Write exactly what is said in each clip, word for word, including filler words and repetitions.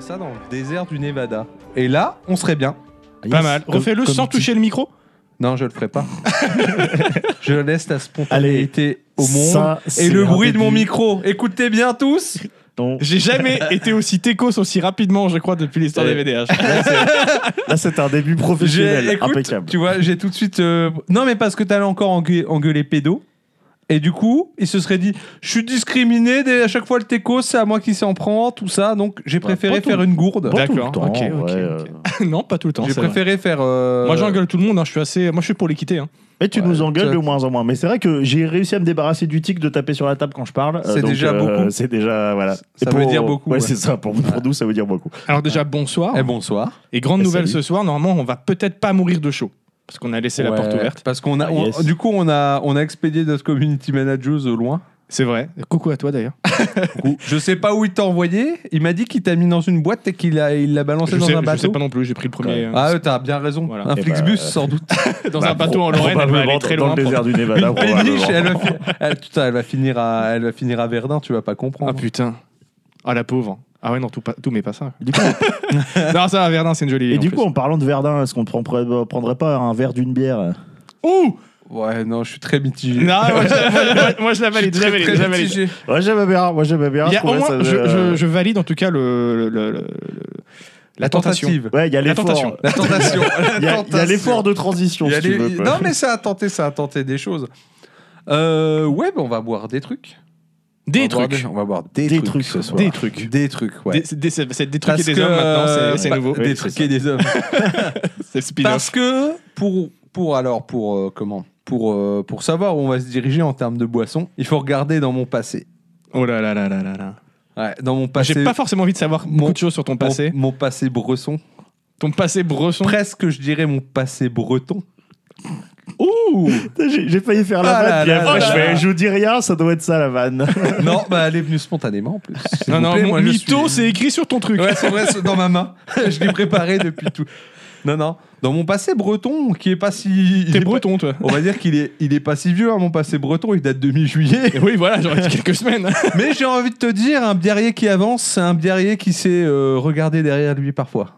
ça dans le désert du Nevada. Et là, on serait bien. Pas yes. mal. Refais-le sans tu... toucher le micro. Non, je le ferai pas. Je laisse la spontanéité au monde. Ça, et le bruit début. de mon micro. Écoutez bien tous. Donc... J'ai jamais été aussi techos aussi rapidement, je crois, depuis l'histoire des V D H. Là, c'est un début professionnel. Écoute, impeccable. Tu vois, j'ai tout de suite... Euh... Non, mais parce que t'allais encore engueuler, engueuler pédo. Et du coup, il se serait dit, je suis discriminé, à chaque fois le techos, c'est à moi qui s'en prend, tout ça. Donc, j'ai préféré bah, faire une gourde. Pas D'accord. Tout le temps, ok, ok. ouais, okay. non, pas tout le temps. J'ai préféré vrai. faire... Euh... Moi, j'engueule tout le monde. Hein. Je suis assez... Moi, je suis pour l'équité. Hein. Et tu ouais, nous engueules tu... de moins en moins. Mais c'est vrai que j'ai réussi à me débarrasser du tic de taper sur la table quand je parle. C'est donc, déjà euh, beaucoup. C'est déjà, voilà. Ça pour... veut dire beaucoup. Ouais, ouais. c'est ça. Pour, pour nous, ça veut dire beaucoup. Alors déjà, bonsoir. Et bonsoir. Et grande Et nouvelle salut. ce soir, normalement, on va peut-être pas mourir de chaud. Parce qu'on a laissé ouais, la porte ouverte. Parce qu'on a, ah, on, yes. du coup, on a, on a expédié notre community manager au loin. C'est vrai. Coucou à toi d'ailleurs. Je sais pas où il t'a envoyé. Il m'a dit qu'il t'a mis dans une boîte et qu'il l'a, il l'a balancé je dans sais, un bateau. Je sais pas non plus. J'ai pris le premier. Ah, euh, t'as bien raison. Voilà. Un Et Flixbus, bah, sans doute. dans bah, un bateau en Lorraine, elle va aller très dans loin. le désert du Nevada. Une péniche, elle va, fi- elle, putain, elle va finir à, elle va finir à Verdun. Tu vas pas comprendre. Ah putain. Ah la pauvre. Ah ouais non tout pas tout mais pas ça. Du coup, on... non ça va Verdun c'est une jolie ville. Et du plus. coup en parlant de Verdun, est-ce qu'on prendrait, prendrait pas un verre d'une bière? Ouh. Ouais, non, je suis très mitigé. Non, moi je, moi, moi, je la valide, je la valide, je la valide. mitigé. Ouais, j'aimais bien, moi j'aimais bien. Il y a, je au moins, ça, je, euh... je, je valide en tout cas le, le, le, le la tentation. Tentative. Ouais, il y a la l'effort. tentation. La tentation. Il y, a, y a l'effort de transition, si les... tu veux. Quoi. Non, mais ça a tenté, ça a tenté des choses. Euh, ouais, bah, on va boire des trucs. Des on trucs. Des... On va boire des, des trucs, trucs ce soir. Des trucs. Des trucs, ouais. Des, des, c'est des trucs et des que, hommes maintenant, c'est, c'est bah, nouveau. Des oui, trucs et des hommes. C'est le spin-off. Parce que pour pour alors pour euh, comment pour euh, pour savoir où on va se diriger en termes de boissons, il faut regarder dans mon passé. Oh là là là là là là. Ouais, dans mon passé. J'ai pas forcément envie de savoir beaucoup mon, de choses sur ton passé. Mon, mon passé bresson. Ton passé bresson. Presque, je dirais mon passé breton. Ouh. J'ai, j'ai failli faire la Ah vanne, là puis là après là je, là. fais, je vous dis rien, ça doit être ça la vanne. Non, bah elle est venue spontanément en plus. S'il Non vous non, plaît, mon moi, je mytho, suis- c'est écrit sur ton truc. Ouais, c'est vrai, c'est dans ma main. Je l'ai préparé depuis tout. Non, non. Dans mon passé breton, qui est pas si. il T'es est pas- breton toi. On va dire qu'il est, il est pas si vieux, hein, mon passé breton, il date de mi-juillet. Et oui voilà, j'aurais dit quelques semaines. Mais j'ai envie de te dire, un biarrier qui avance, c'est un biarrier qui sait euh, regarder derrière lui parfois.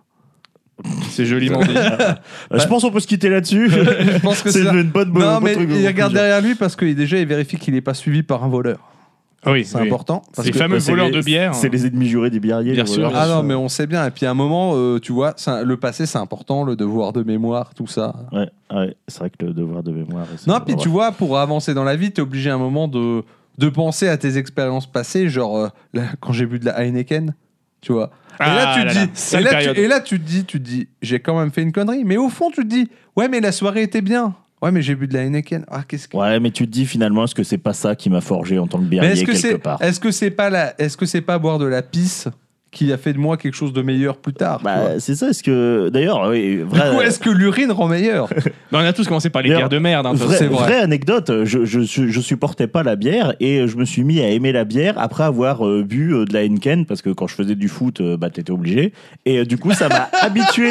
C'est joliment dit. Je pense qu'on peut se quitter là-dessus. Je pense que c'est c'est ça. une bonne bonne Non, mais truc, il regarde déjà. derrière lui parce que déjà, il vérifie qu'il n'est pas suivi par un voleur. Oui, C'est oui. important. Parce Les que- fameux c'est voleurs les- de bière. C'est les ennemis jurés des biarriers. Bien les sûr, voleurs. Ah non, mais on sait bien. Et puis à un moment, euh, tu vois, c'est un- le passé, c'est important, le devoir de mémoire, tout ça. Ouais, ouais, c'est vrai que le devoir de mémoire. c'est- Non, puis ouais. tu vois, pour avancer dans la vie, t'es obligé à un moment de, de penser à tes expériences passées, genre euh, là, quand j'ai bu de la Heineken, tu vois. Et Ah là, tu là te là, dis, sale et là, période. tu, et là, tu te dis, tu te dis, j'ai quand même fait une connerie. Mais au fond, tu te dis, ouais, mais la soirée était bien. Ouais, mais j'ai bu de la Heineken. Ah, qu'est-ce que. Ouais, mais tu te dis finalement, est-ce que c'est pas ça qui m'a forgé en tant que Mais biarrier est-ce que quelque c'est, part est-ce que c'est pas la, est-ce que c'est pas boire de la pisse qui a fait de moi quelque chose de meilleur plus tard, tu vois. Bah, c'est ça, est-ce que. D'ailleurs, oui, Du vrai. coup, est-ce que l'urine rend meilleur? Bah, on a tous commencé par les D'ailleurs, bières de merde. Hein, de toute Vraie, façon. c'est vrai. vraie anecdote, je, je, je supportais pas la bière et je me suis mis à aimer la bière après avoir euh, bu euh, de la Heineken parce que quand je faisais du foot, euh, bah t'étais obligé. Et euh, du coup, ça m'a habitué,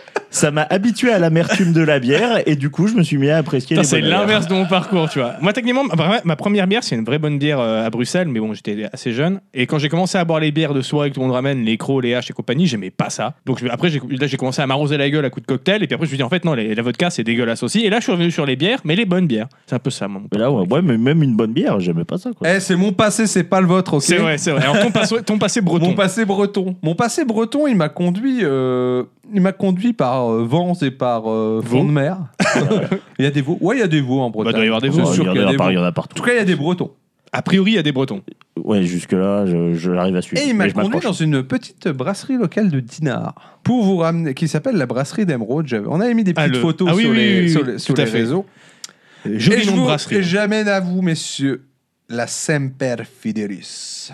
ça m'a habitué à l'amertume de la bière et du coup, je me suis mis à apprécier Putain, les c'est bonnes bières. l'inverse de mon parcours, tu vois. Moi, techniquement, ma, ma première bière, c'est une vraie bonne bière euh, à Bruxelles, mais bon, j'étais assez jeune. Et quand j'ai commencé à boire les bières de soirée que tout le monde ramène, les crocs, les haches et compagnie, j'aimais pas ça. Donc je- après, j'ai, là, j'ai commencé à m'arroser la gueule à coups de cocktail. Et puis après, je me suis dit, en fait, non, les- la vodka, c'est dégueulasse aussi. Et là, je suis revenu sur les bières, mais les bonnes bières. C'est un peu ça, mon Mais là, ouais, ouais, mais même une bonne bière, j'aimais pas ça. Quoi. Eh, c'est mon passé, c'est pas le vôtre, ok? C'est vrai, c'est vrai. Alors, ton, passe- ton passé breton. Mon passé breton. Mon passé breton, il m'a conduit, euh, il m'a conduit par euh, vents et par euh, fond Veaux. de mer. Il y a des veaux. Ouais, il y a des veaux en Bretagne. Bah, doit y avoir des C'est veaux. Ouais, sûr il y en qu'il y a a des par- veaux. il y en a En partout. tout cas, il y a des Bretons. A priori, il y a des bretons. Ouais, jusque-là, je, je l'arrive à suivre. Et il m'a Mais je conduit m'approche. dans une petite brasserie locale de Dinard pour vous ramener, qui s'appelle la brasserie d'Emeraude. J'avais- On avait mis des Ah, petites le- photos Ah oui, sur oui, les, oui, sur oui, les, sur tout à les fait. réseaux. Joli et nom je de vous- brasserie. Et j'amène à vous, messieurs, la Semper Fidelis.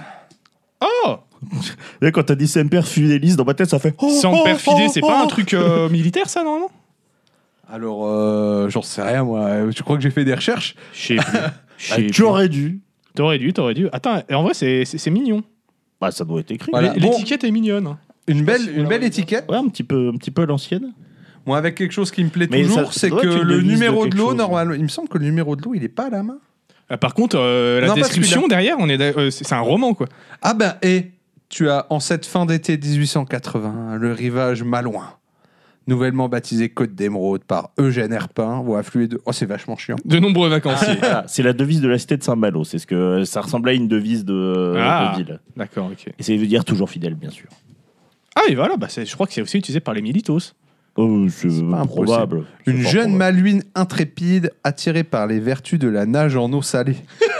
Oh Là, quand t'as dit Semper Fidelis, dans ma tête, ça fait. Oh, Sans oh, père fidé, oh, c'est oh, pas un oh. truc euh, militaire, ça, normalement? Alors, euh, j'en sais rien, moi. Tu crois que j'ai fait des recherches? Je sais plus. Je Ah, sais tu plus. aurais dû. T'aurais dû, t'aurais dû. Attends, en vrai, c'est, c'est, c'est mignon. Bah, ça doit être écrit. Voilà. L'é- Bon. L'étiquette est mignonne. hein. Une belle, si vous une belle l'avez étiquette. Ouais, un petit peu, un petit peu l'ancienne. Moi, avec quelque chose qui me plaît Mais toujours, ça- c'est ça doit que être une le devise de numéro de, quelque l'eau, chose. normalement, il me semble que le numéro de l'eau, il est pas à la main. Ah, par contre, euh, la Non, pas description celui-là. derrière, on est, d'a- euh, c'est, c'est un roman, quoi. Ah ben, et tu as en cette fin d'été dix-huit cent quatre-vingts le rivage malouin, nouvellement baptisé Côte d'Émeraude par Eugène Herpin, voit affluer de... Oh, c'est vachement chiant. De nombreux vacanciers. Ah, c'est la devise de la cité de Saint-Malo. C'est ce que ça ressemblait à une devise de, Ah. de ville. D'accord, ok. Et ça veut dire toujours fidèle, bien sûr. Ah, et voilà, bah, c'est- je crois que c'est aussi utilisé par les militos. Oh, c'est pas probable. C'est Une fort jeune probable. malouine intrépide, attirée par les vertus de la nage en eau salée,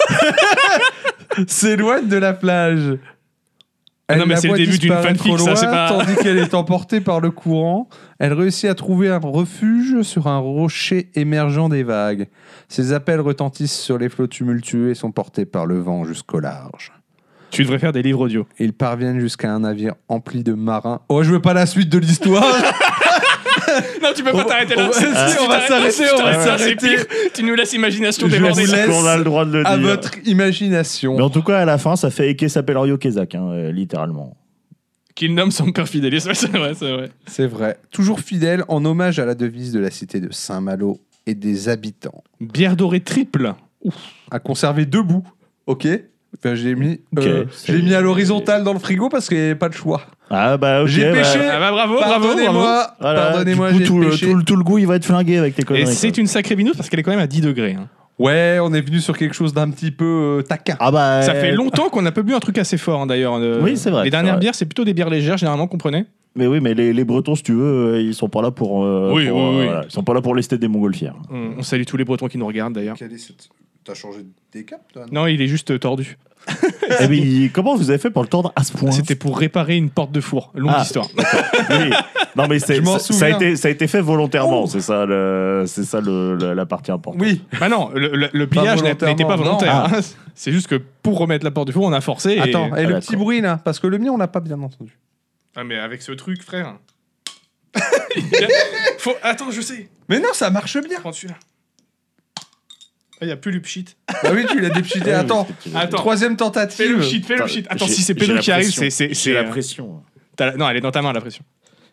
s'éloigne de la plage. Elle non, mais la c'est le voit début d'une disparaître fanfic, au ça, loin, c'est pas- Tandis qu'elle est emportée par le courant, elle réussit à trouver un refuge sur un rocher émergeant des vagues. Ses appels retentissent sur les flots tumultueux et sont portés par le vent jusqu'au large. Tu devrais faire des livres audio. Ils parviennent jusqu'à un navire empli de marins. Oh, je veux pas la suite de l'histoire. Non, tu peux pas On- t'arrêter on là. va- C'est- si, si on tu va t'arrêtes s'arrêter, là, on va c'est- c'est s'arrêter. pire. Tu nous laisses l'imagination Je déborder. vous laisse On a le droit de le à dire. votre imagination. Mais en tout cas, à la fin, ça fait Eke s'appelle Ryo Kezak, hein, euh, littéralement. Qu'il nomme son père fidèle. C'est vrai, c'est vrai. C'est vrai. Toujours fidèle, en hommage à la devise de la cité de Saint-Malo et des habitants. Bière dorée triple. À conserver debout. Ok. Enfin, j'ai mis, euh, Ok, je l'ai c'est- mis à l'horizontale dans le frigo parce qu'il n'y avait pas de choix. Ah bah ok. J'ai bah, pêché. Ah bah bravo, bravo, bravo. Pardonnez-moi. voilà, Pardonnez-moi, du coup, j'ai tout, le, pêché. tout, le- tout le goût, il va être flingué avec tes Et conneries. c'est quoi. une sacrée binouse parce qu'elle est quand même à dix degrés. hein. Ouais, on est venu sur quelque chose d'un petit peu euh, taquin. Ah bah. Ça euh, fait longtemps qu'on n'a pas bu un truc assez fort hein, d'ailleurs. euh, Oui, c'est vrai, Les c'est dernières vrai. bières, c'est plutôt des bières légères généralement qu'on prenait. Mais oui, mais les, les Bretons, si tu veux, euh, ils sont pas là pour. euh, Oui, pour, oui, euh, oui. voilà, ils sont pas là pour lester des montgolfières. On, on salue tous les Bretons qui nous regardent d'ailleurs. Quelle est cette... T'as changé de décap, toi? Non, il est juste euh, tordu. Eh bien, comment vous avez fait pour le tordre à ce point C'était pour réparer une porte de four. Longue Ah. histoire. Oui. Non, mais c'est- Je m'en ça, ça a souviens. été, ça a été fait volontairement. Oh. C'est ça, le, c'est ça le, la, la partie importante. Oui. Bah non, le, le- le pliage n'a- n'était pas volontairement, volontaire. non. hein. C'est juste que pour remettre la porte du four, on a forcé. Et... Attends, et Ah, le d'accord. petit bruit là, parce que le mien on l'a pas bien entendu. Ah, mais avec ce truc, frère. Faut... Attends, je sais. Mais non, ça marche bien. Prends celui-là. Ah, il n'y a plus le pchit. Bah oui, tu l'as dépchité. Ouais, Attends, mais c'est- Attends. troisième Fais tentative. le pchit, fais le Attends, pchit. Attends, j'ai- si c'est j'ai Pedro la qui arrive, pression. c'est. c'est- J'ai c'est, la euh, pression. t'as la- Non, elle est dans ta main, la pression.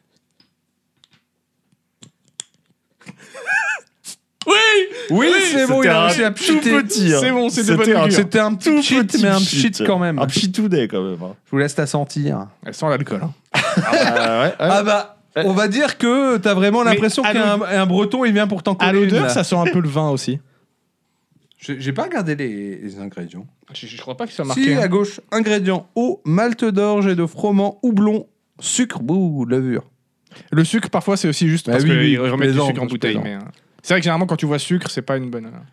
Oui Oui, c'est bon, il a réussi à tout pchiter. petit. hein. C'est bon, c'est de bonne C'était un augure. C'était un petit tout cheat, petit mais un pchit. cheat quand même. Un pchitounet quand même. hein. Je vous laisse la sentir. Elle sent l'alcool. Hein. Ah bah, ouais, ouais. Ah bah, on va dire que t'as vraiment Mais l'impression à qu'un un breton il vient pour t'en À coller une, l'odeur, là. ça sent un peu le vin aussi. J'ai j'ai pas regardé les, les ingrédients. Je, je crois pas qu'il soit marqué. Si, hein. à gauche, ingrédients eau, malt d'orge et de froment, houblon, sucre, bouh, levure. Le sucre, parfois, c'est aussi juste Bah parce oui, qu'ils oui, je remettent du plaisante, sucre en je bouteille. plaisante. Mais, euh, c'est vrai que généralement, quand tu vois sucre, c'est pas une bonne. euh.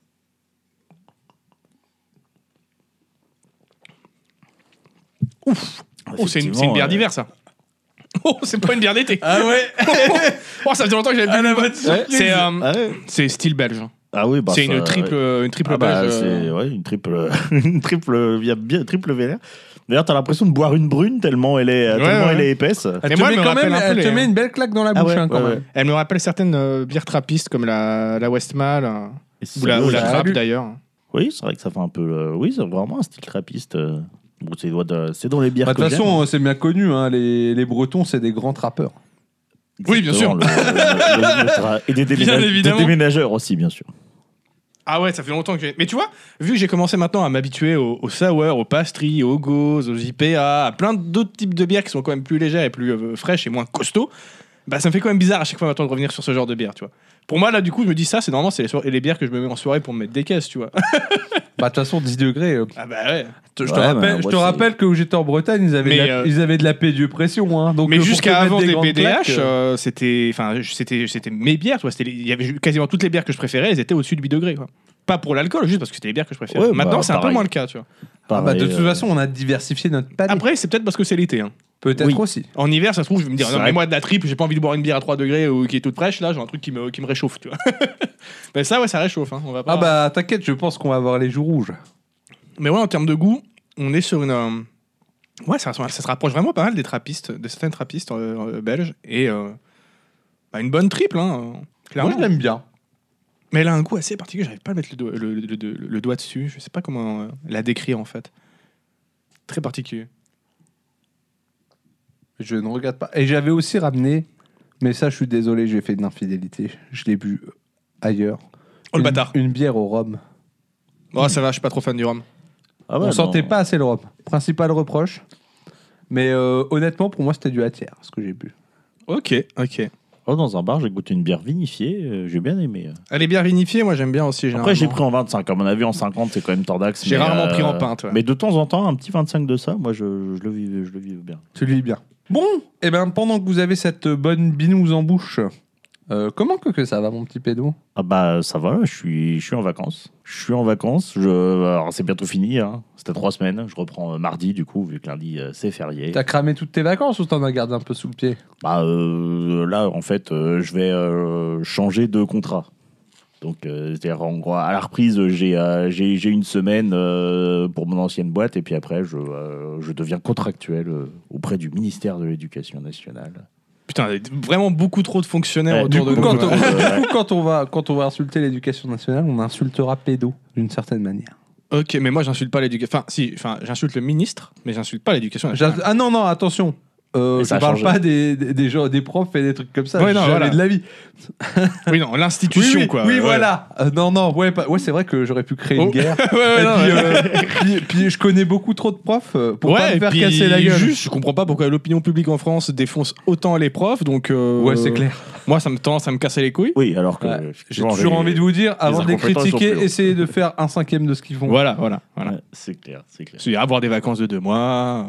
Ouf Oh, c'est une, c'est une bière Effectivement, d'hiver, ça. Oh, c'est pas une bière d'été. Ah ouais. Oh, ça faisait longtemps que j'avais Ah, bu. la une bonne bonne- surprise. C'est euh, Ah ouais. c'est style belge. Ah oui, bah c'est ça, une triple, ouais. une triple Ah bah, belge. c'est euh, ouais, une triple, une triple, il y a bien triple vénère. D'ailleurs, t'as l'impression de boire une brune tellement elle est, Ouais, tellement ouais. elle est épaisse. Elle Mais te moi, met elle me quand même, rappelle un peu elle te les- met une belle claque dans la Ah bouche ouais, hein, quand ouais, même. Elle me rappelle certaines euh, bières trappistes comme la, la Westmalle euh, Et ou la, ou la ça Trappe allume. d'ailleurs. Oui, c'est vrai que ça fait un peu. euh, oui, c'est vraiment un style trappiste. euh. Bon, c'est de- c'est dans les bières. Bah, De que toute façon, c'est bien connu, hein, les, les Bretons, c'est des grands trappeurs. j'aime. oui, bien sûr. Exactement, le- le- le- le tra- et des, Bien déménage- des évidemment. déménageurs aussi, bien sûr. Ah ouais, ça fait longtemps que j'ai. Mais tu vois, vu que j'ai commencé maintenant à m'habituer aux, aux sour, aux pastries, aux gauzes, aux I P A, à plein d'autres types de bières qui sont quand même plus légères et plus euh, fraîches et moins costauds, bah ça me fait quand même bizarre à chaque fois maintenant de revenir sur ce genre de bière, tu vois. Pour moi, là, du coup, je me dis ça, c'est normalement c'est les, soir- les bières que je me mets en soirée pour me mettre des caisses, tu vois. Bah, de toute façon, dix degrés. euh, Ah bah ouais. je te Ouais, rappelle, bah, je moi, te c'est- rappelle que où j'étais en Bretagne, ils avaient, Mais, de la, euh, ils avaient de la pédieu pression. Hein, donc, Mais euh, pour jusqu'à te mettre avant des, grandes B D H, claques, euh, euh, c'était, enfin, je- c'était, c'était mes bières, tu vois. C'était les- il y avait quasiment toutes les bières que je préférais, elles étaient au-dessus de huit degrés, quoi. Pas pour l'alcool, juste parce que c'était les bières que je préférais. Ouais, Maintenant, bah, c'est un peu pareil. moins le cas, tu vois. ah bah, de Pareil, toute euh, façon, on a diversifié notre palais. Après, c'est peut-être parce que c'est l'été. Hein. Peut-être oui. aussi. En hiver, ça se trouve, je vais me dire, C'est non, mais vrai. moi, de la triple, j'ai pas envie de boire une bière à trois degrés ou qui est toute fraîche, là, j'ai un truc qui me, qui me réchauffe, tu vois. Mais ça, ouais, ça réchauffe, hein. On va pas... Ah bah, t'inquiète, je pense qu'on va avoir les joues rouges. Mais ouais, en termes de goût, on est sur une. euh, Ouais, ça, ça se rapproche vraiment pas mal des trappistes, de certaines trappistes euh, euh, belges. Et euh, bah, une bonne triple, hein, euh, clairement. Moi, je l'aime bien. Mais elle a un goût assez particulier, j'arrive pas à mettre le, doigt- le, le- le- le doigt dessus, je sais pas comment euh, la décrire en fait. Très particulier. Je ne regrette pas. Et j'avais aussi ramené, mais ça, je suis désolé, j'ai fait une infidélité. Je l'ai bu euh, ailleurs. Oh le Une- bâtard. Une bière au rhum. Oh, ça va, je suis pas trop fan du rhum. Ah ouais, On non. sentait pas assez le rhum. Principal reproche. Mais euh, honnêtement, pour moi, c'était du hatière, ce que j'ai bu. Ok, ok. Oh, dans un bar, j'ai goûté une bière vinifiée, euh, j'ai bien aimé. Elle est bien vinifiée, moi j'aime bien aussi. Après, j'ai généralement. pris en vingt-cinq. À mon avis, en cinquante, c'est quand même Tordax. J'ai mais, rarement pris en pinte, ouais. Mais de temps en temps, un petit vingt-cinq de ça, moi, je, je le vis, je le vis bien. Tu le vis bien. Bon, et ben pendant que vous avez cette bonne binouse en bouche, euh, comment que, que ça va, mon petit pédo? Ah bah ça va, je suis, je suis en vacances. Je suis en vacances. Je, alors c'est bientôt fini. Hein. C'était trois semaines. Je reprends euh, mardi du coup, vu que lundi euh, c'est férié. T'as cramé toutes tes vacances ou t'en as gardé un peu sous le pied? Bah euh, là en fait, euh, je vais euh, changer de contrat. Donc euh, c'est-à-dire en gros à la reprise, j'ai euh, j'ai, j'ai une semaine euh, pour mon ancienne boîte et puis après je, euh, je deviens contractuel euh, auprès du ministère de l'Éducation nationale. Putain, vraiment beaucoup trop de fonctionnaires Eh, autour Du de coup, nous. quand on, quoi. du coup, quand on va, quand on va insulter l'éducation nationale, on insultera pédo d'une certaine manière. Ok, mais moi j'insulte pas l'éducation. Enfin, si, enfin, j'insulte le ministre, mais j'insulte pas l'éducation J'as- nationale. Ah non, non, attention. Euh, Et je ça a parle changé. pas des, des, des, gens, des profs et des trucs comme ça. Ouais, non, jamais voilà. de la vie. Oui, non, l'institution, oui, oui, quoi. Oui, Ouais. voilà. Euh, non, non, ouais, pas- ouais c'est vrai que j'aurais pu créer Oh. une guerre. ouais, ouais, Et non, puis, ouais. euh, puis, puis je connais beaucoup trop de profs euh, pour pas Ouais, me et faire puis casser la gueule. juste, je comprends pas pourquoi l'opinion publique en France défonce autant les profs, donc. euh, Ouais, c'est clair. Moi, ça me tend, ça me casser les couilles. Oui, alors que Ouais. J'ai effectivement, toujours les- envie de vous dire, avant de les incompétents, ils sont critiquer, plus hauts. essayez de faire un cinquième de ce qu'ils font. Voilà, voilà, voilà. Ouais, c'est clair, c'est clair. C'est avoir des vacances de deux mois.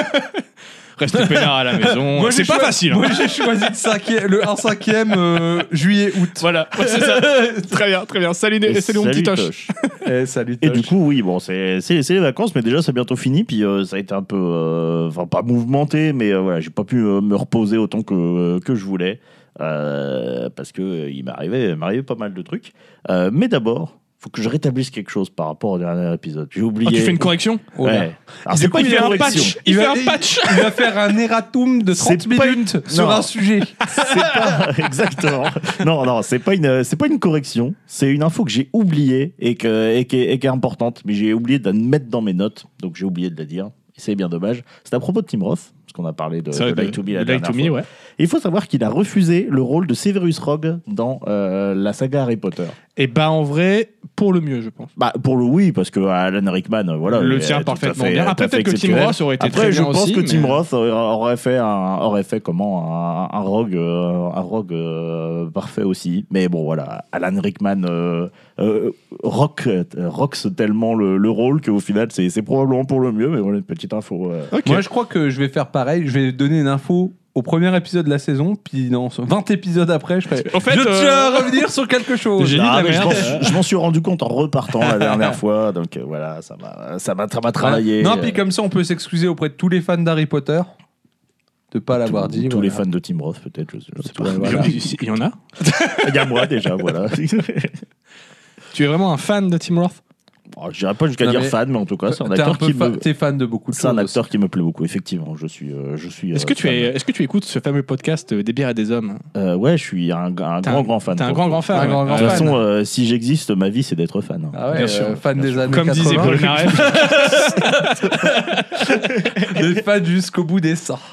Rester peinard à la maison. Moi, c'est j'ai pas choi- facile. hein. Moi, j'ai choisi de cinquième- le un cinquième euh, juillet-août. Voilà, ouais, c'est ça. Très bien, très bien. Salut, Et salut, mon petit Toche. Toche. Eh, salut, Et Tosh. du coup, oui, bon, c'est c'est- c'est les vacances, mais déjà, c'est bientôt fini. Puis euh, ça a été un peu, euh, enfin, pas mouvementé, mais euh, voilà, j'ai pas pu euh, me reposer autant que, euh, que je voulais. euh, parce que euh, il m'arrivait m'arrivait pas mal de trucs. Euh, mais d'abord, faut que je rétablisse quelque chose par rapport au dernier épisode. J'ai oublié. Oh, tu fais une correction Oh là. Ouais. Alors, Du c'est coup, pas il une fait un correction. patch. Il fait un patch. Il va faire un erratum de trente C'est pas minutes une- sur Non. un sujet. C'est pas exactement. Non, non, c'est pas une, c'est pas une correction. C'est une info que j'ai oubliée et que et qui est, et qui est importante, mais j'ai oublié de la mettre dans mes notes, donc j'ai oublié de la dire. Et c'est bien dommage. C'est à propos de Tim Roth, parce qu'on a parlé de, C'est vrai, de Light to Me la Light dernière to Me, fois. ouais. Et il faut savoir qu'il a refusé le rôle de Severus Rogue dans euh, la saga Harry Potter. Et bah, en vrai, pour le mieux, je pense. Bah pour le oui, parce que Alan Rickman, euh, voilà, Le il est tient tout à parfaitement fait- bien. tout à Après, fait peut-être que Tim exceptionnel. Roth aurait été Après, très je bien pense aussi, que mais- Tim Roth aurait aurait fait un, aurait fait comment un, un rogue, euh, un rogue euh, parfait aussi. Mais bon, voilà, Alan Rickman euh, euh, rock, euh, rocks tellement le, le rôle qu'au final, c'est c'est probablement pour le mieux. Mais voilà, une petite info. euh. Ok. Moi, je crois que je vais faire pareil. Je vais donner une info au premier épisode de la saison, puis dans vingt épisodes après, je ferai. Au fait, je euh, tiens à revenir sur quelque chose. J'ai dit de Ah, la mais je merde. m'en suis- je m'en suis rendu compte en repartant la dernière fois. Donc euh, voilà, ça m'a ça m'a ça m'a travaillé. Non, puis comme ça, on peut s'excuser auprès de tous les fans d'Harry Potter de pas l'avoir Tous- dit. Tous voilà. les fans de Tim Roth, peut-être, je, je sais pas. Ouais, voilà. Il y en a. Il y a moi déjà, voilà. Tu es vraiment un fan de Tim Roth? Bon, je dirais pas jusqu'à Non, dire mais fan, mais en tout cas, c'est un T'es un acteur peu qui fa- me. T'es fan de beaucoup de C'est un choses. acteur qui me plaît beaucoup, effectivement. Je suis, euh, je suis. Est-ce euh, que, tu fan. es, est-ce que tu écoutes ce fameux podcast euh, Des bières et des hommes? Euh, ouais, je suis un, un T'es grand, un- grand fan. T'es un pour grand, le coup. grand fan. Un ouais. grand, grand De toute fan. façon, euh, si j'existe, ma vie, c'est d'être fan. hein. Ah ouais, Bien euh, sûr, fan bien des sûr. années Comme disait quatre-vingts. Polnareff. Des fans jusqu'au bout des sangs.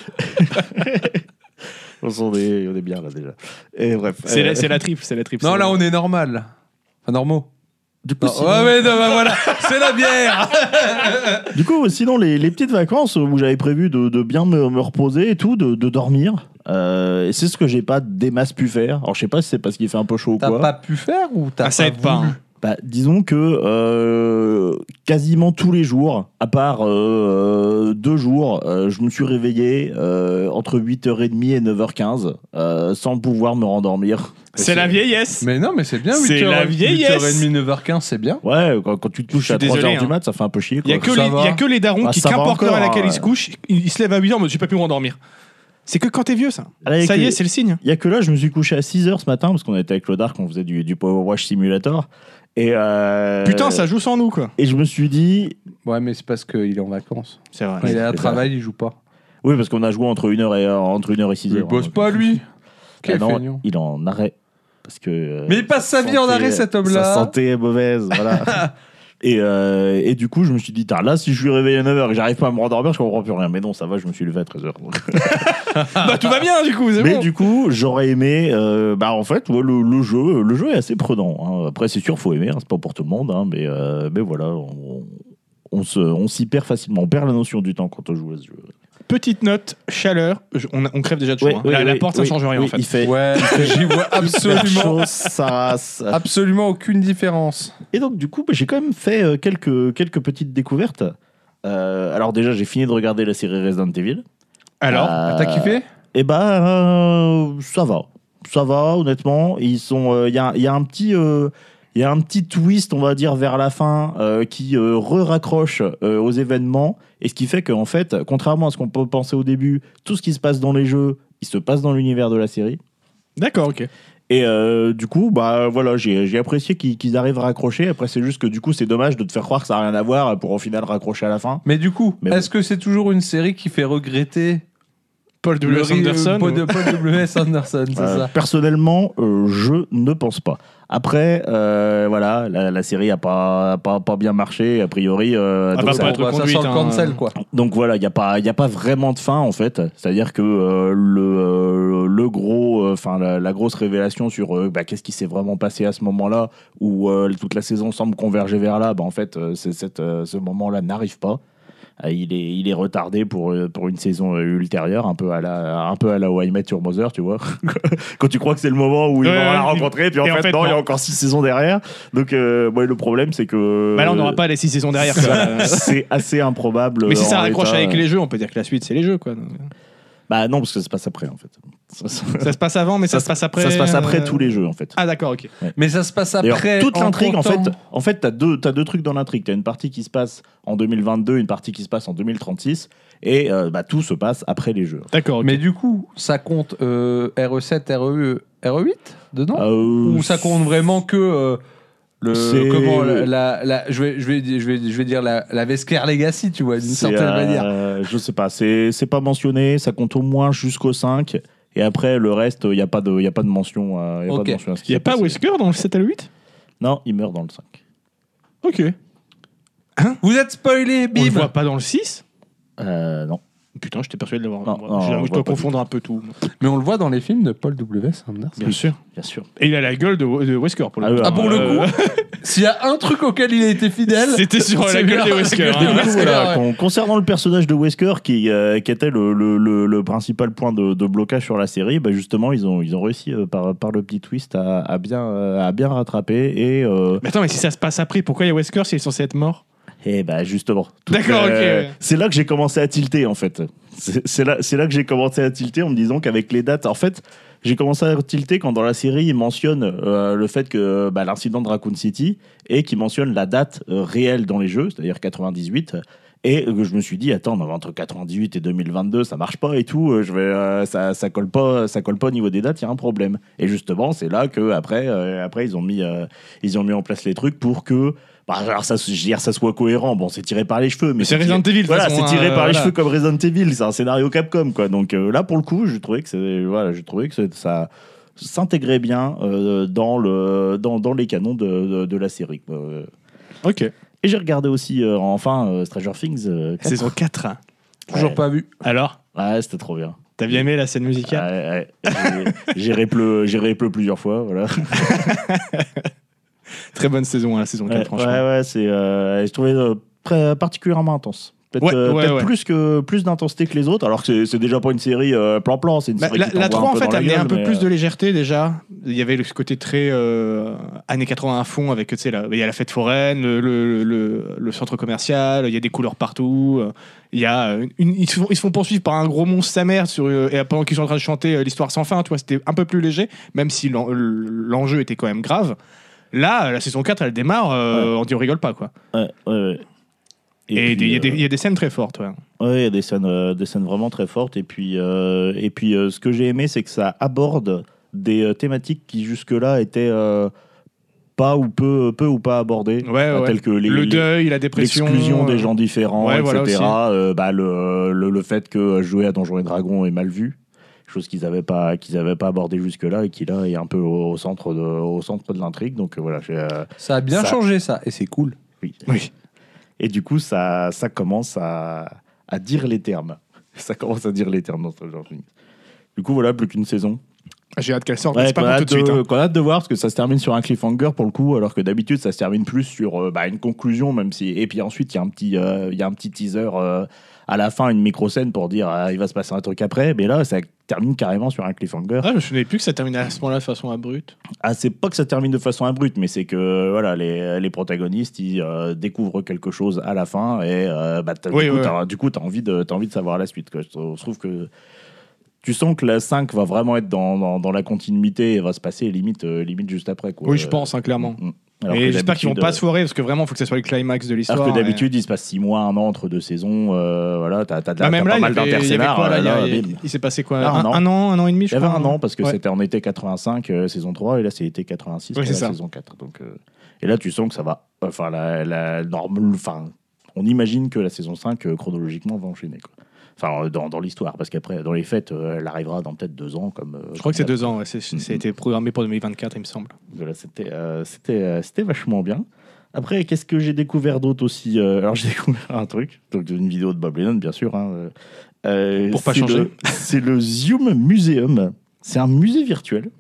On, s'en est, on est bien là déjà. Et bref. C'est euh, la, c'est la triple, c'est la triple. Non, c'est- là, on est normal. Enfin, normaux. du, coup, Non, sinon, ouais, ouais, non, bah, voilà. C'est la bière. du coup, sinon, les, les petites vacances où j'avais prévu de, de bien me, me reposer et tout, de, de dormir. Euh, et c'est ce que j'ai pas des masses pu faire. Alors, je sais pas si c'est parce qu'il fait un peu chaud ou T'as quoi. pas pu faire ou t'as Ah, ça pas aide pas. voulu hein. Bah, disons que euh, quasiment tous les jours, à part euh, deux jours, euh, je me suis réveillé euh, entre huit heures trente et neuf heures quinze euh, sans pouvoir me rendormir. C'est la vieillesse. Mais non, mais c'est bien. C'est la vieillesse. huit heures trente, neuf heures quinze, c'est bien. Ouais, quand, quand tu te couches Je suis à trois désolé, heures du hein. mat, ça fait un peu chier. Il y a Quoi. que Ça les, va. il y a que les darons Ah, qui, ça va qu'importe l'heure à encore, laquelle hein, ils se couchent, ils, ils se lèvent à huit heures, mais je vais pas pu m'endormir. C'est que quand t'es vieux, ça. Ah, là, il y a Ça y que- est, c'est le signe. Il y a que là, je me suis couché à six heures ce matin parce qu'on était avec le Dark, on faisait du, du Power Wash Simulator. Et euh, Putain, ça joue sans nous, quoi. Et je me suis dit, Ouais, mais c'est parce qu'il est en vacances. C'est vrai. Quand il est à c'est travail, il joue pas. oui, parce qu'on a joué entre une heure et, entre une heure et six Il heures. bosse hein. pas, lui. Ah Quel non, feignant. il est en arrêt. Parce que, euh, Mais il passe sa vie en santé- arrêt, cet homme-là. Sa santé est mauvaise, voilà. et, euh, et du coup, je me suis dit, tain, là, si je suis réveillé à neuf heures et que j'arrive pas à me rendormir, je comprends plus rien. Mais non, ça va, je me suis levé à treize heures. donc. Bah, tout va bien, du coup, c'est Mais bon. du coup, j'aurais aimé. euh, bah, en fait, ouais, le, le jeu, le jeu est assez prenant. hein. Après, c'est sûr, faut aimer. hein, c'est pas pour tout le monde, hein, mais, euh, mais voilà, on, on se, on s'y perd facilement. On perd la notion du temps quand on joue à ce jeu. petite note, chaleur, je- on, a- on crève déjà de chaud. Oui, hein. oui, la, la oui, porte, ça oui, change rien oui, en fait. Il fait Ouais, j'y vois absolument, absolument sa race. absolument aucune différence. Et donc, du coup, bah, j'ai quand même fait euh, quelques, quelques petites découvertes. Euh, alors, déjà, j'ai fini de regarder la série Resident Evil. Alors, Euh, T'as kiffé? Eh ben, euh, ça va. Ça va, honnêtement. Ils sont, il y, a, y a un petit, il y a un petit twist, on va dire, vers la fin, euh, qui euh, re-raccroche euh, aux événements, et ce qui fait qu'en fait, contrairement à ce qu'on peut penser au début, tout ce qui se passe dans les jeux, il se passe dans l'univers de la série. d'accord, ok. Et euh, du coup, bah voilà, j'ai, j'ai apprécié qu'ils, qu'ils arrivent à raccrocher. Après, c'est juste que du coup, c'est dommage de te faire croire que ça n'a rien à voir pour au final raccrocher à la fin. Mais du coup, Mais est-ce que c'est toujours une série qui fait regretter Paul le W. ri- Anderson. Paul, ou- de Paul W S. Anderson, c'est Euh, ça? personnellement, euh, je ne pense pas. Après, euh, voilà, la, la série a pas, pas, pas bien marché, a priori. euh, Ah, donc va ça- pas être Bah, ça conduite, sent le hein. cancel, quoi. Donc voilà, il n'y a, pas- y a pas vraiment de fin en fait. C'est-à-dire que euh, le, euh, le gros, enfin la, la grosse révélation sur euh, bah, qu'est-ce qui s'est vraiment passé à ce moment-là, où euh, toute la saison semble converger vers là, bah, en fait, euh, c'est, cette, euh, ce moment-là n'arrive pas. Euh, il, est, il est retardé pour, euh, pour une saison euh, ultérieure, un peu à la, un peu à la How I Met Your Mother, tu vois. Quand tu crois que c'est le moment où ils Ouais, vont la ouais, rencontrer, puis en et en fait, fait, non, il y a non. encore six saisons derrière. Donc, euh, ouais, le problème, c'est que. Bah là, on n'aura pas les six saisons derrière. quoi. Ça, c'est assez improbable. Mais si ça en raccroche l'état. avec les jeux, on peut dire que la suite, c'est les jeux. quoi. Bah non, parce que ça se passe après en fait. Ça, ça- Ça se passe avant, mais ça, ça se passe après. ça se passe après euh, tous les jeux en fait. Ah, d'accord, ok. Mais ça se passe D'ailleurs, après. toute l'intrigue en fait, comptant- en fait, t'as deux, t'as deux trucs dans l'intrigue. T'as une partie qui se passe en deux mille vingt-deux, une partie qui se passe en deux mille trente-six, et euh, bah, tout se passe après les jeux. D'accord, ok. Mais du coup, ça compte euh, R E sept, R E, R E huit dedans? Euh, Ou ça compte vraiment que euh, le c'est- comment la, la- la- je vais je vais je vais je vais dire la, la Wesker Legacy, tu vois, d'une c'est, certaine euh, manière. Je sais pas, c'est, c'est pas mentionné. Ça compte au moins jusqu'au cinq, et après le reste, il y a pas de, y a pas de mention. euh, y a Ok. pas de mention à ce qui Il n'y a s'est pas passé. Wesker dans le sept à le huit? Non, il meurt dans le cinq. Ok. Vous êtes spoilé, On le bim. voit pas dans le six? Euh, non. Putain, j'étais persuadé de l'avoir. Non, Moi, non, j'ai- on je voit dois pas confondre un peu tout. Mais on le voit dans les films de Paul W S. Anderson. Bien sûr. Bien sûr. Et il a la gueule de, de Wesker pour le Ah coup. oui, Ah, pour le Euh, coup, s'il y a un truc auquel il a été fidèle, C'était sur la c'est gueule bien de Wesker. la gueule hein. de Du coup, Wesker, voilà, ouais. con- concernant le personnage de Wesker, qui, euh, qui était le, le, le, le principal point de, de blocage sur la série, bah justement, ils ont, ils ont réussi euh, par, par le petit twist à, à, bien, euh, à bien rattraper. Et, euh, Mais attends, mais si ça se passe après, pourquoi il y a Wesker s'il est censé être mort? et bah justement. Toute D'accord, la- ok, ouais. C'est là que j'ai commencé à tilter, en fait. C'est c'est là, c'est là que j'ai commencé à tilter en me disant qu'avec les dates. En fait, j'ai commencé à tilter quand dans la série, ils mentionnent euh, le fait que bah, l'incident de Raccoon City, et qu'ils mentionnent la date euh, réelle dans les jeux, c'est-à-dire quatre-vingt-dix-huit. Et euh, je me suis dit, attends, non, entre quatre-vingt-dix-huit et deux mille vingt-deux, ça marche pas et tout. euh, Je vais, euh, ça, ça colle pas, ça colle pas au niveau des dates. Il y a un problème. Et justement, c'est là que après, euh, après, ils ont mis, euh, ils ont mis en place les trucs pour que, bah, alors ça, je veux dire, ça soit cohérent. Bon, c'est tiré par les cheveux, mais Mais c'est tiré- Resident Evil, de toute Voilà, façon, c'est tiré hein, par les voilà. cheveux comme Resident Evil. C'est un scénario Capcom, quoi. Donc euh, là, pour le coup, je trouvais que c'est, voilà, je trouvais que c'est- ça s'intégrait bien euh, dans le, dans, dans les canons de, de, de la série, quoi. Ok. Et j'ai regardé aussi, euh, enfin, euh, Stranger Things. euh, quatre. Saison quatre. hein. toujours Ouais. pas vu. Alors, Ouais, c'était trop bien. t'as bien aimé la scène musicale? Ouais, ouais. J'ai- J'ai répleu, j'ai répleu plusieurs fois, voilà. Très bonne saison, hein, la saison quatre, Ouais, franchement. ouais, ouais, c'est, euh, je trouvais euh, très particulièrement intense. Peut-être Ouais, euh, ouais, peut-être ouais. plus, que, plus d'intensité que les autres, alors que c'est, c'est déjà pas une série euh, plan-plan, c'est une Bah, série la, qui la t'envoie trois, un en peu fait, dans la amenait un gueule, peu mais, plus euh, de légèreté déjà. Il y avait le- ce côté très euh, années quatre-vingts à fond avec, tu sais, là, il y a la fête foraine, le, le, le, le centre commercial, il y a des couleurs partout. euh, Il y a une, une- ils, se font, ils se font poursuivre par un gros monstre sa mère sur, euh, et pendant qu'ils sont en train de chanter euh, l'histoire sans fin. Tu vois, c'était un peu plus léger, même si l'en- l'enjeu était quand même grave. Là, la saison quatre, elle démarre, euh, on dit on rigole pas, quoi. Ouais, ouais, ouais. Et il puis, y, a des- euh, il y a des scènes très fortes, ouais. Ouais, il y a des scènes, euh, des scènes vraiment très fortes. Et puis, euh, et puis euh, ce que j'ai aimé, c'est que ça aborde des euh, thématiques qui jusque-là étaient euh, pas ou peu, peu ou pas abordées. Ouais, Euh, ouais. telles que les, Le les- deuil, la dépression. l'exclusion euh, des gens différents, ouais, voilà et cetera. aussi. Euh, bah, le, le, le fait que jouer à Donjons et Dragons est mal vu. Chose qu'ils n'avaient pas, qu'ils avaient pas abordé jusque-là et qui là est un peu au, au centre de, au centre de l'intrigue. Donc euh, voilà, j'ai, euh, Ça a bien Ça- changé, ça, et c'est cool. oui. Oui. Et du coup, ça, ça commence à, à dire les termes. Ça commence à dire les termes dans Stranger Things. Du coup, voilà, plus qu'une saison. J'ai hâte qu'elle sorte, Ouais, mais c'est qu'on pas a pour hâte tout de suite. de- hein. qu'on a hâte de voir parce que ça se termine sur un cliffhanger pour le coup, alors que d'habitude ça se termine plus sur euh, bah, une conclusion, même si. Et puis ensuite il y a un petit, euh, il y a un petit teaser euh, à la fin, une micro scène pour dire ah, il va se passer un truc après. Mais là ça termine carrément sur un cliffhanger. Ah, je me souvenais plus que ça terminait à ce moment-là de façon abrupte. Ah, c'est pas que ça termine de façon abrupte, mais c'est que voilà, les, les protagonistes ils euh, découvrent quelque chose à la fin et euh, bah, t'as- Oui, du coup ouais, t'as, du coup t'as envie de t'as envie de savoir la suite. Quoi. Je trouve je trouve que tu sens que la cinq va vraiment être dans, dans, dans la continuité et va se passer limite euh, limite juste après. Quoi. Oui, je pense, hein, clairement. Mm, mm. Alors Et que j'espère qu'ils vont d'habitude, pas euh, se foirer parce que vraiment, il faut que ça soit le climax de l'histoire. Alors que et- d'habitude, il se passe six mois, un an entre deux saisons. Euh, voilà, t'as, t'as, Bah, t'as même pas là, il y mal avait- il y avait d'interscénars. quoi, là, euh, il y a- là, il y a- bim. il s'est passé quoi Ah, un, un an. un an, un an et demi, Il je y avait crois. un an parce que Ouais. c'était en été quatre-vingt-cinq, euh, saison trois, et là c'était quatre-vingt-six, Ouais, pour c'est la ça. saison quatre. Donc, euh, et là, tu sens que ça va. Enfin, la, la norme, enfin, on imagine que la saison cinq, euh, chronologiquement, va enchaîner. Quoi. Enfin, euh, dans, dans l'histoire, parce qu'après, dans les faits, euh, elle arrivera dans peut-être deux ans. Comme, euh, Je crois que c'est comme deux ans, ouais. c'est, c'est- ça a Mhm. été programmé pour deux mille vingt-quatre, il me semble. Voilà, c'était, euh, c'était, euh, c'était vachement bien. Après, qu'est-ce que j'ai découvert d'autre aussi euh, Alors, j'ai découvert un truc, donc une vidéo de Bob Lennon, bien sûr. Hein, euh, euh, Pour pas c'est changer. le- c'est le Zoom Museum. C'est un musée virtuel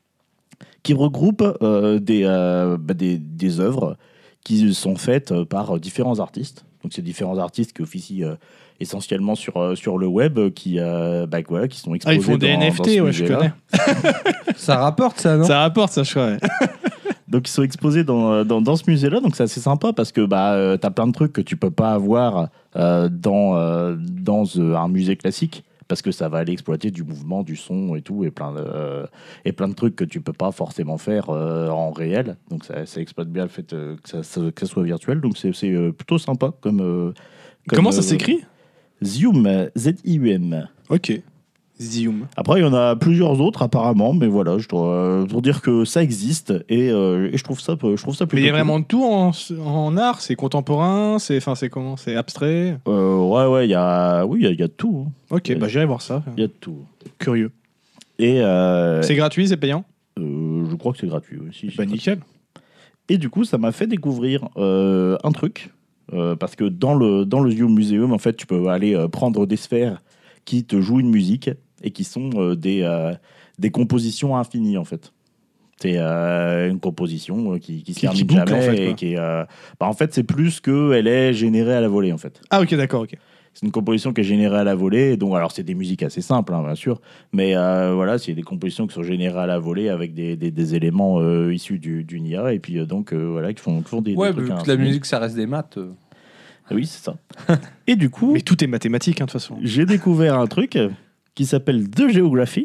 qui regroupe euh, des, euh, bah, des, des œuvres qui sont faites par différents artistes. Donc, c'est différents artistes qui officient euh, essentiellement sur, euh, sur le web, euh, qui, euh, bah, voilà, qui sont Ah, exposés ils font des dans, N dans F ce T, ouais, je musée-là. connais. Ça rapporte ça, non? Ça rapporte, ça, je crois. ouais. Donc ils sont exposés dans, dans, dans ce musée-là, donc c'est assez sympa parce que bah, euh, tu as plein de trucs que tu peux pas avoir euh, dans, euh, dans euh, un musée classique parce que ça va aller exploiter du mouvement, du son et tout, et plein de, euh, et plein de trucs que tu peux pas forcément faire euh, en réel. Donc ça, ça exploite bien le fait euh, que, ça, ça- que ça soit virtuel, donc c'est c'est, euh, plutôt sympa comme... euh, comme, Comment ça euh, s'écrit Zium, Z I U M. Ok. Zium. Après, il y en a plusieurs autres apparemment, mais voilà, je dois, euh, pour dire que ça existe et, euh, et je trouve ça, je trouve ça plutôt Mais il y a cool. vraiment de tout en, en art, c'est contemporain, c'est, enfin, c'est comment, c'est abstrait. Euh, ouais, ouais, il y a, oui, il y a- il y, a de tout. hein. Ok, Ouais. bah j'irai voir ça. Il y a de tout. Curieux. Et euh, C'est gratuit, c'est payant. euh, je crois que c'est gratuit aussi. Bah nickel. Et du coup, ça m'a fait découvrir euh, un truc. euh, parce que dans le, dans le Zoom Museum, en fait, tu peux aller euh, prendre des sphères qui te jouent une musique et qui sont euh, des, euh, des compositions infinies, en fait. C'est euh, une composition euh, qui, qui se Qui- qui termine boucle, jamais. en fait, et quoi. qui est, euh, bah, en fait, c'est plus qu'elle est générée à la volée, en fait. Ah ok, d'accord, ok. C'est une composition qui est générée à la volée. Donc, alors, c'est des musiques assez simples, hein, bien sûr. Mais euh, voilà, c'est des compositions qui sont générées à la volée avec des, des, des éléments euh, issus du, d'une I A. Et puis, euh, donc, euh, voilà, qui font, qui font des, Ouais, des trucs vu que à la infini. musique, ça reste des maths. euh. Ah oui, c'est ça. Et du coup, Mais tout est mathématique, hein, de toute façon. j'ai découvert un truc qui s'appelle The Geography,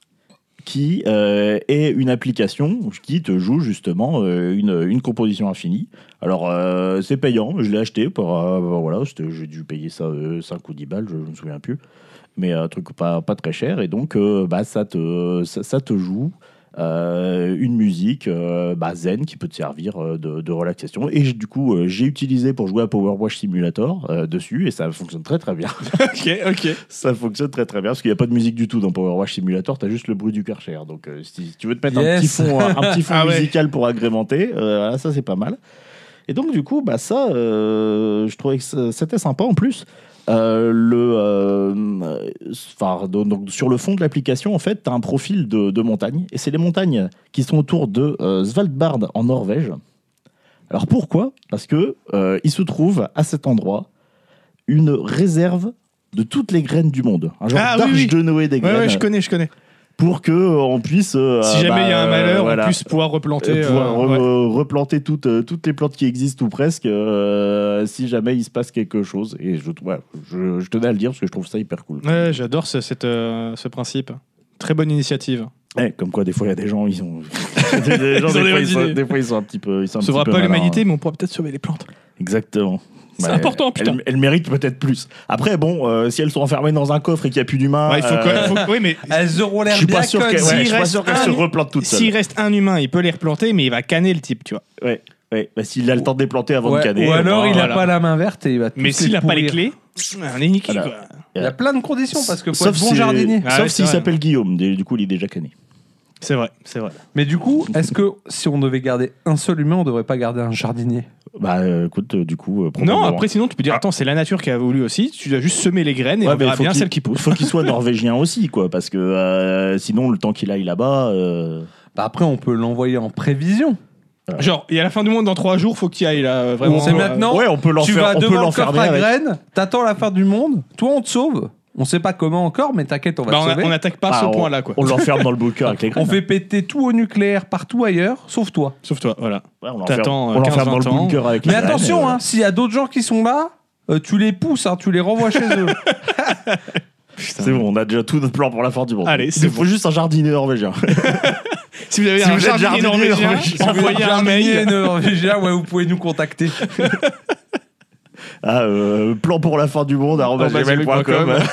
qui euh, est une application qui te joue justement euh, une, une composition infinie. Alors, euh, c'est payant, je l'ai acheté, pour, euh, voilà, c'était- j'ai dû payer ça euh, cinq ou dix balles, je ne me souviens plus, mais un truc pas, pas très cher, et donc euh, bah, ça, te, ça, ça te joue euh, une musique euh, bah, zen qui peut te servir euh, de, de relaxation. Et j'ai- du coup, euh, j'ai utilisé pour jouer à Power Wash Simulator euh, dessus, et ça fonctionne très très bien. ok, ok. Ça fonctionne très très bien parce qu'il n'y a pas de musique du tout dans Power Wash Simulator, tu as juste le bruit du Karcher. Donc euh, si tu veux te mettre un Yes. petit fond, un, petit fond Ah ouais. musical pour agrémenter, euh, voilà, ça c'est pas mal. Et donc du coup, bah, ça, euh, je trouvais que ça- c'était sympa en plus. Euh, le, euh, enfin, donc, donc, sur le fond de l'application, en fait, tu as un profil de, de montagne. Et c'est les montagnes qui sont autour de euh, Svalbard en Norvège. Alors pourquoi ? Parce que euh, il se trouve à cet endroit une réserve de toutes les graines du monde. Un genre Ah, oui, d'arche oui. de Noé des Ouais, graines. ouais, je connais, je connais. Pour que euh, on puisse... euh, Si jamais il y a un bah, malheur, euh, voilà, on puisse pouvoir replanter. euh, pouvoir euh, re- ouais. replanter toutes, euh, toutes les plantes qui existent ou presque euh, si jamais il se passe quelque chose. Et je, voilà, je, je tenais à le dire parce que je trouve ça hyper cool. Ouais, j'adore ce, cette, euh, ce principe. Très bonne initiative. Eh, comme quoi, des fois, il y a des gens, ils ont... des, des gens, Ils ont des, des fois, bonnes ils sont, idées. des fois, ils sont un petit peu... Ils sont On un ne petit sauvera peu pas malins. l'humanité, mais on pourra peut-être sauver les plantes. Exactement. C'est Ouais, important, putain. Elles, elles méritent peut-être plus. Après, bon, euh, si elles sont enfermées dans un coffre et qu'il n'y a plus d'humains... Ouais, il faut euh, quoi- faut- Oui, mais Elles auront je l'air suis bien pas sûr connes. qu'elles ouais, S'il je suis pas reste sûr qu'elles un- se replantent toutes seules. s'il reste un humain, il peut les replanter, mais il va canner le type, tu vois. Ouais, ouais. Bah, s'il a le temps de les planter avant Ouais, de canner... ou au alors moins, il a voilà. pas la main verte et il va tous Mais s'il les n'a pas les pourrir. clés, on est niqué, Voilà. quoi. Il y a plein de conditions parce que faut Sauf être bon si- jardinier. Ah Sauf ouais, c'est s'il vrai. s'appelle Guillaume. Du coup, il est déjà canné. C'est vrai, c'est vrai. Mais du coup, est-ce que si on devait garder un seul humain, on devrait pas garder un jardinier? Bah euh, écoute, euh, du coup. euh, Non, probablement. après sinon tu peux dire attends, c'est la nature qui a voulu aussi, tu dois juste semer les graines et Ouais, on mais verra faut bien qu'il- celle qui pousse. Faut qu'il soit norvégien aussi, quoi, parce que euh, sinon, le temps qu'il aille là-bas. euh, Bah après, on peut l'envoyer en prévision. Genre, il y a la fin du monde dans trois jours, faut qu'il y aille là, vraiment. C'est euh, maintenant. Ouais, on peut Tu l'enfer- vas on peut devant le l'enfermer coffre à avec. graines, t'attends la fin du monde, toi on te sauve. On sait pas comment encore, mais t'inquiète, on va Bah, te on, a- sauver. on attaque pas Ah, ce on- point-là, quoi. On l'enferme dans le bunker avec les graines. On fait péter tout au nucléaire partout ailleurs, sauf toi. Sauf toi, voilà. Ouais, on l'enferme T'attends, euh, on l'enferme dans quinze le vingt ans. bunker avec les Mais graines, attention, et voilà. hein, s'il y a d'autres gens qui sont là, euh, tu les pousses, hein, tu les renvoies chez eux. Putain. C'est bon, on a déjà tout notre plan pour la fin du monde. Allez, il c'est nous faut bon. juste un jardinier norvégien. Si vous avez Si un vous êtes jardinier jardinier norvégien, norvégien, envoyez un Jardinier mail. norvégien, ouais, vous pouvez nous contacter. Ah, euh, plan pour la fin du monde, arobase arobase gmail point com. gmail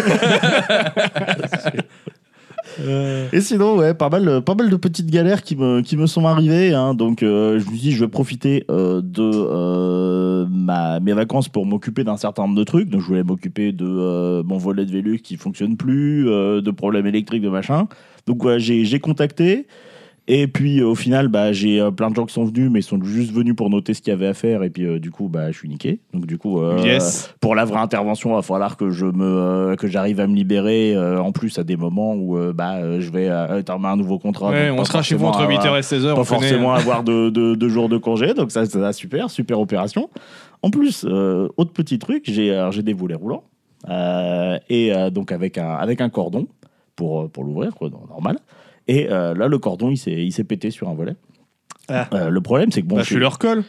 Et sinon, ouais, pas mal, pas mal de petites galères qui me, qui me sont arrivées. Hein. Donc, euh, je me suis dit, je vais profiter euh, de euh, ma, mes vacances pour m'occuper d'un certain nombre de trucs. Donc, je voulais m'occuper de euh, mon volet de Velux qui fonctionne plus, euh, de problèmes électriques, de machin. Donc, voilà, j'ai, j'ai contacté. Et puis, euh, au final, bah, j'ai euh, plein de gens qui sont venus, mais ils sont juste venus pour noter ce qu'il y avait à faire. Et puis, euh, du coup, bah, je suis niqué. Donc, du coup, euh, Yes. pour la vraie intervention, il va falloir que je me euh, que j'arrive à me libérer. euh, en plus, à des moments où euh, bah, euh, je vais euh, entamer un nouveau contrat. Ouais, donc on pas sera chez vous forcément entre huit heures avoir- et seize heures. Pas on connaît. forcément avoir de, de, de jours de congé. Donc, ça, c'est super, super opération. En plus, euh, autre petit truc, j'ai alors, j'ai des volets roulants. Euh, et euh, donc, avec un, avec un cordon pour, pour l'ouvrir, quoi, normal. Et euh, là, le cordon, il s'est, il s'est pété sur un volet. Ah. Euh, le problème, c'est que bon, Bah, je chez- suis leur colle.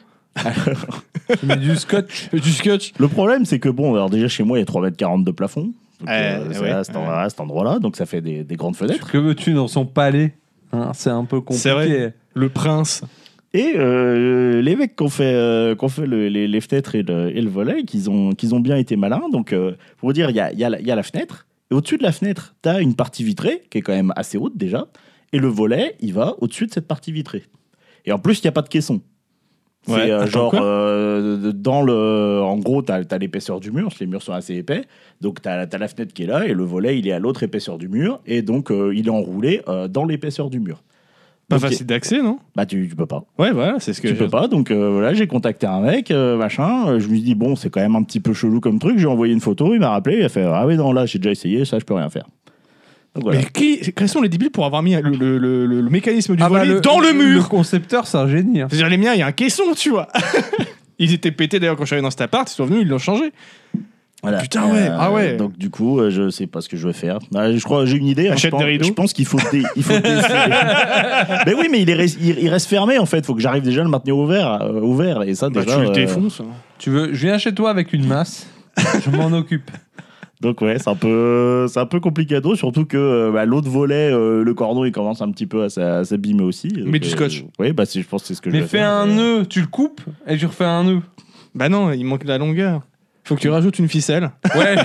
Tu mets du scotch. Du scotch. le problème, c'est que bon, alors déjà chez moi, il y a trois mètres quarante de plafond. Donc, Euh, c'est ouais, à cet, endroit- à cet endroit-là, donc ça fait des, des grandes fenêtres. Que veux-tu dans son palais, hein, c'est un peu compliqué. C'est vrai. Le prince. Et euh, les mecs qui ont fait, euh, qui ont fait le- les, les fenêtres et le, et le volet, qu'ils ont, qu'ils ont bien été malins. Donc, euh, pour vous dire, il y a, il y, a la- il y a la fenêtre. Et au-dessus de la fenêtre, tu as une partie vitrée, qui est quand même assez haute déjà. Et le volet, il va au-dessus de cette partie vitrée. Et en plus, il n'y a pas de caisson. C'est Ouais, euh, attends, genre, quoi euh, dans le. En gros, tu as l'épaisseur du mur, les murs sont assez épais. Donc, tu as la fenêtre qui est là, et le volet, il est à l'autre épaisseur du mur. Et donc, euh, il est enroulé euh, dans l'épaisseur du mur. Pas Donc, facile d'accès, non? Bah, tu, tu peux pas. Ouais, voilà, c'est ce que Tu je- peux pas, donc euh, voilà, j'ai contacté un mec, euh, machin. euh, je me suis dit, bon, c'est quand même un petit peu chelou comme truc. J'ai envoyé une photo, il m'a rappelé, il a fait, ah oui, non, là, j'ai déjà essayé, ça, je peux rien faire. Donc voilà. Mais qui, quels sont les débiles pour avoir mis le, le- le- le- le mécanisme du Ah bah, volet dans le mur? Le concepteur, c'est un génie. hein. C'est-à-dire, les miens, il y a un caisson, tu vois. Ils étaient pétés d'ailleurs quand je suis arrivé dans cet appart, ils sont venus, ils l'ont changé. Voilà. putain, ouais, ah ouais. Donc du coup, euh, je sais pas ce que je vais faire. Bah, je crois, j'ai une idée. hein, Achète je pense, des rideaux. je pense qu'il faut, dé- il faut décider. Mais oui, mais il, est res- il, il reste fermé en fait. Faut que j'arrive déjà à le maintenir ouvert, euh, ouvert. Et ça Bah, déjà. tu le euh, défonces. Tu veux, je viens chez toi avec une masse, je m'en occupe. Donc ouais, c'est un peu, c'est un peu complicado, surtout que euh, bah, l'autre volet, euh, le cordon, il commence un petit peu à s'a- à s'abîmer aussi. Mets Donc, du euh, scotch. Oui, bah c'est- je pense que c'est ce que je Mais vais fais faire. un Euh, nœud, tu le coupes et tu refais un nœud. Bah non, il manque de la longueur. Faut que tu rajoutes une ficelle. Ouais.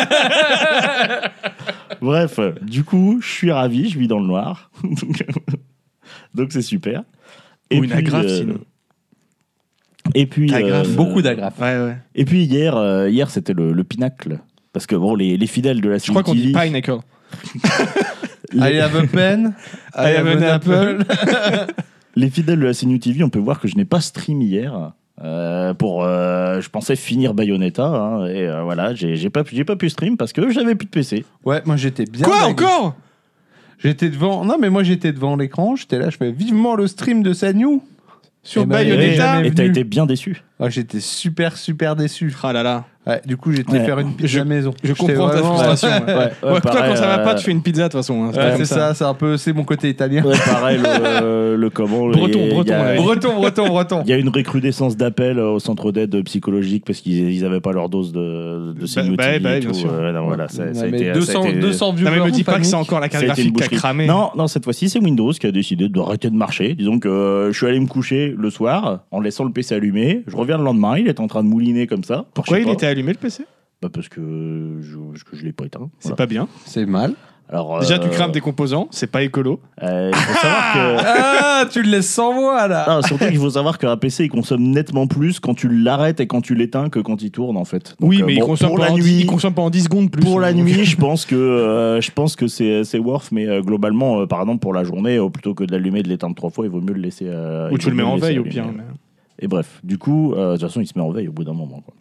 Bref, euh, du coup, je suis ravi, je vis dans le noir. Donc, donc c'est super. Ou une agrafe, euh, sinon. Et puis, Agrafe. euh, Beaucoup d'agrafes. Ouais, ouais. Et puis hier, euh, hier c'était le, le pinacle. Parce que bon, les, les fidèles de la Je crois qu'on dit T V, pineapple. I have a pen, I have an apple. les fidèles de la C N U T V, on peut voir que je n'ai pas stream hier. euh, pour, euh, je pensais finir Bayonetta. Hein, et euh, voilà, j'ai j'ai pas, pu- j'ai pas pu stream parce que j'avais plus de P C. Ouais, moi j'étais bien. Quoi, dingue. encore? J'étais devant. Non, mais moi j'étais devant l'écran, j'étais là, je fais vivement le stream de Sanyu. Sur Eh ben, Et il est Bayonetta? jamais et t'as venu. été bien déçu. Ah, j'étais super, super déçu. Ah là là. Ouais, du coup, j'étais Ouais. faire une pizza Je- maison. Je J'étais comprends ta vraiment- frustration. Ouais, Ouais. ouais, Ouais, toi, pareil, quand ça va pas, euh, tu fais une pizza de toute façon. hein. C'est Ouais, comme c'est ça, c'est un peu, c'est mon côté italien. Ouais, pareil, le, le comment. le- Breton, il y a- breton, il y a- ouais. Breton, breton, breton. Il y a une recrudescence d'appels au centre d'aide psychologique parce qu'ils n'avaient pas leur dose de, de C N U T V bah, bah, et bien tout. sûr. Euh, non, voilà, ça, Ouais, ça a mais été, deux ça a cents, été- deux cents Non, viewers. mais me dis en pas que c'est panique. encore la carte ça a été une graphique qui a boucherie. cramé. Non, non, cette fois-ci, c'est Windows qui a décidé d'arrêter de marcher. Disons que euh, je suis allé me coucher le soir en laissant le P C allumé. Je reviens le lendemain, il est en train de mouliner comme ça. Pourquoi Je sais il pas. était allumé le P C? Bah parce que je, parce que je l'ai pas éteint. C'est Voilà. pas bien. C'est mal. Alors, Déjà, euh, tu crames des composants, c'est pas écolo. euh, il faut savoir que. Ah, tu le laisses sans voix là. Non, surtout qu'il faut savoir qu'un P C il consomme nettement plus quand tu l'arrêtes et quand tu l'éteins que quand il tourne en fait. Donc, Oui, euh, mais bon, il, consomme pour la pendant dix, nuit, il consomme pendant dix secondes plus. pour la Donc, nuit, je pense que euh, je pense que c'est c'est worth, mais euh, globalement, euh, par exemple pour la journée, euh, plutôt que de l'allumer et de l'éteindre trois fois, il vaut mieux le laisser. euh, Ou il tu le vaut mets mieux en laisser veille au allumer. pire. mais- Et bref, du coup, euh, de toute façon, il se met en veille au bout d'un moment, quoi.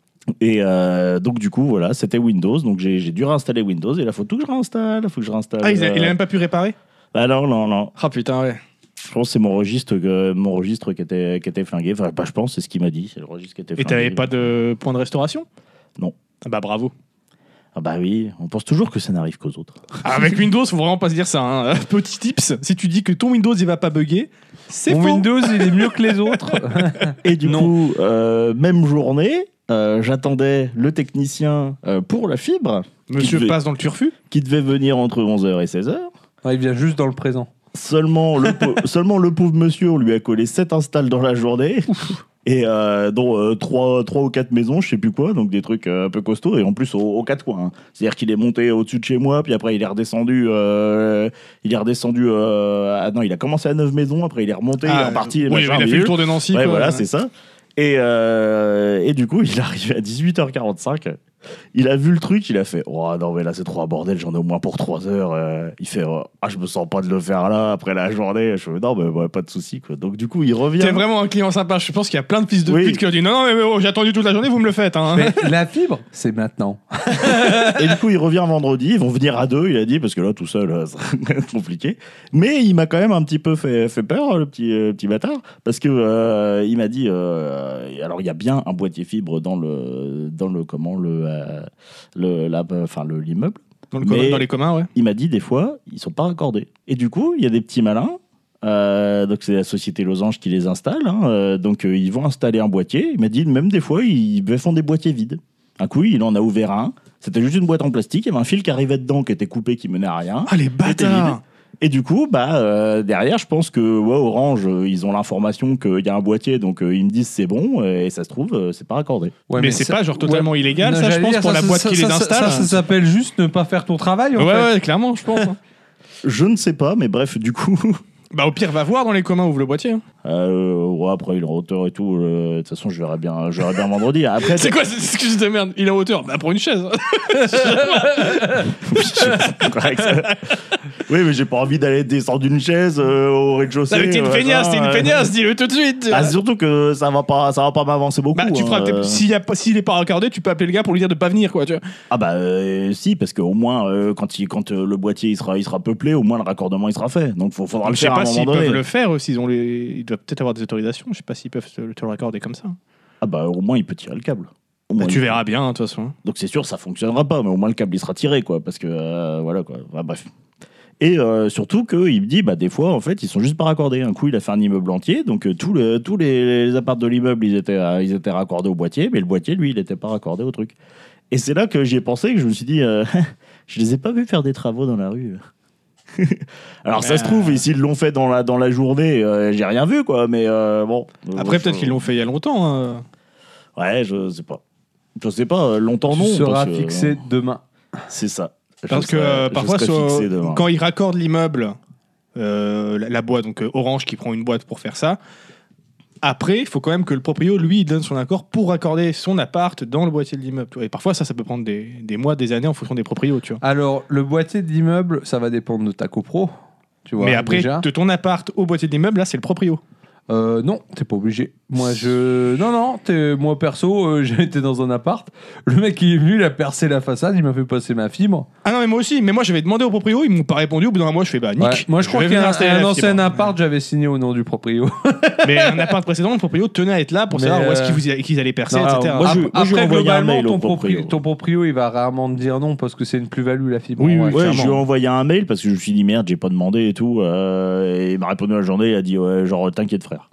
Et euh, donc du coup, voilà, c'était Windows. Donc j'ai, j'ai dû réinstaller Windows et là, faut tout que je réinstalle. Il faut que je réinstalle. Ah, il a, euh... il a même pas pu réparer. Bah non, non, non. Ah putain, ouais. Je pense que c'est mon registre, que, mon registre qui était, qui était flingué. Enfin, pas je pense, c'est ce qu'il m'a dit. C'est le registre qui était Et flingué. t'avais pas de point de restauration? Non. Ah bah bravo. Ah bah oui, on pense toujours que ça n'arrive qu'aux autres. Ah, avec Windows, faut vraiment pas se dire ça. Hein. Petit tips, si tu dis que ton Windows il va pas bugger, c'est Mon faux. Windows, il est mieux que les autres. Et du Non. coup, euh, même journée, euh, j'attendais le technicien euh, pour la fibre. Monsieur qui devait, passe dans le turfu. qui devait venir entre onze heures et seize heures. Ouais, il vient juste dans le présent. Seulement le, pau- seulement le pauvre monsieur, on lui a collé sept installs dans la journée. Et euh, dont euh, trois ou quatre maisons, je sais plus quoi, donc des trucs euh, un peu costauds, et en plus aux, aux quatre coins. Hein. C'est-à-dire qu'il est monté au-dessus de chez moi, puis après il est redescendu. Euh, il est redescendu. Euh, ah non, il a commencé à neuf maisons, après il est remonté, il est reparti. Oui, il a fait le tour de Nancy. Ouais, quoi. voilà, c'est ça. Et, euh, et du coup, il est arrivé à dix-huit heures quarante-cinq. Il a vu le truc, il a fait oh non, mais là c'est trop un bordel, j'en ai au moins pour trois heures. Euh, il fait oh, ah, je me sens pas de le faire là après la journée. Je fais non, mais ouais, pas de souci quoi. Donc du coup, il revient. T'es vraiment un client sympa. Je pense qu'il y a plein de fils de Oui. pute qui ont dit non, non, mais oh, j'ai attendu toute la journée, vous me le faites. Hein. Mais la fibre, c'est maintenant. Et du coup, il revient vendredi. Ils vont venir à deux, il a dit, parce que là, tout seul, euh, c'est compliqué. Mais il m'a quand même un petit peu fait, fait peur, le petit, euh, petit bâtard, parce que euh, il m'a dit, euh, alors il y a bien un boîtier fibre dans le, dans le comment le, euh, le, la, enfin le l'immeuble. Dans, le commun- Mais- dans les communs, ouais. Il m'a dit des fois, ils sont pas raccordés. Et du coup, il y a des petits malins. Euh, donc c'est la société Losange qui les installe. Hein, euh, donc euh, ils vont installer un boîtier. Il m'a dit même des fois ils font des boîtiers vides. Un coup il en a ouvert un. C'était juste une boîte en plastique. Il y avait un fil qui arrivait dedans qui était coupé, qui menait à rien. Ah, les était bâtards. vide. Et du coup, bah euh, derrière, je pense que ouais, Orange, euh, ils ont l'information qu'il y a un boîtier, donc euh, ils me disent c'est bon. Et ça se trouve, euh, c'est pas raccordé. Ouais, mais c'est ça- pas genre totalement ouais. illégal, Non, ça, je j'allais pense, dire, pour ça, la ça, boîte ça, qui les ça, installe. Ça, ça s'appelle juste ne pas faire ton travail. En Ouais, fait. ouais, clairement, je pense. hein. Je ne sais pas, mais bref, du coup. Bah, au pire, va voir dans les communs, ouvre le boîtier. hein. Euh, ouais, après, il est en hauteur et tout. euh, De toute façon, je verrai bien, je verrai bien vendredi. Après, C'est quoi cette excuse de merde? Il est en hauteur. Bah, pour une chaise. correct. Oui, mais j'ai pas envie d'aller descendre une chaise euh, au rez-de-chaussée. Non, mais t'es une euh, feignasse, ça, t'es une euh. feignasse, dis-le tout de suite. Ah, surtout que ça va pas, ça va pas m'avancer beaucoup. Bah, tu hein, feras, euh. s'il, y a pas- s'il est pas raccordé, tu peux appeler le gars pour lui dire de pas venir, quoi. Tu vois. Ah bah euh, si, parce qu'au moins euh, quand, il, quand euh, le boîtier il sera, il sera peuplé, au moins le raccordement il sera fait. Donc il faudra le Je sais faire à un pas moment s'ils donné. peuvent le faire, euh, s'ils ont les, ils doivent peut-être avoir des autorisations. Je sais pas s'ils peuvent te, te le raccorder comme ça. Ah bah au moins il peut tirer le câble. Au Bah, moins, tu il- verras bien, hein, de toute façon. Donc c'est sûr ça fonctionnera pas, mais au moins le câble il sera tiré quoi, parce que euh, voilà quoi. Bah, bref. Et euh, surtout qu'il me dit, bah, des fois, en fait, ils sont juste pas raccordés. Un coup, il a fait un immeuble entier, donc euh, tous le- tous les, les apparts de l'immeuble, ils étaient, euh, ils étaient raccordés au boîtier, mais le boîtier, lui, il n'était pas raccordé au truc. Et c'est là que j'y ai pensé, que je me suis dit, euh, je les ai pas vus faire des travaux dans la rue. Alors ça se trouve, s'ils l'ont fait dans la, dans la journée, euh, j'ai rien vu, quoi, mais euh, bon. Après, Euh, peut-être je- qu'ils l'ont fait il y a longtemps. hein. Ouais, je sais pas. Je sais pas, euh, longtemps non. Tu seras parce que, fixé euh, demain. C'est ça. Je Parce que serai- euh, je parfois, serai sur- fixé demain. quand ils raccordent l'immeuble, euh, la, la boîte, donc euh, Orange qui prend une boîte pour faire ça, après, il faut quand même que le proprio, lui, il donne son accord pour raccorder son appart dans le boîtier de l'immeuble. tu vois. Et parfois, ça, ça peut prendre des, des mois, des années en fonction des proprios, tu vois. Alors, le boîtier de l'immeuble, ça va dépendre de ta copro. Tu vois, Mais après, déjà. de ton appart au boîtier de l'immeuble, là, c'est le proprio. Euh, non, t'es pas obligé. Moi, je. Non, non, t'es... moi perso, euh, j'ai été dans un appart. Le mec, il est venu, il a percé la façade, il m'a fait passer ma fibre. Ah non, mais moi aussi. Mais moi, j'avais demandé au proprio, ils m'ont pas répondu. Au bout d'un mois, je fais bah, nique. Ouais. Moi, je, crois vais qu'il y venir a installer un, un la ancien fibre. appart, j'avais signé au nom du proprio. Mais un appart précédent, le proprio tenait à être là pour Mais, savoir où est-ce euh, qu'ils, vous- qu'ils allaient percer, non, et cetera. alors, moi, je- Ap- moi, je lui ai Après, envoyé un globalement, mail au ton, proprio. proprio, ton proprio, il va rarement te dire non parce que c'est une plus-value, la fibre. Oui, Ouais, oui, Ouais, clairement. je lui ai envoyé un mail parce que je me suis dit merde, j'ai pas demandé et tout. euh, et il m'a répondu la journée, il a dit ouais, genre t'inquiète frère.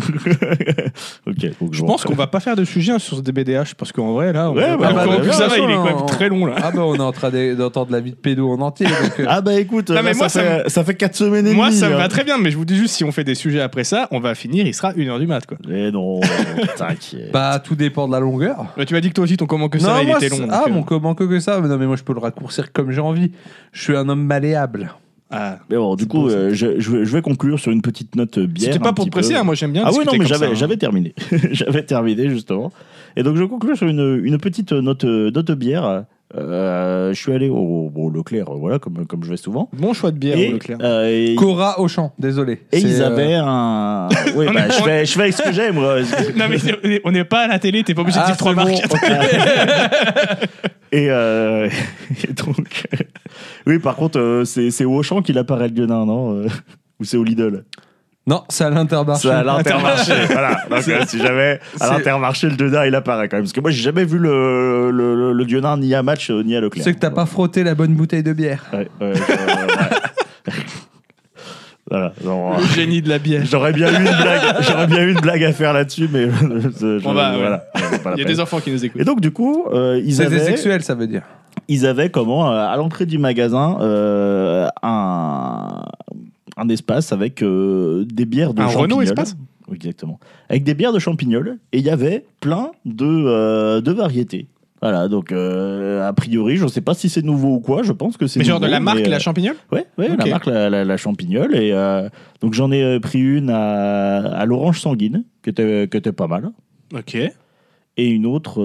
Ok. faut que Je pense qu'on va pas faire de sujet hein, sur ce D B D H parce qu'en vrai, là, on Ouais, va bah, pas- bah, en plus, bah, ça bah, va, il est quand on- même très long là. Ah bah on est en train de- d'entendre la vie de pédo en entier. Donc, euh, Ah bah écoute, Non, là, mais moi, ça, ça fait, ça fait quatre semaines et Moi, demie. ça me hein. va très bien, mais je vous dis juste, si on fait des sujets après ça, on va finir, il sera une heure du mat, quoi. Mais non, t'inquiète. bah tout dépend de la longueur. Bah, tu m'as dit que toi aussi, ton comment que ça, non, il moi, était c'est- long. Ah, donc, euh, mon comment que que ça. Mais non, mais moi je peux le raccourcir comme j'ai envie. Je suis un homme malléable. ah. Mais bon, du C'est coup, beau, ça. euh, je, je vais, je vais conclure sur une petite note bière. C'était pas un pour petit te presser, peu. hein, moi j'aime bien. Ah oui, non, discuter mais comme j'avais, ça, hein. j'avais terminé. J'avais terminé, justement. Et donc, je conclue sur une, une petite note, note bière. Euh, je suis allé au, au Leclerc, voilà, comme, comme je vais souvent. Bon choix de bière, Et, au Leclerc. euh, et, Cora Auchan, désolé. et C'est, ils euh, avaient un. Oui, On bah, est- je, fais, je fais avec ce que j'aime, moi. Non, mais c'est- on n'est pas à la télé, t'es pas obligé de Ah, dire trois c'est marques. bon, ok. Et, euh, et donc. Oui, par contre, euh, c'est, c'est au Auchan qu'il apparaît le gueudin, non euh, Ou c'est au Lidl? Non, c'est à l'Intermarché. C'est à l'Intermarché. Voilà. Donc, euh, si jamais à c'est- l'Intermarché, le gueudin, il apparaît quand même. Parce que moi, j'ai jamais vu le, le, le, le gueudin ni à Match, euh, ni à Leclerc. C'est que t'as pas frotté la bonne bouteille de bière. Ouais, ouais, euh, ouais. Voilà. Non, euh, Le génie de la bière. J'aurais bien eu une blague, j'aurais bien eu une blague à faire là-dessus, mais je, je- On va, ouais. voilà, c'est pas la Il y a peine. des enfants qui nous écoutent. Et donc du coup, euh, ils C'était avaient, sexuel, ça veut dire. ils avaient comment euh, à l'entrée du magasin euh, un un espace avec euh, des bières de Un champignol. Renault espace Oui, exactement. Avec des bières de champignol et il y avait plein de euh, de variétés. Voilà, donc euh, a priori, je ne sais pas si c'est nouveau ou quoi, je pense que c'est Mais genre nouveau, de la marque, mais, euh, la champignole Ouais, ouais Ok. la marque, la, la, la champignole. Et euh, donc j'en ai euh, pris une à, à l'orange sanguine, qui était, qui était pas mal. Ok. Et une autre,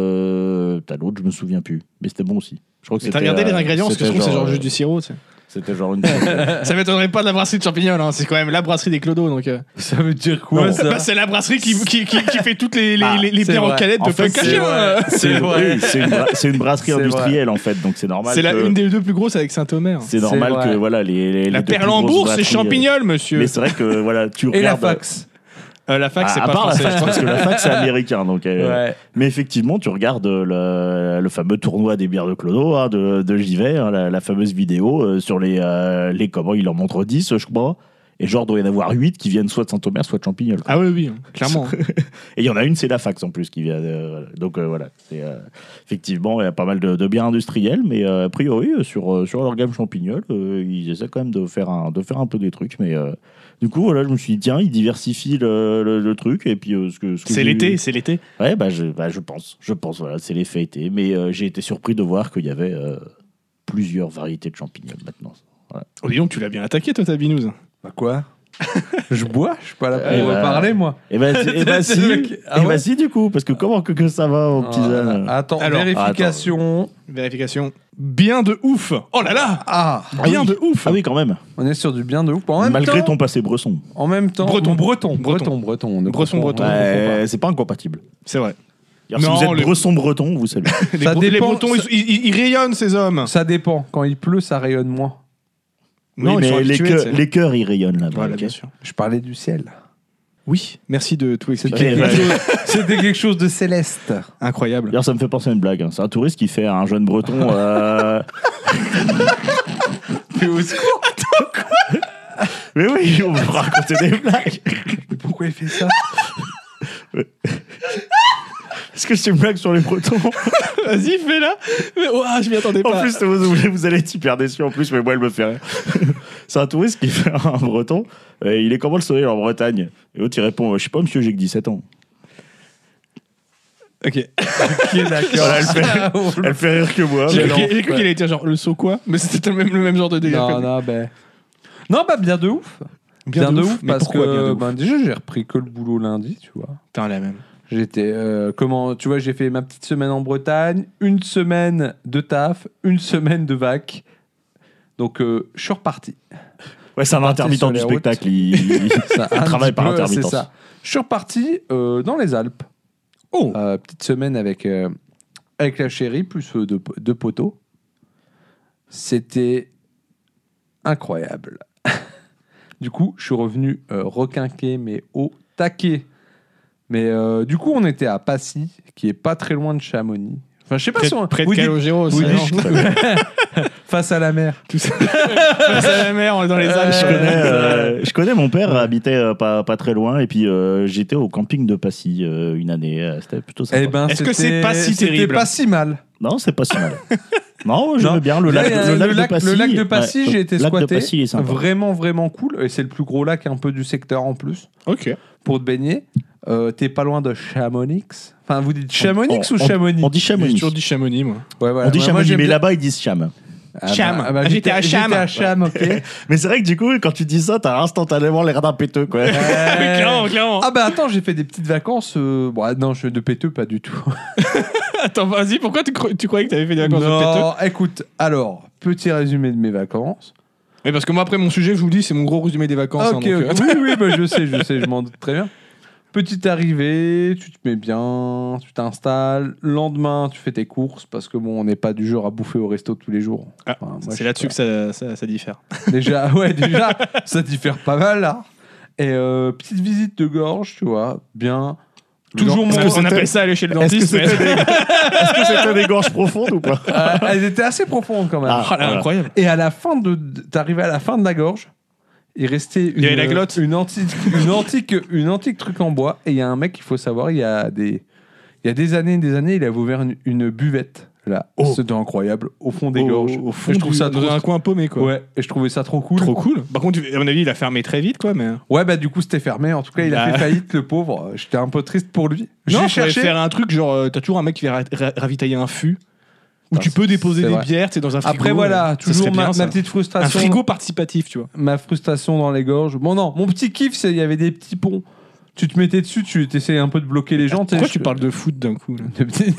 euh, t'as l'autre, je me souviens plus. Mais c'était bon aussi. Je crois que Mais t'as c'était, regardé les euh, ingrédients, parce que je c'était trouve que c'est genre euh, juste du sirop. tu sais. C'était genre une. Ça m'étonnerait pas de la brasserie de champignol, hein. C'est quand même la brasserie des Clodos. Donc, euh. Ça veut dire quoi, Non. ça Bah, c'est la brasserie qui, qui, qui, qui fait toutes les, les, Ah, les, les c'est bières en vrai. canette En de fait, Punk c'est Cachet, hein. C'est vrai. oui, c'est une, bra- c'est une brasserie C'est industrielle en fait, donc c'est normal. C'est la- que- une des deux plus grosses avec Saint-Omer. C'est normal vrai. que voilà les, les La les deux plus perle en grosses bourse, c'est brasseries, euh, champignol, monsieur. Mais c'est vrai que voilà, tu Et la regardes. fax. Euh, la fac, Ah, c'est à pas part français. la fac, parce que la fac c'est américain, donc. euh, Ouais. Mais effectivement, tu regardes le, le fameux tournoi des bières de Clodo, hein, de, de J V, hein, la, la fameuse vidéo euh, sur les, euh, les comment il en montre dix, je crois. Et genre, doit y en avoir huit qui viennent soit de Saint-Omer, soit de Champignol. quoi. Ah oui, oui, clairement. Et il y en a une, c'est la fax en plus qui vient. euh, voilà. Donc euh, voilà, c'est, euh, effectivement, il y a pas mal de, de bières industrielles, mais euh, a priori, euh, sur, euh, sur leur gamme Champignol, euh, ils essaient quand même de faire un, de faire un peu des trucs. Mais euh, du coup, voilà, je me suis dit, tiens, ils diversifient le, le, le truc. Et puis, euh, ce que, ce que C'est j'ai- l'été, c'est l'été. Ouais, bah je, bah, je pense. Je pense, voilà, c'est l'effet été. Mais euh, j'ai été surpris de voir qu'il y avait euh, plusieurs variétés de champignons maintenant. Oh, dis donc, tu l'as bien attaqué, toi, ta binouse. Bah quoi? Je bois, je suis pas là pour Eh euh, bah, parler, moi. Et bah, si- eh bah, C'est si, le mec- Ah eh bah ouais si, du coup, parce que comment que, que ça va, mon petit Ah, Zan Attends, Alors, vérification. Vérification. Bien de ouf. Oh là là. Ah, Bien oui. de ouf. Ah oui, quand même. on est sur du bien de ouf. En même Malgré temps, ton passé bresson. en même temps, Breton. Bon, breton, Breton. breton, breton, ne Bresson, confond- breton. ne confond Ouais, c'est pas incompatible. C'est vrai. Alors, si Non, vous êtes le- bresson breton, vous savez. Les, Ça Bre- les dépend, Bretons, ça- ils, ils- ils rayonnent, ces hommes. pas. Ça dépend. Quand il pleut, ça rayonne moins. Non, oui, ils sont mais les, habitués, cœurs- c'est- les cœurs, ils rayonnent là-bas. Voilà, ok. bien sûr. Je parlais du ciel. Oui, merci de tout C'était expliquer. Ouais, quelque, ouais. chose- c'était quelque chose de céleste. Incroyable. D'ailleurs, ça me fait penser à une blague. hein. C'est un touriste qui fait à un jeune breton. euh, Mais au secours, Mais oui, on vous raconter des blagues. pourquoi il fait ça? Est-ce que c'est une blague sur les bretons? Vas-y, fais-la. Mais ouah, je m'y attendais En pas. plus, vous, vous- vous allez être hyper déçus en plus, mais moi, elle me fait rire. C'est un touriste qui fait un breton. Et il est comment le soleil en Bretagne? Et l'autre, il répond, je sais pas, monsieur, j'ai que dix-sept ans. Ok. Qui est d'accord? Voilà, elle, fait, elle fait rire que moi. J'ai mais cru non. qu'il- j'ai cru qu'il allait dire genre le saut quoi, mais c'était le même, le même genre de délire. Non, que- non, ben. Non, bah bien de ouf. Bien, de, ouf, mais parce pourquoi que bien de ouf ben, déjà j'ai repris que le boulot lundi, tu vois. Putain, la même. J'étais euh, comment tu vois, j'ai fait ma petite semaine en Bretagne, une semaine de taf, une semaine de vac. Donc euh, je suis reparti. Ouais, c'est un Parti intermittent sur du les routes. spectacle. Il, Ça, il un travaille petit par peu, intermittence. c'est ça. Je suis reparti euh, dans les Alpes. Oh. Euh, petite semaine avec euh, avec la chérie plus euh, deux, deux poteaux. C'était incroyable. Du coup, je suis revenu euh, requinqué, mais au taquet. Mais euh, du coup, on était à Passy, qui est pas très loin de Chamonix. Enfin, je sais pas Près, si on... près de vous dites- Calogero, vous ça, dites- non face à la mer. Face à la mer, on est dans les Alpes. Je connais, euh, je connais, mon père habitait euh, pas, pas très loin, et puis euh, j'étais au camping de Passy euh, une année. euh, C'était plutôt sympa. Eh ben, Est-ce que c'était- c'est pas si c'était terrible pas si mal. Non, c'est pas si mal. Non, je Non. veux bien. Le Là, lac, il y a le lac le lac- de Passy. le lac de Passy, ouais, j'ai été le lac de squatté. Passy, il est sympa. Vraiment, vraiment cool. Et c'est le plus gros lac un peu du secteur en plus. Ok. Pour te baigner. Euh, T'es pas loin de Chamonix. Enfin, vous dites Chamonix On- ou on- Chamonix? On dit J'ai Chamonix. toujours dit Chamonix, moi. Ouais, voilà. On dit Ouais, moi, Chamonix, j'aime mais bien- là-bas, ils disent Cham. Ah Cham. bah- ah bah, Ah, j'étais à Cham. J'étais à Cham, ok. Mais c'est vrai que du coup, quand tu dis ça, t'as instantanément l'air d'un péteux, quoi. Oui, clairement, clairement. Ah bah attends, j'ai fait des petites vacances. euh, Bon, ah non, je de péteux, pas du tout. Attends, vas-y, pourquoi tu, cro- tu croyais que t'avais fait des vacances de péteux? Non, écoute, alors, petit résumé de mes vacances. Mais parce que moi, après, mon sujet, je vous le dis, c'est mon gros résumé des vacances. Ok, hein, donc, ok. euh, Oui, oui, bah, je sais, je sais, je m'en doute très bien. Petite arrivée, tu te mets bien, tu t'installes. Lendemain, tu fais tes courses parce que bon, on n'est pas du genre à bouffer au resto tous les jours. Ah, Enfin, moi, je c'est suis là-dessus pas- que ça, ça, ça diffère. Déjà, ouais, déjà, ça diffère pas mal là. Et euh, petite visite de gorge, tu vois, bien. Toujours mon. Est-ce qu'on appelle ça aller chez le Est-ce que dentiste? mais- c'était des... Est-ce que c'était des gorges profondes ou pas? Euh, elles étaient assez profondes quand même. Ah. Oh là, incroyable. Et à la fin de, de- t'arrivais à la fin de la gorge, il restait une, Il y avait la glotte. une antique, une antique, une antique truc en bois. Et il y a un mec, il faut savoir, il y a des, il y a des années, et des années, il avait ouvert une, une buvette là. Oh. C'était incroyable, au fond des Au- gorges. Au fond, Et je trouve du- ça dans trop. un coin paumé, quoi. Ouais. Et je trouvais ça trop cool. Trop cool. Par contre, à mon avis, il a fermé très vite, quoi. Mais Ouais, bah du coup c'était fermé. En tout cas, il a Bah. fait faillite, le pauvre. J'étais un peu triste pour lui. non, J'ai faudrait cherché. faire un truc genre, euh, t'as toujours un mec qui va ra- ra- ravitailler un fût où Putain, tu peux déposer c'est des vrai. bières, c'est dans un frigo. Après voilà, euh, ça toujours serait ma, bien, ça. ma petite Un frustration. frigo participatif, tu vois. Ma frustration dans les gorges. Bon non, mon petit kiff, c'est il y avait des petits ponts. Tu te mettais dessus, tu essayais un peu de bloquer les gens. Pourquoi sais, tu je- parles de foot d'un coup là de petits-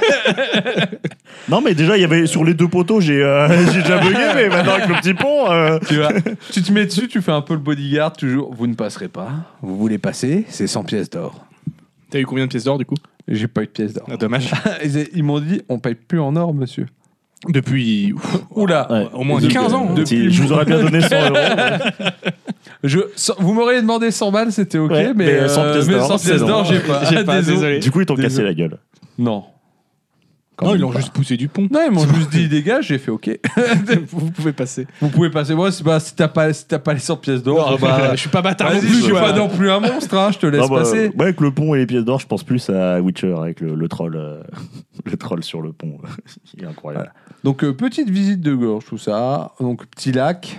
Non, mais déjà, il y avait sur les deux poteaux, j'ai euh, j'ai déjà bugué, mais maintenant avec le petit pont. euh, tu vois, tu te mets dessus, tu fais un peu le bodyguard, toujours. Vous ne passerez pas. Vous voulez passer, c'est cent pièces d'or. T'as eu combien de pièces d'or, du coup? J'ai pas eu de pièces d'or. Ah, dommage. Ils, ils m'ont dit, on paye plus en or, monsieur. Depuis ouf, Oula. Ouais. au moins Donc, quinze euh, ans. hein. de- si je vous aurais bien donné cent euros. Je, cent- vous m'auriez demandé cent balles, c'était ok, Ouais, mais, mais euh, cent pièces mais d'or, cent c'est pièces non. d'or, j'ai pas. J'ai pas, désolé. Du coup, ils t'ont cassé Désolé. la gueule. Non. Quand Non, ils même l'ont pas. juste poussé du pont. Non, ils m'ont juste dit dégage, j'ai fait ok. Vous pouvez passer. Vous pouvez passer. Moi, c'est pas, si t'as pas, si t'as pas les cent pièces d'or, Non, bah, je suis pas bâtard non vas-y, plus. je suis quoi. pas non plus un monstre, hein, je te laisse Non, bah, passer. ouais, avec le pont et les pièces d'or, je pense plus à Witcher avec le, le troll, euh, le troll sur le pont. Il est incroyable. Donc, euh, petite visite de gorge, tout ça. Donc, petit lac.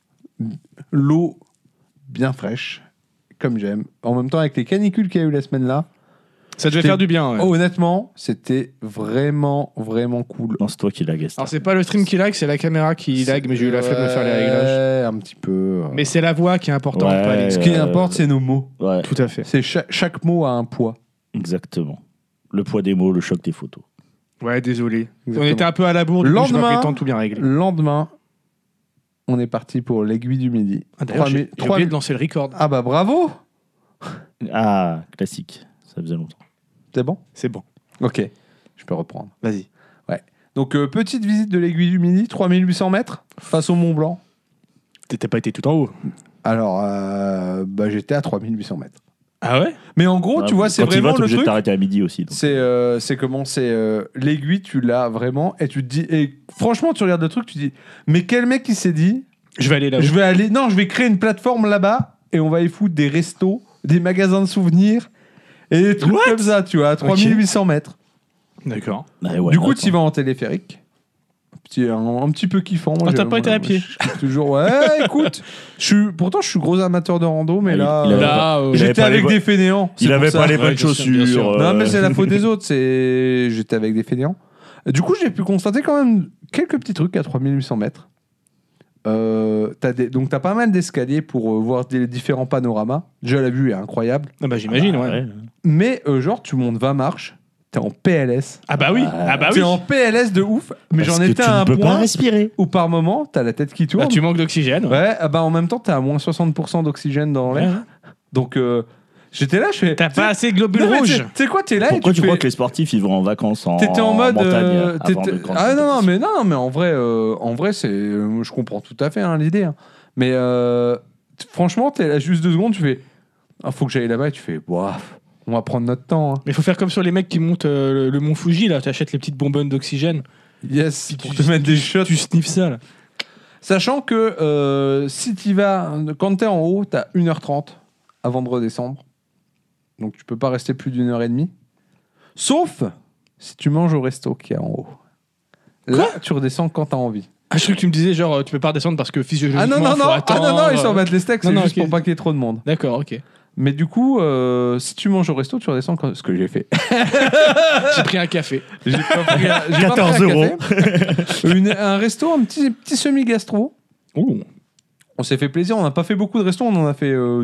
L'eau bien fraîche, comme j'aime. En même temps, avec les canicules qu'il y a eu la semaine là, Ça devait J'étais- faire du bien. ouais. honnêtement, c'était vraiment, vraiment cool. Non, c'est toi qui l'as gasté. Alors, c'est pas le stream qui lag, c'est la caméra qui lag, mais j'ai eu la flemme de faire les réglages. Ouais, un petit peu. Mais c'est la voix qui est importante, Ouais. pas les. Ce qui Euh, importe, c'est nos mots. Ouais, Tout à fait. C'est cha- chaque mot a un poids. exactement. Le poids des mots, le choc des photos. Ouais, désolé. On Exactement. était un peu à la bourre, du coup, je Lendemain- m'appelais temps de tout bien régler. Le lendemain, on est parti pour l'aiguille du midi. Ah, D'ailleurs, Trois j'ai mille- j'ai trois oublié mille- de lancer le record. Ah bah bravo. Ah, classique. Ça faisait longtemps. C'est bon. C'est bon. Ok, je peux reprendre. Vas-y. Donc, euh, petite visite de l'aiguille du Midi, trois mille huit cents mètres, face au Mont Blanc. T'as pas été tout en haut. Alors, euh, bah, j'étais à trois mille huit cents mètres. Ah ouais? Mais en gros, Ouais, tu vois, c'est quand tu vas, vraiment t'es le obligé de truc. t'arrêter à midi aussi. donc. C'est euh, c'est comment c'est euh, l'aiguille, tu l'as vraiment, et tu te dis, et franchement, tu regardes le truc, tu te dis, mais quel mec qui s'est dit, Je vais aller là-haut. je vais aller, non, je vais créer une plateforme là-bas, et on va y foutre des restos, des magasins de souvenirs, et des trucs What comme ça, tu vois, à trois mille huit cents mètres. D'accord. Ah ouais, du coup, attends. tu y vas en téléphérique. Un petit, un, un petit peu kiffant. Moi, Ah, t'as j'ai- pas été moi, à pied? je kiffe toujours. Ouais, écoute. Je suis, pourtant, je suis gros amateur de rando, mais Ah, il- là, il avait euh, Là, euh, il avait j'étais pas avec les des fainéants. Il c'est avait pour pas ça. les Ouais, bonnes bien sûr, bien chaussures. sûr. euh, Non, mais c'est la faute des autres. C'est, j'étais avec des fainéants. Du coup, j'ai pu constater quand même quelques petits trucs à trois mille huit cents mètres. Euh, t'as des... Donc, t'as pas mal d'escaliers pour euh, voir des différents panoramas. Déjà, la vue est incroyable. Ah bah j'imagine, Ah, ouais. ouais. Mais euh, genre, tu montes vingt marches, t'es en P L S. Ah bah oui. Ah, Ah bah T'es oui. en P L S de ouf. Mais Parce j'en que étais tu à ne un peux pas point respirer. où par moment, t'as la tête qui tourne. Ah, tu manques d'oxygène. Ouais, ah bah en même temps, t'es à moins soixante pour cent d'oxygène dans l'air. Ouais. Donc, euh, j'étais là, je fais. T'as tu sais- pas assez de globules Non, mais rouges. Tu sais- tu sais quoi, t'es là Pourquoi et tu tu crois fais- que les sportifs ils vont en vacances en, T'étais en mode. montagne euh, avant t'étais- de grandes ah non, non, compétitions. mais non, mais en vrai, euh, en vrai, c'est, euh, je comprends tout à fait hein, l'idée. hein. Mais euh, t- franchement, t'es là juste deux secondes, tu fais. Ah, faut que j'aille là-bas et tu fais. Ouah, on va prendre notre temps. hein. Mais faut faire comme sur les mecs qui montent euh, le, le mont Fuji, là. T'achètes les petites bonbonnes d'oxygène. Yes, Puis pour tu- te mettre des shots. Tu sniffes ça, là. Sachant que euh, si tu vas, quand t'es en haut, t'as une heure trente avant de redescendre. Donc tu peux pas rester plus d'une heure et demie. Sauf si tu manges au resto qui est en haut. Là, tu redescends quand t'as envie. Ah, je croyais que tu me disais, genre, euh, tu peux pas redescendre parce que physiologiquement, Ah non, non, faut non, ah attendre. non, non, ils s'en battent les steaks, c'est Non, non, juste ok. pour pas qu'il y ait trop de monde. D'accord, ok. Mais du coup, euh, si tu manges au resto, tu redescends quand... ce que j'ai fait. J'ai pris un café. J'ai pas pris un- j'ai pas pris quatorze un euros. café. Une- un resto, un petit, petit semi-gastro. Oh. On s'est fait plaisir, on n'a pas fait beaucoup de restos, on en a fait euh, deux.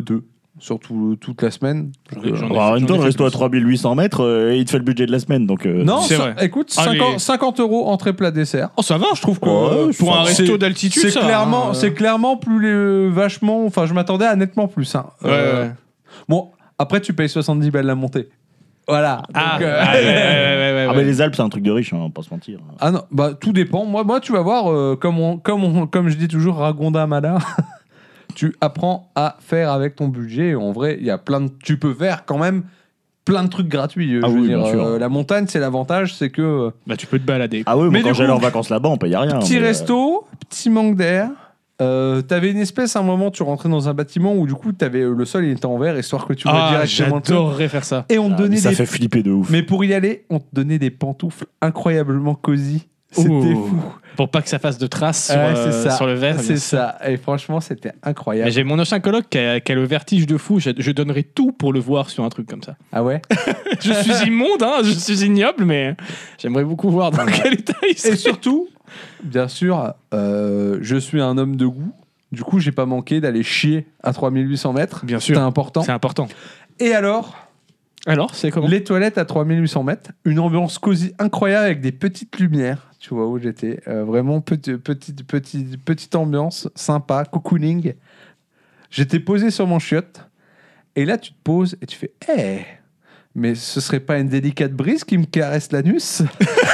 surtout toute la semaine. J'en ai- Donc, euh, j'en ai- Bah, en même j'en ai temps, fait reste-toi à plus. trois mille huit cents mètres euh, et il te fait le budget de la semaine. Donc, euh, non, c'est ça- vrai. écoute, Allez. cinquante, cinquante euros entrée plat dessert. Oh, ça va, je trouve que Ouais, pour ça un va. resto C'est- d'altitude, C'est ça va, clairement, hein. c'est clairement plus les- vachement. Enfin, je m'attendais à nettement plus. Hein. Ouais, Euh, ouais. Bon, après, tu payes soixante-dix balles la montée. Voilà. Ah, Donc, euh, ah, ouais, ouais, ouais, ouais, Ah, ouais. mais les Alpes, c'est un truc de riche, hein, pas se mentir. Ah non, bah tout dépend. Moi, moi, tu vas voir, euh, comme, on, comme, on- comme je dis toujours, Ragonda Mala, tu apprends à faire avec ton budget. En vrai, il y a plein de, tu peux faire quand même plein de trucs gratuits. Ah je veux oui, dire, bien sûr. euh, la montagne, c'est l'avantage, c'est que euh, Bah, tu peux te balader. Ah oui, Mais mais quand du j'allais coup, en vacances là-bas, on payait rien. petit mais, euh, resto, petit manque d'air. Euh, t'avais une espèce, à un moment, tu rentrais dans un bâtiment où du coup, t'avais euh, le sol il était en verre, histoire que tu vois Ah, directement le truc. j'adorerais faire ça. Et on te ah, mais donnait ça des fait flipper de ouf. Mais pour y aller, on te donnait des pantoufles incroyablement cosy. C'était Oh. fou. Pour pas que ça fasse de traces sur, Ouais, euh, c'est ça. sur le verre. bien C'est sûr. ça. Et franchement, c'était incroyable. Mais j'ai mon ancien coloc qui a, qui a le vertige de fou. Je, je donnerais tout pour le voir sur un truc comme ça. Ah ouais. Je suis immonde, hein, je suis ignoble, mais j'aimerais beaucoup voir dans quel état il Et serait. surtout, bien sûr, euh, je suis un homme de goût. Du coup, j'ai pas manqué d'aller chier à trois mille huit cents mètres. Bien C'était sûr, important. c'est important. Et alors, Alors, c'est comment les toilettes à trois mille huit cents mètres, une ambiance cosy incroyable avec des petites lumières. Tu vois où j'étais. Euh, vraiment petit- petite, petite, petite ambiance sympa, cocooning. J'étais posé sur mon chiotte. Et là, tu te poses et tu fais hé, mais ce serait pas une délicate brise qui me caresse l'anus?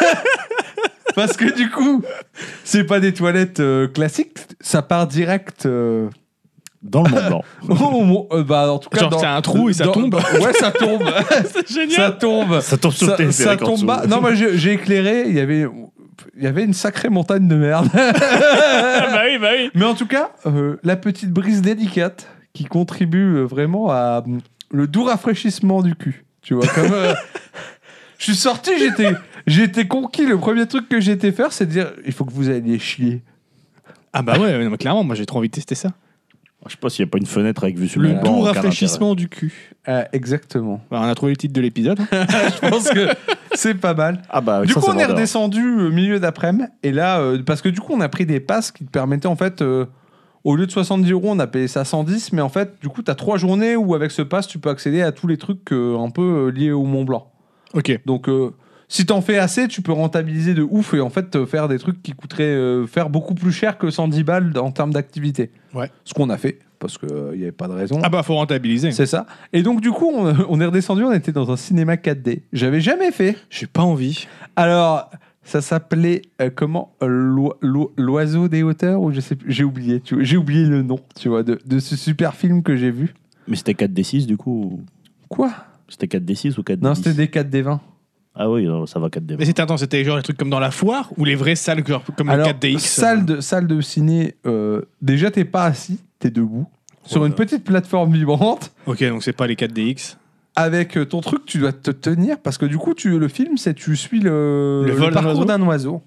Parce que du coup, c'est pas des toilettes euh, classiques. Ça part direct. euh, Dans le Mont Blanc. au Mont- euh, bah, en tout cas, Genre, dans- c'est un trou et ça dans- tombe. dans- Ouais, ça tombe. C'est génial. ça tombe. Ça tombe sur Ça, le ça téléphérique en tombe dessous. bas. Non, moi j'ai j'ai éclairé. Il y avait, il y avait une sacrée montagne de merde. Ah, bah oui, bah oui. Mais en tout cas, euh, la petite brise délicate qui contribue euh, vraiment à euh, le doux rafraîchissement du cul. Tu vois, comme. euh, je suis sorti, j'étais, j'étais conquis. Le premier truc que j'ai été faire, c'est de dire il faut que vous alliez chier. Ah bah ouais, non, mais clairement, moi j'ai trop envie de tester ça. Je sais pas s'il n'y a pas une fenêtre avec vue sur Le le Euh, banc. doux aucun rafraîchissement du cul. Euh, exactement. Bah, on a trouvé le titre de l'épisode. Je pense que c'est pas mal. intérêt. Ah bah, Du ça, coup, c'est on est vendeur. redescendu euh, milieu d'après-midi. Et là, euh, parce que du coup, on a pris des passes qui te permettaient, en fait, euh, au lieu de soixante-dix euros, on a payé ça cent dix. Mais en fait, du coup, tu as trois journées où, avec ce pass, tu peux accéder à tous les trucs euh, un peu euh, liés au Mont Blanc. Ok. Donc, euh, si t'en fais assez, tu peux rentabiliser de ouf et en fait, te faire des trucs qui coûteraient euh, faire beaucoup plus cher que cent dix balles en termes d'activité. Ouais. Ce qu'on a fait, parce qu'il n'y avait pas de raison. Ah bah faut rentabiliser. C'est ça. Et donc, du coup, on, on est redescendu, on était dans un cinéma quatre D. J'avais jamais fait. J'ai pas envie. Alors, ça s'appelait euh, comment euh, l'oi- l'oi- L'oiseau des hauteurs ou je sais plus. J'ai oublié. Tu vois, j'ai oublié le nom. Tu vois, de, de ce super film que j'ai vu. Mais c'était quatre D six du coup. Quoi? C'était quatre D six ou quatre D dix? Non, c'était des quatre D vingt. Ah oui, non, ça va quatre D vingt. Mais c'était attends, c'était genre les trucs comme dans la foire ou les vraies salles genre, comme Alors, le quatre D X. salle de salle de ciné. euh, déjà, t'es pas assis, t'es debout sur Oh une là. petite plateforme vibrante. Ok, donc c'est pas les quatre D X. Avec euh, ton truc, tu dois te tenir parce que du coup, tu, le film, c'est tu suis le, Le vol d'un parcours oiseau. d'un oiseau.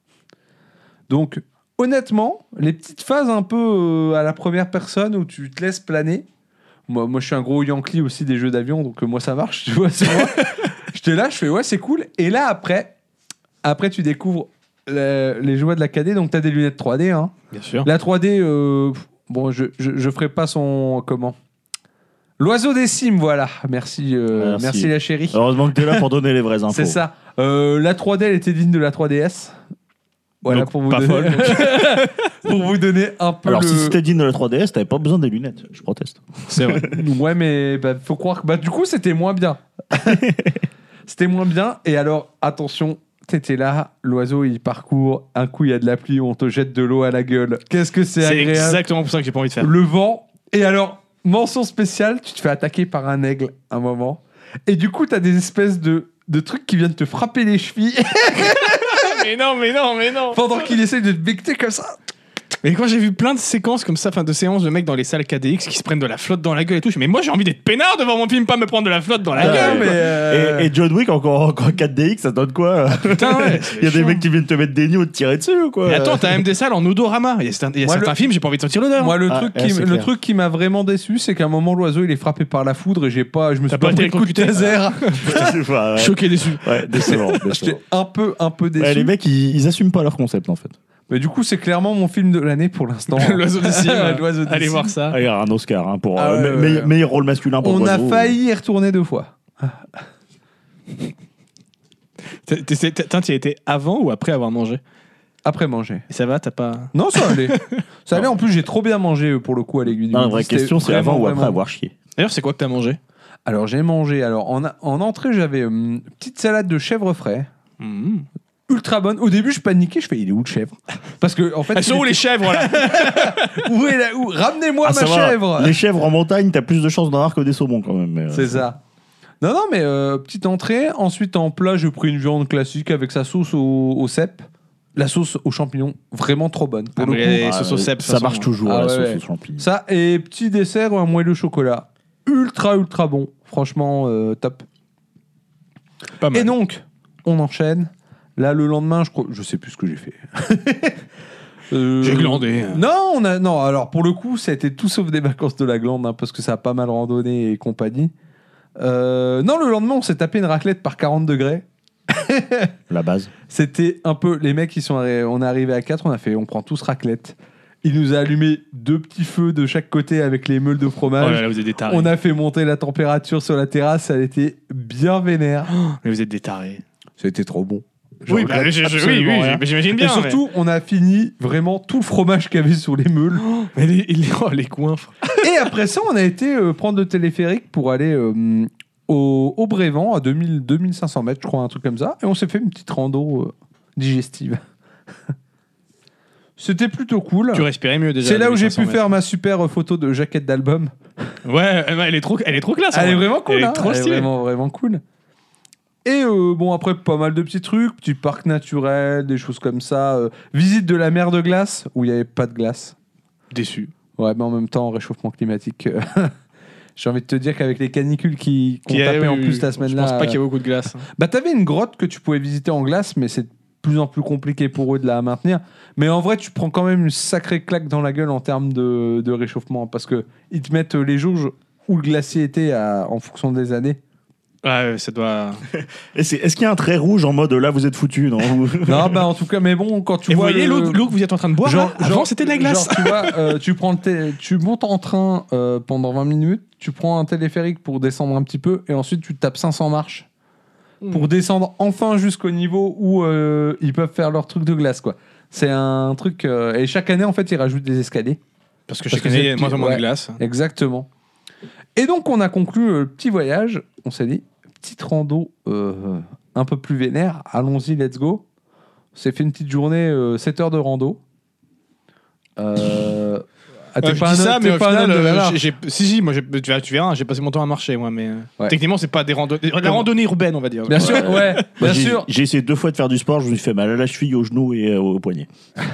Donc, honnêtement, les petites phases un peu euh, à la première personne où tu te laisses planer. Moi, moi, je suis un gros Yankee aussi des jeux d'avion, donc euh, moi, ça marche. Tu vois, c'est moi. J'étais là, je fais ouais, c'est cool. Et là, après, après tu découvres le- les joies de la K D. Donc, tu as des lunettes trois D. Hein. Bien sûr. La trois D, euh, bon, je, je, je ferai pas son. Comment L'oiseau des cimes, voilà. Merci, euh, merci. Merci. la chérie. Heureusement que t'es là pour donner les vraies infos. C'est ça. Euh, la trois D, elle était digne de la trois D S. Voilà, Donc, pour vous, pas donner... folle, pour vous donner un peu Alors, le... si c'était digne de la trois D S, t'avais pas besoin des lunettes. Je proteste. C'est vrai. Ouais, mais bah, faut croire que... Bah, du coup, c'était moins bien. C'était moins bien. Et alors, attention, t'étais là, l'oiseau, il parcourt. Un coup, il y a de la pluie, on te jette de l'eau à la gueule. Qu'est-ce que c'est C'est agréable. exactement pour ça que j'ai pas envie de faire. Le vent. Et alors, mention spéciale, tu te fais attaquer par un aigle un moment. Et du coup, t'as des espèces de, de trucs qui viennent te frapper les chevilles Mais non, mais non, mais non. pendant qu'il essaie de te becter comme ça. Mais quand j'ai vu plein de séquences comme ça, enfin de séances de mecs dans les salles K D X qui se prennent de la flotte dans la gueule et tout, je me dis, mais moi j'ai envie d'être peinard devant mon film, pas me prendre de la flotte dans la Ah, gueule. mais, ouais. euh, Et, et John Wick, encore, encore quatre D X, ça donne quoi Putain, ouais. Il y a des mecs qui viennent te mettre des nids ou te tirer dessus ou quoi Mais attends, t'as même des salles en odorama. Il y a certains, il y a Moi, certains le- films, j'ai pas envie de sentir l'odeur. Moi, le Ah, truc ouais, qui, c'est le clair. truc qui m'a vraiment déçu, c'est qu'à un moment, l'oiseau, il est frappé par la foudre et j'ai pas, je me suis T'as pas pas pris été le coup de électrocuté. taser. Enfin, ouais. Choqué déçu. Ouais, décevant. décevant. J'étais un peu, un peu déçu. Ouais, les mecs, ils, ils assument pas leur concept en fait. Mais du coup, c'est clairement mon film de l'année pour l'instant. L'oiseau de cime. L'oiseau de Allez cime. voir ça. Ah, il y aura un Oscar hein, pour Ah euh, ouais, me- ouais, me- ouais. meilleur rôle masculin pour On a l'oiseau. failli y retourner deux fois. T'es- t'es- t'es- Tu y étais avant ou après avoir mangé? Après manger. Et ça va, t'as pas. Non, ça allait. Ça allait. En plus, j'ai trop bien mangé euh, pour le coup à l'aiguille du Non, la Midi. vraie C'était question, c'est vraiment, avant ou après vraiment- avoir chié. D'ailleurs, c'est quoi que t'as mangé? Alors, j'ai mangé. Alors, en, a- en entrée, j'avais une petite salade de chèvre frais. Mmh. Ultra bonne. Au début, je paniquais. Je fais, il est où le chèvre? Parce que, en fait. Elles sont il où les était- chèvres là? Où est la- où Ramenez-moi À ma savoir, chèvre! Les chèvres en montagne, t'as plus de chances d'en avoir que des saumons quand même. mais, euh, C'est ça. Non, non, mais euh, petite entrée. Ensuite, en plat, j'ai pris une viande classique avec sa sauce au, au cèpe. La sauce aux champignons, vraiment trop bonne. Pour Ah, le mais coup. les ah, sauces au cèpe, de ça toute marche façon. toujours, Ah la ouais, sauce ouais. aux champignons. Ça, et petit dessert, un moelleux au chocolat. Ultra, ultra bon. Franchement, euh, top. Pas mal. Et donc, on enchaîne. Là, le lendemain, je crois, je sais plus ce que j'ai fait. Euh, J'ai glandé. Non, on a, non, alors pour le coup, ça a été tout sauf des vacances de la glande, hein, parce que ça a pas mal randonné et compagnie. Euh, non, le lendemain, on s'est tapé une raclette par quarante degrés. La base. C'était un peu. Les mecs, ils sont arri- on est arrivé à quatre, on a fait, on prend tous raclette. Il nous a allumé deux petits feux de chaque côté avec les meules de Oh fromage. là là, vous êtes des tarés. On a fait monter la température sur la terrasse, elle était bien vénère. Mais vous êtes des tarés. C'était trop bon. Je Oui, regrette bah, je- je- oui, absolument oui, rien. j'ai- j'imagine bien. Et surtout, on a fini vraiment tout le fromage qu'il y avait sur les meules. mais, mais les, les, oh, les coins. Et après ça, on a été euh, prendre le téléphérique pour aller euh, au, au Brévent à deux mille, deux mille cinq cents mètres, je crois, un truc comme ça. Et on s'est fait une petite rando euh, digestive. C'était plutôt cool. Tu respirais mieux déjà. C'est là à où j'ai mille cinq cents pu faire ma super euh, photo de jaquette d'album. mètres. Ouais, elle est trop, elle est trop classe. en Elle est vrai. vraiment cool. Elle est hein. trop Elle est stylée. vraiment, vraiment cool. Et euh, bon, après, pas mal de petits trucs, petits parcs naturels, des choses comme ça. euh, visite de la mer de glace, où il n'y avait pas de glace. Déçu. Ouais, mais en même temps, réchauffement climatique. euh, J'ai envie de te dire qu'avec les canicules qui qu'on Qui a- tapait en oui, plus oui, la semaine Je là. pense pas qu'il y euh, a beaucoup de glace. hein. Bah, t'avais une grotte que tu pouvais visiter en glace, mais c'est de plus en plus compliqué pour eux de la maintenir. Mais en vrai, tu prends quand même une sacrée claque dans la gueule en termes de, de réchauffement, parce que ils te mettent les jauges où le glacier était à- en fonction des années. Ouais, ça doit. Et c'est- Est-ce qu'il y a un trait rouge en mode là vous êtes foutu non Non, bah en tout cas, mais bon, quand tu Et vous vois voyez le- l'eau l'eau que vous êtes en train de boire Genre- là Avant, genre- c'était de la glace. Genre, tu vois, euh, tu, prends le té- tu montes en train euh, pendant vingt minutes, tu prends un téléphérique pour descendre un petit peu, et ensuite tu tapes cinq cents marches pour descendre enfin jusqu'au niveau où euh, ils peuvent faire leur truc de glace, quoi. C'est un truc... euh, et chaque année, en fait, ils rajoutent des escaliers. Parce que Parce chaque que année, il y a c'est- de moins en moins ouais. de glace. Exactement. Et donc, on a conclu euh, le petit voyage. On s'est dit, petite rando euh, un peu plus vénère. Allons-y, let's go. On s'est fait une petite journée, euh, sept heures de rando. Euh... Ah, t'es Euh, je pas dis un ça, homme- mais t'es au pas un final, homme de la euh, marche. j'ai- j'ai- si, si, moi, j'ai- tu verras, tu verras, j'ai passé mon temps à marcher, moi, mais euh, Ouais. techniquement, c'est pas des randonnées, la randonnée urbaine, on va dire. Bien sûr, ouais, Bah, bien j'ai- sûr. J'ai essayé deux fois de faire du sport, je me suis fait mal à la cheville, au genou et euh, au poignet.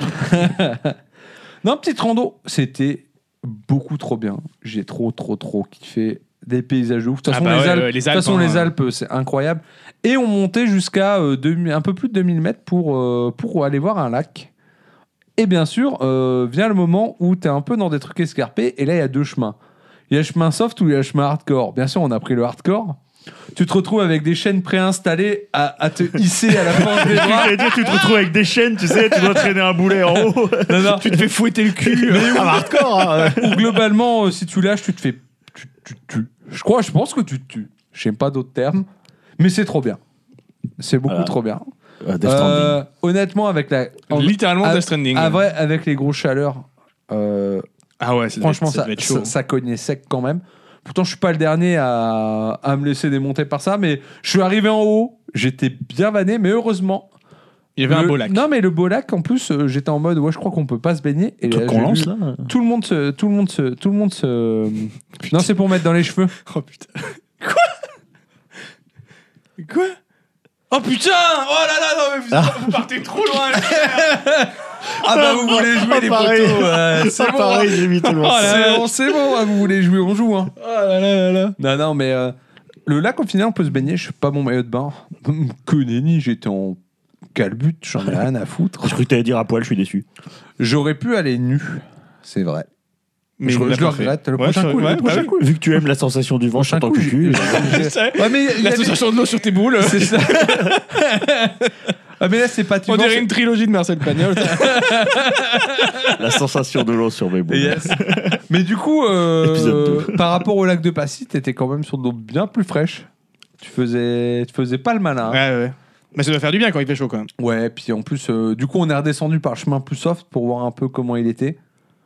Non, petite rando, c'était beaucoup trop bien. J'ai trop, trop, trop kiffé. Des paysages de ouf. De toute Ah façon, bah les, ouais, Alpes, ouais, les de toute Alpes, façon, hein, les ouais. Alpes, c'est incroyable. Et on montait jusqu'à euh, deux mille un peu plus de deux mille mètres pour, euh, pour aller voir un lac. Et bien sûr, euh, vient le moment où tu es un peu dans des trucs escarpés. Et là, il y a deux chemins. Il y a le chemin soft ou il y a le chemin hardcore. Bien sûr, on a pris le hardcore. Tu te retrouves avec des chaînes préinstallées à, à te hisser à la fin des bras. J'allais dire, tu te retrouves avec des chaînes, tu sais, tu dois traîner un boulet en haut. Non, non. Tu te fais fouetter le cul. Ah, bah, hardcore hein. Ou globalement, euh, si tu lâches, tu te fais. Tu, tu te tues. Je crois, je pense que tu te tues. Je n'aime pas d'autres termes, mais c'est trop bien. C'est beaucoup Voilà. trop bien. Euh, Death Stranding. Euh, honnêtement, avec la. en- Littéralement, ah, Death Stranding. ah, vrai, avec les grosses chaleurs, euh, Ah ouais, ça devait franchement, être- ça ça, devait être chaud. ça, ça cognait sec quand même. Pourtant, je suis pas le dernier à, à me laisser démonter par ça, mais je suis arrivé en haut, j'étais bien vanné, mais heureusement. Il y avait un le- beau lac. Non, mais le beau lac, en plus, euh, j'étais en mode, ouais, je crois qu'on peut pas se baigner. Et Truc là, qu'on j'ai lance vu là Tout le monde se, tout le monde se, tout le monde se. Non, c'est pour mettre dans les cheveux. Oh putain. Quoi Quoi Oh putain Oh là là, non, mais vous, Ah. vous partez trop loin. les gars. Ah bah vous voulez jouer Ah, les pareil. poteaux, ouais, c'est Ah, bon. pareil, j'ai mis tout le monde. Oh là C'est là. bon, c'est bon, hein, vous voulez jouer, on joue. Hein. Oh là là là là. Non, non, mais euh, le lac, au final, on peut se baigner. Je suis pas mon maillot de bain. Que nenni, j'étais en calbute, j'en ai rien à foutre. Je crois que t'allais dire à poil, je suis déçu. J'aurais pu aller nu, c'est vrai. Mais je il l'a je le pas fait. regrette. Le Ouais, prochain ça- coup, ouais, le bah prochain oui. coup. Vu que tu aimes la sensation du vent Prochain sur ton coup, cul. j'ai- j'ai- C'est- Ouais, mais il y a des- L'association de l'eau sur tes boules. C'est ça. Ah, mais là, c'est pas tu On vends, dirait c'est- une trilogie de Marcel Pagnol. La sensation de l'eau sur mes boules. Yes. Mais du coup, euh, Épisode deux. par rapport au lac de Passy, t'étais quand même sur de l'eau bien plus fraîche. Tu faisais, tu faisais pas le malin. Ouais, ouais. Mais ça doit faire du bien quand il fait chaud quand même. Ouais, puis en plus, euh, du coup, on est redescendu par le chemin plus soft pour voir un peu comment il était.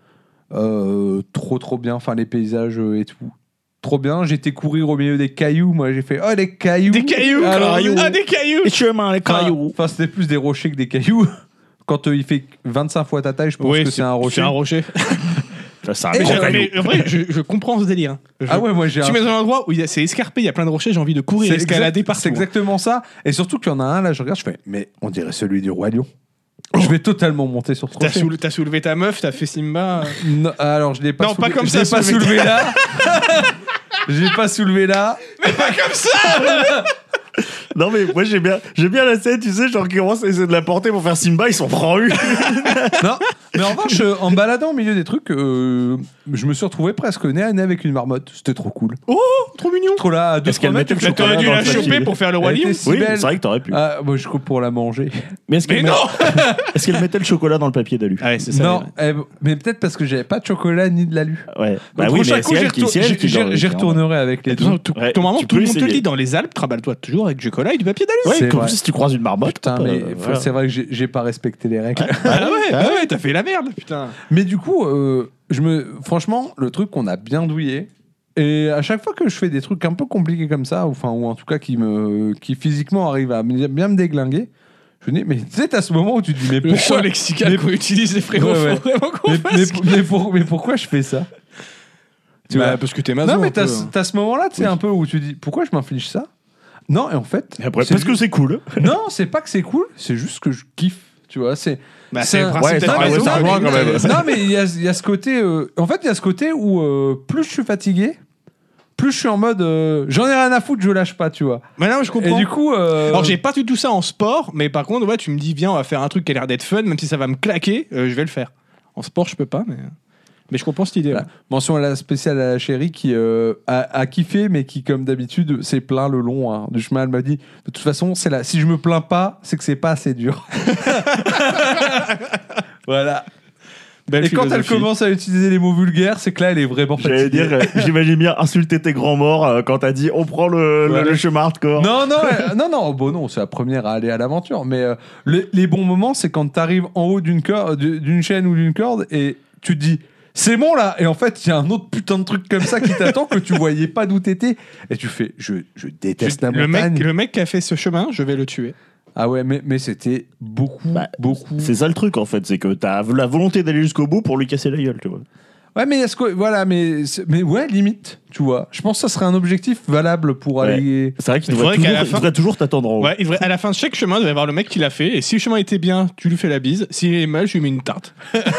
Euh, trop, trop bien. Enfin, les paysages euh, et tout. Trop bien. J'étais courir au milieu des cailloux. Moi, j'ai fait, oh, les cailloux. Des cailloux, Alors, cailloux. euh, Ah, des cailloux. Les chemins, les Enfin, cailloux. enfin, c'était plus des rochers que des cailloux. Quand euh, il fait vingt-cinq fois ta taille, je pense Oui, que c'est un rocher. C'est un rocher. C'est un Et gros j'avais- caillou. Mais en vrai, je, je comprends ce délire. hein. Je- Ah ouais, moi j'ai Tu un... mets dans un endroit où il y a- c'est escarpé, il y a plein de rochers, j'ai envie de courir, C'est escalader exact- partout. C'est exactement ça. Et surtout qu'il y en a un, là, je regarde, je fais, mais on dirait celui du Roi Lion. Je vais totalement monter sur ce T'as rocher. soule- t'as soulevé ta meuf, t'as fait Simba. euh. Non, alors, je l'ai pas Non, soulevé. pas comme je ça, l'ai pas soulevé. soulevé là. Je l'ai pas soulevé là. Mais pas comme ça. Non, mais moi, j'ai bien, j'ai bien la scène, tu sais, genre, qui commence à essayer de la porter pour faire Simba, ils sont prend une. Non, mais en revanche, euh, en baladant au milieu des trucs, euh, je me suis retrouvé presque nez à nez avec une marmotte. C'était trop cool. Oh, trop mignon. Trop là, à deux, Est-ce qu'elle trois mettait mètres, le je T'aurais chocolat dû dans la le papier. choper pour faire le roi Elle lion. était si Oui, belle. c'est vrai que t'aurais pu. Ah, moi, je coupe pour la manger. Mais est-ce qu'elle Mais met- non. est-ce qu'elle mettait le chocolat dans le papier d'alu? Ah ouais, c'est ça. Non, ouais. eh, mais peut-être parce que j'avais pas de chocolat ni de l'alu. Ouais. Bah Donc, oui, prochain mais coup, c'est j'y elle qui, retour- c'est elle qui j'y- doit- j'y retournerai avec les deux. Attends, tout- Ouais, ton maman, tu tout le peux monde te le essayer. dit, dans les Alpes, travaille-toi toujours avec du chocolat et du papier d'alu. Ouais, C'est comme vrai. si tu croises une marmotte. Putain, hop, mais euh, faut- voilà. c'est vrai que j'ai j'ai pas respecté les règles. Ah ouais, ah ouais, t'as fait la merde, putain. Mais du coup, euh, je me, franchement, le truc qu'on a bien douillé. Et à chaque fois que je fais des trucs un peu compliqués comme ça, ou, enfin, ou en tout cas qui, me, qui physiquement arrivent à me- bien me déglinguer, je me dis, mais tu sais, t'as ce moment où tu te dis, mais Le pourquoi, champ lexical mais- qu'on utilise, les frérots, Ouais, ouais. faut vraiment qu'on mais, fasse. mais- mais pour- mais pourquoi je fais ça Tu Bah, vois parce que t'es maso. Non, mais un peu, t'as hein. t'as ce moment-là, tu sais, Oui. un peu où tu dis, pourquoi je m'inflige ça Non, et en fait. Et après, c'est parce que juste- c'est cool. Non, c'est pas que c'est cool, c'est juste que je kiffe. Tu vois, c'est. Bah, c'est c'est le un- principe ouais, d'être ça- maso. ouais, ça hein, rejoint mais- quand même. Non, mais il y a, il y a ce côté. euh, En fait, il y a ce côté où euh, plus je suis fatigué, plus je suis en mode. euh, J'en ai rien à foutre, je lâche pas, tu vois. Mais non, je Et comprends. du coup. euh, Alors, j'ai pas du tout ça en sport, mais par contre, ouais, tu me dis, viens, on va faire un truc qui a l'air d'être fun, même si ça va me claquer, euh, je vais le faire. En sport, je peux pas, mais. Mais je comprends cette idée. Voilà. ouais. Mention à la spéciale à la chérie qui euh, a, a kiffé, mais qui, comme d'habitude, s'est plaint le long hein, du chemin. Elle m'a dit de toute façon, c'est là. Si je me plains pas, c'est que c'est pas assez dur. Voilà. Belle Et quand elle philosophie. commence à utiliser les mots vulgaires, c'est que là, elle est vraiment fatiguée. J'allais dire, euh, j'imagine bien insulter tes grands morts euh, quand t'as dit on prend le, le- Voilà. le chemin hardcore. Non, non, euh, non, non, bon, non, c'est la première à aller à l'aventure. Mais euh, les, les bons moments, c'est quand tu arrives en haut d'une cor- du- d'une chaîne ou d'une corde et tu te dis, c'est bon là. Et en fait, il y a un autre putain de truc comme ça qui t'attend que tu voyais pas d'où t'étais. Et tu fais, je, je déteste la le montagne. mec, le mec qui a fait ce chemin, je vais le tuer. Ah ouais, mais, mais c'était beaucoup, Bah, beaucoup. C'est ça le truc en fait, c'est que t'as la volonté d'aller jusqu'au bout pour lui casser la gueule, tu vois. Ouais, mais est-ce que. Voilà, mais, c'est- mais ouais, limite, tu vois. Je pense que ça serait un objectif valable pour Ouais. aller. C'est vrai qu'il Il devrait, faudrait qu'à toujours- la il fin- devrait toujours t'attendre en haut. Ouais, il devrait- à la fin de chaque chemin, il devrait y avoir le mec qui l'a fait, et si le chemin était bien, tu lui fais la bise, s'il est mal, je lui mets une tarte.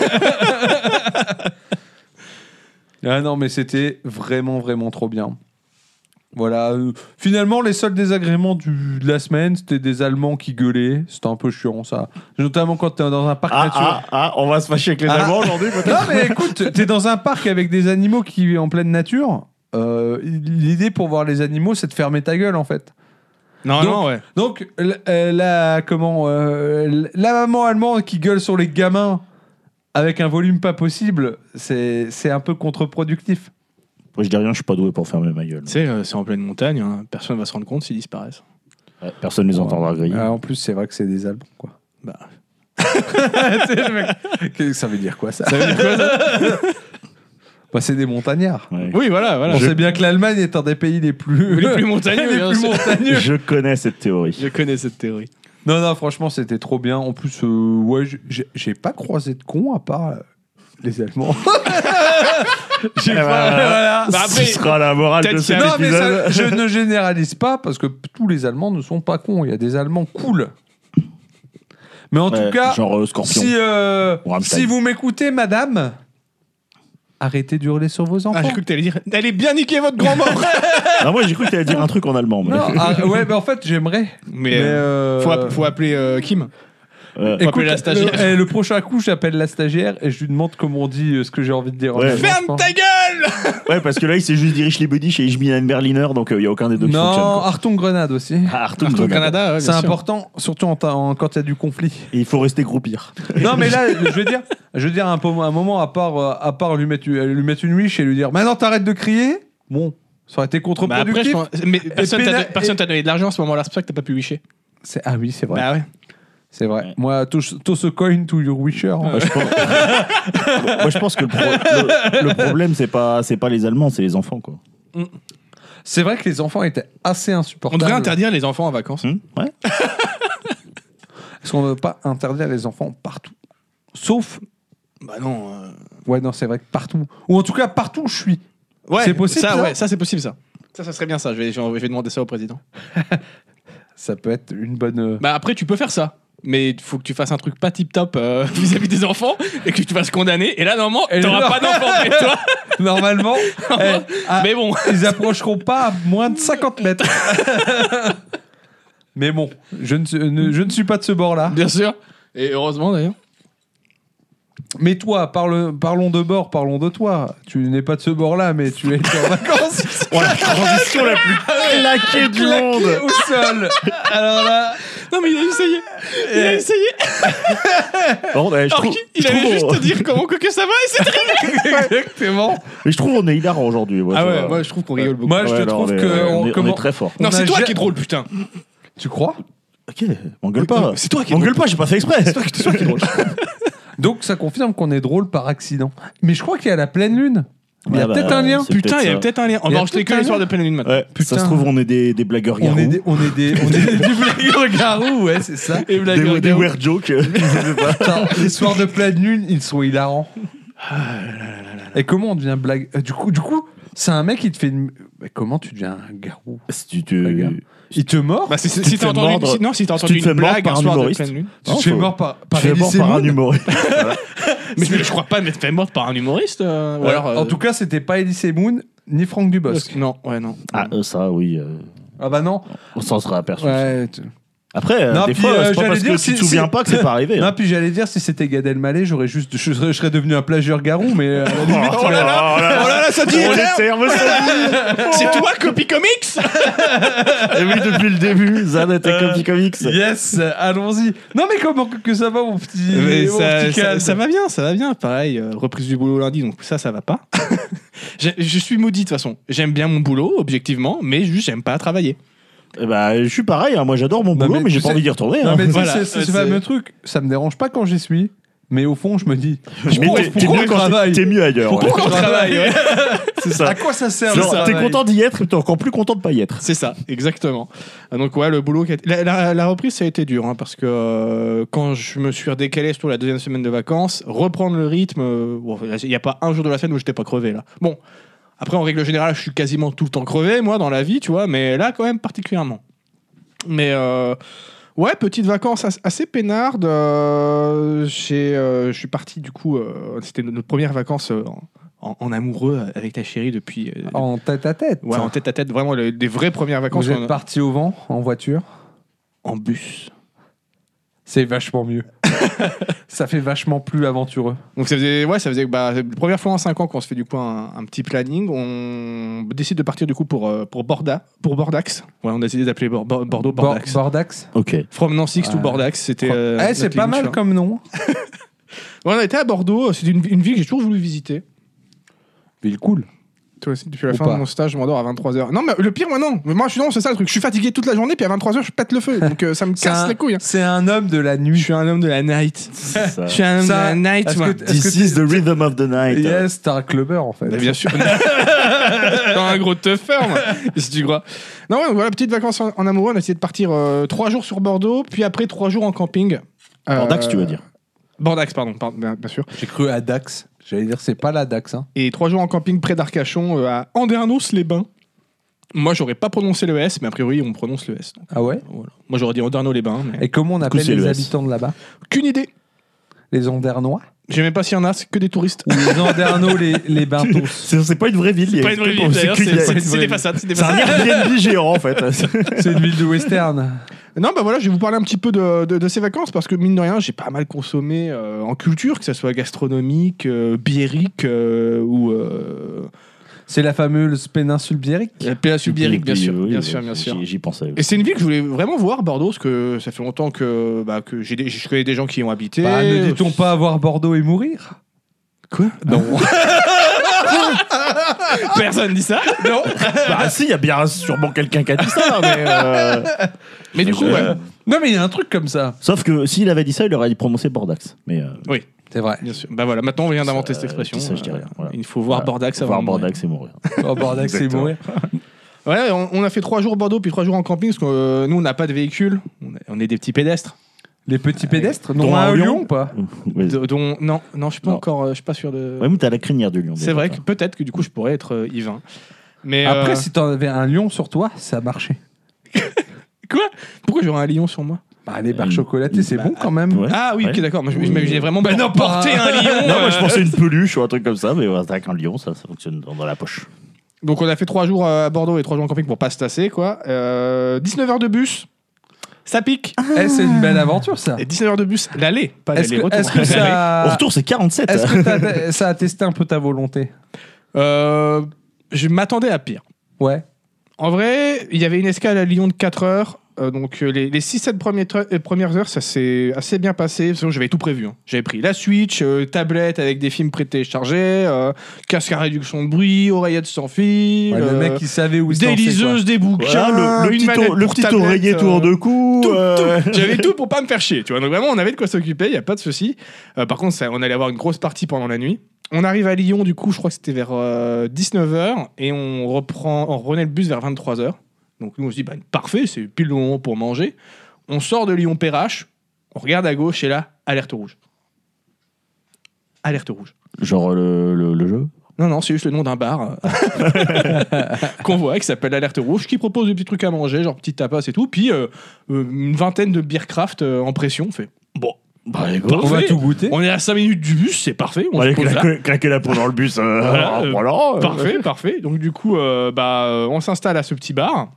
Ah non, mais c'était vraiment, vraiment trop bien. Voilà. euh, finalement, les seuls désagréments du- de la semaine, c'était des Allemands qui gueulaient. C'était un peu chiant, ça. Notamment quand t'es dans un parc Ah, nature. ah, ah, on va se fâcher avec les Ah. Allemands aujourd'hui peut-être. Non, mais écoute, t'es dans un parc avec des animaux qui vivent en pleine nature. euh, L'idée pour voir les animaux, c'est de fermer ta gueule, en fait. Non, Donc- non, ouais. Donc, l- euh, la, comment, euh, la maman allemande qui gueule sur les gamins avec un volume pas possible, c'est c'est un peu contre-productif. Moi je dis rien, je suis pas doué pour fermer ma gueule. Tu sais, euh, c'est en pleine montagne, hein, personne va se rendre compte s'ils disparaissent. Ouais, personne les entendra griller. Ah, en plus, c'est vrai que c'est des Allemands, quoi. Bah. Tu sais, le mec, qu'est-ce que ça veut dire quoi ça, Ça veut dire quoi, ça Bah, c'est des montagnards. Ouais. Oui, voilà, voilà. On Je, sait bien que l'Allemagne est un des pays les plus, les plus montagneux, les bien plus sûr. montagneux. Je connais cette théorie. Je connais cette théorie. Non, non, franchement, c'était trop bien. En plus, euh, ouais, j'ai- j'ai pas croisé de cons à part euh, les Allemands. J'ai Eh pas. ben, Voilà. Bah après, ce sera la morale de peut-être cet qu'il y Non, mais ça, épisode. je ne généralise pas parce que p- tous les Allemands ne sont pas cons. Il y a des Allemands cool. Mais en Ouais, tout cas, genre euh, Scorpion. si, euh, Ou Rammstein. si vous m'écoutez, madame, arrêtez d'hurler sur vos enfants. Ah, j'ai cru que t'allais dire allez bien niquer votre grand mort. Ah, moi j'ai cru que t'allais dire un truc en allemand. mais- Non, ah, ouais, mais en fait, j'aimerais. Mais, Mais, euh, euh, faut, app- faut appeler euh, Kim. Euh, Faut appeler la stagiaire. Le, eh, le prochain coup, j'appelle la stagiaire et je lui demande comment on dit euh, ce que j'ai envie de dire. Ouais. En Ferme allemand, ta gueule. Ouais, parce que là, il s'est juste dirige les buddies chez Ishbin Berliner, donc il euh, n'y a aucun des deux qui non, fonctionne. quoi. Artung Grenade aussi. Ah, Artung Arthur Grenade. Canada, ouais, C'est bien sûr. important, surtout en ta- en- quand il y a du conflit. Et il faut rester groupir. Non, mais là, je veux dire, je veux dire un, peu, un moment, à part, euh, à part lui, mettre, lui mettre une wish et lui dire maintenant t'arrêtes de crier, bon, ça aurait été Bah après, contre-productif. je pense- mais personne t'a péna- don- personne t'a donné de l'argent à ce moment-là, c'est pour ça que t'as pas pu wisher. C'est- ah oui, c'est vrai. Bah ouais. C'est vrai. Ouais. Moi, toss, toss a coin to your wisher. hein. Moi, je pense, Moi, je pense que le, pro- le- le problème, c'est pas, c'est pas les Allemands, c'est les enfants, quoi. C'est vrai que les enfants étaient assez On insupportables. devrait interdire les enfants en vacances. Hum ouais. Parce qu'on ne veut pas interdire les enfants partout. Sauf. Bah non. euh, Ouais, non, c'est vrai que partout. Ou en tout cas, partout où je suis. Ouais, C'est possible, Ça, ça ouais, ça c'est possible ça. Ça, ça serait bien ça. Je vais, je vais je vais demander ça au président. Ça peut être une bonne. euh, Bah après, tu peux faire ça. Mais il faut que tu fasses un truc pas tip top euh, vis-à-vis des enfants et que tu te fasses condamner. Et là, normalement, Et t'auras là- pas d'enfants près de toi. Normalement, eh, ah, Mais bon. ils approcheront pas à moins de cinquante mètres. Mais bon, je ne, suis- ne- je ne suis pas de ce bord-là. Bien sûr. Et heureusement d'ailleurs. Mais toi, parle- parlons de bord, parlons de toi. Tu n'es pas de ce bord-là, mais tu es en vacances. Oh, la transition la plus claquée du Claqué monde. au sol. Alors là, Non mais il a essayé. Il a essayé. Par contre, eh, je Alors trouve, qu'il je il allait trouve, juste on- te dire comment que ça va et c'est très exactement. mais je trouve on est hilarant aujourd'hui. Ah ça ouais, va. moi je trouve qu'on rigole beaucoup. Moi, je Ouais, te non, trouve on est- que on, on- est, on comment- est très fort. Non, on c'est a toi ja- qui est drôle, putain. Tu crois? Ok, m'engueule pas. C'est toi qui est M'engueule drôle. pas, j'ai pas fait exprès. C'est toi qui c'est toi qui est drôle. Donc ça confirme qu'on est drôle par accident. Mais je crois qu'il y a la pleine lune. Il y a Ouais, peut-être bah, un lien. c'est Putain, peut-être il y a ça. peut-être un lien. On Il y va a enregistrer peut-être que un l'histoire lien. de pleine lune maintenant. Ouais, Putain. ça se trouve, on est des, des blagueurs On garous. est des, on est des, on est des blagueurs garous, ouais, c'est ça. Et blagueur Des, des garou. weird jokes. Je sais pas. Attends, les soirs de pleine lune, ils sont hilarants. Et comment on devient blague euh, Du coup, du coup, c'est un mec qui te fait une. Mais comment tu deviens un garou? Si tu te. Regarde. Il te mord Bah, c'est- c'est- Tu si te t'as fais entendu, mordre- si- non, si t'as tu entendu te fais une mordre blague par un un soir de humoriste. pleine lune. Tu Non, te fais faut- mort par, par Tu fais mort Elie par un Semoun. humoriste. Voilà. Mais je, je crois pas m'être fait mordre par un humoriste. euh, ou Ouais, alors, euh, En tout cas, c'était pas Elie Semoun ni Franck Dubosc. Non, ouais, non. Ah, euh, ça, oui. euh, Ah bah non. on s'en sera aperçu. Ouais. tu- Après, euh, Non, des puis, fois, euh, c'est pas j'allais parce dire, que si- tu te souviens si- pas que c'est pas arrivé. Non, hein. puis j'allais dire si c'était Gad Elmaleh, j'aurais juste, je, serais- je serais devenu un plagieur garou, mais euh, à la limite, Oh là là, oh là là, ça dit Oh, les les termes. termes sont C'est toi, Copy Comics. Et oui, depuis le début, Zan était Euh, Copy Comics. Yes, allons-y. Non mais comment que, que ça va mon petit, Mais mon ça, petit ça, calme. ça va bien, ça va bien. Pareil, euh, reprise du boulot lundi, donc ça, ça va pas. J'ai- je suis maudit de toute façon. J'aime bien mon boulot, objectivement, mais juste j'aime pas travailler. Eh bah, je suis pareil, hein, moi j'adore mon Non, boulot, mais mais j'ai tu pas sais- envie d'y retourner. Non hein. mais tu sais, Voilà, c'est- c'est ce c'est- fameux truc, ça me dérange pas quand j'y suis, mais au fond je me dis Mais pourquoi, t'es- t'es pourquoi mieux on quand t'es- travaille t'es mieux ailleurs. Pourquoi ouais. on travaille ouais. C'est ça. À quoi ça sert Genre, le t'es travail content d'y être, mais t'es encore plus content de pas y être. C'est ça, exactement. Ah, Donc ouais, le boulot, qui a été- la, la- la reprise, ça a été dur, hein, parce que euh, quand je me suis redécalé sur la deuxième semaine de vacances, reprendre le rythme, euh, bon, il n'y a pas un jour de la semaine où j'étais pas crevé là. Bon, après en règle générale, je suis quasiment tout le temps crevé, moi, dans la vie, tu vois, mais là quand même particulièrement. Mais euh, ouais, petites vacances as- assez peinardes. euh, j'ai, euh, je suis parti du coup, euh, c'était notre première vacances euh, en, en amoureux avec ta chérie depuis. euh, En tête à tête. Ouais, en tête à tête, vraiment le- des vraies premières vacances Vous en, êtes parti au vent en voiture. en bus. C'est vachement mieux. Ça fait vachement plus aventureux. Donc ça faisait, ouais, ça faisait bah, la première fois en cinq ans qu'on se fait du coup un, un petit planning. On décide de partir du coup pour euh, pour Borda, pour Bordax. Ouais, on a décidé d'appeler Bor- Bor- Bordeaux Bor- Bordax. Bordax. Ok. From Nancy to Ouais. Bordax, c'était. euh, Eh, c'est notre pas ligne, mal tu vois. comme nom. Ouais, on a été à Bordeaux. C'est une, une ville que j'ai toujours voulu visiter. Ville cool. Toi aussi, depuis la Ou fin pas. de mon stage, je m'endors à vingt-trois heures. Non, mais le pire, moi, non. Mais moi, je suis non, c'est ça le truc. Je suis fatigué toute la journée, puis à vingt-trois heures, je pète le feu. Donc, euh, ça me C'est casse un- les couilles. hein. C'est un homme de la Je nuit. suis un homme de la night. C'est ça. Je suis un homme Ça, de la night, est-ce moi. que- est-ce This que is the rhythm of the night. Yes, t'es un clubber en fait. Bah, bien sûr. Dans un gros teuffer, moi. Si tu crois. Non, ouais, voilà, petite vacances en, en amoureux. On a essayé de partir euh, trois jours sur Bordeaux, puis après trois jours en camping. Euh, Bordax, tu veux dire. Bordax, pardon, pardon, bien, bien sûr. J'ai cru à Dax. J'allais dire, c'est pas la Dax. Hein. Et trois jours en camping près d'Arcachon, euh, à Andernos-les-Bains. Moi, j'aurais pas prononcé le S, mais a priori, on prononce le S. Donc, Ah ouais voilà. Moi, j'aurais dit Andernos-les-Bains, mais Et comment on appelle c'est les le S. habitants de là-bas aucune idée. Les Andernois Je sais même pas s'il y en a, c'est que des touristes. Ou les Andernos, les, les Bentos C'est c'est pas une vraie ville. il y a- Pas une vraie c'est ville, d'ailleurs, que- c'est il y a- c'est- une c'est vraie des ville. façades. C'est des C'est un façades. Airbnb géant en fait. C'est une ville de western. Non, bah voilà, je vais vous parler un petit peu de, de, de ces vacances parce que mine de rien, j'ai pas mal consommé euh, en culture, que ce soit gastronomique, euh, biérique euh, ou. Euh... C'est la fameuse péninsule biérique. La péninsule biérique, bien sûr, Oui, bien oui, sûr, bien sûr. J'y, j'y pensais. Et c'est une ville que je voulais vraiment voir, Bordeaux, parce que ça fait longtemps que, bah, que j'ai des, je connais des gens qui y ont habité. Bah, ne dit-on pas voir Bordeaux et mourir? Quoi? Non. Personne dit ça. Non. Bah si, il y a bien sûrement quelqu'un qui a dit ça, mais... euh, Mais du coup, je- ouais. Non, mais il y a un truc comme ça. Sauf que s'il avait dit ça, il aurait prononcé Bordax. Mais euh, Oui, C'est vrai. bien sûr. Bah voilà, maintenant on vient d'inventer Ça, cette expression. qui ça, je dirais, Euh, voilà. Il faut voir Voilà. Bordax avant voir de mourir. Bordax et mourir. Oh, Bordeaux, c'est Exactement. mourir. Ouais, on, on a fait trois jours Bordeaux puis trois jours en camping parce que euh, nous on n'a pas de véhicule, on est, on est des petits pédestres. Les petits pédestres, Dont non un un lion lion ou pas? Ouais, De- dont non, non, je suis pas Non. encore, euh, je suis pas sûr de. ouais, mais t'as la crinière du lion. C'est déjà, vrai toi. que peut-être que du coup je pourrais être euh, Yvain. Mais Après, euh, si t'en avais un lion sur toi, ça marchait. quoi? Pourquoi j'aurais un lion sur moi? Bah, les barres Euh, chocolatées, c'est bah, bon quand même. ouais. Ah oui, ok, Ouais. d'accord. Moi, je, je Oui, m'imaginais oui. vraiment Bah por- non, pas- porter un lion. Non, moi je euh, pensais une peluche ou un truc comme ça, mais ouais, avec un lion, ça, ça fonctionne dans, dans la poche. Donc on a fait trois jours à Bordeaux et trois jours en camping pour pas se tasser quoi. Euh, dix-neuf heures de bus, ça pique. Eh, c'est une belle aventure, ça. Et dix-neuf heures de bus, l'aller, pas Est-ce que, l'aller-retour. est-ce que Au ça. retour, c'est quarante-sept. Est-ce que t'as- ça a testé un peu ta volonté? Euh, je m'attendais à pire. Ouais. En vrai, il y avait une escale à Lyon de quatre heures. euh, donc euh, les, les six sept premiers tre- euh, premières heures, ça s'est assez bien passé. Sinon, j'avais tout prévu. hein. J'avais pris la Switch, euh, tablette avec des films pré-téléchargés, euh, casque à réduction de bruit, oreillette sans fil, Ouais, le euh, mec, il savait où il se des lançait, quoi. liseuses, des bouquins, Voilà, le, le une petit, manette o- le pour petit tablette, oreiller euh, tour de cou. tout, euh, tout. J'avais tout pour pas me faire chier, tu vois. Donc vraiment, on avait de quoi s'occuper, il y a pas de souci. Euh, par contre, ça, on allait avoir une grosse partie pendant la nuit. On arrive à Lyon, du coup, je crois que c'était vers euh, dix-neuf heures, et on reprend, on revenait le bus vers vingt-trois heures. Donc nous, on se dit, bah, parfait, c'est pile le moment pour manger. On sort de Lyon-Perrache, on regarde à gauche, et là, alerte rouge. Alerte rouge. Genre le, le, le jeu. Non, non, c'est juste le nom d'un bar euh, qu'on voit, qui s'appelle Alerte Rouge, qui propose des petits trucs à manger, genre petits tapas et tout. Puis euh, euh, une vingtaine de beer craft euh, en pression. On fait, bon, Bah, les Parfait. On va tout goûter. on est à cinq minutes du bus, c'est parfait. On On se va pose là. claquer, claquer la peau dans le bus. euh, Voilà, euh, euh, voilà, euh, Parfait, parfait. Donc du coup, euh, bah, euh, on s'installe à ce petit bar.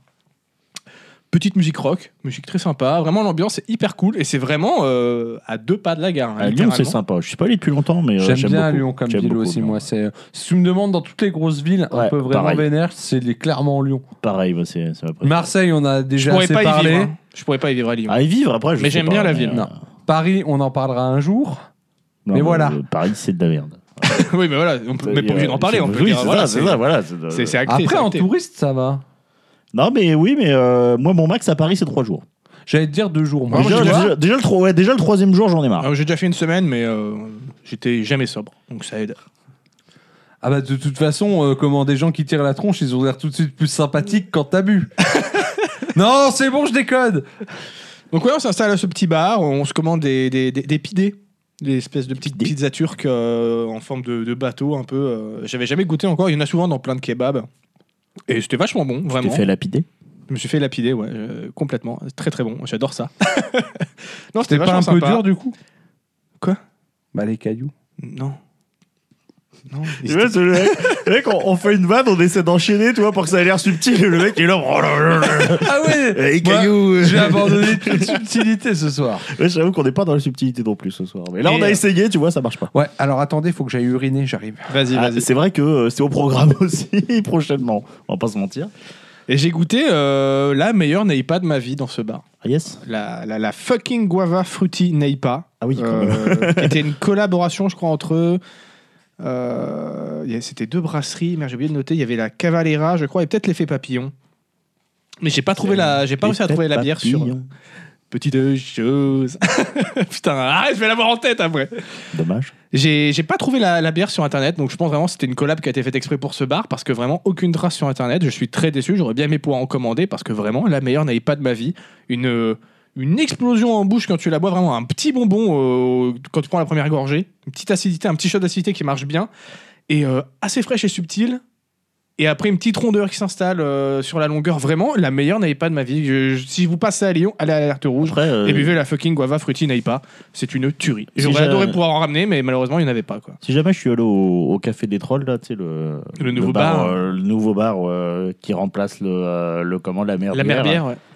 Petite musique rock, musique très sympa. Vraiment, l'ambiance est hyper cool et c'est vraiment euh, à deux pas de la gare. hein, À Lyon, c'est littéralement. sympa. Je suis pas allé depuis longtemps, mais euh, J'aime j'aime bien beaucoup. Lyon comme J'aime ville beaucoup, aussi, Lyon. moi. C'est... Si tu me demandes dans toutes les grosses villes, un Ouais, peu vraiment pareil. vénère, c'est les clairement Lyon. Pareil, bah, c'est c'est ma préférée. Marseille, on a Je déjà pourrais assez pas y parlé. vivre. hein. Je pourrais pas y vivre à Lyon. À y vivre après, je Mais sais j'aime pas, bien la mais, ville. euh, Non. Paris, on en parlera un jour. non, mais voilà. euh, Paris, c'est de la merde. oui, mais voilà, on peut, mais pas obligé d'en parler. On peut oui, dire, c'est voilà, ça, c'est ça, voilà. c'est de- c'est c'est acté. Après, c'est en acté. touriste, ça va. Non, mais oui, mais euh, moi, mon max à Paris, c'est trois jours. J'allais te dire deux jours. Moi, Ah, moi, déjà, j'ai déjà- déjà, déjà le tro- ouais, déjà le troisième jour, j'en ai marre. Alors, j'ai déjà fait une semaine, mais euh, j'étais jamais sobre, donc ça aide. Ah bah de toute façon, euh, comment des gens qui tirent la tronche, ils ont l'air tout de suite plus sympathiques quand t'as bu. Non, c'est bon, je décode. Donc ouais, on s'installe à ce petit bar, on se commande des, des, des, des pidés, des espèces de petites Pidés. pizzas turques euh, en forme de, de bateau un peu. euh, J'avais jamais goûté encore, il y en a souvent dans plein de kebabs. Et c'était vachement bon, Tu vraiment. t'es fait lapider. Je me suis fait lapider, ouais, euh, complètement. Très très bon, j'adore ça. non, C'était c'était pas vachement un peu sympa. dur du coup? Quoi? Bah les cailloux. Non. Non. Tu vois, c'est le mec, le mec, on, on fait une vanne, on essaie d'enchaîner, tu vois, pour que ça ait l'air subtil. Et le mec, il est là. Oh là là là là. Ah ouais. Les Moi, cailloux. je vais abandonner toute subtilité ce soir. Ouais, j'avoue qu'on n'est pas dans la subtilité non plus ce soir. Mais là, Et on a euh, essayé, tu vois, ça marche pas. Ouais, alors attendez, faut que j'aille uriner, j'arrive. Vas-y, Ah, vas-y. c'est vrai que euh, c'est au programme aussi prochainement. On va pas se mentir. Et j'ai goûté euh, la meilleure Neipa de ma vie dans ce bar. Ah yes. La, la, la fucking guava fruity Neipa. Ah oui, quand Euh, qui était une collaboration, je crois, entre. Euh, il y a- C'était deux brasseries, mais j'ai oublié de noter. Il y avait la Cavalera, je crois, et peut-être l'effet papillon. Mais j'ai pas trouvé la, j'ai pas réussi à trouver la bière sur petite chose. Putain, arrête, je vais l'avoir en tête après. Dommage. J'ai j'ai pas trouvé la, la bière sur internet, donc je pense vraiment que c'était une collab qui a été faite exprès pour ce bar parce que vraiment aucune trace sur internet. Je suis très déçu. J'aurais bien aimé pouvoir en commander parce que vraiment la meilleure n'avait pas de ma vie. Une euh, une explosion en bouche quand tu la bois, vraiment un petit bonbon euh, quand tu prends la première gorgée, une petite acidité, un petit shot d'acidité qui marche bien et euh, assez fraîche et subtile. Et après une petite rondeur qui s'installe euh, sur la longueur. Vraiment, la meilleure n'avait pas de ma vie. Je- je- si vous passez à Lyon, allez à l'Alerte Rouge. Après, euh, Et buvez la fucking guava fruity Neipa. C'est une tuerie. Si J'aurais j'ai- adoré pouvoir en ramener, mais malheureusement, il n'y en avait pas. Quoi. si jamais je suis allé au, au café des Trolls là, tu sais le, Le nouveau bar. euh, le nouveau bar euh, qui remplace le, euh, le comment la mer La mer bière, ouais.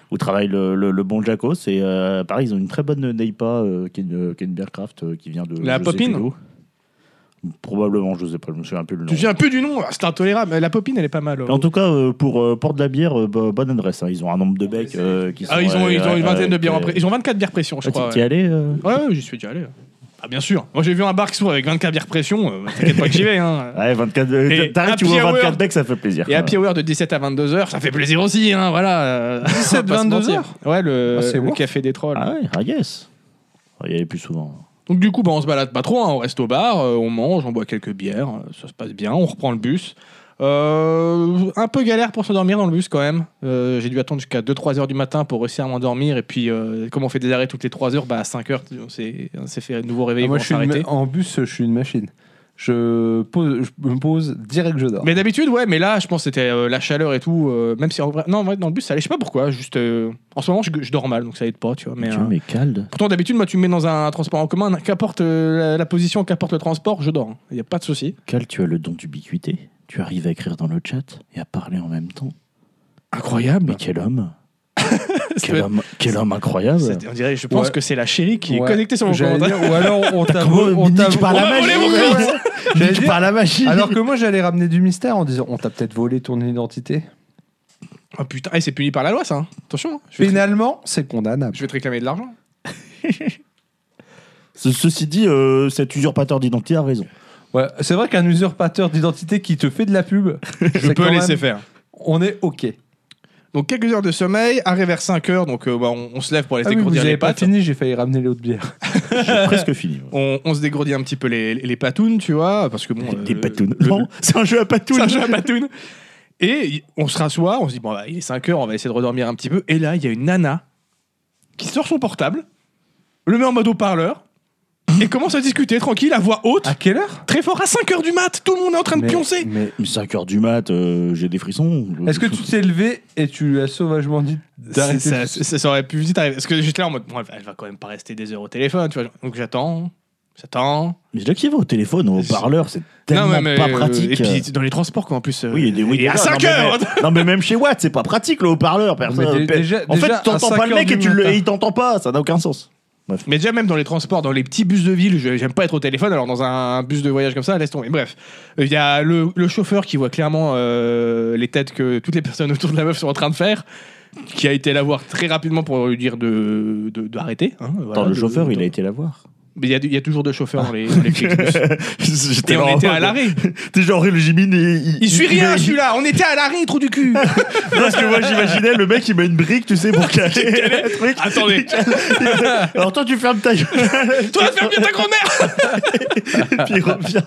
où travaille le, le, le bon Jacos. Et euh, pareil, ils ont une très bonne Neipa, euh, qui, est une, qui est une bière craft euh, qui vient de. La je sais Popine plus d'où. Probablement, je sais pas, je me souviens un peu le nom. Tu viens un peu du nom, c'est intolérable. Mais la Popine, elle est pas mal. En tout cas, euh, pour euh, Porte de la bière, euh, bah, bonne adresse. Hein. Ils ont un nombre de becs euh, qui sont. Ah, ils ont, euh, ils ont une vingtaine de bières en euh, pré- Ils ont vingt-quatre bières pression, je Ah, crois. t'y es Ouais, allé euh ouais, ouais, j'y suis déjà allé. Ah, bien sûr. Moi, j'ai vu un bar qui s'ouvre avec vingt-quatre bières pression. Euh, t'inquiète pas que j'y vais. Hein. Ouais, vingt-quatre. Et T'arrêtes, tu happy vois hour. vingt-quatre becs, ça fait plaisir. Et Happy Hour de dix-sept à vingt-deux heures, ça fait plaisir aussi. Hein, voilà. dix-sept, On va pas se vingt-deux mentir. heures Ouais, le, Ah, c'est le worth. café des trolls. Ah ouais, I guess. On va y aller plus souvent. Donc du coup, bah, on se balade pas trop, hein, on reste au bar, euh, on mange, on boit quelques bières, euh, ça se passe bien, on reprend le bus. Euh, un peu galère pour s'endormir dans le bus quand même. Euh, j'ai dû attendre jusqu'à deux trois heures du matin pour réussir à m'endormir. Et puis, euh, comme on fait des arrêts toutes les trois heures, bah, à cinq heures, on s'est, on s'est fait un nouveau réveil Ah, moi, pour je suis une s'arrêter. ma- en bus, je suis une machine. Je, pose, je me pose direct, je dors. Mais d'habitude, ouais, mais là, je pense que c'était euh, la chaleur et tout. euh, même si en vrai, non, en vrai, dans le bus, ça allait. Je sais pas pourquoi. Juste, euh, en ce moment, je, je dors mal, donc ça aide pas, tu vois. Mais, tu euh, vois, mais calde. pourtant, d'habitude, moi, tu me mets dans un transport en commun, qu'apporte euh, la, la position, qu'apporte le transport, je dors. Il y a pas de souci. Cal, tu as le don d'ubiquité. Tu arrives à écrire dans le chat et à parler en même temps. Incroyable. Mais quel homme C'est- Quel homme, quel homme incroyable. c'est- on dirait, je pense Ouais. que c'est la chérie qui est Ouais. connectée sur mon J'allais commentaire. dire, ou alors on t'a Comment- on t'a Nick par la on va magie. voler mon Ouais, compte. ouais. J'allais Nick dire- par la magie. Alors que moi, j'allais ramener du mystère en disant on t'a peut-être volé ton identité. Oh putain, eh, c'est puni par la loi, ça. hein. Attention, hein. je, vais te, Finalement, c'est condamnable. je vais te réclamer de l'argent. Ce- ceci dit, euh, cet usurpateur d'identité a raison. Ouais, c'est vrai qu'un usurpateur d'identité qui te fait de la pub, Je peux laisser faire. On est OK. Donc quelques heures de sommeil, arrêt vers cinq heures, donc euh, bah, on, on se lève pour aller se Ah oui, vous dégourdir avez les pas pattes. fini, j'ai failli ramener l'autre bière. J'ai presque fini. On, on se dégourdit un petit peu les, les patounes, tu vois, parce que bon... Des euh, patounes. le- Non, c'est un jeu à patounes. C'est un jeu à patounes. Et y- on se rassoit, on se dit, bon, bah, il est cinq heures, on va essayer de redormir un petit peu. Et là, il y a une nana qui sort son portable, le met en mode haut-parleur, et commence à discuter tranquille, à voix haute, À quelle heure très fort, à cinq heures du mat. Tout le monde est en train de mais, pioncer. mais Mais cinq heures du mat, euh, j'ai des frissons. est-ce que tu t'es levé et tu lui as sauvagement dit d'arrêter ça, tout- ça, ça aurait pu vite arriver. Parce que j'étais là en mode, bon, elle va quand même pas rester des heures au téléphone, tu vois. Donc j'attends, j'attends. Mais je qui va au téléphone ou au parleur, c'est tellement Non, mais, pas euh, pratique. et puis dans les transports, quoi, en plus. euh, Oui, il y a des oui, et à déjà, cinq non, mais- heures Non, mais même chez Watt, c'est pas pratique le haut-parleur. Personne. Mais dé- déjà- en fait, déjà, tu t'entends à pas le cinq mec heures et tu du le, matin. il t'entend pas. Ça n'a aucun sens. Mais déjà, même dans les transports, dans les petits bus de ville, je- j'aime pas être au téléphone, alors dans un bus de voyage comme ça, laisse tomber. Bref, il y a le, le chauffeur qui voit clairement euh, les têtes que toutes les personnes autour de la meuf sont en train de faire, qui a été la voir très rapidement pour lui dire de, de, d'arrêter. Hein, voilà, Attends, le de- chauffeur, de- il a été la voir. Mais il y a, il y a toujours deux chauffeurs dans les, dans les Flixbus. J'étais Et on était à l'arrêt. T'es genre le Jimmy. Il, Il suit rien, il- celui-là. On était à l'arrêt, trou du cul. Parce que moi, j'imaginais le mec, il met une brique, tu sais, pour caler le truc. Attendez. Alors toi, tu fermes ta gueule. Toi, ferme bien ta grand-mère. Et puis il revient.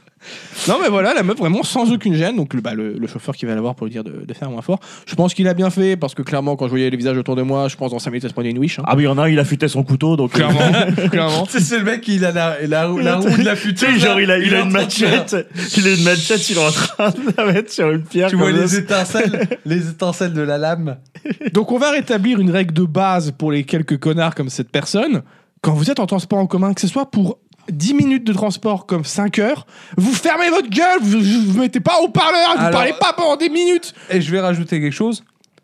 Non, mais voilà, la meuf vraiment sans aucune gêne. Donc, le, bah, le, le chauffeur qui va la voir pour lui dire de, de faire moins fort. Je pense qu'il a bien fait parce que clairement, quand je voyais les visages autour de moi, je pense dans cinq minutes, ça se prenait une wish. Hein. Ah, mais il y en a un, il affûtait son couteau, donc. Clairement, clairement. C'est c'est le mec, il a la, la, roue- la roue de la Tu future. sais, genre, il a, il est a en une train de faire- machette. Il a une machette, il est en train de la mettre sur une pierre. Tu vois comme les ça. étincelles, les étincelles de la lame. Donc, on va rétablir une règle de base pour les quelques connards comme cette personne. Quand vous êtes en transport en commun, que ce soit pour dix minutes de transport comme cinq heures, vous fermez votre gueule, vous ne vous mettez pas au parleur, vous Alors- parlez pas pendant des minutes. Et je vais rajouter quelque chose.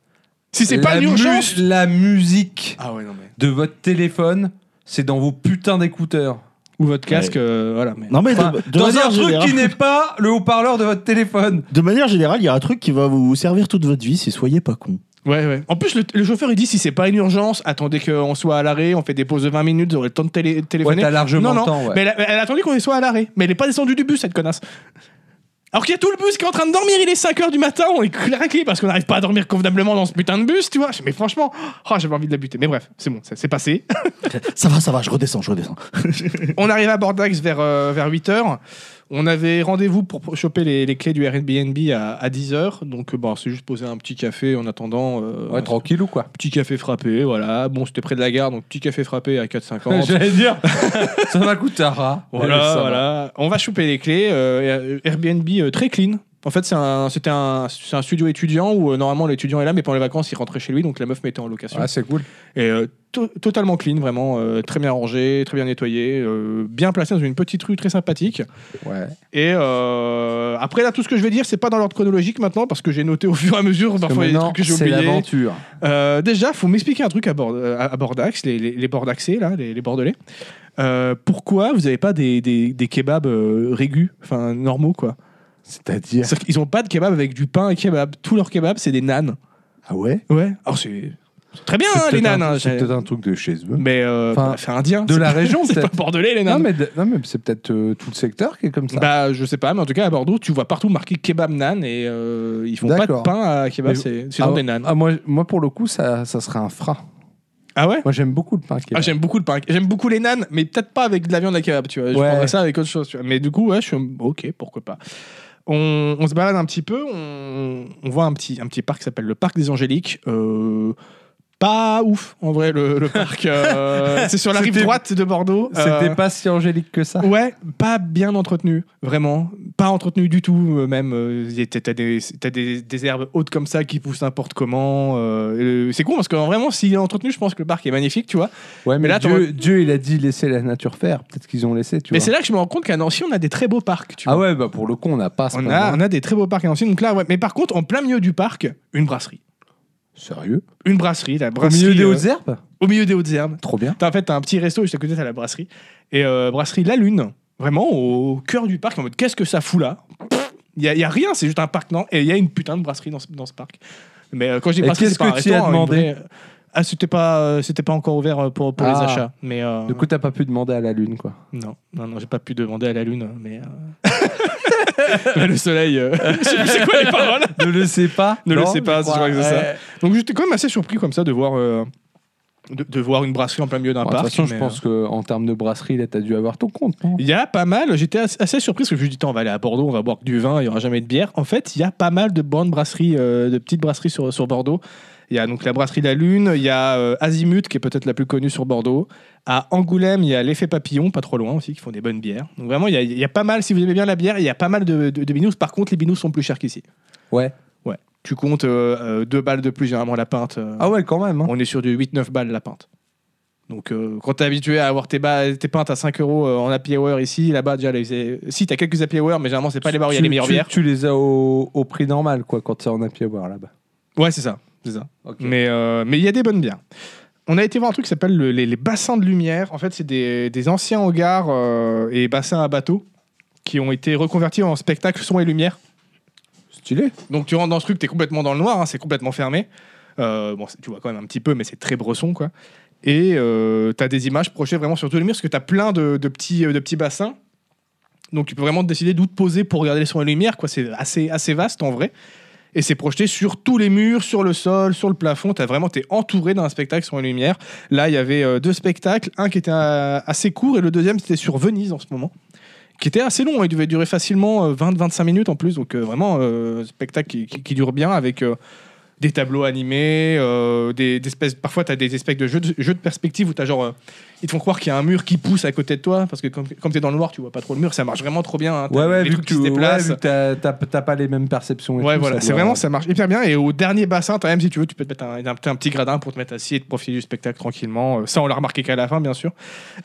Si c'est pas La une mu- urgence. La musique Ah ouais, non mais. de votre téléphone, c'est dans vos putains d'écouteurs. Ou votre casque, Ouais. euh, voilà. Mais... Non, mais Enfin, de, de dans manière un truc générale- qui n'est pas le haut-parleur de votre téléphone. de manière générale, il y a un truc qui va vous servir toute votre vie, c'est soyez pas con. Ouais, ouais. En plus, le, le chauffeur, il dit si c'est pas une urgence, attendez qu'on soit à l'arrêt, on fait des pauses de vingt minutes, vous aurez le temps de télé- Ouais, téléphoner. t'as largement non, non. le temps, ouais. Mais elle a, elle a attendu qu'on soit à l'arrêt. Mais elle est pas descendue du bus, cette connasse. Alors qu'il y a tout le bus qui est en train de dormir, il est cinq heures du matin, on est claqué parce qu'on n'arrive pas à dormir convenablement dans ce putain de bus, tu vois. Mais franchement, oh, j'avais envie de la buter. Mais bref, c'est bon, ça c'est passé. Ça va, ça va, je redescends, je redescends. On arrive à Bordeaux vers, euh, vers huit heures. On avait rendez-vous pour pour choper les, les clés du Airbnb à, à dix heures. Donc, euh, bon, c'est juste poser un petit café en attendant. euh, Ouais, tranquille ou quoi. Petit café frappé, voilà. Bon, c'était près de la gare, donc petit café frappé à quatre cinquante. J'allais dire, ça m'a coûté un rat. Voilà, Ça va. voilà. On va choper les clés. euh, Airbnb euh, très clean. En fait, c'est un, c'était un, c'est un studio étudiant où euh, normalement l'étudiant est là, mais pendant les vacances, il rentrait chez lui, donc la meuf mettait en location. Ah, c'est cool. Et euh, to- totalement clean, vraiment, euh, très bien rangé, très bien nettoyé, euh, bien placé dans une petite rue très sympathique. Ouais. Et euh, après, là, tout ce que je vais dire, c'est pas dans l'ordre chronologique maintenant, parce que j'ai noté au fur et à mesure, Parce que parfois il y a des maintenant, trucs que j'ai c'est oubliés. l'aventure. Euh, déjà, faut m'expliquer un truc à, Bord, à, à Bordax, les, les, les Bordaxais, là, les, les Bordelais. Euh, pourquoi vous avez pas des, des, des kebabs euh, régus, enfin normaux, quoi? C'est-à-dire. C'est-à-dire qu'ils ont pas de kebab avec du pain et kebab. Tous leurs kebabs, c'est des nanes. Ah ouais. Ouais. Alors c'est c'est très bien, C'est hein, les peut-être nanes. un- hein, C'est j'ai- peut-être un truc de chez eux. Mais euh, Enfin, bah, c'est indien. de c'est la pas- région, c'est pas peut-être. bordelais, les Non nanes. mais, de- non, mais c'est peut-être euh, tout le secteur qui est comme ça. Bah, je sais pas, mais en tout cas, à Bordeaux, tu vois partout marqué kebab nan et euh, ils font pas de D'accord. pain à kebab, Mais- c'est c'est ah, dans des nanes. ah, moi, moi, pour le coup, ça, ça serait un frein. Ah ouais? Moi, j'aime beaucoup le pain kebab. Ah, j'aime beaucoup le pain. J'aime beaucoup les nanes, mais peut-être pas avec de la viande à kebab, tu vois. Je Ouais. prendrais ça avec autre chose, tu vois. Mais du coup, ouais, je suis ok, pourquoi pas. On, on se balade un petit peu, on, on voit un petit, un petit parc qui s'appelle le Parc des Angéliques. Euh, pas ouf, en vrai, le, le parc. euh, c'est sur la rive C'était- droite de Bordeaux. C'était Euh, pas si angélique que ça. Ouais, pas bien entretenu, vraiment. Pas entretenu du tout, euh, même. euh, y a- T'as des, t'as des, des herbes hautes comme ça qui poussent n'importe comment. euh, et c'est con parce que vraiment, s'il est entretenu, je pense que le parc est magnifique, tu vois. Ouais, mais, Mais là, Dieu, Dieu, il a dit laisser la nature faire. Peut-être qu'ils ont laissé, tu Mais vois. c'est là que je me rends compte qu'à Nancy, on a des très beaux parcs, tu Ah vois. ouais, bah pour le coup, on n'a pas. On a, on a des très beaux parcs à Nancy, donc là, ouais. Mais par contre, en plein milieu du parc, une brasserie. Sérieux. Une brasserie, la Au brasserie. milieu des euh, hautes herbes. Au milieu des hautes herbes. Trop bien. T'as, en fait, t'as un petit resto juste à côté, t'as la brasserie. Et euh, brasserie La Lune, vraiment au cœur du parc, en mode qu'est-ce que ça fout là? Il y, a- y a rien, c'est juste un parc, non? Et il y a une putain de brasserie dans ce, dans ce parc. Mais euh, quand je dis Et brasserie, qu'est-ce c'est pas un que tu y as restaurant, une demandé? vraie- Ah, c'était pas, euh, c'était pas encore ouvert euh, pour, pour les Ah. achats. Mais euh, Du coup, t'as pas pu demander à la lune, quoi. non, non, non, j'ai pas pu demander à La Lune, mais. euh, mais le soleil, euh, je sais plus c'est quoi les paroles. Ne le sais pas. Ne le Non, sais pas, je je crois que c'est ça. Ouais. Donc j'étais quand même assez surpris comme ça de voir, euh, de, de voir une brasserie en plein milieu d'un Bon, de toute parc. façon, je mais, pense qu'en termes de brasserie, là, t'as dû avoir ton compte, non? Il y a pas mal, j'étais assez, assez surpris parce que je me suis dit, on va aller à Bordeaux, on va boire que du vin, il n'y aura jamais de bière. En fait, il y a pas mal de bonnes brasseries, euh, de petites brasseries sur, sur Bordeaux. Il y a donc la brasserie La Lune, il y a euh, Azimut qui est peut-être la plus connue sur Bordeaux. À Angoulême, il y a l'Effet Papillon, pas trop loin aussi, qui font des bonnes bières. Donc vraiment, il y a, il y a pas mal, si vous aimez bien la bière, il y a pas mal de, de, de binous. Par contre, les binous sont plus chers qu'ici. Ouais. Ouais. Tu comptes euh, euh, deux balles de plus généralement la pinte. euh, Ah ouais, quand même. Hein. On est sur du huit neuf balles la pinte. Donc, euh, quand t'es habitué à avoir tes, ba- tes pintes à cinq euros euh, en happy hour ici, là-bas, déjà, les... si t'as quelques happy hour, mais généralement, c'est pas les bars où il y a Tu- les meilleures tu- bières. Tu les as au, au prix normal, quoi, quand c'est en happy hour là-bas. Ouais, c'est ça. C'est ça. Ok. Mais euh, mais il y a des bonnes bières. On a été voir un truc qui s'appelle le- les, les bassins de lumière. En fait, c'est des, des anciens hangars euh, et bassins à bateaux qui ont été reconvertis en spectacle son et lumière. Stylé. Donc, tu rentres dans ce truc, t'es complètement dans le noir, hein, c'est complètement fermé. Euh, bon, c'est- tu vois quand même un petit peu, mais c'est très bresson, quoi. Et euh, t'as des images projetées vraiment sur tous les murs parce que t'as plein de, de, petits, euh, de petits bassins. Donc, tu peux vraiment décider d'où te poser pour regarder les sons et lumière, quoi. C'est assez, assez vaste en vrai. Et c'est projeté sur tous les murs, sur le sol, sur le plafond. T'as vraiment, t'es entouré d'un spectacle son et lumière. Là, il y avait euh, deux spectacles, un qui était euh, assez court et le deuxième c'était sur Venise en ce moment, qui était assez long. Il devait durer facilement euh, vingt à vingt-cinq minutes en plus. Donc euh, vraiment, euh, spectacle qui, qui, qui dure bien avec euh, des tableaux animés, euh, des, des espèces, parfois tu as des espèces de jeux de, jeux de perspective où t'as genre, euh, ils te font croire qu'il y a un mur qui pousse à côté de toi parce que comme, comme tu es dans le noir, tu vois pas trop le mur. Ça marche vraiment trop bien. Hein. T'as Ouais, ouais, les vu trucs que, qui se tu, ouais, déplacent. vu que t'as, t'as, t'as pas les mêmes perceptions. Et Ouais, tout, voilà, ça c'est doit- vraiment, ça marche hyper bien. Et au dernier bassin, t'as même si tu veux, tu peux te mettre un, un, un petit gradin pour te mettre assis et te profiter du spectacle tranquillement. Euh, Ça, on l'a remarqué qu'à la fin, bien sûr.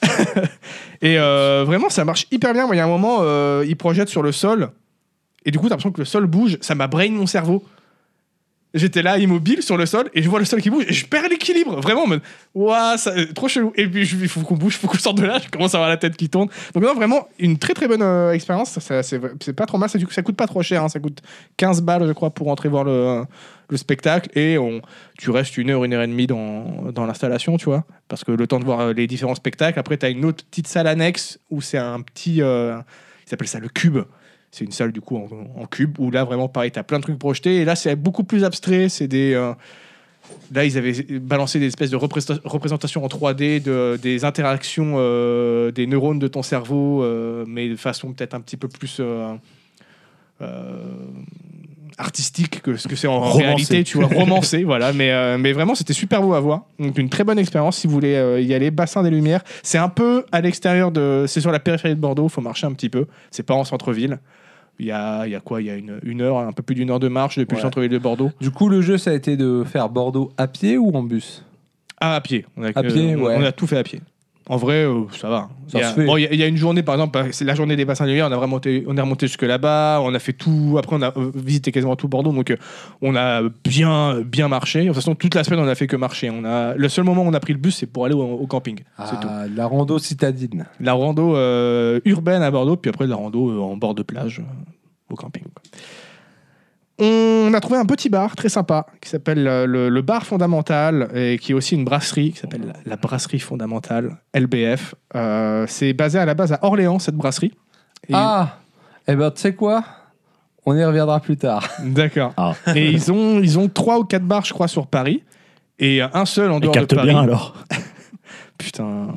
Et euh, vraiment, ça marche hyper bien. Moi, il y a un moment, euh, ils projettent sur le sol. Et du coup, t'as l'impression que le sol bouge. Ça m'a brain mon cerveau. J'étais là, immobile sur le sol, et je vois le sol qui bouge, et je perds l'équilibre. Vraiment, en mode, ouah, ça, euh, trop chelou. Et puis, je- il faut qu'on bouge, il faut qu'on sorte de là. Je commence à avoir la tête qui tourne. Donc, non, vraiment, une très très bonne euh, expérience. Ça, ça, c'est, c'est pas trop mal. Ça, du coup, ça coûte pas trop cher. Hein. Ça coûte quinze balles, je crois, pour entrer voir le, le spectacle. Et on, tu restes une heure, une heure et demie dans, dans l'installation, tu vois. Parce que le temps de voir euh, les différents spectacles. Après, tu as une autre petite salle annexe où c'est un petit. Euh, ils appellent ça le cube. C'est une salle du coup en, en cube où là vraiment pareil t'as plein de trucs projetés et là c'est beaucoup plus abstrait. C'est des euh, là ils avaient balancé des espèces de représenta- représentations en trois D de, des interactions euh, des neurones de ton cerveau euh, mais de façon peut-être un petit peu plus euh, euh, artistique que ce que c'est en, en Romancé. réalité, tu vois, romancé, voilà. Mais, euh, mais vraiment, c'était super beau à voir. Donc, une très bonne expérience si vous voulez euh, y aller. Bassin des Lumières. C'est un peu à l'extérieur de. C'est sur la périphérie de Bordeaux, il faut marcher un petit peu. C'est pas en centre-ville. Il y a, il y a quoi Il y a une, une heure, un peu plus d'une heure de marche depuis Ouais. le centre-ville de Bordeaux. Du coup, le jeu, ça a été de faire Bordeaux à pied ou en bus? Ah, à pied. On a, À pied, on, ouais. on a tout fait à pied. En vrai, euh, ça va. Ça il, y a, se fait. bon, il, y a, il y a une journée, par exemple, c'est la journée des bassins de rivière, on, a vraiment été- on est remonté jusque là-bas, on a fait tout. Après, on a euh, visité quasiment tout Bordeaux, donc euh, on a bien, bien marché. De toute façon, toute la semaine, on a fait que marcher. On a, le seul moment où on a pris le bus, c'est pour aller au, au camping. C'est tout. Ah, la rando citadine. La rando euh, urbaine à Bordeaux, puis après, la rando euh, en bord de plage euh, au camping. quoi. On a trouvé un petit bar très sympa qui s'appelle euh, le, le Bar Fondamental et qui est aussi une brasserie qui s'appelle la, la Brasserie Fondamentale, L B F. Euh, c'est basé à la base à Orléans, cette brasserie. Et- Ah, eh ben, tu sais quoi? On y reviendra plus tard. D'accord. Ah. Et ils ont, ils ont trois ou quatre bars, je crois, sur Paris et un seul en Et dehors de capte Paris. bien alors. Putain.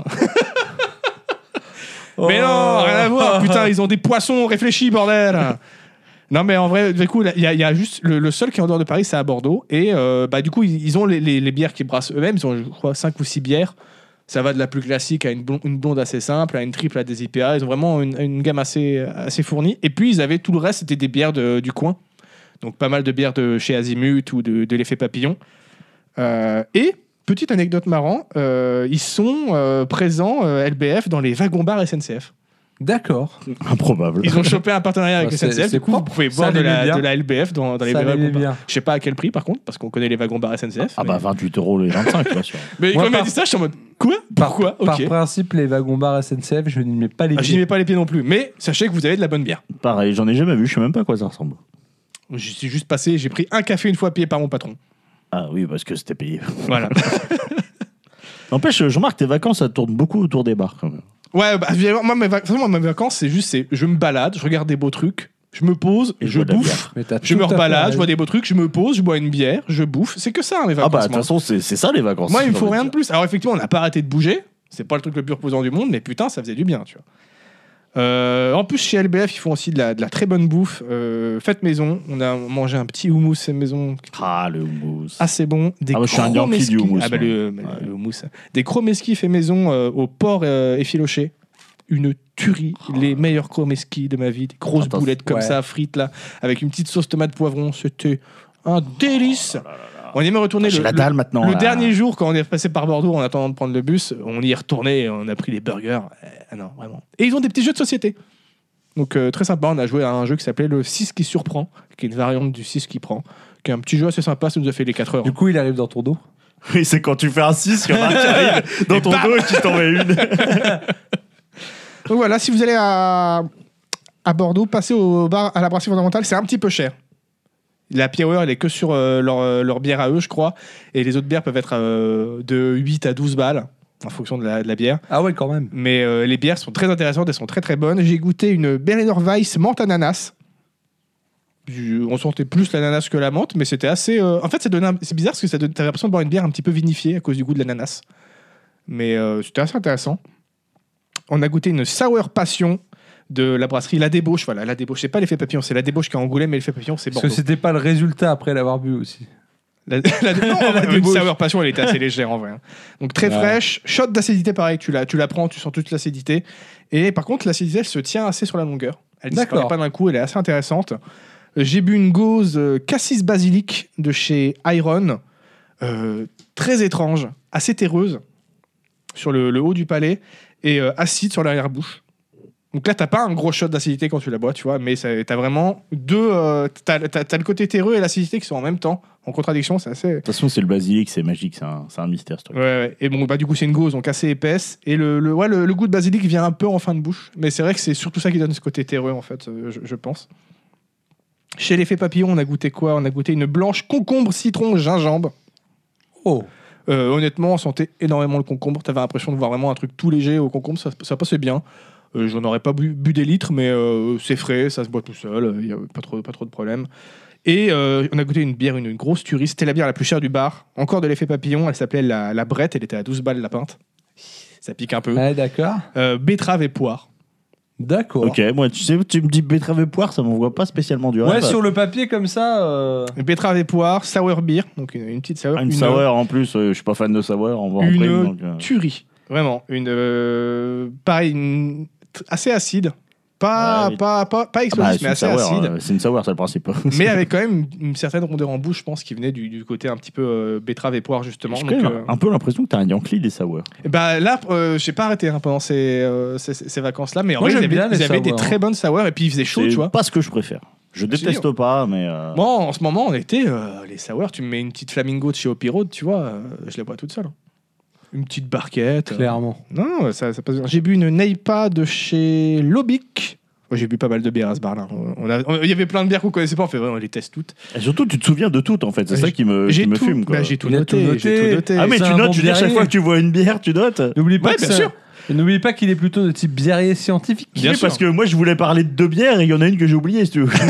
Mais non, rien à voir. Putain, ils ont des poissons réfléchis, bordel. Non, mais en vrai, du coup, il y, a- il y a juste le, le seul qui est en dehors de Paris, c'est à Bordeaux. Et euh, bah, du coup, ils, ils ont les, les- les bières qu'ils brassent eux-mêmes. Ils ont, je crois, cinq ou six bières. Ça va de la plus classique à une blonde, une blonde assez simple, à une triple, à des I P A. Ils ont vraiment une, une gamme assez, assez fournie. Et puis, ils avaient tout le reste, c'était des bières de- du coin. Donc, pas mal de bières de chez Azimut ou de, de l'effet papillon. Euh, et, petite anecdote marrant, euh, ils sont euh, présents, euh, L B F, dans les wagons-bars S N C F. D'accord. Improbable. Ils ont chopé un partenariat avec Ouais, c'est- S N C F. c'est Du coup, vous propre. pouvez Ça boire de allait la, bien. de la L B F dans, dans les Ça allait wagons-bars. bien. Je sais pas à quel prix, par contre, parce qu'on connaît les wagons-bars S N C F. Ah mais bah vingt-huit euros les vingt-cinq, bien sûr. mais Moi, quand il m'a par- dit ça, je suis en mode quoi Pourquoi Par Ok. principe, les wagons-bars S N C F, je n'y mets pas les Ah, J'y pieds. mets pas les pieds non plus. Mais sachez que vous avez de la bonne bière. Pareil, j'en ai jamais vu, je sais même pas à quoi ça ressemble. Je suis juste passé, j'ai pris un café une fois payé par mon patron. Ah oui, parce que c'était payé. Voilà. N'empêche, Jean-Marc, tes vacances, ça tourne beaucoup autour des bars quand même. Ouais, bah, moi, mes vac- moi, mes vacances, c'est juste, c'est, je me balade, je regarde des beaux trucs, je me pose, Et je je bois de la bouffe, Mais t'as je tout me à fait rebalade, je raison. vois des beaux trucs, je me pose, je bois une bière, je bouffe. C'est que ça, mes Ah vacances. bah de toute moi. façon, c'est c'est ça les vacances. Moi, il me j'ai faut envie rien de de plus. Alors, effectivement, on n'a pas arrêté de bouger. C'est pas le truc le plus reposant du monde, mais putain, ça faisait du bien, tu vois. Euh, en plus, chez L B F, ils font aussi de la, de la très bonne bouffe. Euh, faites maison. On a mangé un petit houmous fait maison dire. Ah, le houmous. assez bon. Des Ah, moi, je suis un yankee chromeski- du houmous, Ah, bah, moi. le, Ouais. le houmous. Des chromeski fait maison euh, au porc euh, effiloché. Une tuerie. Les meilleurs chromeski de ma vie. Des grosses Attends, boulettes comme ouais. ça, frites là, avec une petite sauce tomate poivron. C'était un délice. On y est retourné J'ai le, la le- dalle maintenant. le là. dernier jour, quand on est passé par Bordeaux en attendant de prendre le bus, on y est retourné, et on a pris des burgers. Ah non, vraiment. Et ils ont des petits jeux de société. Donc euh, très sympa, on a joué à un jeu qui s'appelait le six qui surprend, qui est une variante du six qui prend, qui est un petit jeu assez sympa, ça nous a fait les quatre heures. Du coup, il arrive dans ton dos. Oui, c'est quand tu fais un six, il y en a un qui arrive dans ton dos et qui t'en met une. Donc voilà, si vous allez à, à Bordeaux, passez au bar à la brasserie fondamentale, c'est un petit peu cher. La happy hour, elle est que sur euh, leur, euh, leur bière à eux, je crois, et les autres bières peuvent être euh, de huit à douze balles, en fonction de la, de la bière. Ah ouais, quand même. Mais euh, les bières sont très intéressantes, elles sont très très bonnes. J'ai goûté une Berliner Weiss menthe ananas. Du- On sentait plus l'ananas que la menthe, mais c'était assez. euh, En fait, ça donnait un- c'est bizarre parce que ça donne... t'avais l'impression de boire une bière un petit peu vinifiée à cause du goût de l'ananas. Mais euh, c'était assez intéressant. On a goûté une Sour Passion de la brasserie La Débauche. Voilà, La Débauche, c'est pas l'effet papillon, c'est La Débauche qui est à Angoulême, mais l'effet papillon, c'est Parce Bordeaux. que c'était pas le résultat après l'avoir bu aussi. La, la, non, La une débauche. Sour Passion, elle était assez légère en vrai. hein. Donc très Ouais. fraîche, shot d'acidité pareil, tu la, tu la prends, tu sens toute l'acidité. Et par contre, l'acidité, elle se tient assez sur la longueur. Elle disparaît D'accord. pas d'un coup, elle est assez intéressante. Euh, J'ai bu une gauze euh, cassis basilic de chez Iron, euh, très étrange, assez terreuse sur le, le haut du palais et euh, acide sur l'arrière-bouche. Donc là, t'as pas un gros shot d'acidité quand tu la bois, tu vois, mais ça- t'as vraiment deux. euh, t'as, t'as- t'as le côté terreux et l'acidité qui sont en même temps, en contradiction, c'est assez. De toute façon, c'est le basilic, c'est magique, c'est un, c'est un mystère ce truc. Ouais, ouais. Et bon, bah, du coup, c'est une gauze, donc assez épaisse. Et le, le, ouais, le, le goût de basilic vient un peu en fin de bouche. Mais c'est vrai que c'est surtout ça qui donne ce côté terreux, en fait, euh, je, je pense. Chez l'effet papillon, on a goûté quoi On a goûté une blanche concombre, citron, gingembre. Oh. Euh, honnêtement, on sentait énormément le concombre. T'avais l'impression de voir vraiment un truc tout léger au concombre. Ça, ça passait bien. Euh, J'en aurais pas bu, bu des litres, mais euh, c'est frais, ça se boit tout seul. Il n'y a pas trop, pas trop de problème. Et euh, on a goûté une bière, une, une grosse tuerie. C'était la bière la plus chère du bar. Encore de l'effet papillon. Elle s'appelait la, la Brette. Elle était à douze balles la pinte. Ça pique un peu. Ouais, d'accord. Euh, betterave et poire. D'accord. Ok, moi, tu sais, tu me dis betterave et poire, ça m'envoie pas spécialement du Ouais, rêve. sur le papier comme ça. euh, Betterave et poire, sour beer. Donc une, une petite sour. Ah, une sour en plus, euh, je suis pas fan de sour, on va en Une prime. Donc, euh, tuerie. Vraiment. Une, euh, pareil, une- t- assez acide. Pas, Ouais, mais- pas, pas, pas Ah explosif, bah, mais c'est assez une sour, acide. euh, c'est une sour, c'est le principe. Mais avec quand même une, une certaine rondeur en bouche, je pense, qui venait du, du côté un petit peu euh, betterave et poire, justement. J'ai Donc, quand même euh, un peu l'impression que t'as un Yankee des sours. et bah, là, euh, j'ai pas arrêté hein, pendant ces, euh, ces, ces vacances-là, mais en Moi, vrai, ils j'aime avaient, bien les ils avaient des sours, très hein. bonnes sours et puis il faisait chaud, C'est tu vois. pas ce que je préfère. Je déteste Si. pas, mais. euh, Moi, en ce moment, en été, euh, les sours, tu me mets une petite flamingo de chez Hopi Road, tu vois, euh, je la bois toute seule. hein. Une petite barquette. euh, Clairement. Non, ça, ça passe bien. J'ai bu une Neipa de chez Lobic. Moi, j'ai bu pas mal de bières à ce bar-là. On a- on- Il y avait plein de bières qu'on connaissait pas, on fait, ouais, on les teste toutes. Et surtout, tu te souviens de tout en fait. C'est Ouais, ça qui me, J'ai qui me tout, fume. Quoi. bah, j'ai tout Il a noté. tout noté. J'ai tout noté. Ah, mais C'est tu un notes, bon tu dis à chaque biérier. fois que tu vois une bière, tu notes. N'oublie pas Ouais, que bien c'est- sûr. N'oublie pas qu'il est plutôt de type biérier scientifique. Bien Oui, sûr. parce que moi je voulais parler de deux bières et il y en a une que j'ai oubliée si tu veux.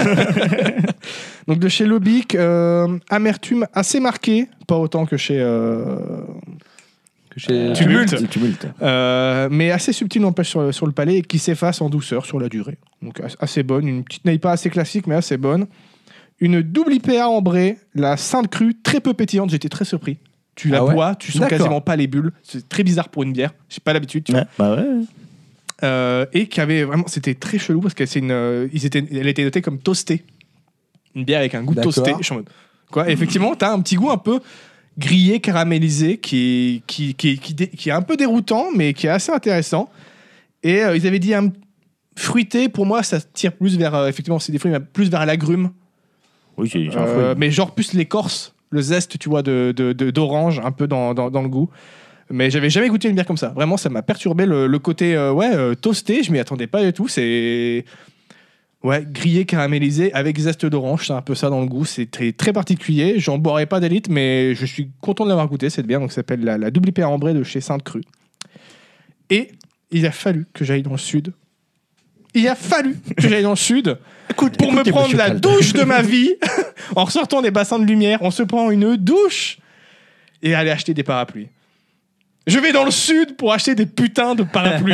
Donc de chez Lobic, euh, amertume assez marquée, pas autant que chez, euh, Que chez Tumulte. Tumulte. Tumulte. euh, mais assez subtil n'empêche sur, sur le palais et qui s'efface en douceur sur la durée. Donc as- assez bonne, une petite Neipa assez classique mais assez bonne. Une double I P A ambrée, la Sainte Crue, très peu pétillante, j'étais très surpris. Tu la Ah ouais bois, tu sens D'accord. quasiment pas les bulles, c'est très bizarre pour une bière, j'ai pas l'habitude. Tu vois. Ouais, bah ouais. Euh, et qui avait vraiment, c'était très chelou parce que c'est une, euh, ils étaient, elle était notée comme toastée, une bière avec un goût D'accord. toasté. Je suis en mode, quoi, et effectivement, t'as un petit goût un peu grillé, caramélisé, qui, qui, qui, qui, dé- qui est un peu déroutant, mais qui est assez intéressant. Et euh, ils avaient dit un fruité, pour moi, ça tire plus vers, euh, effectivement, c'est des fruits, mais plus vers l'agrume, Oui, c'est c'est un Euh, fruit. mais genre plus l'écorce, le zeste, tu vois, de, de, de- d'orange, un peu dans, dans, dans le goût. Mais j'avais jamais goûté une bière comme ça. Vraiment, ça m'a perturbé le, le côté euh, ouais euh, toasté. Je m'y attendais pas du tout. C'est ouais grillé, caramélisé avec zeste d'orange. C'est un peu ça dans le goût. C'est très, très particulier. J'en boirais pas d'élite, mais je suis content de l'avoir goûté cette bière. Donc ça s'appelle la, la double I P A ambrée de chez Sainte Crue. Et il a fallu que j'aille dans le sud. Il a fallu que j'aille dans le sud pour me écoutez, prendre monsieur la Calde. douche de ma vie. En ressortant des bassins de lumière, on se prend une douche et aller acheter des parapluies. Je vais dans le sud pour acheter des putains de parapluies.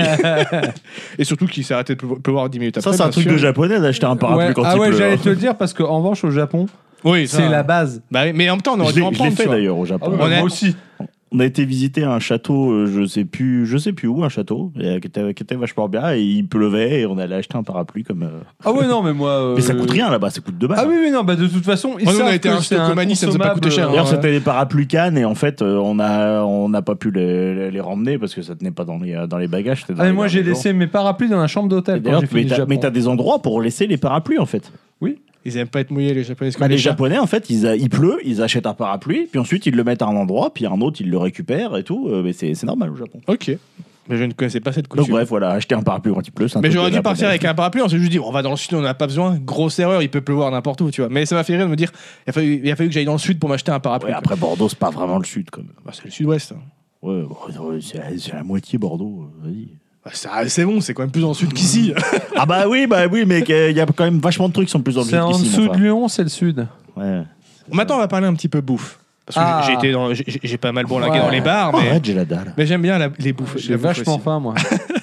Et surtout qu'il s'est arrêté de pleuvoir- pleuvoir dix minutes après. Ça, c'est un bien truc sûr. de japonais d'acheter un parapluie Ouais. quand Ah il ouais, pleut. j'allais hein. te le dire parce qu'en revanche, au Japon, Oui, ça. c'est la base. Bah oui, mais en même temps, on aurait Je dû l'ai en je l'ai prendre. tu fait vois. d'ailleurs au Japon. Ah ouais, On est- moi aussi. On a été visiter un château, euh, je sais plus, je sais plus où, un château, et, qui, était, qui était vachement bien, et il pleuvait, et on allait acheter un parapluie comme. euh, Ah ouais, non, mais moi. euh, Mais ça coûte rien là-bas, ça coûte deux balles. Ah oui, oui, non, bah de toute façon, ils Oh, nous, on a savent été que à un c'est un Stock-Omani, ça nous a pas coûté cher, hein. D'ailleurs, Ouais. c'était les parapluies Cannes, et en fait, euh, on a, on n'a pas pu les, les ramener parce que ça tenait pas dans les, dans les bagages. c'était dans Ah, mais les moi, j'ai bagages. laissé mes parapluies dans la chambre Et d'hôtel quand D'ailleurs, j'ai mais fini le t'as, Japon. mais t'as des endroits pour laisser les parapluies en fait. Ils aiment pas être mouillés, les Japonais. Bah, les Japonais, en fait, ils a- il pleut, ils achètent un parapluie, puis ensuite ils le mettent à un endroit, puis un autre ils le récupèrent et tout. euh, mais c'est, c'est normal au Japon. Ok. Mais je ne connaissais pas cette Donc coutume. bref, voilà, acheter un parapluie quand il pleut, c'est un Mais truc j'aurais de dû partir japonais. avec un parapluie, on s'est juste dit, on va dans le sud, on n'a pas besoin. Grosse erreur, il peut pleuvoir n'importe où, tu vois. Mais ça m'a fait rire de me dire, il a fallu, il a fallu que j'aille dans le sud pour m'acheter un parapluie. Ouais, quoi. après Bordeaux, c'est pas vraiment le sud quand même. Bah, c'est le sud-ouest. hein. Ouais, bon, ouais, c'est, c'est la moitié Bordeaux, euh, vas-y. Bah, ça- c'est bon, c'est quand même plus dans le sud qu'ici. Ah bah oui, bah oui, mais il y a quand même vachement de trucs qui sont plus dans le C'est sud en qu'ici, dessous mon de frère. Lyon, c'est le sud. Ouais. Maintenant, on va parler un petit peu bouffe. Parce que Ah. j'ai, été dans, j'ai, j'ai pas mal bourlingué Ouais. dans les bars, Oh, mais, arrête, j'ai la dalle. mais j'aime bien la- les bouffes. J'ai la bouffe vachement aussi. faim, moi.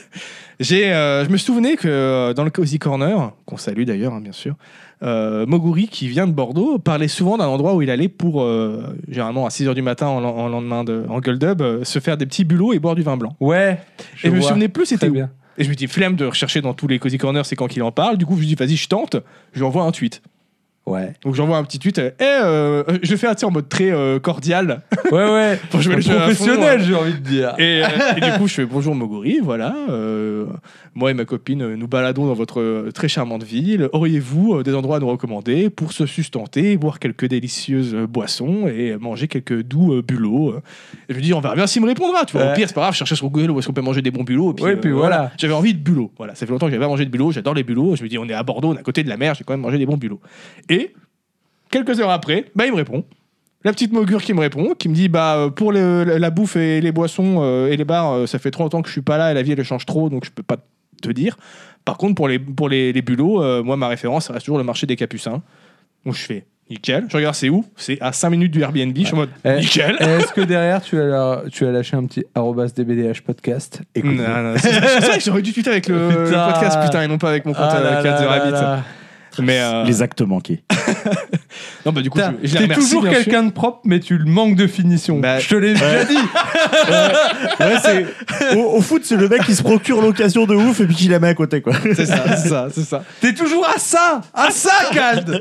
J'ai, euh, je me souvenais que euh, dans le Cozy Corner, qu'on salue d'ailleurs, hein, bien sûr, euh, Moguri, qui vient de Bordeaux, parlait souvent d'un endroit où il allait pour, euh, généralement à six heures du matin en, en lendemain de, en gueule dub, euh, se faire des petits bulots et boire du vin blanc. Ouais. Et je me vois. souvenais plus c'était Très où. bien. Et je me dis, flemme de rechercher dans tous les Cozy Corners, c'est quand qu'il en parle. Du coup, je me dis, vas-y, je tente, je lui envoie un tweet. Ouais. Donc j'envoie un petit tweet, euh, Eh, euh, je le fais tu sais, en mode très euh, cordial. Ouais, ouais. Pour jouer le jeu à fond, Professionnel, ouais. j'ai envie de dire. Et, euh, et du coup, je fais bonjour Moguri, voilà. euh, moi et ma copine, euh, nous baladons dans votre euh, très charmante ville. Auriez-vous euh, des endroits à nous recommander pour se sustenter, boire quelques délicieuses euh, boissons et manger quelques doux euh, bulots euh. Et je lui dis, on verra bien s'il me répondra. Tu vois. Ouais. Au pire, c'est pas grave, chercher sur Google où est-ce qu'on peut manger des bons bulots. Ouais, puis voilà. J'avais envie de bulots. Voilà, ça fait longtemps que j'avais pas mangé de bulots. J'adore les bulots. Je me dis, on est à Bordeaux, on est à côté de la mer, j'ai quand même mangé des bons bulots. Et quelques heures après, bah, il me répond. La petite Mogure qui me répond, qui me dit bah euh, pour le- la bouffe et les boissons euh, et les bars, euh, ça fait trop longtemps que je suis pas là et la vie elle change trop, donc je peux pas te dire. Par contre pour les pour les, les bulots, euh, moi ma référence ça reste toujours le marché des Capucins. Donc je fais nickel. Je regarde c'est où, c'est à cinq minutes du Airbnb. Je suis en mode Eh, nickel. Et Est-ce que derrière, tu as, la- tu as lâché un petit arrobas D B D H podcast Écoute. Non, non, c'est c'est vrai que j'aurais dû tweeter avec le, Putain. le podcast putain et non pas avec mon compte Ah euh, là Cat the là Rabbit. là là. Mais euh, Les actes manqués. Non, bah du coup, T'as- je, je les T'es remercie, toujours bien sûr. quelqu'un de propre, mais tu le manques de finition. Bah, je te l'ai déjà dit. Ouais, c'est... Au, au foot, c'est le mec qui se procure l'occasion de ouf et puis qui la met à côté, quoi. C'est ça, c'est ça, c'est ça. T'es toujours à ça, à ça, Cald.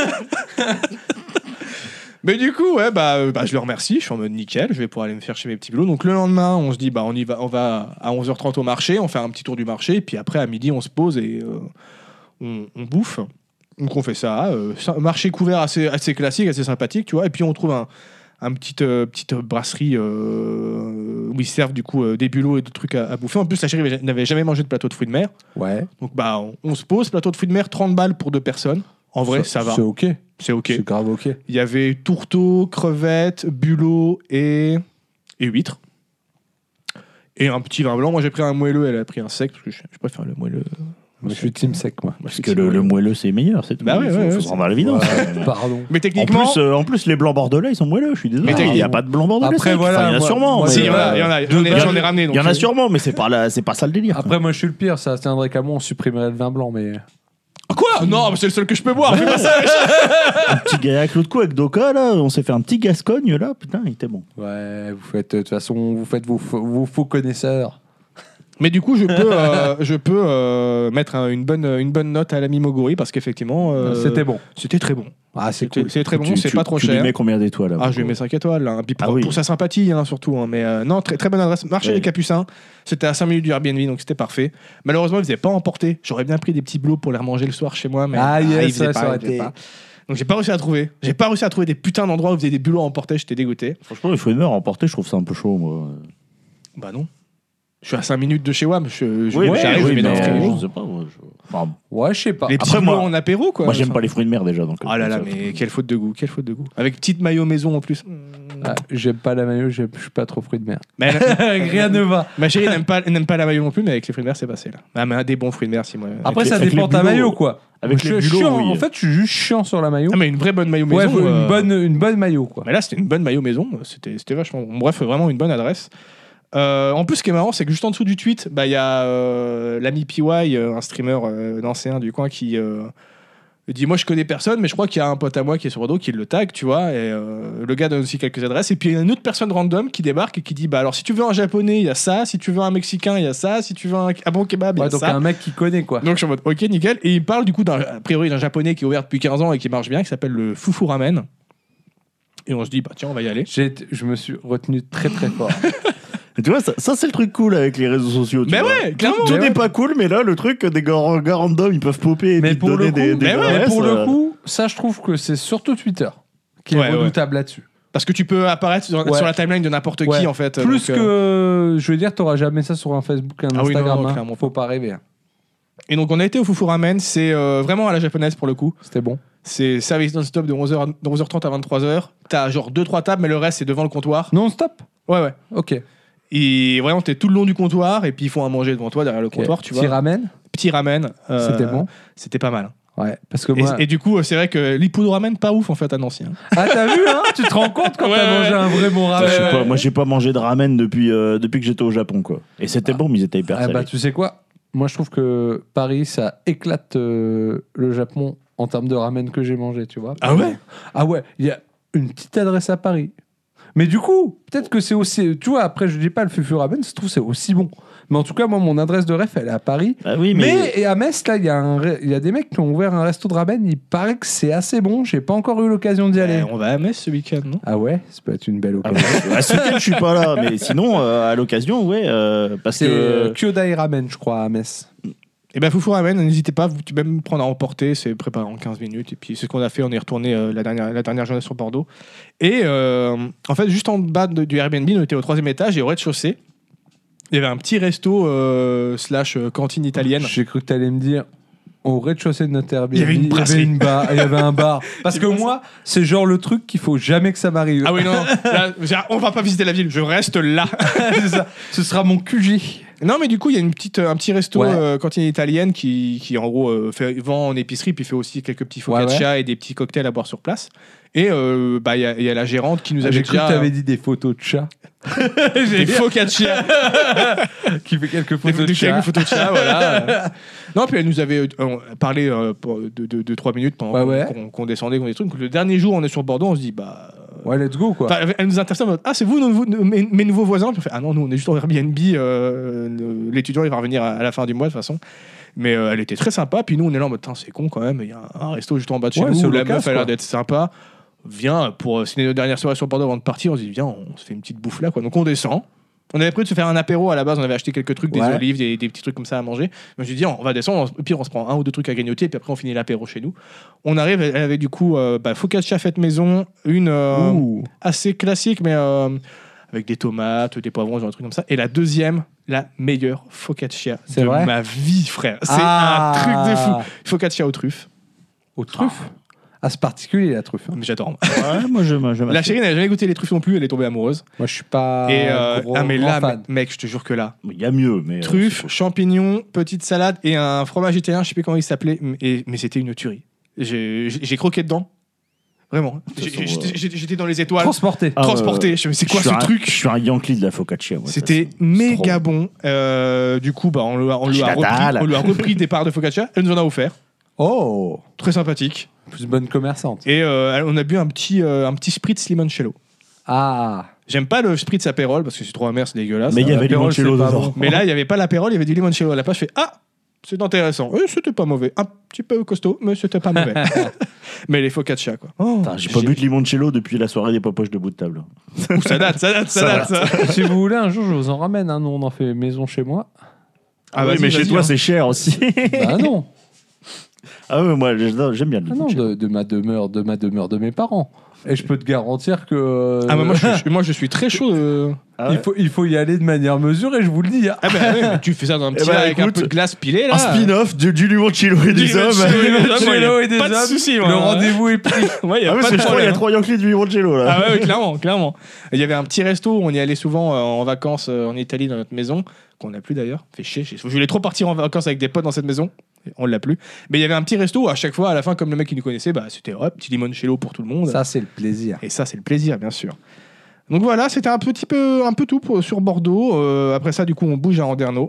Mais du coup, ouais, bah, euh, bah, je le remercie, je suis en mode nickel, je vais pouvoir aller me faire chez mes petits boulots. Donc le lendemain, on se dit, bah, on y va, on va à onze heures trente au marché, on fait un petit tour du marché, et puis après, à midi, on se pose et euh, on, on bouffe. Donc on fait ça, euh, ça- marché couvert assez, assez classique, assez sympathique, tu vois, et puis on trouve un, un petite, euh, petite brasserie euh, où ils servent du coup euh, des bulots et des trucs à, à bouffer. En plus, la chérie n'avait jamais mangé de plateau de fruits de mer. Ouais. Donc bah, on, on se pose, plateau de fruits de mer, trente balles pour deux personnes. En vrai, ça, va. C'est ok. C'est ok. C'est grave ok. Il y avait tourteaux, crevettes, bulots et, et huîtres. Et un petit vin blanc. Moi, j'ai pris un moelleux, elle a pris un sec, parce que je, je préfère le moelleux. Moi, je suis team sec, moi. Moi, je Parce suis que team le, le moelleux. moelleux, c'est meilleur, c'est tout. Bah ouais, Il faut, ouais, faut ouais, se rendre à l'évidence. Ouais, pardon. Mais En techniquement... plus, euh, en plus, les blancs bordelais, ils sont moelleux, je suis désolé. Mais Il n'y a techniquement- pas de blancs bordelais. Après, secs. voilà, Enfin, il y en a moi- sûrement. moi, mais, si, il y en a, euh, il y en a. de J'en ai, base- j'en ai ramené. Il donc y en a je- sûrement, mais c'est pas, la- c'est pas ça le délire. Après, moi, je suis le pire. Ça tiendrait qu'à moi, on supprimerait le vin blanc, mais. Quoi? Non, mais c'est le seul que je peux boire. Fais pas ça. Un petit gars avec l'autre coup, avec Doka, là, on s'est fait un petit Gascogne, là, putain, il était bon. Ouais, vous faites. De toute façon, vous faites vos, faux- vos faux connaisseurs. Mais du coup, je peux, euh, je peux euh, mettre un- une, bonne, une bonne note à l'ami Moguri parce qu'effectivement, euh, C'était bon. c'était très bon. Ah, c'est C'était cool. c'est très bon, Tu- c'est tu- pas trop tu cher. lui mets combien d'étoiles là Ah, je lui pour- mets cinq étoiles. Hein. Puis pour, Ah oui. pour sa sympathie, hein, surtout. Hein. Mais euh, non, très, très bonne adresse. Marché Ouais. des Capucins. C'était à cinq minutes du Airbnb, donc c'était parfait. Malheureusement, ils ne faisaient pas emporter. J'aurais bien pris des petits blots pour les remanger le soir chez moi. Mais Ah, yes, ils faisaient ouais, pas, ça aurait ils faisaient été- pas. Donc j'ai pas réussi à trouver. J'ai pas réussi à trouver des putains d'endroits où ils faisaient des bulots à emporter. J'étais dégoûté. Franchement, les fruits de mer emportés, je trouve ça un peu chaud, moi. Bah non. Je suis à cinq minutes de chez WAM. Je, je, Oui, moi, mais- j'arrive, oui, je mets dans le mais frigo. je sais pas. ouais, je- enfin, Ouais, je sais pas. Les petits Après, blots moi- en apéro, quoi. moi, j'aime Enfin, pas les fruits de mer déjà. Donc, Oh là là, ça- mais quelle faute de goût, quelle faute de goût. Avec petite maillot maison en plus. Ah, j'aime pas la maillot, j'aime- je suis pas trop fruit de mer. Mais elle- Rien ne va. ma chérie n'aime pas, n'aime pas la maillot non plus, mais avec les fruits de mer, c'est passé là. Ah, mais un des bons fruits de mer, si moi. Après, les- ça avec dépend les ta bulots- maillot, quoi. avec Je les suis bulots, chiant. oui. En fait, je suis juste chiant sur la maillot. Ah, mais une vraie bonne maillot Ouais, maison. une, euh, bonne, une bonne maillot, quoi. Mais là, c'était une bonne maillot maison. C'était, c'était vachement bon. Bref, vraiment une bonne adresse. Euh, en plus, ce qui est marrant, c'est que juste en dessous du tweet, bah, il y a euh, l'ami P Y, euh, un streamer euh, d'ancien du coin, qui euh, dit moi je connais personne, mais je crois qu'il y a un pote à moi qui est sur Bordeaux qui le tag, tu vois. Et euh, le gars donne aussi quelques adresses. Et puis il y a une autre personne random qui débarque et qui dit bah alors si tu veux un japonais, il y a ça. Si tu veux un mexicain, il y a ça. Si tu veux un, un bon kebab, il y a Ouais, donc ça. un mec qui connaît, quoi. Donc je suis en mode ok nickel. Et il parle du coup d'un, a priori d'un japonais qui est ouvert depuis quinze ans et qui marche bien, qui s'appelle le Fufu Ramen. Et on se dit bah tiens on va y aller. J'ai été- je me suis retenu très très fort. Et tu vois, ça, ça, c'est le truc cool avec les réseaux sociaux. tu Mais vois. ouais, clairement. Tout Mais n'est ouais. pas cool, mais là, le truc, que des gars, gars random, ils peuvent popper et Mais puis te pour donner le des, coup, des mais ouais, Mais adresses, pour euh, le coup, ça, je trouve que c'est surtout Twitter qui est Ouais, ouais. redoutable là-dessus. Parce que tu peux apparaître sur, Ouais. sur la timeline de n'importe Ouais. qui en fait. Plus donc, que, euh, je veux dire, t'auras jamais ça sur un Facebook, un Ah oui, non, Instagram. non, hein. clairement Faut pas rêver. hein. Et donc on a été au Fufu Ramen, c'est euh, vraiment à la japonaise pour le coup. C'était bon. C'est service non-stop de onze heures, de onze heures trente à vingt-trois heures. T'as genre deux trois tables, mais le reste c'est devant le comptoir. Non stop. Ouais, ouais. Ok. Et vraiment, t'es tout le long du comptoir et puis ils font à manger devant toi derrière le Ok. comptoir, tu Petit vois. ramen. Petit ramen. euh, C'était bon. C'était pas mal. Ouais. Parce que Et, moi. et du coup, euh, c'est vrai que l'Ipoudou ramen, pas ouf en fait à Nancy. hein. Ah t'as vu hein? Tu te rends compte quand Ouais, t'as ouais, mangé ouais. un vrai bon Ça, ramen. je sais ouais, pas, ouais. moi, j'ai pas mangé de ramen depuis, euh, depuis que j'étais au Japon, quoi. Et c'était bon, mais ils étaient hyper Ah salés. bah tu sais quoi? Moi je trouve que Paris ça éclate euh, le Japon en termes de ramen que j'ai mangé, tu vois. Ah ouais? Ah ouais, il y a une petite adresse à Paris. Mais du coup, peut-être que c'est aussi. Tu vois, après je dis pas le Fufu Ramen, je trouve que c'est aussi bon. Mais en tout cas, moi mon adresse de ref elle est à Paris. Ah oui, Mais, mais. et à Metz, là, il y, a un ré- il y a des mecs qui ont ouvert un resto de ramen. Il paraît que c'est assez bon. J'ai pas encore eu l'occasion d'y aller. Eh, on va à Metz ce week-end, non? Ah ouais, ça peut être une belle Ah occasion. ouais. À ce week-end, je suis pas là, mais sinon, euh, à l'occasion, ouais, euh, parce C'est euh, que. Kyodai Ramen, je crois, à Metz. Et ben Fufu Ramen, n'hésitez pas, vous pouvez même prendre à emporter, c'est préparé en quinze minutes. Et puis c'est ce qu'on a fait, on est retourné euh, la, dernière, la dernière journée sur Bordeaux. Et euh, en fait, juste en bas de- du Airbnb, on était au troisième étage et au rez-de-chaussée, il y avait un petit resto euh, slash euh, cantine italienne. J'ai cru que t'allais me dire. Au rez-de-chaussée de notre Airbnb, Il y avait une brasserie. une bar, il y avait un bar. Parce C'est que pour moi, c'est genre le truc qu'il faut jamais que ça m'arrive. Ah oui, non, là, on va pas visiter la ville, je reste là. C'est ça. Ce sera mon Q J. Non, mais du coup, il y a une petite, un petit resto, Ouais. euh, cantine italienne qui, qui en gros, euh, fait, vend en épicerie, puis fait aussi quelques petits focaccia Ouais, et des petits cocktails à boire sur place. Et euh, bah, il y, a- il y a la gérante qui nous Ah, avait J'ai cru déjà... que t'avais dit des photos de chats. des focaccia. Qui fait quelques Des photos de des- chats. quelques photos de chat, voilà. Non, puis elle nous avait euh, parlé euh, pour- de, de, de trois minutes pendant Ouais, qu'on ouais. qu'on descendait, qu'on des trucs. Le dernier jour, on est sur Bordeaux, on se dit, bah... Ouais, let's go, quoi. Enfin, elle- elle nous interpelle en mode, ah, c'est vous, nos, nouveaux- nos- mes, mes nouveaux voisins? Puis on fait, ah non, nous, on est juste en Airbnb. euh, le- L'étudiant, il va revenir à, à la fin du mois, de toute façon. Mais euh, elle était très sympa. Puis nous, on est là en mode, c'est con quand même. Il y a un, un resto juste en bas de chez Ouais, nous. c'est Où la local, meuf a l'air quoi. d'être sympa. Viens, pour euh, signer nos dernières soirées sur Bordeaux avant de partir, on se dit, viens, on se fait une petite bouffe là, quoi. Donc on descend. On avait prévu de se faire un apéro à la base, on avait acheté quelques trucs, des Ouais. olives, des, des petits trucs comme ça à manger. Mais je me suis dit, on va descendre, et puis on se prend un ou deux trucs à grignoter, et puis après on finit l'apéro chez nous. On arrive, elle avait du coup euh, bah, focaccia faite maison, une euh, Ouh. assez classique, mais euh, avec des tomates, des poivrons, genre un truc comme ça. Et la deuxième, la meilleure focaccia C'est de vrai ma vie, frère. C'est Ah. un truc de fou. Focaccia aux truffes. Aux truffes. Ah, c'est particulier, la truffe. hein. Mais j'adore. Ouais, moi je moi, je La chérie n'avait jamais goûté les truffes non plus, elle est tombée amoureuse. Moi, je suis pas. et euh, gros, ah, mais grand là, fan. mec, je te jure que là. Il y a mieux, mais. euh, Truffes, champignons, petite salade et un fromage italien, je sais plus comment il s'appelait, mais, mais c'était une tuerie. J'ai j'ai- j'ai croqué dedans. Vraiment. toute J'ai- façon, J'étais euh, j'étais- j'étais dans les étoiles, Transporté. Ah, transporté. ouais, Je me suis dit, c'est je quoi suis ce un- truc? Je suis un Yankee de la focaccia. moi, de toute C'était façon. méga C'est trop bon. Euh, du coup, bah, on, lui a, on, lui a Je la repris, dalle. on lui a repris des parts de focaccia. Elle nous en a offert. Oh. Très sympathique. Plus bonne commerçante. Et euh, on a bu un petit, euh, un petit spritz limoncello. Ah. J'aime pas le spritz apérol parce que c'est trop amer, c'est dégueulasse. Mais il y Ça, avait l'apéro, limoncello c'est pas dedans. bon. Mais là, il n'y avait pas l'apérol, il y avait du limoncello. À la place, je fais ah, c'est intéressant. Oui, c'était pas mauvais. Un petit peu costaud, mais c'était pas mauvais. Mais les focaccia, quoi. Oh, Putain, J'ai pas bu de limoncello depuis la soirée des popoches de bout de table. Ouh, ça date, ça date, ça, Ça date. Ça. Si vous voulez, un jour, je vous en ramène. Hein. Nous, on en fait maison chez moi. Ah, oui, vas-y, mais vas-y, chez toi hein. c'est cher aussi. Bah non. Ah ouais, moi j'adore- j'aime bien le Ah non, limoncello. de, de ma demeure, de ma demeure de mes parents. Et je peux te garantir que. Ah, mais moi, je suis, moi, je suis très chaud. de- Ah ouais il, faut, il faut y aller de manière mesurée, je vous le dis. hein. Ah, bah, ouais, mais tu fais ça dans un petit Eh ben, verre avec un écoute, peu de glace pilée, là. Un spin-off du, du limoncello et des Du hommes. limoncello et des hommes, moi, y a Cello et des pas de hommes, souci, moi, le hein. rendez-vous est pris. Ouais, y a Ah ouais, pas parce de que je crois qu'il y problème. a trois Yankees du limoncello là. Ah ouais, ouais, clairement, clairement. Il y avait un petit resto, on y allait souvent euh, en vacances euh, en Italie dans notre maison, qu'on n'a plus d'ailleurs. Fait chier. Je voulais trop partir en vacances avec des potes dans cette maison. On l'a plus. Mais il y avait un petit resto où à chaque fois, à la fin, comme le mec qui nous connaissait, bah, c'était hop, petit limoncello pour tout le monde. Ça, c'est le plaisir. Et ça, c'est le plaisir, bien sûr. Donc voilà, c'était un petit peu, un peu tout pour- sur Bordeaux. Euh, après ça, du coup, on bouge à Anderno.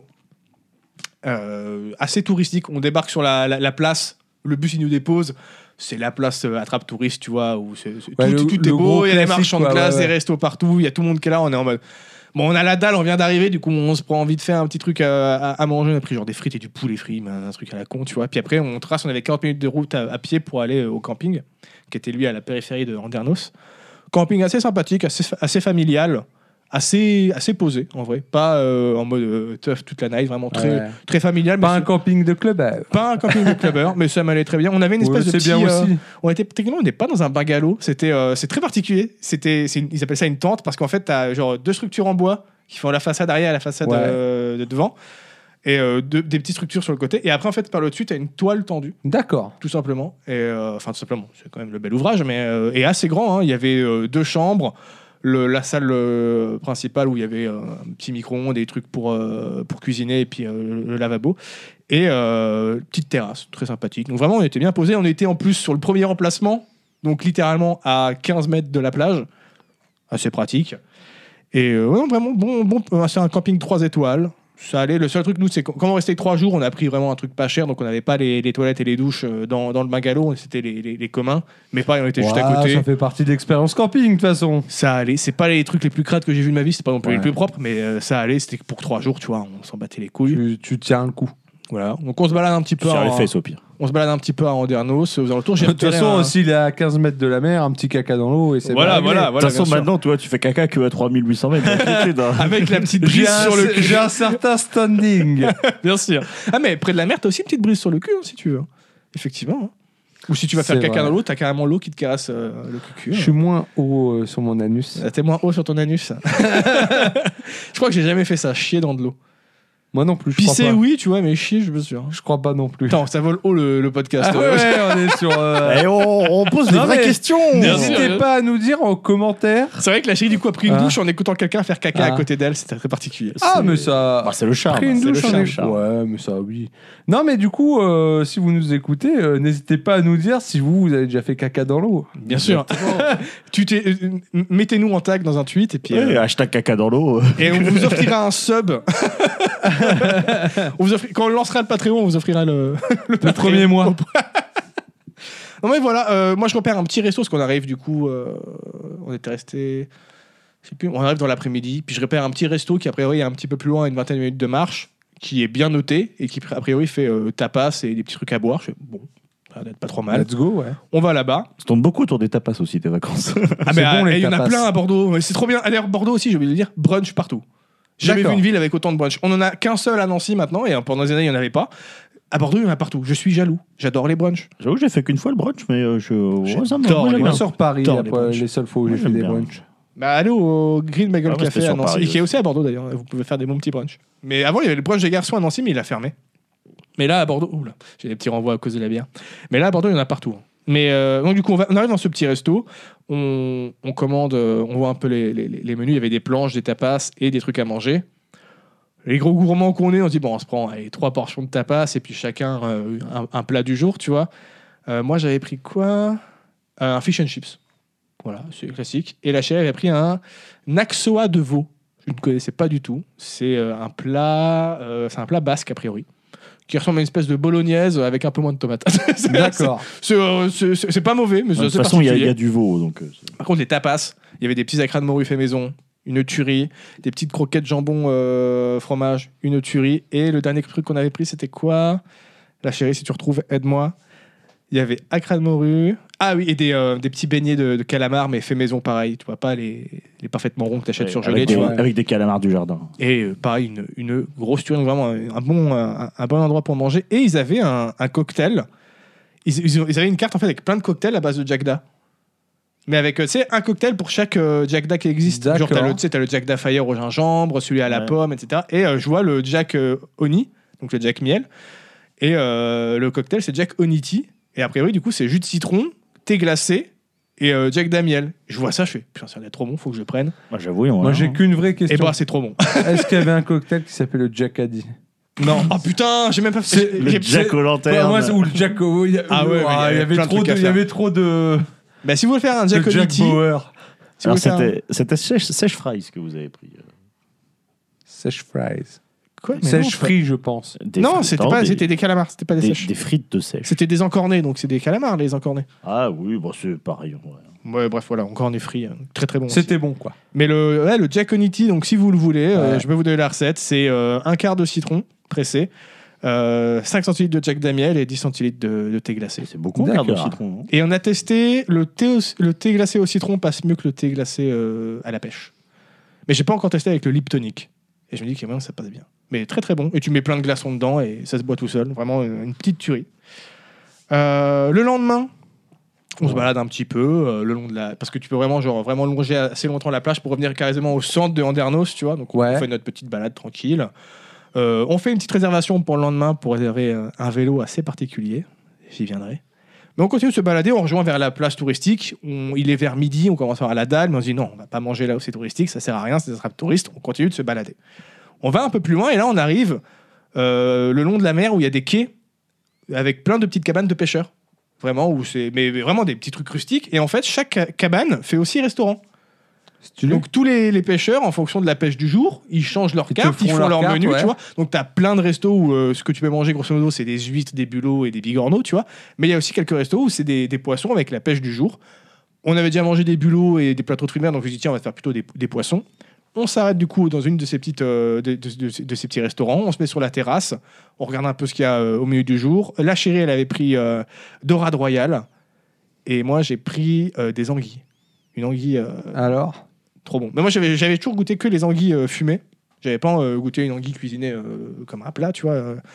Euh, assez touristique. On débarque sur la, la- la place. Le bus, il nous dépose. C'est la place euh, attrape touriste, tu vois, où c'est, c'est- Ouais, tout, le- tout est le beau. gros Il y a des classique, marchands de quoi, glace, ouais, ouais. des restos partout. Il y a tout le monde qui est là. On est en mode. Bon, on a la dalle, on vient d'arriver, du coup, on se prend envie de faire un petit truc à, à- à manger. On a pris genre des frites et du poulet frit, mais un truc à la con, tu vois. Puis après, on trace, on avait quarante minutes de route à, à pied pour aller euh, au camping, qui était lui à la périphérie de Andernos. Camping assez sympathique, assez, assez familial, assez, assez posé en vrai. Pas euh, en mode euh, tough toute la night, vraiment très, Ouais. très familial. Pas mais un c'est- camping de club. euh, pas un camping de clubbers, mais ça m'allait très bien. On avait une espèce ouais, de c'est petit, bien euh, aussi. on était techniquement on n'est pas dans un bungalow. C'était euh, c'est très particulier. C'était c'est une- ils appellent ça une tente parce qu'en fait t'as genre deux structures en bois qui font la façade arrière et la façade Ouais. euh, de devant et euh, deux- des petites structures sur le côté. Et après en fait par le dessus t'as une toile tendue D'accord. tout simplement. Et euh, enfin tout simplement c'est quand même le bel ouvrage mais euh, et assez grand. Hein. Il y avait euh, deux chambres. Le, la salle euh, principale où il y avait euh, un petit micro-ondes, des trucs pour, euh, pour cuisiner et puis euh, le, le lavabo. Et euh, petite terrasse, très sympathique. Donc vraiment, on était bien posé. On était en plus sur le premier emplacement, donc littéralement à quinze mètres de la plage. Assez pratique. Et euh, ouais, vraiment, bon, bon, euh, c'est un camping trois étoiles. Ça allait. Le seul truc, nous, c'est que quand on restait trois jours, on a pris vraiment un truc pas cher. Donc on n'avait pas les, les toilettes et les douches euh, dans, dans le bungalow. C'était les, les, les communs. Mais pareil, on était juste à Ouah, côté. Ça fait partie de l'expérience camping, de toute façon. Ça allait, c'est pas les trucs les plus crades que j'ai vu de ma vie, c'est pas non plus Ouais. les plus propres, mais euh, ça allait, c'était que pour trois jours, tu vois, on s'en battait les couilles. Tu, tu tiens le coup. Voilà. Donc on se balade un petit peu Sur à, les fesses au pire. on se balade un petit peu à Andernos, aux alentours. J'ai De toute repéré façon, un- aussi, il est à quinze mètres de la mer, un petit caca dans l'eau et c'est Voilà, réglé. voilà, De voilà. toute façon, bien sûr. maintenant, toi, tu fais caca que à trois mille huit cents mètres. donc, t'inquiète, hein. Avec la petite J'ai brise un, sur le cul. j'ai un certain standing. Bien sûr. Ah mais près de la mer, t'as aussi une petite brise sur le cul, hein, si tu veux. Effectivement. hein. Ou si tu vas faire C'est caca vrai. dans l'eau, t'as carrément l'eau qui te caresse euh, le cul. Je suis moins haut euh, sur mon anus. T'es moins haut sur ton anus. Je crois que j'ai jamais fait ça, chier dans de l'eau. Moi non plus, je crois Pisser, pas. oui, tu vois, mais chier, je suis pas sûr. Je crois pas non plus. Attends, ça vole haut le, le podcast. Ah ouais, on est sur... euh, Et on, on pose des Non, vraies mais- questions. Bien N'hésitez sûr. pas à nous dire en commentaire. C'est vrai que la chérie, du coup, a pris une Ah. douche en écoutant quelqu'un faire caca à Ah. côté d'elle. C'était très particulier. Ah, C'est- mais ça... Bah, c'est le charme. Pris une c'est le douche, charme, on est- charme. Ouais, mais ça, oui. Non, mais du coup, euh, si vous nous écoutez, euh, n'hésitez pas à nous dire si vous, vous avez déjà fait caca dans l'eau. Bien sûr. tu t'es- euh, m- Mettez-nous en tag dans un tweet et puis. Ouais, euh, hashtag caca dans l'eau. Et on vous offrira un sub. on vous offri- Quand on lancera le Patreon, on vous offrira le, le, Le premier mois. Non mais voilà, euh, moi je repère un petit resto parce qu'on arrive du coup, euh, on était resté, je sais plus, on arrive dans l'après-midi, puis je repère un petit resto qui a priori est un petit peu plus loin, à une vingtaine de minutes de marche, qui est bien noté et qui a priori fait euh, tapas et des petits trucs à boire. Je fais, bon, ça va être pas trop mal. Let's go, ouais. On va là-bas. Ça tourne beaucoup autour des tapas aussi, tes vacances. Ah C'est mais bon, les il y en a tapas. plein à Bordeaux. Mais c'est trop bien. Allez, Bordeaux aussi, j'ai oublié de le dire, brunch partout. J'ai jamais vu D'accord. une ville avec autant de brunch. On en a qu'un seul à Nancy maintenant et pendant des années il n'y en avait pas. À Bordeaux, il y en a partout. Je suis jaloux. J'adore les brunchs. J'avoue que j'ai fait qu'une fois le brunch, mais euh, je. ouais, ça me- J'adore moi, les j'aime Moi, bien. sur Paris, J'adore la les fois- brunchs. les seules fois où Moi, j'ai fait j'aime des bien. brunchs. Bah, allez au Green Bagel Ah ouais, Café c'était à sur Nancy, Paris qui est aussi. aussi à Bordeaux d'ailleurs. Vous pouvez faire des bons petits brunchs. Mais avant, il y avait le brunch des garçons à Nancy, mais il a fermé. Mais là, à Bordeaux, oula, j'ai des petits renvois à cause de la bière. Mais là, à Bordeaux, il y en a partout. Mais euh, donc, du coup, on, va, on arrive dans ce petit resto. On, on commande, euh, on voit un peu les, les, les menus. Il y avait des planches, des tapas et des trucs à manger. Les gros gourmands qu'on est, on se dit, bon, on se prend allez, trois portions de tapas et puis chacun euh, un, un plat du jour, tu vois. Euh, moi, j'avais pris quoi Un fish and chips. Voilà, c'est classique. Et la chérie avait pris un naxoa de veau. Je ne connaissais pas du tout. C'est euh, un plat, euh, c'est un plat basque a priori, qui ressemble à une espèce de bolognaise avec un peu moins de tomates. C'est- D'accord. C'est euh, c'est- c'est- c'est pas mauvais, mais De c'est toute assez façon, il y, a- il y particulier. a du veau, donc. euh, c'est- Par contre, les tapas, il y avait des petits acras de morue fait maison, une tuerie, des petites croquettes jambon euh, fromage, une tuerie. Et le dernier truc qu'on avait pris, c'était quoi La chérie, si tu retrouves, aide-moi. Il y avait acras de morue. Ah oui, et des, euh, des petits beignets de, de calamar, mais fait maison pareil. Tu vois pas les, les parfaitement ronds que tu achètes Ouais, surgelés, avec, tu des, vois. avec des calamars du jardin. Et euh, pareil, une, une grosse tuerie, donc vraiment un, un bon, un, un bon endroit pour manger. Et ils avaient un, un cocktail. Ils, ils, ont- ils avaient une carte en fait avec plein de cocktails à base de Jack Da. Mais avec, euh, tu sais, un cocktail pour chaque euh, Jack Da qui existe. Genre, t'as D'accord. le, tu sais, t'as le Jack Da Fire au gingembre, celui à la Ouais. pomme, et cetera. Et euh, je vois le Jack euh, Honey, donc le Jack Miel. Et euh, le cocktail, c'est Jack Honey Tea. Et a priori, du coup, c'est jus de citron, thé glacé et euh, Jack Da Miel. Je vois ça, je fais, putain, ça a l'air trop bon, faut que je le prenne. Moi, j'avoue, Moi, j'ai qu'une vraie Et question. bah, c'est trop bon. Est-ce qu'il y avait un cocktail qui s'appelle le Jacadi? Non. Oh putain, j'ai même pas fait. C'est Le j'ai- Jack Ouais, O'Lantern. moi, c'est- ou le Jack. oh, il y a- Ah ouais, mais il y ah, avait il y avait plein de trop trucs de. à Il y faire. avait trop de. Bah, si vous voulez faire un Jack de Jack Honey Tea, Bauer. si vous Alors, voulez faire un- c'était c'était sèche, sèche fries que vous avez pris. euh. Sèche fries. Quoi Mais Sèche non, pas- free, je pense. Des Non, frites- c'était non, pas, des, c'était des calamars, c'était pas des, des, sèches. des frites de sèche. C'était des encornés, donc c'est des calamars les encornés. Ah oui, bon, c'est pareil. Ouais. Ouais, bref, voilà, encornés frits, hein. Très très bon. aussi. C'était bon, quoi. Mais le, ouais, le Jack Honey Tea, donc si vous le voulez, euh, Ouais. je peux vous donner la recette. C'est euh, un quart de citron pressé, euh, cinq centilitres de Jack Damiel et dix centilitres de, de thé glacé. C'est beaucoup, un quart de D'accord. citron. non Et on a testé le thé, au- le thé glacé au citron passe mieux que le thé glacé euh, à la pêche. Mais j'ai pas encore testé avec le lip tonic. Et je me dis que même ça passe bien. Mais très très bon. Et tu mets plein de glaçons dedans et ça se boit tout seul. Vraiment une, une petite tuerie. Euh, le lendemain, on se Ouais. balade un petit peu euh, le long de la. Parce que tu peux vraiment, genre, vraiment longer assez longtemps la plage pour revenir carrément au centre de Andernos, tu vois. Donc on Ouais. fait notre petite balade tranquille. Euh, on fait une petite réservation pour le lendemain pour réserver euh, un vélo assez particulier. J'y viendrai. Mais on continue de se balader, on rejoint vers la place touristique. On- il est vers midi, on commence à avoir la dalle, mais on se dit non, on va pas manger là où c'est touristique, ça sert à rien, c'est des attrapes touristes. On continue de se balader. On va un peu plus loin et là on arrive euh, le long de la mer où il y a des quais avec plein de petites cabanes de pêcheurs. Vraiment, où c'est, mais, mais vraiment des petits trucs rustiques. Et en fait, chaque ca- cabane fait aussi restaurant. Stylé. Donc tous les, les pêcheurs, en fonction de la pêche du jour, ils changent leur Ils te carte, ils font font leur leur, carte, menu, ouais. tu vois. Donc tu as plein de restos où euh, ce que tu peux manger, grosso modo, c'est des huîtres, des bulots et des bigorneaux, tu vois. Mais il y a aussi quelques restos où c'est des, des poissons avec la pêche du jour. On avait déjà mangé des bulots et des plateaux de mer, donc je me suis dit, tiens, on va faire plutôt des, des poissons. On s'arrête du coup dans une de ces, petites, euh, de, de- de- de ces petits restaurants, on se met sur la terrasse, on regarde un peu ce qu'il y a euh, au milieu du jour. La chérie, elle avait pris euh, dorade royale, et moi j'ai pris euh, des anguilles. Une anguille euh, Alors trop bon. Mais moi j'avais, j'avais toujours goûté que les anguilles euh, fumées, j'avais pas euh, goûté une anguille cuisinée euh, comme un plat, tu vois. euh.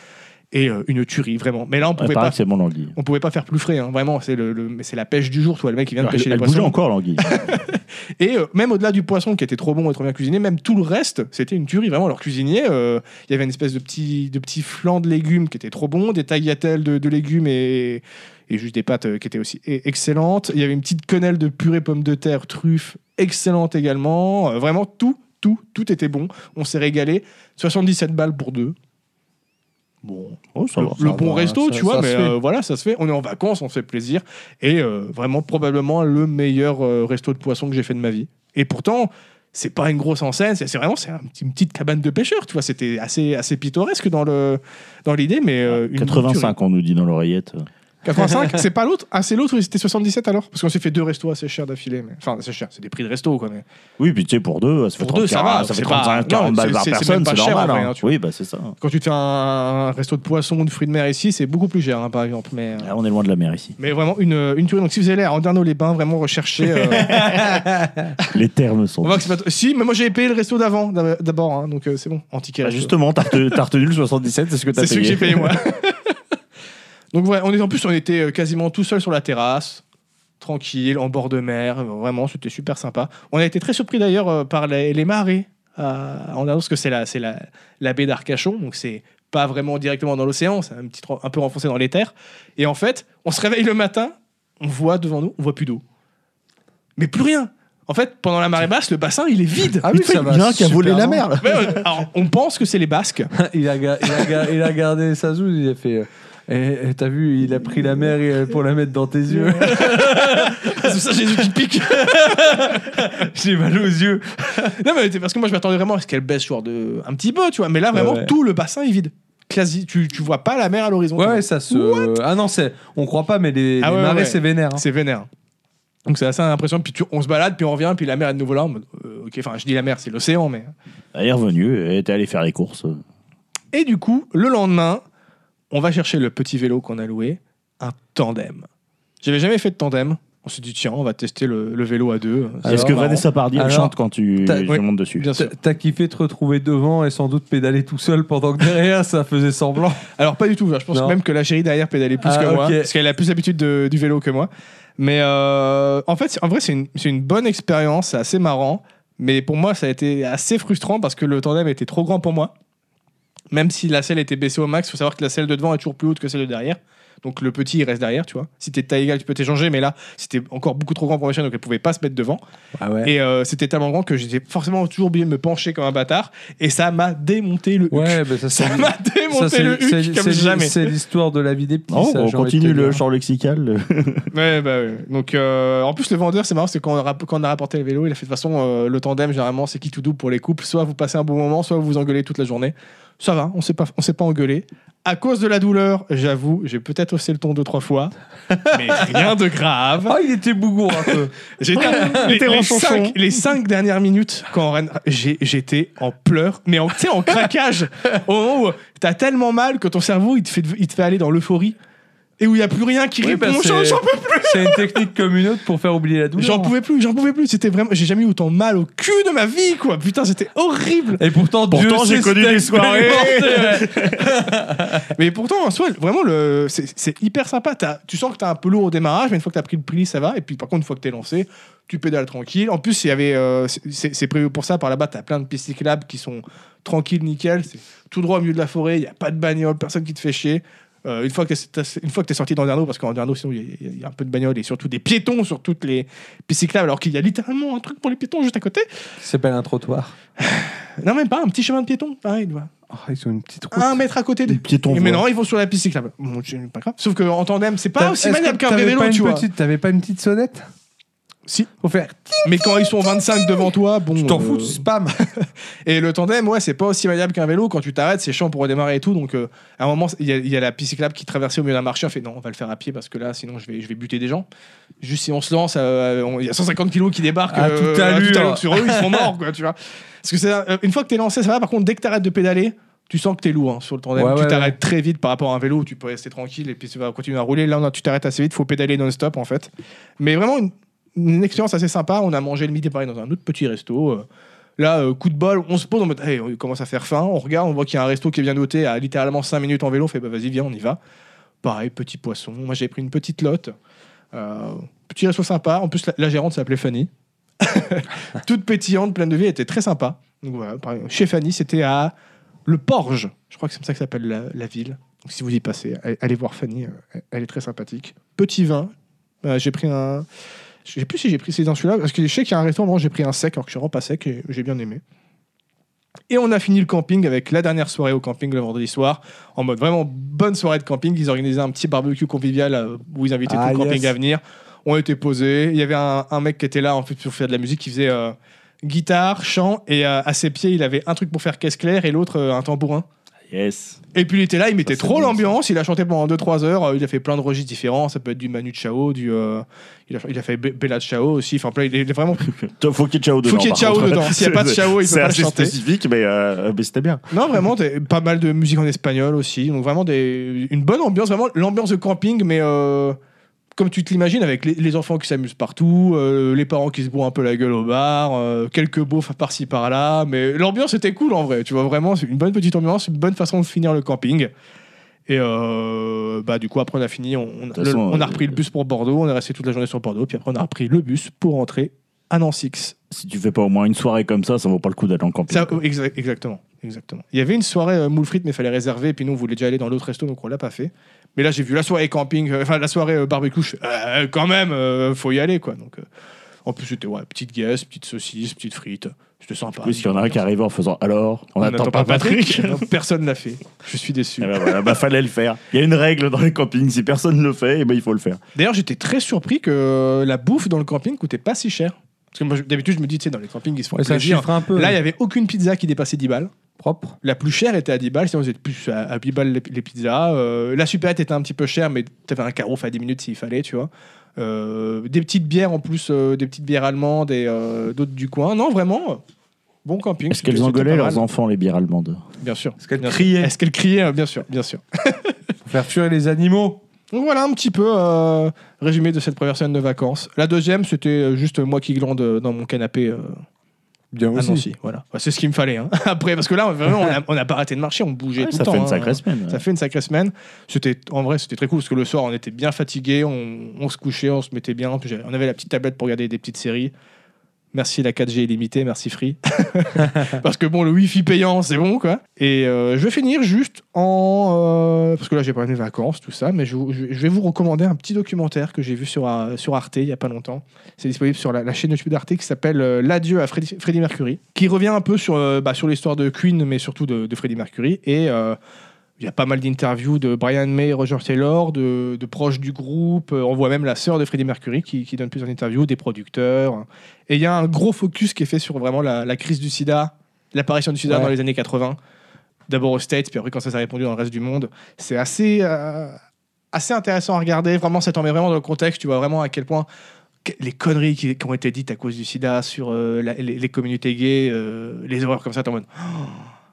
et euh, une tuerie vraiment. Mais là on Ouais, pouvait pareil pas que c'est mon l'anguille. on pouvait pas faire plus frais hein. Vraiment c'est le, le mais c'est la pêche du jour, toi le mec qui vient de Elle, pêcher les elle poissons. bougeait encore l'anguille. Et euh, même au-delà du poisson qui était trop bon et trop bien cuisiné, même tout le reste, c'était une tuerie. Vraiment, leur cuisinier, euh, il y avait une espèce de petit, de petit flan de légumes qui était trop bon, des tagliatelles de, de légumes et, et juste des pâtes euh, qui étaient aussi e- excellentes. Il y avait une petite quenelle de purée pommes de terre, truffes, excellente également. Euh, vraiment, tout, tout, tout était bon. On s'est régalé. soixante-dix-sept balles pour deux. Bon, Oh, ça le, va. le ça bon va, resto, ça- tu ça vois, se mais fait. euh, voilà, ça se fait. On est en vacances, on se fait plaisir. Et euh, vraiment, probablement le meilleur euh, resto de poisson que j'ai fait de ma vie. Et pourtant, c'est pas une grosse enseigne, c'est c'est vraiment c'est un petit- une petite cabane de pêcheurs, tu vois. C'était assez, assez pittoresque dans le dans l'idée, mais euh, une quatre-vingt-cinq, on nous dit dans l'oreillette. tuerie. quatre-vingt-cinq, c'est pas l'autre. Ah, c'est l'autre, c'était soixante-dix-sept alors. Parce qu'on s'est fait deux restos assez chers d'affilée. Mais... Enfin, assez cher, c'est des prix de resto, quoi. Mais... Oui, puis tu sais, pour deux, ça fait Pour deux, ça trente, va, ça c'est fait pas- trente-cinq, quarante non, balles c'est- par c'est- c'est personne, même pas c'est cher, en normal. vrai, hein. hein, tu vois. Oui, bah c'est ça. Quand tu te fais un, un resto de poisson ou de fruits de mer ici, c'est beaucoup plus cher, hein, par exemple. Mais, euh, Ah, on est loin de la mer ici. mais vraiment une, une tuerie. Donc si vous allez à Andernos-les-Bains, vraiment rechercher. euh, Les termes sont. on voit que c'est pas t- Si, mais moi j'avais payé le resto d'avant, d'ab- d'abord, hein, donc euh, c'est bon. Antiqué Bah, resto. justement, t'as retenu, t'as retenu le soixante-dix-sept, c'est ce que t'as C'est payé. ce que j'ai payé moi. Donc ouais, on est en plus on était euh, quasiment tout seul sur la terrasse, tranquille, en bord de mer. euh, Vraiment, c'était super sympa. On a été très surpris d'ailleurs euh, par les, les marées. À Andernos, parce que c'est la, c'est la, la baie d'Arcachon, donc c'est pas vraiment directement dans l'océan, c'est un petit tro- un peu renfoncé dans les terres. Et en fait, on se réveille le matin, on voit devant nous, on voit plus d'eau, mais plus rien. En fait, pendant la marée basse, le bassin il est vide. Ah oui, Putain, ça va. il y en a un qui a super volé la loin. mer. là. Ouais, ouais, alors, on pense que c'est les Basques. il, a, ga- il, a, ga- il a gardé sa zouze, il a fait. euh, Eh, eh, t'as vu, il a pris la mer euh, pour la mettre dans tes yeux. C'est ça Jésus qui pique. J'ai mal aux yeux. Non mais c'est parce que moi je m'attendais vraiment à ce qu'elle baisse genre de un petit peu, tu vois. Mais là vraiment Ouais, ouais. tout le bassin est vide. Quasi, tu, tu vois pas la mer à l'horizon. Ouais, ouais, ça se. Ah non, c'est. On croit pas, mais les, Ah les ouais, marées, ouais. c'est vénère. hein. C'est vénère. Donc c'est assez impressionnant. Puis tu- on se balade, puis on revient, puis la mer est de nouveau là. En mode, euh, ok, enfin je dis la mer, c'est l'océan, mais. Elle est revenue, elle était allée faire les courses. Et du coup, le lendemain, on va chercher le petit vélo qu'on a loué, un tandem. J'avais jamais fait de tandem. On s'est dit tiens, on va tester le, le vélo à deux. Alors, Est-ce que marrant. Vanessa Paradis elle Alors, chante quand tu, t'as- tu oui. montes dessus? Bien sûr. T'as- T'as kiffé te retrouver devant et sans doute pédaler tout seul pendant que derrière ça faisait semblant. Alors pas du tout. Je pense Non. même que la chérie derrière pédalait plus Ah, que moi, ok. parce qu'elle a plus l'habitude de- du vélo que moi. Mais euh, en fait, c'est- en vrai, c'est une, c'est une bonne expérience, c'est assez marrant. Mais pour moi, ça a été assez frustrant parce que le tandem était trop grand pour moi. Même si la selle était baissée au max, il faut savoir que la selle de devant est toujours plus haute que celle de derrière. Donc le petit, il reste derrière, tu vois. Si t'es de taille égale, tu peux t'échanger, mais là, c'était encore beaucoup trop grand pour ma chaîne, donc elle pouvait pas se mettre devant. Ah ouais. Et euh, c'était tellement grand que j'étais forcément toujours obligé de me pencher comme un bâtard. Et ça m'a démonté le huc. Ouais, bah ça, c'est. Ça m'a ça, démonté le c'est- huc c'est- comme c'est- jamais. C'est l'histoire de la vie des petits. Oh, ça, on j'ai envie de continue te le dire. champ lexical. Ouais, bah ouais. Donc, euh, en plus, le vendeur, c'est marrant, c'est quand on, a, rap- quand on a rapporté le vélo, il a fait de toute façon, euh, le tandem, généralement, c'est qui tout double pour les couples. Soit vous passez un bon moment, soit vous vous engueulez toute la journée. Ça va, on s'est pas, on s'est pas engueulé. À cause de la douleur, j'avoue, j'ai peut-être haussé le ton deux, trois fois. Mais rien de grave. Ah, il était bougour un peu. J'étais, les, était les ronchonchon. cinq, les cinq dernières minutes, quand on rentre- j'ai- j'étais en pleurs, mais en, tu sais, en craquage. Au moment où t'as tellement mal que ton cerveau, il te fait, il te fait aller dans l'euphorie. Et où il n'y a plus rien qui Oui, répond. bah, J'en- c'est- j'en peux plus. C'est une technique comme une autre pour faire oublier la douleur. J'en pouvais plus, j'en pouvais plus. C'était vraiment, j'ai jamais eu autant mal au cul de ma vie, quoi. Putain, c'était horrible. Et pourtant, Pourtant, Dieu j'ai sait connu ce que des t'as soirées. expérimenté, ouais. Mais pourtant, en soi, vraiment, le, c'est, c'est hyper sympa. T'as- tu sens que t'es un peu lourd au démarrage, mais une fois que t'as pris le pli, ça va. Et puis, par contre, une fois que t'es lancé, tu pédales tranquille. En plus, il y avait, euh, c'est, c'est- c'est prévu pour ça. Par là-bas, t'as plein de pistes cyclables qui sont tranquilles, nickel. C'est tout droit au milieu de la forêt. Il y a pas de bagnole, personne qui te fait chier. Euh, une fois que t'es, une fois que t'es sorti d'Andernos, parce qu'en Andernos, sinon, il y, a- il y a un peu de bagnole et surtout des piétons sur toutes les pistes cyclables, alors qu'il y a littéralement un truc pour les piétons juste à côté. Ça s'appelle un trottoir. Non, même pas, un petit chemin de piétons, pareil, tu vois. Oh, ils ont une petite route. Un mètre à côté des Les piétons Et mais voient. non, ils vont sur la piste cyclable. Bon, c'est pas grave. Sauf qu'en tandem, c'est pas T'as- aussi est-ce maniable que qu'un vrai t'avais vélo, pas une tu vois. petite- T'avais pas une petite sonnette? Si. Faut faire. Mais quand ils sont vingt-cinq devant toi, bon. Tu t'en euh, fous, tu spam. Et le tandem, ouais, c'est pas aussi maniable qu'un vélo. Quand tu t'arrêtes, c'est chiant pour redémarrer et tout. Donc, euh, à un moment, il y, a- il y a la piste cyclable qui traversait au milieu d'un marché. On fait non, on va le faire à pied parce que là, sinon, je vais, je vais buter des gens. Juste si on se lance, euh, on- il y a cent cinquante kilos qui débarquent À euh, toute allure. sur eux, ils sont morts, quoi, tu vois. Parce que c'est, euh, une fois que t'es lancé, ça va. Par contre, dès que t'arrêtes de pédaler, tu sens que t'es lourd hein, sur le tandem. Ouais, tu ouais, t'arrêtes ouais. très vite par rapport à un vélo où tu peux rester tranquille et puis tu vas continuer à rouler. Là, non, tu t'arrêtes assez vite, faut pédaler non-stop en fait. Mais vraiment une, une expérience assez sympa. On a mangé le midi pareil dans un autre petit resto. Euh, Là, euh, coup de bol, on se pose, on, mode, hey, on commence à faire faim, on regarde, on voit qu'il y a un resto qui est bien doté à littéralement cinq minutes en vélo, on fait bah vas-y, viens, on y va. Pareil, petit poisson. Moi, j'ai pris une petite lotte. Euh, petit resto sympa. En plus, la, la gérante s'appelait Fanny. Toute pétillante, pleine de vie, elle était très sympa. Donc voilà, pareil, chez Fanny, c'était à Le Porge. Je crois que c'est comme ça que s'appelle la, la ville. Donc si vous y passez, allez voir Fanny, euh, elle est très sympathique. Petit vin. Euh, j'ai pris un... Je sais plus si j'ai pris ces dans celui-là, parce que je sais qu'il y a un restaurant, j'ai pris un sec, alors que je suis vraiment pas sec, et j'ai bien aimé. Et on a fini le camping avec la dernière soirée au camping le vendredi soir, en mode vraiment bonne soirée de camping. Ils organisaient un petit barbecue convivial euh, où ils invitaient Ah, tout le camping yes. à venir. On était posés. Il y avait un, un mec qui était là en fait pour faire de la musique, qui faisait euh, guitare, chant, et euh, à ses pieds il avait un truc pour faire caisse claire et l'autre euh, un tambourin. Yes. Et puis il était là, il mettait Ça, c'est trop bon, l'ambiance, il a chanté pendant deux trois heures, euh, il a fait plein de registres différents, ça peut être du Manu Chao, du, euh, il, a, il a fait Be- Bella Chao aussi, enfin plein, il est vraiment... Faut qu'il y ait Ciao dedans. Faut qu'il y ait par Ciao contre. dedans. S'il y a pas de Ciao, il peut C'est pas le assez chanter. spécifique, mais, euh, mais c'était bien. Non, vraiment, des- pas mal de musique en espagnol aussi, donc vraiment des, une bonne ambiance, vraiment l'ambiance de camping, mais euh, comme tu te l'imagines, avec les, les enfants qui s'amusent partout, euh, les parents qui se bourrent un peu la gueule au bar, euh, quelques beaufs par-ci par-là, mais l'ambiance était cool en vrai, tu vois, vraiment, c'est une bonne petite ambiance, une bonne façon de finir le camping. Et euh, bah, du coup, après, on a fini, on, on, le- façon, on a euh, repris le bus pour Bordeaux, on est resté toute la journée sur Bordeaux, puis après, on a repris le bus pour rentrer à Nancy. Si tu fais pas au moins une soirée comme ça, ça vaut pas le coup d'aller en camping. Ça, quoi. exa- exactement, exactement. Il y avait une soirée euh, moule frites, mais il fallait réserver. Et puis nous, on voulait déjà aller dans l'autre resto, donc on l'a pas fait. Mais là, j'ai vu la soirée camping, euh, enfin la soirée euh, barbecue. Je fais, euh, quand même, euh, faut y aller, quoi. Donc, euh, en plus, c'était ouais, petite guesse, petite saucisse, petite frite. C'était sympa. En plus, il y en a un qui arrive en faisant alors, on n'attend pas Patrick. Non, personne l'a fait. Je suis déçu. Eh ben voilà, bah fallait le faire. Il y a une règle dans les campings, si personne ne le fait, eh ben il faut le faire. D'ailleurs, j'étais très surpris que la bouffe dans le camping coûtait pas si cher. Parce que moi, je- d'habitude, je me dis, tu sais, dans les campings, ils se font Ouais, ça plaisir. chiffre un peu. Là, il y avait aucune pizza qui dépassait dix balles. Propre. La plus chère était à dix balles, sinon vous êtes plus à, à huit balles les, les pizzas. Euh, la supérette était un petit peu chère, mais t'avais un carreau à dix minutes s'il fallait, tu vois. Euh, des petites bières en plus, euh, des petites bières allemandes et euh, d'autres du coin. Non, vraiment, euh, bon camping. Est-ce C'était- qu'elles c'était engueulaient pas leurs mal. enfants, les bières allemandes? Bien sûr. Est-ce qu'elles Bien sûr. criaient Est-ce qu'elles criaient euh, Bien sûr, bien sûr. Pour faire fuir les animaux. Donc voilà un petit peu euh, résumé de cette première semaine de vacances. La deuxième, c'était euh, juste moi qui glande euh, dans mon canapé. Euh, Bien Ah aussi. non, si, voilà. Bah, c'est ce qu'il me fallait. Hein. Après, parce que là, vraiment, on a- on n'a pas arrêté de marcher, on bougeait Ouais, tout ça le temps. fait une hein. sacrée semaine. Ça fait une sacrée semaine. C'était, en vrai, c'était très cool parce que le soir, on était bien fatigués, on, on se couchait, on se mettait bien. Puis j'avais- on avait la petite tablette pour regarder des petites séries. Merci la quatre G illimitée, merci Free. Parce que bon, le Wi-Fi payant, c'est bon, quoi. Et euh, je vais finir juste en... euh, parce que là, j'ai pas mes vacances, tout ça, mais je, je- je vais vous recommander un petit documentaire que j'ai vu sur, euh, sur Arte il y a pas longtemps. C'est disponible sur la, la chaîne YouTube d'Arte qui s'appelle euh, L'adieu à Freddie, Freddie Mercury, qui revient un peu sur, euh, bah, sur l'histoire de Queen, mais surtout de, de Freddie Mercury. Et... euh, il y a pas mal d'interviews de Brian May, Roger Taylor, de, de proches du groupe. Euh, On voit même la sœur de Freddie Mercury qui, qui donne plusieurs interviews, des producteurs. Et il y a un gros focus qui est fait sur vraiment la, la crise du sida, l'apparition du sida Ouais. dans les années quatre-vingts. D'abord aux States, puis après quand ça s'est répandu dans le reste du monde. C'est assez, euh, assez intéressant à regarder. Vraiment, ça t'en met vraiment dans le contexte. Tu vois vraiment à quel point que- les conneries qui, qui ont été dites à cause du sida sur euh, la- les, les communautés gays, euh, les horreurs comme ça, t'es en mode... Oh.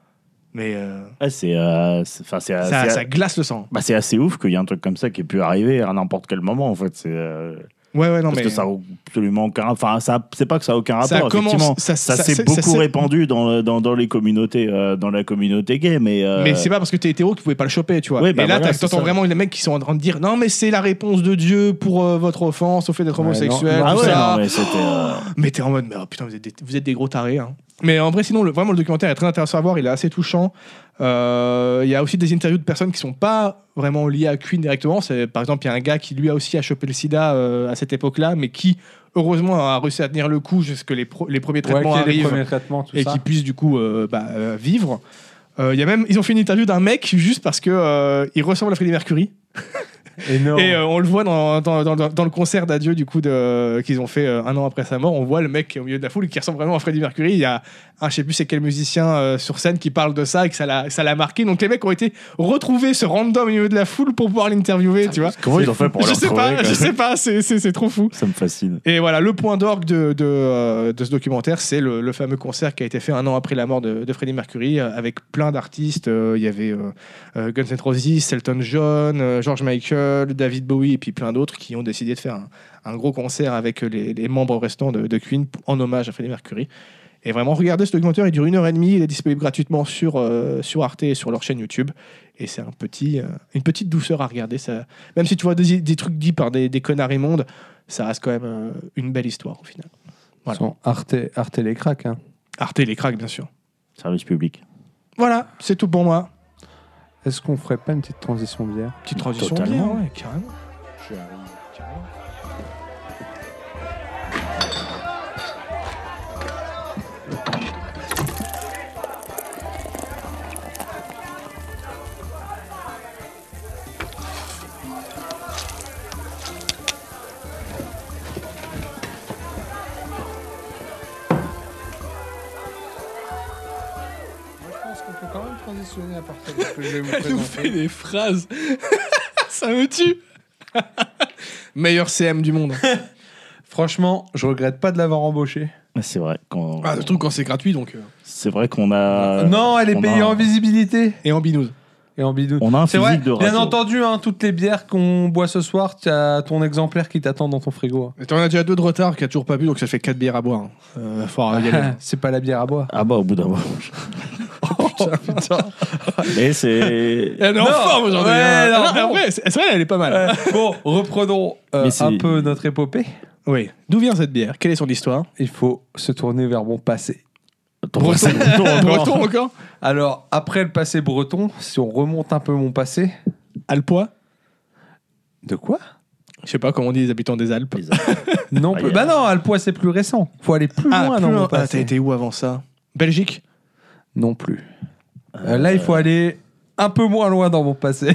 Mais euh, Ouais, c'est, euh, c'est, 'fin, c'est, ça, c'est- ça glace le sang. bah, c'est assez ouf qu'il y ait un truc comme ça qui ait pu arriver à n'importe quel moment en fait. C'est, euh, Ouais, ouais, non, parce mais... que ça a absolument aucun. Enfin, ça, c'est pas que ça a aucun Ça rapport. commence- Effectivement, ça- ça, ça- s'est ça- beaucoup ça- ça- répandu dans, dans, dans les communautés, euh, dans la communauté gay, mais. euh, Mais c'est pas parce que t'es hétéro que tu pouvais pas le choper, tu vois. Oui, bah et là, voilà, t'as- c'est t'entends ça. vraiment les mecs qui sont en train de dire non, mais c'est la réponse de Dieu pour euh, votre offense au fait d'être Ouais, homosexuel, non, Ah tout ouais, ça. non, mais c'était. euh, Mais t'es en mode, mais oh, putain, vous êtes des, vous êtes des gros tarés. Hein. Mais en vrai, sinon, le, vraiment, le documentaire est très intéressant à voir. Il est assez touchant. Euh, Il y a aussi des interviews de personnes qui sont pas vraiment liées à Queen directement. C'est, par exemple, il y a un gars qui lui a aussi a chopé le sida euh, à cette époque-là, mais qui, heureusement, a réussi à tenir le coup jusqu'à les, pro- les premiers Ouais, traitements qu'il y ait les arrivent premiers traitements, tout et ça. qui puisse du coup euh, bah, euh, vivre. Euh, Il y a même, ils ont fait une interview d'un mec juste parce que euh, il ressemble à Freddie Mercury. Énorme. Et euh, on le voit dans, dans, dans, dans le concert d'adieu du coup de, qu'ils ont fait euh, un an après sa mort. On voit le mec qui est au milieu de la foule qui ressemble vraiment à Freddie Mercury. Il y a un, je sais plus c'est quel musicien euh, sur scène qui parle de ça et que ça l'a, ça l'a marqué. Donc les mecs ont été retrouvés ce random au milieu de la foule pour pouvoir l'interviewer, tu vois. Comment ils ont fait pour Je le sais retrouver, pas, quoi. je sais pas, c'est, c'est, c'est trop fou. Ça me fascine. Et voilà, le point d'orgue de, de, euh, de ce documentaire, c'est le, le fameux concert qui a été fait un an après la mort de, de Freddie Mercury, euh, avec plein d'artistes. Euh, Il y avait euh, euh, Guns N' Roses, Elton John, euh, George Michael, David Bowie et puis plein d'autres qui ont décidé de faire un, un gros concert avec les, les membres restants de, de Queen en hommage à Freddie Mercury. Et vraiment, regardez ce documentaire, il dure une heure et demie, il est disponible gratuitement sur, euh, sur Arte et sur leur chaîne YouTube. Et c'est un petit, euh, une petite douceur à regarder. Ça... Même si tu vois des, des trucs dits par des, des connards immondes, ça reste quand même euh, une belle histoire au final. Voilà. Sont Arte, Arte les cracks. Hein. Arte, les cracks, bien sûr. Service public. Voilà, c'est tout pour moi. Est-ce qu'on ferait pas une petite transition bière? Petite transition Totalement. bien, ouais, carrément. Je arrive. carrément. On peut quand même transitionner à partir de ce que je vais vous Elle nous fait présenter. des phrases. Ça me tue. Meilleur C M du monde. Franchement, je regrette pas de l'avoir embauché. C'est vrai qu'on. Ah, le truc quand c'est gratuit, donc. euh, C'est vrai qu'on a. non, elle est on payée a- en visibilité Et en binouze. et en bidou. On a un C'est physique vrai, de bien radio. entendu, hein, toutes les bières qu'on boit ce soir, tu as ton exemplaire qui t'attend dans ton frigo. Mais t'en as déjà deux de retard qui a toujours pas bu, donc ça fait quatre bières à boire. Euh, faut y aller. C'est pas la bière à boire. Ah bah au bout d'un moment. Putain. Et c'est. Elle est en Non, forme aujourd'hui. ouais, hein. non, Ah, bon. après, c'est c'est vrai, elle est pas mal. Euh, bon, reprenons euh, Mais c'est- un peu notre épopée. Oui. D'où vient cette bière? Quelle est son histoire? Il faut se tourner vers mon passé. Ton Breton. passé breton encore. Breton encore? Alors, après le passé breton, si on remonte un peu mon passé... Alpois? De quoi? Je sais pas comment on dit les habitants des Alpes. Non, Ah, plus- y a- bah non, Alpois c'est plus récent. Faut aller plus loin plus dans mon loin. Ah, passé. t'as été où avant ça? Belgique? Non plus. Euh, là, il faut aller un peu moins loin dans mon passé.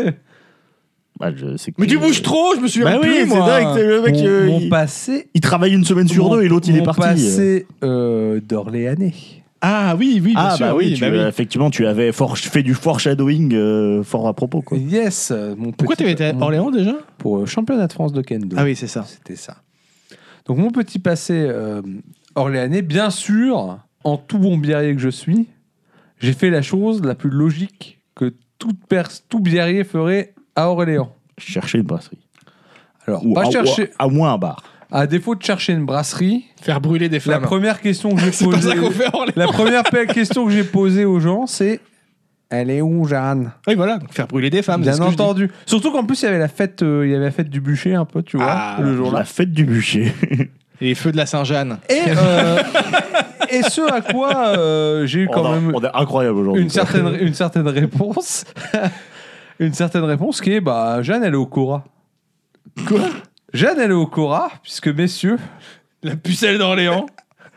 Bah, je sais que- Mais tu bouges trop, je me souviens Bah plus, oui, c'est moi. dingue, le mec. mon, euh, mon il... passé... il travaille une semaine sur mon- deux et l'autre il est mon parti. passé euh, d'Orléanais. Ah oui, oui, bien Ah sûr. bah oui, oui, tu, bah oui. euh, effectivement, tu avais for- fait du foreshadowing euh, fort à propos quoi. Yes, euh, mon Pourquoi petit- t'avais été à mon- Orléans déjà? Pour euh, championnat de France de kendo. Ah oui, c'est ça. C'était ça. Donc mon petit passé euh, orléanais, bien sûr, en tout bon biérier que je suis, j'ai fait la chose la plus logique que toute pers- tout biérier ferait à Orléans. Chercher une brasserie. Alors, Ou pas à, chercher, à moins un bar. à défaut de chercher une brasserie, Faire brûler des la flammes. première question que j'ai C'est pas posée, ça qu'on fait à Orléans. la première pe- question que j'ai posée aux gens, c'est elle est où, Jeanne? Oui, voilà, donc faire brûler des femmes. c'est Bien ce que je dis. entendu. Surtout qu'en plus il y avait la fête, euh, il y avait la fête du bûcher un peu, tu vois, Ah, le jour-là. La fête du bûcher. Et les feux de la Saint-Jeanne. Et, euh, et ce à quoi euh, j'ai eu quand on, a- même on est incroyable aujourd'hui. une certaine, une certaine réponse. Une certaine réponse qui est bah, Jeanne, elle est au Cora. Quoi? Jeanne, elle est au Cora, puisque messieurs, La pucelle d'Orléans.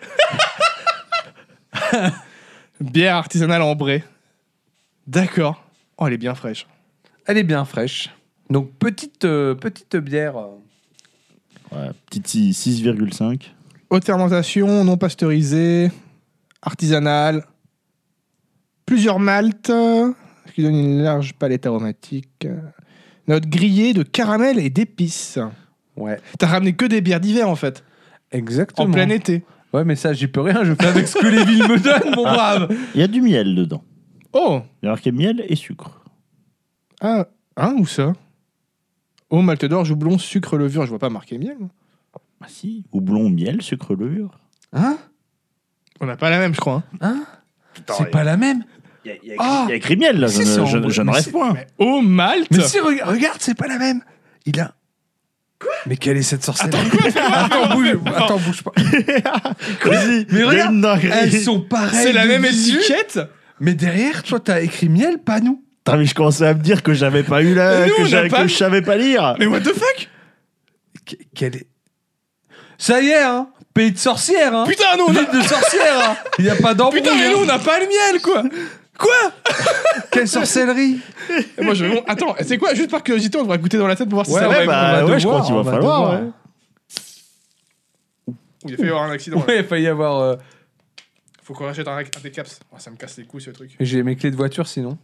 Bière artisanale en Bray. D'accord. Oh, elle est bien fraîche. elle est bien fraîche. Donc, petite, euh, petite bière. euh, Ouais, petite six- six virgule cinq. Haute fermentation, non pasteurisée, artisanale. Plusieurs maltes, euh, ce qui donne une large palette aromatique. Note grillée de caramel et d'épices. Ouais, T'as ramené que des bières d'hiver en fait, exactement. en plein été. Ouais, mais ça, j'y peux rien. Je fais avec ce que les villes me donnent, mon brave. Il y a du miel dedans. Oh, Il y a marqué miel et sucre. ah, hein, où ça? Oh, malte d'orge, houblon, sucre, levure. Je vois pas marqué miel. moi. Ah si. Houblon, miel, sucre, levure. Hein? On n'a pas la même, je crois. hein. Hein? C'est pas la même. Il y, a- il y a Ah écrit- il y a écrit miel là. Si, je c'est ne, en- je, je ne mais rêve c'est- point. Mais oh, malte. Mais si, rega- regarde, c'est pas la même. Il a. Quoi? Mais quelle est cette sorcellerie? Attends, bouge, attends, bouge pas. Vas-y, Mais il y a regarde, une dinguerie. elles sont pareilles. C'est la de même visu, étiquette. Mais derrière, toi, t'as écrit miel, pas nous. Putain, mais je commençais à me dire que j'avais pas eu la, Nous, on que, a j'avais- pas- que je savais pas lire. Mais what the fuck? Que- Quelle est. Ça y est, hein. Pays de sorcières, hein. Putain, nous, on a... Ville de sorcières, hein. Il y a pas d'embrouille. Putain, mais nous, on n'a pas le miel, quoi. Quoi? Quelle sorcellerie. Et moi, je vais... Attends, c'est quoi? Juste par curiosité, on devrait goûter dans la tête pour voir si Ouais, ça ouais, va. bah, on va ouais, je devoir, crois qu'il va on va falloir. devoir. ouais. Il a failli y avoir un accident. Ouais, il a failli y avoir. euh, Faut qu'on rachète un, un des caps. Oh, ça me casse les couilles, ce truc. J'ai mes clés de voiture sinon.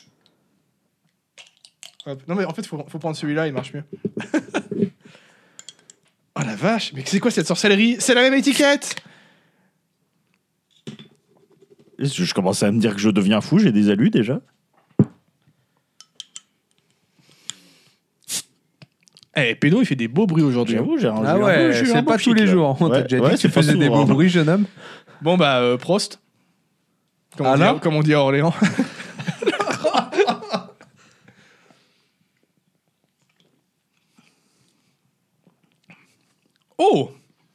Hop. Non, mais en fait, faut, faut prendre celui-là, il marche mieux. Oh la vache, mais c'est quoi cette sorcellerie? C'est la même étiquette. Je, je commençais à me dire que je deviens fou, j'ai des alus déjà. Eh, Pédo, il fait des beaux bruits aujourd'hui. J'avoue, j'ai un, Ah j'ai un ouais, beau- j'ai eu un c'est beau pas tous chic, les là. jours. On Ouais, t'a déjà ouais, dit que tu c'est pas faisais des souvent. beaux bruits, jeune homme. Bon, bah, euh, Prost. Comme on, Alain dit, comme on dit à Orléans. Oh!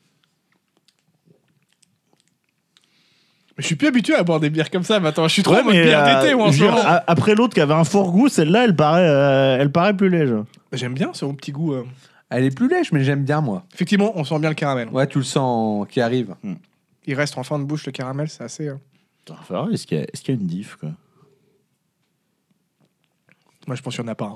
Mais je suis plus habitué à boire des bières comme ça, mais attends, je suis trop Ouais, en mode mais, bière euh, d'été, moi, en je ce veux dire, moment. a- après l'autre qui avait un fort goût, celle-là, elle paraît, euh, elle paraît plus légère. J'aime bien ce petit goût. euh. Elle est plus lèche, mais j'aime bien, moi. Effectivement, on sent bien le caramel. Ouais, tu le sens qui arrive. Il reste en fin de bouche, le caramel, c'est assez... euh. Attends, faut voir, Est-ce qu'il y, a- est-ce qu'il y a une diff, quoi? Moi, je pense qu'il n'y en a pas. hein.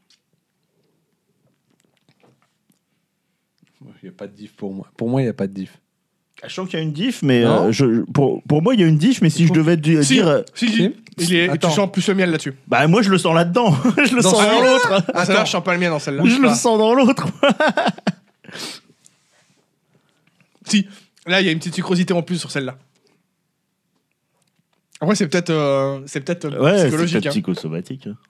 Il n'y a pas de diff pour moi. Pour moi, il n'y a pas de diff. Je sens qu'il y a une diff, mais Non. euh, je, pour, pour moi, il y a une diff, mais si je devais di- Si. dire... euh, Si, si. Si. Il est... Attends. Tu sens plus le miel là-dessus. Bah, moi, je le sens là-dedans. je le Dans sens dans celui-là l'autre. Ah, ça, je sens pas le mien dans celle-là. Je le sens dans l'autre. Si. Là, il y a une petite sucrosité en plus sur celle-là. Après, c'est peut-être euh, c'est peut-être euh, Ouais, c'est psychologique. peut-être hein. psychosomatique. hein.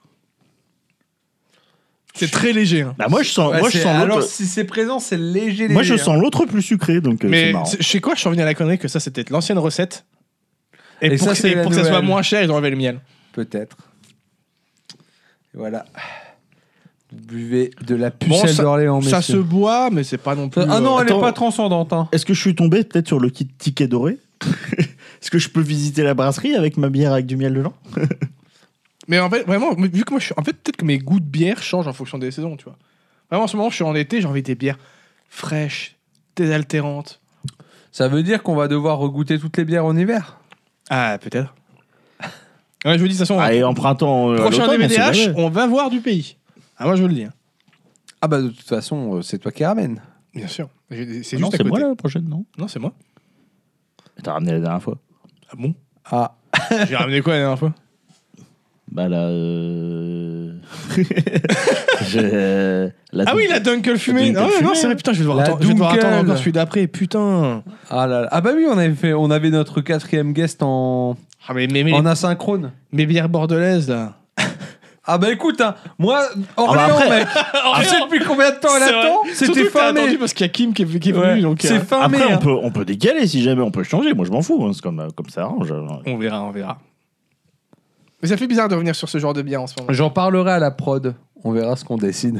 C'est très léger. hein. Bah, moi, je sens, Ouais, moi, je c'est- sens alors, l'autre... si c'est présent, c'est léger, léger. Moi, je hein. sens l'autre plus sucré, donc euh, c'est Mais marrant. c'est- je sais quoi, je suis revenu à la connerie que ça, c'était l'ancienne recette. Et, Et pour, ça, que, c'est et la pour que ça soit nouvelle. moins cher, ils ont enlevé le miel. Peut-être. Et voilà. Vous buvez de la Bon, pucelle ça- d'Orléans, Ça se messieurs. boit, mais c'est pas non plus. Ah non, euh, elle n'est Attends. pas transcendante. Hein. Est-ce que je suis tombé peut-être sur le kit ticket doré? Est-ce que je peux visiter la brasserie avec ma bière avec du miel dedans? Mais en fait, vraiment, vu que moi je suis. En fait, peut-être que mes goûts de bière changent en fonction des saisons, tu vois. Vraiment, en ce moment, je suis en été, j'ai envie des bières fraîches, désaltérantes. Ça veut dire qu'on va devoir regoûter toutes les bières en hiver. Ah, peut-être. Ouais, je vous dis, de toute façon, Ah, et en printemps, euh, à prochain l'automne, on sait D V D H, jamais. on va voir du pays. Ah, moi, je vous le dis. hein. Ah bah de toute façon, euh, c'est toi qui ramènes. Bien sûr. J'ai- C'est Ah non, juste à c'est côté. moi la prochaine, non? Non, c'est moi. T'as ramené la dernière fois. Ah bon? Ah, J'ai ramené quoi la dernière fois? Bah là. Euh... je- la- Ah oui, la Dunkel fumée. Dunkel Ah ouais, non, fumée. c'est vrai, putain, je vais devoir, La attendre, je vais devoir Dunkel. attendre encore celui d'après, putain. ah, là là. Ah bah oui, on avait, fait, on avait notre quatrième guest en, Ah, mais, mais, mais en asynchrone. mes bières bordelaises, là. Ah bah écoute, hein, moi, Orléans, bah après- mec, tu sais depuis combien de temps elle C'est vrai. attend? Surtout C'était que t'as fin attendu mai. parce qu'il y a Kim qui est, qui est Ouais, venu, donc c'est euh, fin mai. Après, on hein. peut, on peut décaler si jamais on peut changer. Moi, je m'en fous. hein, C'est comme, comme ça arrange. on verra, on verra. Mais ça fait bizarre de revenir sur ce genre de bière en ce moment. J'en parlerai à la prod. On verra ce qu'on décide.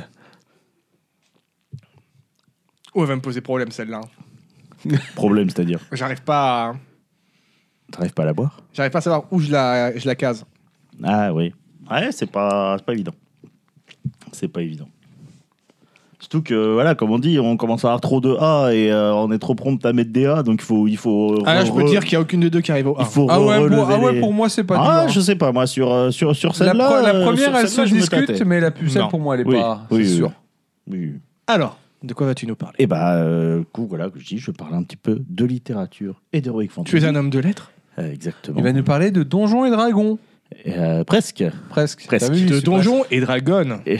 Oh, elle va me poser problème celle-là. Problème, c'est-à-dire. J'arrive pas à... T'arrives pas à la boire? J'arrive pas à savoir où je la, je la case. Ah oui. Ouais, c'est pas, c'est pas évident. C'est pas évident. Surtout que, voilà, comme on dit, on commence à avoir trop de A et euh, on est trop prompt à mettre des A, donc il faut. Il faut Ah là, je peux re- dire qu'il n'y a aucune des deux qui arrive au Il A. faut Ah ouais, re- pour, ah relever ouais, les- pour moi, c'est pas Ah, dur. je sais pas, moi, sur, euh, sur, sur La, celle-là. pre- la euh, première, sur elle se celle-là, je me discute, tâtais. mais la pucelle, Non. pour moi, elle est Oui, pas. oui, c'est oui, sûr. Oui. Alors, de quoi vas-tu nous parler? Et bah, euh, du coup, voilà, je dis, je vais parler un petit peu de littérature et d'heroic fantasy. Tu es un homme de lettres? Euh, exactement. Il va nous parler de Donjons et Dragons. Euh, presque. Presque. Presque. T'as vu, De c'est Donjons et Dragons. Et-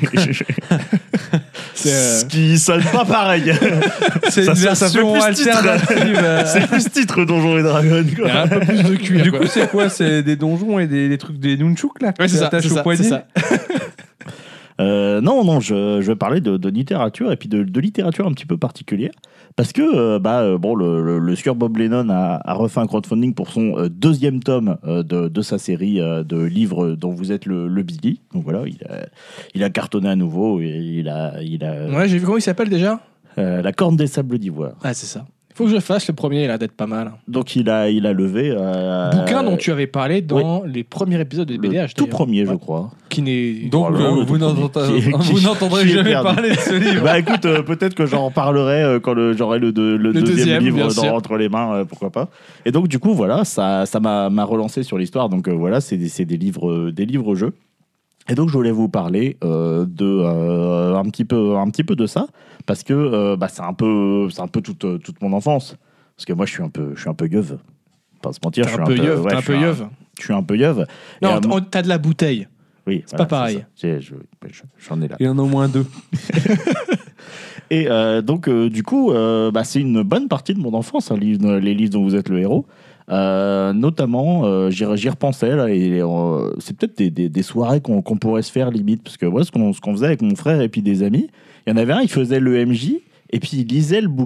C'est, euh, Ce qui sonne pas pareil. presque. C'est Ça- une ça- ça fait version plus titre. alternative. euh. C'est plus titre Donjons et Dragons. Il y Quoi. a un peu plus de cuir. Du quoi. coup, c'est quoi? C'est des donjons et des, des trucs, des nunchuk là? Ouais, c'est ça, attaché c'est au ça, poignet. c'est ça. Euh, non, non, je, je vais parler de, de littérature et puis de, de littérature un petit peu particulière. Parce que euh, bah, euh, bon, le, le, le sieur Bob Lennon a, a refait un crowdfunding pour son euh, deuxième tome euh, de, de sa série euh, de livres dont vous êtes le, le Billy. Donc voilà, il a, il a cartonné à nouveau et il a, il a Ouais, j'ai vu comment il s'appelle déjà. euh, La Corne des Sables d'Ivoire. Ah, c'est ça. Il faut que je le fasse le premier, il a d'être pas mal. Donc il a, il a levé. euh, Bouquin dont tu avais parlé dans les premiers épisodes de B D H. le tout d'ailleurs. premier, je Ouais. crois. Qui n'est. Donc, Voilà, euh, le vous tout n'entendrez premier. Qui- vous qui- n'entendrez qui est jamais perdu. parler de ce livre. Bah écoute, euh, peut-être que j'en reparlerai euh, quand le- j'aurai le, deux- le Le deuxième, deuxième, livre bien dans- sûr. entre les mains, euh, pourquoi pas. Et donc du coup, voilà, ça ça m'a m'a relancé sur l'histoire. Donc euh, voilà, c'est des, c'est des livres euh, des livres jeux. Et donc je voulais vous parler euh, de euh, un petit peu un petit peu de ça parce que euh, bah, c'est un peu c'est un peu toute euh, toute mon enfance. Parce que moi, je suis un peu je suis un peu yeuve. Pas se mentir, T'es je suis un peu yeuve, ouais, t'es un je suis peu yeuve. Je suis un peu yeuve. Et, Non, euh, t- t'as de la bouteille. oui, c'est pas pareil. ça. J'ai- je- je- J'en ai là. Il y en a au moins deux. Et euh, donc, euh, du coup, euh, bah, c'est une bonne partie de mon enfance, hein, les, les livres dont vous êtes le héros. Euh, notamment, euh, j'y j'y repensais, là, et euh, c'est peut-être des, des, des soirées qu'on qu'on pourrait se faire limite, parce que moi, ce qu'on ce qu'on faisait avec mon frère et puis des amis, il y en avait un, il faisait le M J, et puis il lisait le bouquin,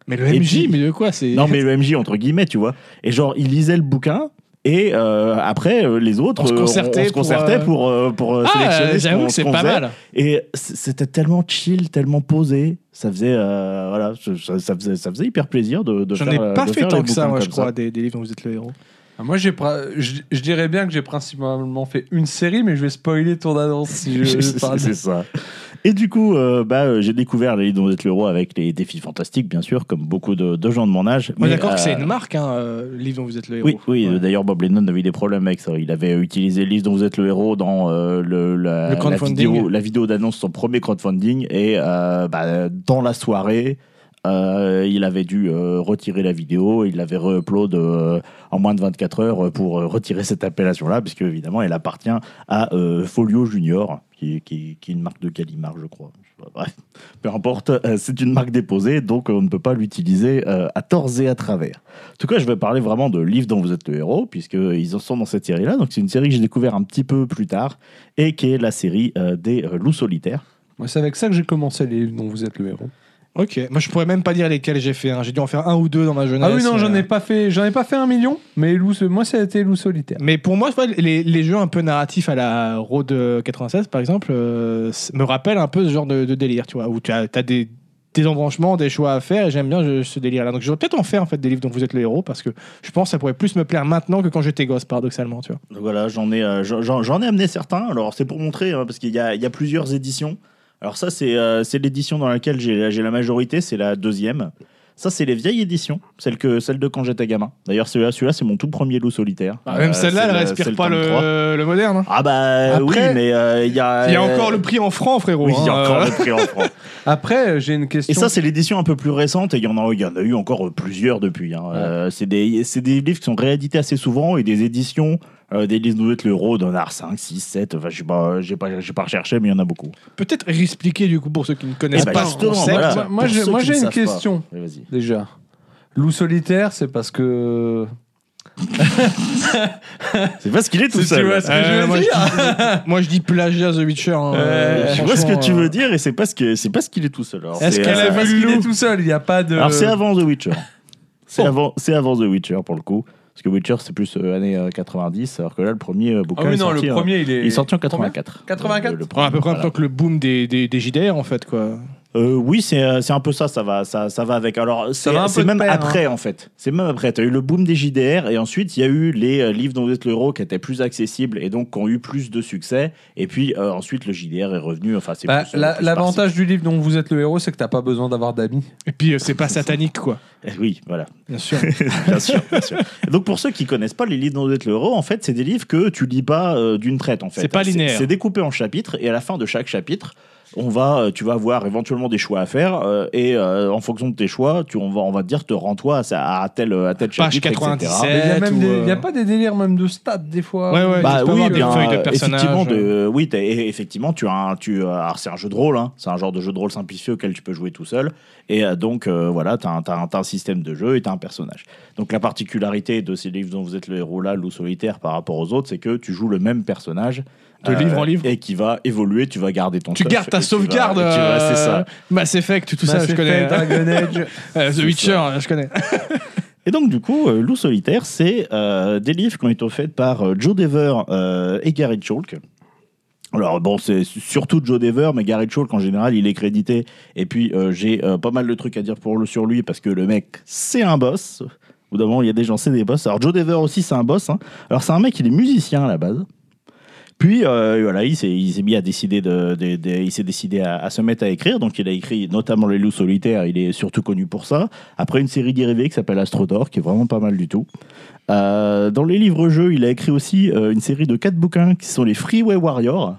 Mais le Et M J, puis- mais de quoi c'est... Non, mais le M J, entre guillemets, tu vois. Et genre, il lisait le bouquin. Et euh, après, euh, les autres, On se euh, concertait on se pour, concertait euh, pour, euh, pour, euh, Ah, sélectionner ce j'avoue qu'on- que ce c'est qu'on pas faisait. mal. Et c- c'était tellement chill, tellement posé. Ça faisait, euh, voilà, ça, ça faisait, ça faisait hyper plaisir de, de J'en faire ai pas de fait faire tant les que ça, bouquins moi, je comme crois, ça. des, des livres dont vous êtes le héros. Ah, Moi, j'ai pra- je, je dirais bien que j'ai principalement fait une série, mais je vais spoiler ton annonce si je C'est parle. c'est ça. Et du coup, euh, bah, euh, j'ai découvert les livres dont vous êtes le héros avec les défis fantastiques, bien sûr, comme beaucoup de, de gens de mon âge. On est Mais, d'accord que euh, c'est une marque, hein, euh, le livre dont vous êtes le héros. Oui, oui. Ouais. D'ailleurs, Bob Lennon avait eu des problèmes avec ça. Il avait utilisé le livre dont vous êtes le héros dans euh, le, la, Le la crowdfunding. vidéo, la vidéo d'annonce de son premier crowdfunding. Et euh, bah, dans la soirée, euh, il avait dû euh, retirer la vidéo. Il l'avait re-upload euh, en moins de vingt-quatre heures pour euh, retirer cette appellation-là, puisque évidemment, elle appartient à euh, Folio Junior, qui, qui, qui est une marque de Gallimard, je crois. Bref, peu importe, euh, c'est une marque déposée, donc on ne peut pas l'utiliser euh, à tort et à travers. En tout cas, je vais parler vraiment de livres dont vous êtes le héros, puisqu'ils en sont dans cette série-là. Donc, c'est une série que j'ai découvert un petit peu plus tard, et qui est la série euh, des euh, loups solitaires. Moi, c'est avec ça que j'ai commencé les livres dont vous êtes le héros. Ok, moi je pourrais même pas dire lesquels j'ai fait. hein. J'ai dû en faire un ou deux dans ma jeunesse. Ah oui, non, j'en ai euh. pas fait, j'en ai pas fait un million, mais loup, moi, ça a été loup solitaire. Mais pour moi, tu vois, les, les jeux un peu narratifs à la Road quatre-vingt-seize, par exemple, euh, c- me rappellent un peu ce genre de, de délire, tu vois, où tu as, as des, des embranchements, des choix à faire, et j'aime bien je- ce délire-là. Donc je devrais peut-être en faire en fait des livres dont vous êtes le héros, parce que je pense que ça pourrait plus me plaire maintenant que quand j'étais gosse, paradoxalement, tu vois. Donc voilà, j'en ai, euh, j'en, j'en ai amené certains. Alors, c'est pour montrer, hein, parce qu'il y a, il y a plusieurs éditions. Alors ça, c'est, euh, c'est l'édition dans laquelle j'ai, j'ai la majorité, c'est la deuxième. Ça, c'est les vieilles éditions, celles, que, celles de quand j'étais gamin. D'ailleurs, celui-là, celui-là c'est mon tout premier loup solitaire. Ah, même Euh, celle-là, c'est elle le- respire c'est le pas tome trois. le, le moderne. hein. Ah bah Après, oui, mais euh, il y a... Il y a encore le prix en francs, frérot. Oui, il y a hein, encore euh. le prix en francs. Après, euh, j'ai une question. Et ça, c'est l'édition un peu plus récente, et il y en a, il y en a eu encore plusieurs depuis. hein. Euh, c'est, des, c'est des livres qui sont réédités assez souvent, et des éditions, euh, des livres d'où être le héros, d'en avoir cinq, six, sept, enfin, je sais pas, j'ai pas, j'ai pas recherché, mais il y en a beaucoup. Peut-être réexpliquer du coup pour ceux qui ne connaissent Eh bah, pas le justement, concept. voilà. Moi, moi, Pour j'ai- ceux moi, qui j'ai ne une savent pas. question. Allez, vas-y. Déjà. Loup solitaire, c'est parce que. C'est parce qu'il est tout Si seul. tu vois ce que Euh, je veux moi, dire. je dis, moi je dis plagiat The Witcher. hein, euh, Je vois ce que franchement, tu euh, veux dire, et c'est parce que c'est parce qu'il est tout seul. Alors, Est-ce c'est, qu'elle euh, a Parce vu le qu'il est loup tout seul, il n'y a pas de. Alors c'est avant The Witcher. C'est Oh. avant, c'est avant The Witcher pour le coup. Parce que Witcher c'est plus euh, années euh, quatre-vingt-dix, alors que là le premier euh, bouquin Ah oui, est non, sorti, le euh, premier, il est. il est sorti en quatre-vingt-quatre. quatre-vingt-quatre Euh, le ouais, premier, à peu près en même voilà. temps que le boom des, des, des J D R en fait quoi. Euh, oui, c'est euh, c'est un peu ça, ça va, ça, ça va avec. Alors, c'est va un c'est peu de même pair, après, en fait. C'est même après. Tu as eu le boom des J D R, et ensuite, il y a eu les euh, livres dont vous êtes le héros qui étaient plus accessibles et donc qui ont eu plus de succès. Et puis, euh, ensuite, le J D R est revenu. Enfin, c'est Bah, plus, euh, la- plus L'avantage du livre dont vous êtes le héros, c'est que t'as pas besoin d'avoir d'amis. Et puis euh, c'est pas satanique quoi. par-ci. Eh oui, voilà. Bien sûr. bien sûr, bien sûr. Et donc, pour ceux qui connaissent pas les livres dont vous êtes le héros, en fait, c'est des livres que tu lis pas euh, d'une traite, en fait. C'est pas linéaire. C'est découpé en chapitres, et à la fin de chaque chapitre, on va, euh, tu vas avoir éventuellement des choix à faire, euh, et euh, en fonction de tes choix, tu, on, va, on va te dire, te rends-toi à, à tel, à tel Page chapitre, quatre-vingt-dix-sept. et cetera. Mais il y a même ou, des- euh, il y a pas des délires même de stats des fois. Ouais, ouais. Bah tu peux oui, avoir bien, des feuilles de euh, personnages, effectivement, euh. de, oui, t'as- et effectivement, tu as un, tu, euh, alors c'est un jeu de rôle, hein, c'est un genre de jeu de rôle simplifié auquel tu peux jouer tout seul, et euh, donc euh, voilà, t'as un, t'as un, t'as un système de jeu et t'as un personnage. Donc la particularité de ces livres dont vous êtes le héros là, Loup solitaire, par rapport aux autres, c'est que tu joues le même personnage De livre en livre. et qui va évoluer, tu vas garder ton Tu stuff, gardes ta et tu vas- sauvegarde. et tu vas- c'est ça. euh, Mass Effect, tout Mass ça, je connais. Effect, Dragon Age. Euh, The C'est Witcher, ça. je connais. Et donc, du coup, euh, Loup solitaire, c'est euh, des livres qui ont été faits par euh, Joe Dever euh, et Gary Chalk. Alors, bon, c'est surtout Joe Dever, mais Gary Chalk, en général, il est crédité. Et puis, euh, j'ai euh, pas mal de trucs à dire pour le, sur lui, parce que le mec, c'est un boss. Au bout d'un moment, il y a des gens, c'est des boss. Alors, Joe Dever aussi, c'est un boss. hein. Alors, c'est un mec, il est musicien à la base. Puis euh, voilà, il s'est, il s'est mis à décider de, de- de- il s'est décidé à, à se mettre à écrire. Donc il a écrit notamment Les Loups solitaires. Il est surtout connu pour ça. Après une série dérivée qui s'appelle Astrodor, qui est vraiment pas mal du tout. Euh, dans les livres-jeux, il a écrit aussi euh, une série de quatre bouquins qui sont les Freeway Warriors.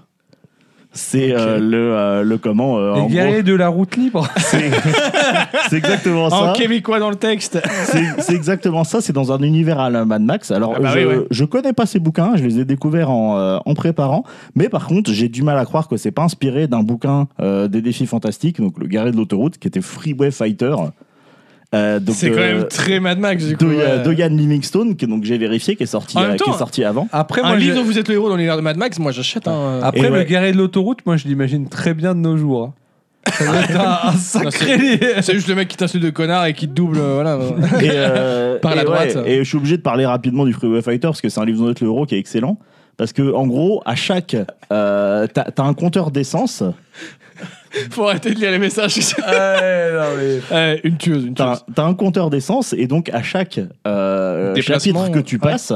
C'est euh, Ok. le, euh, le comment euh, Les en guerriers de la route libre. gros, c'est, c'est exactement En ça. québécois dans le texte. C'est, c'est exactement ça, c'est dans un univers à la Mad Max. Alors, Ah bah je, oui, ouais. je connais pas ces bouquins, je les ai découverts en, euh, en préparant, mais par contre, j'ai du mal à croire que c'est pas inspiré d'un bouquin euh, des défis fantastiques, donc le guerrier de l'autoroute, qui était Freeway Fighter. Euh, donc C'est de- quand même très Mad Max du coup. de, ouais. de Ian Livingstone, qui donc j'ai vérifié, qui est sorti, En même euh, qui temps, est sorti avant. Après, Un moi, livre je- dont vous êtes le héros dans l'univers de Mad Max, moi j'achète. Hein. Après Et le ouais. guerrier de l'autoroute, moi je l'imagine très bien de nos jours. hein. Ça doit être un, un sacré. C'est juste le mec qui t'insulte de connard et qui te double, euh, voilà. Et, euh, Par la et droite. ouais, et je suis obligé de parler rapidement du Freeway Fighter parce que c'est un livre de notes le héros qui est excellent. Parce que en gros, à chaque, euh, t'as, t'as un compteur d'essence. Faut arrêter de lire les messages. Ouais, non, mais... Ouais, une tueuse, une T'as, tueuse. t'as un compteur d'essence et donc à chaque euh, Déplacement, chapitre que tu ouais. passes,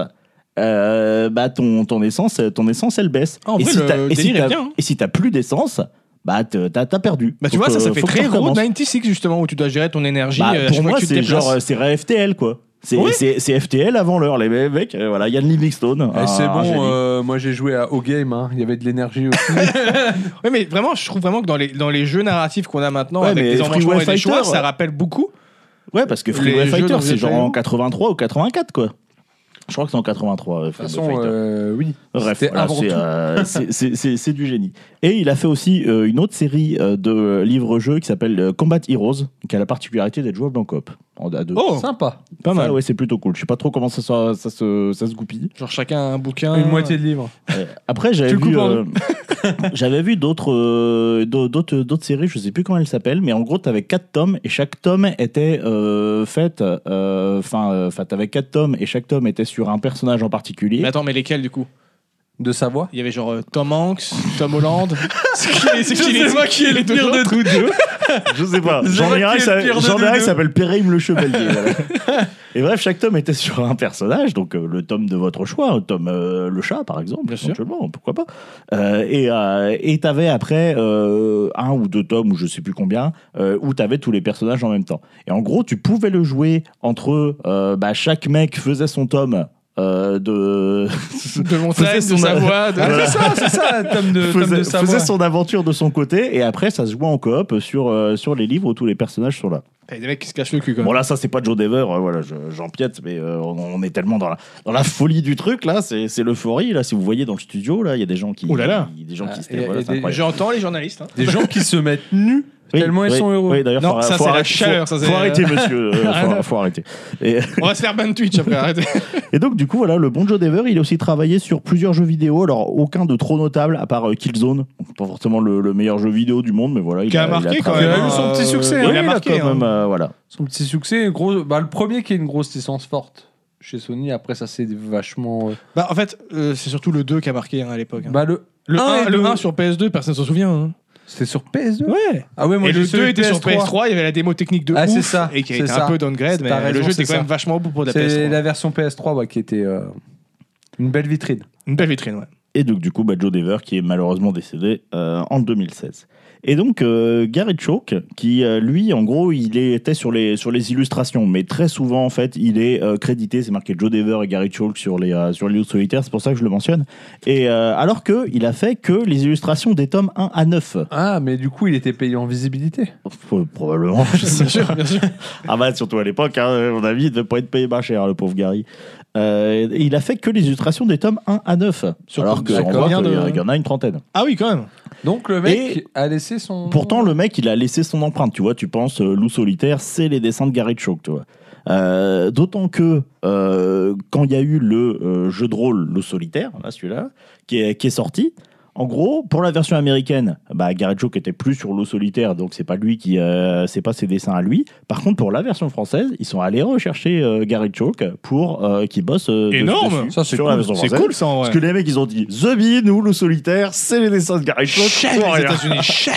euh, bah ton, ton essence, ton essence, elle baisse. Ah, en et, vrai, si le t'as, et, si délire est t'as, bien, hein. et si t'as plus d'essence, bah t'as, t'as perdu. Bah tu Faut vois, ça, que- ça fait faut que très tu Route recommences. quatre-vingt-six justement, où tu dois gérer ton énergie. Bah, euh, à pour chaque fois moi, que tu te c'est déplaces. genre, c'est F T L quoi. C'est, Ouais. c'est, c'est F T L avant l'heure, les mecs. euh, Voilà, Yann Livingstone. Eh, un- c'est un génie. bon, euh, moi j'ai joué à O-Game, hein. Il y avait de l'énergie aussi. Ouais, mais vraiment, je trouve vraiment que dans les, dans les jeux narratifs qu'on a maintenant, Ouais, avec mais des embranchements Freeway et des choix, Fighter, ça rappelle beaucoup. Ouais, parce que Les Freeway jeux Fighter, dont c'est vous genre êtes en jaloux. quatre-vingt-trois ou quatre-vingt-quatre quoi. Je crois que c'est en quatre-vingt-trois. euh, De toute Freeway façon, Fighter. euh, oui. Bref, C'était voilà, avant c'est, tout. euh, c'est, c'est, c'est- c'est du génie. Et il a fait aussi euh, une autre série euh, de livres-jeux qui s'appelle euh, Combat Heroes, qui a la particularité d'être jouable en coop. En, à deux. Oh, Sympa. pas Ça, mal. ouais, c'est plutôt cool. Je sais pas trop comment ça, ça, ça, se, ça se goupille. Genre chacun un bouquin. Une moitié de livre. Euh, Après, j'avais Tu le vu, coupes en euh, j'avais vu d'autres, euh, d'au- d'autres, d'autres séries, je sais plus comment elles s'appellent, mais en gros, t'avais quatre tomes et chaque tome était euh, fait, enfin, euh, enfin, t'avais quatre tomes et chaque tome était sur un personnage en particulier. Mais attends, mais lesquels du coup? De Savoie. Il y avait genre euh, Tom Hanks, Tom Holland. C'est qui, c'est Je qui sais les, pas qui est le les deux pire de autres tous deux. Je sais pas. Je sais J'en pas ai un qui qui est le s'appelle- pire de j'en ai nous un qui deux. s'appelle Péréim le Chevalier. voilà. Et bref, chaque tome était sur un personnage, donc euh, le tome de votre choix, un tome euh, le chat par exemple, Bien sûr. éventuellement, pourquoi pas. Euh, et euh, et t'avais après euh, un ou deux tomes, ou je sais plus combien, euh, où t'avais tous les personnages en même temps. Et en gros, tu pouvais le jouer entre eux, euh, bah, chaque mec faisait son tome. Euh, de de montagne, faisait de son- Savoie. De... Ah, Voilà. c'est ça, c'est ça, tome de, tome faisait, de Savoie. faisait son aventure de son côté et après ça se jouait en coop sur, euh, sur les livres où tous les personnages sont là. Il y a des mecs qui se cachent le cul quand même. Bon là ça c'est pas Joe Dever, euh, voilà, je- j'empiète mais euh, on, on est tellement dans la, dans la folie du truc là, c'est, c'est l'euphorie là, si vous voyez dans le studio là, il y a des gens qui... Oh là là. Des gens qui Ah, se... et- voilà, et c'est des- incroyable. J'entends les journalistes. Hein. Des gens qui se mettent nus Oui, tellement ils oui, sont heureux. Oui, d'ailleurs, Non, faut, ça, faut c'est la arrêter, chaleur, faut, ça, c'est- faut arrêter, monsieur. euh, Rien faut, à- faut arrêter. Et, On va se faire ban Twitch après, arrêtez. et donc, du coup, voilà, le bon Joe Dever, il a aussi travaillé sur plusieurs jeux vidéo. Alors, aucun de trop notable, à part euh, Killzone. Donc, pas forcément le, le meilleur jeu vidéo du monde, mais voilà. Il Qui a marqué quand travaillé- Il a même. eu son hein, petit succès, euh, hein. Il a Oui, marqué. quand même, hein. euh, voilà. Son petit succès, gros, bah, le premier qui a une grosse licence forte chez Sony, après ça c'est vachement... euh, Bah, en fait, euh, c'est surtout le deux qui a marqué hein, à l'époque. hein. Bah, le le un un, et le le- un sur P S deux, personne s'en souvient. hein. C'était sur P S deux. Ouais. Ah ouais, moi Et j'ai le celui deux était P S sur P S trois, il y avait la démo technique de Ah, ouf, c'est ça, et qui a c'est été ça. un peu downgrade, mais T'as raison, le jeu était c'est quand même ça. vachement beau pour la P S C'est trois. la version P S trois ouais, qui était euh, une belle vitrine. Une belle vitrine, ouais. Et donc, du coup, bah, Joe Dever, qui est malheureusement décédé euh, en deux mille seize. Et donc, euh, Gary Chalk, qui, euh, lui, en gros, il était sur les, sur les illustrations, mais très souvent, en fait, il est euh, crédité, c'est marqué Joe Dever et Gary Chalk sur les, euh, sur les livres solitaires, c'est pour ça que je le mentionne. Et euh, alors qu'il a fait que les illustrations des tomes un à neuf. Ah, mais du coup il était payé en visibilité. Faut- Probablement, je sais Bien sûr, bien sûr. Ah bah surtout à l'époque, hein, à mon avis, il devait pas être payé pas cher, le pauvre Gary. Euh, et il a fait que les illustrations des tomes un à neuf. Sur Alors com- que sur on voit combien qu'il y de- a- il y en a une trentaine. Ah oui, quand même. Donc le mec Et a laissé son... Pourtant, le mec, il a laissé son empreinte. Tu vois, tu penses, euh, Loup solitaire, c'est les dessins de Gary Chalk, tu vois. Euh, D'autant que euh, quand il y a eu le euh, jeu de rôle Loup solitaire, là, celui-là, qui est, qui est sorti, en gros, pour la version américaine, bah, Gary Chalk était plus sur Loup solitaire, donc c'est pas lui qui, euh, c'est pas ses dessins à lui. Par contre, pour la version française, ils sont allés rechercher euh, Gary Chalk pour euh, qu'il bosse euh, de- Énorme. dessus, Ça, c'est sur cool. la version C'est française. cool ça en vrai. Parce que les mecs, ils ont dit The Bean ou Loup solitaire, c'est les dessins de Gary Chalk. Chef, pour les rien. États-Unis, chef.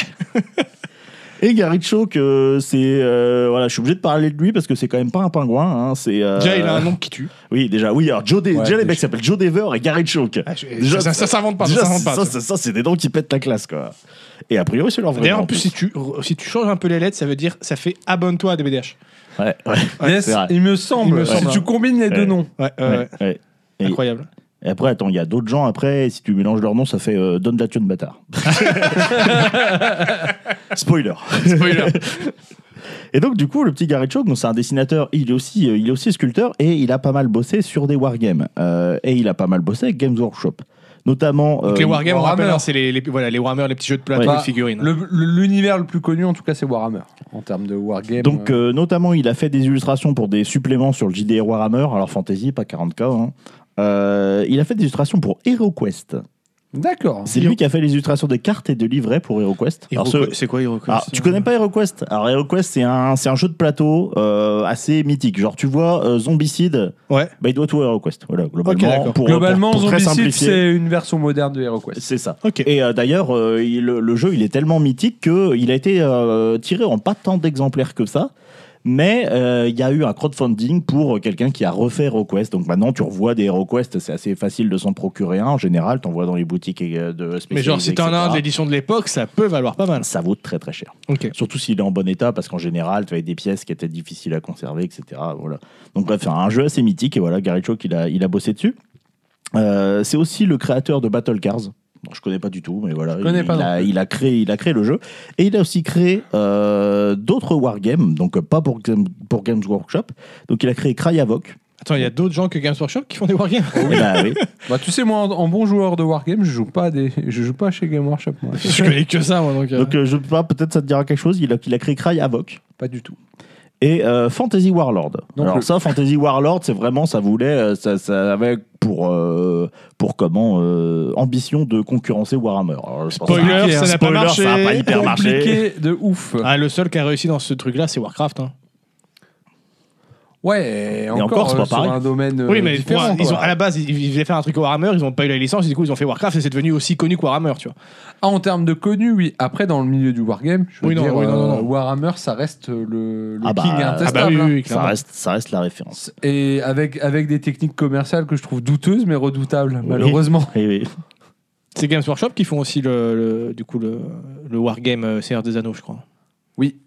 Et Gary Chalk, euh, c'est euh, voilà, je suis obligé de parler de lui parce que c'est quand même pas un pingouin. Hein, c'est euh, Déjà, il a un nom qui tue. Oui, déjà, oui. Alors Joe, De- Ouais, déjà les déjà. mecs s'appellent Joe Dever et Gary Chalk. Ah, je- Déjà, ça, ça, ça s'invente pas, ça Déjà, s'invente pas. ça, ça. ça, ça, c'est des noms qui pètent la classe, quoi. Et a priori, c'est leur vrai D'ailleurs, nom, en plus, si tu, si tu changes un peu les lettres, ça veut dire ça fait abonne-toi à D B D H. Ouais, ouais. Yes, c'est vrai. il me semble. Il me si semble, tu hein. combines les deux Ouais. noms. Ouais, ouais, Ouais, ouais. ouais. Et, Incroyable. et après, attends, il y a d'autres gens après. Et si tu mélanges leurs noms, ça fait euh, Don Lation bâtard. Spoiler. Spoiler. Et donc, du coup, le petit Gary Chalk, donc, c'est un dessinateur, il est, aussi, euh, il est aussi sculpteur et il a pas mal bossé sur des wargames. Euh, et il a pas mal bossé avec Games Workshop. Notamment. Donc euh, les Wargames, on Warhammer. rappelle, hein, c'est les, les, voilà, les Warhammer, les petits jeux de plateau Ouais. et Bah, de figurines. Le- le- L'univers le plus connu en tout cas c'est Warhammer en termes de wargame. Donc, euh, euh, notamment, il a fait des illustrations pour des suppléments sur le J D R Warhammer, alors Fantasy, pas quarante K. Hein. Euh, il a fait des illustrations pour HeroQuest. D'accord. C'est lui qui a fait les illustrations des cartes et de livrets pour HeroQuest. Alors, ce- C'est quoi HeroQuest Alors, tu connais pas HeroQuest? Alors HeroQuest c'est un c'est un jeu de plateau euh, assez mythique. Genre tu vois euh, Zombicide, Ouais. bah il doit tout à HeroQuest. Voilà globalement. d'accord. pour, Globalement, pour- pour très Zombicide, simplifier. c'est une version moderne de HeroQuest. C'est ça. Ok. Et euh, d'ailleurs, euh, il- le, le jeu, il est tellement mythique qu'il a été euh, tiré en pas tant d'exemplaires que ça. Mais euh, il y a eu un crowdfunding pour quelqu'un qui a refait HeroQuest. Donc maintenant, tu revois des HeroQuest, c'est assez facile de s'en procurer un. En général, t'en vois dans les boutiques euh, de spécialisées. Mais genre, si t'en as un de l'édition de l'époque, ça peut valoir pas mal. Ça vaut très très cher. Ok. Surtout s'il est en bon état, parce qu'en général, tu avais des pièces qui étaient difficiles à conserver, et cetera. Voilà. Donc bref, un jeu assez mythique, et voilà, Gary Chalk, il a, il a bossé dessus. Euh, c'est aussi le créateur de Battle Cars. Bon, je connais pas du tout, mais voilà, Je connais il, pas il non a, plus. il a créé, il a créé le jeu, et il a aussi créé euh, d'autres wargames, donc euh, pas pour, Game- pour Games Workshop. Donc il a créé Cry Havoc. Attends, il y a d'autres gens que Games Workshop qui font des wargames. Eh ben, oui. Bah, tu sais, moi, en, en bon joueur de Wargame, je joue pas à des, je joue pas chez Game Workshop, moi. Je connais que ça, moi. Donc, euh. Donc euh, je sais pas, peut-être ça te dira quelque chose. Il a, il a créé Cry Havoc. Pas du tout. Et euh, Fantasy Warlord. Donc Alors le- ça, Fantasy Warlord, c'est vraiment, ça voulait, euh, ça, ça avait pour, euh, pour comment, euh, ambition de concurrencer Warhammer. Alors, je pense Spoiler, pas- ça n'a pas Spoiler, marché. ça n'a pas hyper marché. Compliqué de ouf. Ah, le seul qui a réussi dans ce truc-là, c'est Warcraft. Hein. Ouais, et encore, encore, c'est pas euh, sur pareil. un domaine euh, Oui, mais différent. pour- ils quoi. ont, à la base, ils, ils voulaient faire un truc au Warhammer, ils ont pas eu la licence, et du coup, ils ont fait Warcraft, et c'est devenu aussi connu que Warhammer, tu vois. Ah, en termes de connu, oui. Après, dans le milieu du Wargame, je veux Oui, non, dire, oui, non, non, non. euh, Warhammer, ça reste le, le Ah bah, king ah bah intestable. oui, oui, hein. oui, Ça clairement. reste, ça reste la référence. Et avec, avec des techniques commerciales que je trouve douteuses, mais redoutables, malheureusement. Oui, oui. C'est Games Workshop qui font aussi le, le- du coup, le, le Wargame euh, Seigneur des Anneaux, je crois. Oui.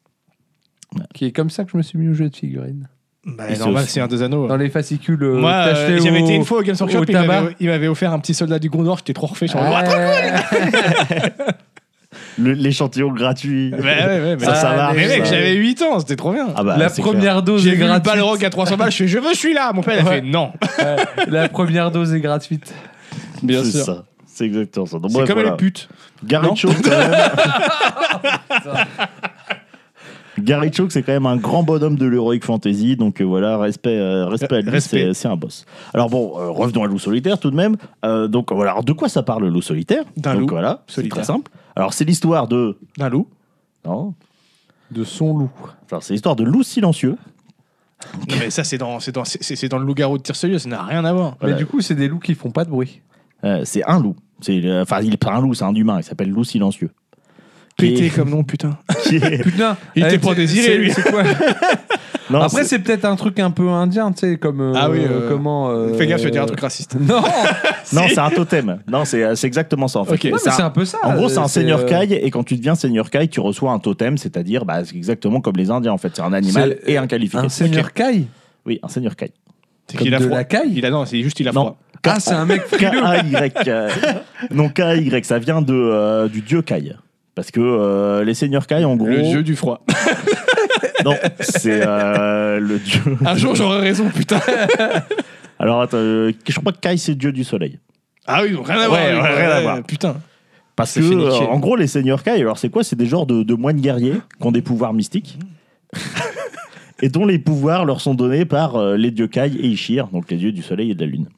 Qui est comme ça que je me suis mis au jeu de figurines. Bah, Et c'est normal, aussi- Seigneur des Anneaux. Dans les fascicules euh, Moi, euh, t'achetais j'avais au- été une fois au Games Workshop, au il tabac. m'avait, il m'avait offert un petit soldat du Gondor, j'étais trop refait sur le droit. Ouais. Le- L'échantillon gratuit. Ouais, ouais, ouais, mais Ça, ça Ah, marche. Mais mec, ça. j'avais huit ans, c'était trop bien. Ah bah, La c'est première dose J'ai est vu le gratuite. Balrog à trois cents balles, je fais je veux celui-là. Mon père il a Ouais. fait non. Ouais, la première dose est gratuite. clair. C'est ça. C'est exactement ça. Donc, C'est bref, comme voilà. les putes. Gary Non Chalk, quand même. Gary Chalk, c'est quand même un grand bonhomme de l'Heroic Fantasy, donc euh, voilà, respect, euh, respect à lui, Respect. c'est c'est un boss. Alors bon, euh, revenons à Loup Solitaire tout de même. Euh, donc voilà, alors de quoi ça parle Loup Solitaire? D'un Donc loup voilà, c'est solitaire. très simple. Alors c'est l'histoire de... D'un loup. Non, De son loup. enfin, c'est l'histoire de loup silencieux. Non, mais ça, c'est dans, c'est dans, c'est, c'est dans le loup-garou de Tire-Selieu, ça n'a rien à voir. Voilà. Mais du coup, c'est des loups qui font pas de bruit. Euh, c'est un loup. C'est, euh, enfin, il est pas un loup, c'est un humain. Il s'appelle loup silencieux. Qui Pété est- comme nom, putain. qui est- Putain. Il eh, était pas c'est- désiré, c'est- lui. C'est quoi Non, Après, c'est- c'est peut-être un truc un peu indien, tu sais, comme. euh, Ah oui, euh, comment. euh, Fais gaffe, tu vas dire un truc raciste. Non non, c'est un totem. Non, c'est, c'est exactement ça en fait. Ok. Ouais, mais C'est un- c'est un peu ça. En gros, c'est un c'est, seigneur euh, Kai, et quand tu deviens seigneur Kai, tu reçois un totem, c'est-à-dire bah, c'est exactement comme les Indiens en fait. C'est un animal C'est, et euh, un qualificatif. Un seigneur Kai. Oui, un seigneur Kai. C'est Comme qu'il a de froid. la caille. Il a, non, c'est juste il a Non. froid. Ah, c'est un mec frileux. K A Y. euh, non, K A Y, ça vient de, euh, du dieu Kai. Parce que euh, les seigneurs Kai, en gros. Le jeu du froid. Non, c'est euh, le dieu. Un jour, j'aurais raison, putain. Alors, attends, euh, je crois que Kai, c'est le dieu du soleil. Ah oui, donc rien à voir. Ouais, oui, ouais, rien à voir. Putain. Parce C'est que, fait euh, niquer. en gros, les seigneurs Kai, alors c'est quoi? C'est des genres de, de moines guerriers qui ont des pouvoirs mystiques. Et dont les pouvoirs leur sont donnés par euh, les dieux Kai et Ishir, donc les dieux du soleil et de la lune.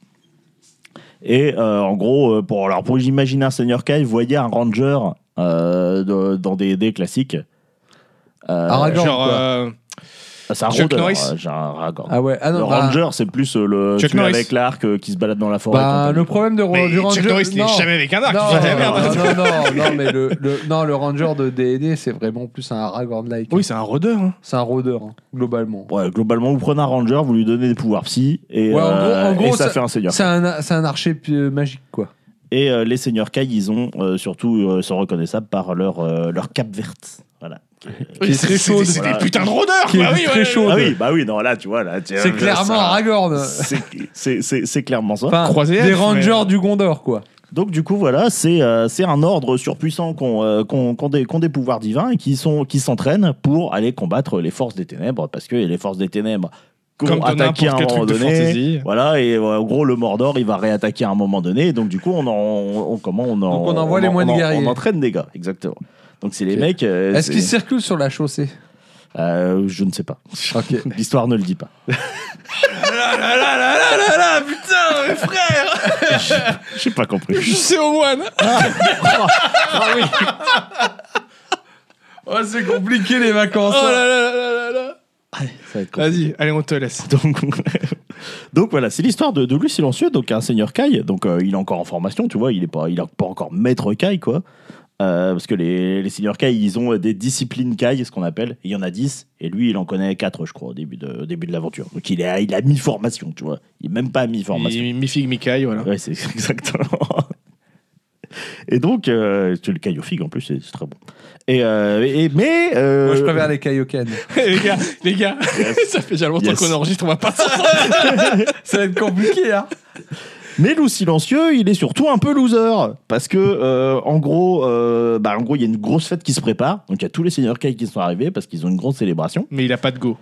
Et euh, en gros, euh, pour, alors pour imaginer un seigneur Kai, vous voyez un ranger euh, de- dans des dés classiques. Euh, Aragorn, Genre, quoi. euh, c'est un Chuck rôdeur, Norris. euh, j'ai un Aragorn. Ah ouais, ah non, le bah, ranger, c'est plus euh, le Chuck celui Norris. avec l'arc euh, qui se balade dans la forêt. et bah, compagnie. le problème de, mais du ranger. Chuck Norris, il est non. jamais avec un arc. Non, tu fais de la merde. non, non, non, non, mais le, le, non, le ranger de D et D, c'est vraiment plus un Aragorn-like. Oui, c'est un rôdeur. Hein. C'est un rôdeur, hein, globalement. Ouais, globalement, vous prenez un ranger, vous lui donnez des pouvoirs psy, et, Ouais, en gros- euh, en gros, et ça, ça- fait un seigneur. C'est un, c'est un archer euh, magique, quoi. Et euh, les seigneurs Kai, ils ont euh, surtout euh, sont reconnaissables par leur euh, leur cape verte. Voilà. Oui, est c'est très c'est- chaude. c'est des Voilà. putains de rôdeurs. Qui est Bah oui, très ouais, chaude. Ah oui, bah oui, non, là, tu vois, là, tu- C'est là, clairement ça- Aragorn. c'est- C'est c'est- c'est clairement ça. Enfin, Croisé des elfe, rangers mais- du Gondor, quoi. Donc du coup, voilà, c'est euh, c'est un ordre surpuissant qu'on euh, qu'on qu'on des, qu'on des pouvoirs divins et qui sont qui s'entraînent pour aller combattre les forces des ténèbres, parce que les forces des ténèbres qui Comme ont dans attaqué à un n'importe quel moment truc de donné. fantasy. Voilà, et euh, en gros, le Mordor, il va réattaquer à un moment donné. Et donc, du coup, on, en, on, on- comment on, en, Donc, on envoie les en- moines on en- guerriers. On entraîne des gars, exactement. Donc, c'est les Ok. mecs. euh, Est-ce c'est- qu'ils circulent sur la chaussée euh, Je ne sais pas. Ok. L'histoire ne le dit pas. là là là là là là là, putain mais frère. J'ai pas compris. Je sais au moine. Ah oui. Oh, c'est compliqué les vacances. Oh hein. là là là là là. Ça va être compliqué. Vas-y, allez, on te laisse. Donc, donc voilà, c'est l'histoire de, de Louis Silencieux, donc un seigneur Kai. Donc euh, il est encore en formation, tu vois, il est pas, il est pas encore maître Kai, quoi. Euh, parce que les, les seigneurs Kai, ils ont des disciplines Kai, ce qu'on appelle. Il y en a dix, et lui, il en connaît quatre, je crois, au début de, au début de l'aventure. Donc il est à, il a mi-formation, tu vois. Il est même pas à mi-formation. Mi fig, mi caille, voilà. Ouais, c'est exactement. Et donc, euh, c'est le Kai au fig en plus, c'est c'est très bon. Et, euh, et mais. euh, Moi, je préfère les Kaioken. les gars, les gars, ça fait déjà longtemps Yes. qu'on enregistre, on va pas s'en Ça va être compliqué, hein. Mais Loup Silencieux, il est surtout un peu loser. Parce que, euh, en gros, euh, bah, en gros, il y a une grosse fête qui se prépare. Donc, il y a tous les seigneurs Kai qui sont arrivés parce qu'ils ont une grosse célébration. Mais il a pas de go.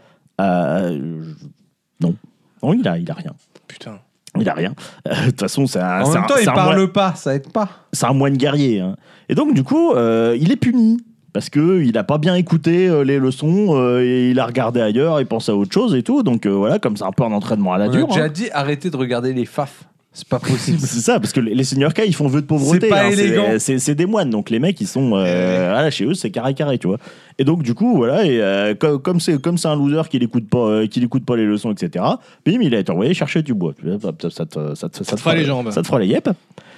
Euh, non. Non, il a, il a rien. Putain. Il a rien. Euh, De toute façon, c'est un, En c'est même un- temps, il c'est un parle moine- pas, ça aide pas. c'est un moine guerrier. Hein. Et donc, du coup, euh, il est puni. Parce qu'il n'a pas bien écouté euh, les leçons, euh, et il a regardé ailleurs, il pense à autre chose et tout. Donc, euh, voilà, comme c'est un peu un entraînement à la On a dure. déjà hein. dit arrêtez de regarder les faf. C'est pas possible. C'est ça, parce que les seigneurs Kai, ils font vœu de pauvreté. C'est pas hein, élégant. C'est c'est des moines, donc les mecs, ils sont. Euh, voilà, chez eux, c'est carré carré, tu vois. Et donc, du coup, voilà, et, euh, co- comme c'est comme c'est un loser qui n'écoute pas, euh, qui n'écoute pas les leçons, et cetera. Bim, il a été envoyé chercher du bois. Tu vois, Ça, te- ça, te- ça, te- ça te fera les jambes. Ça te fera les yep.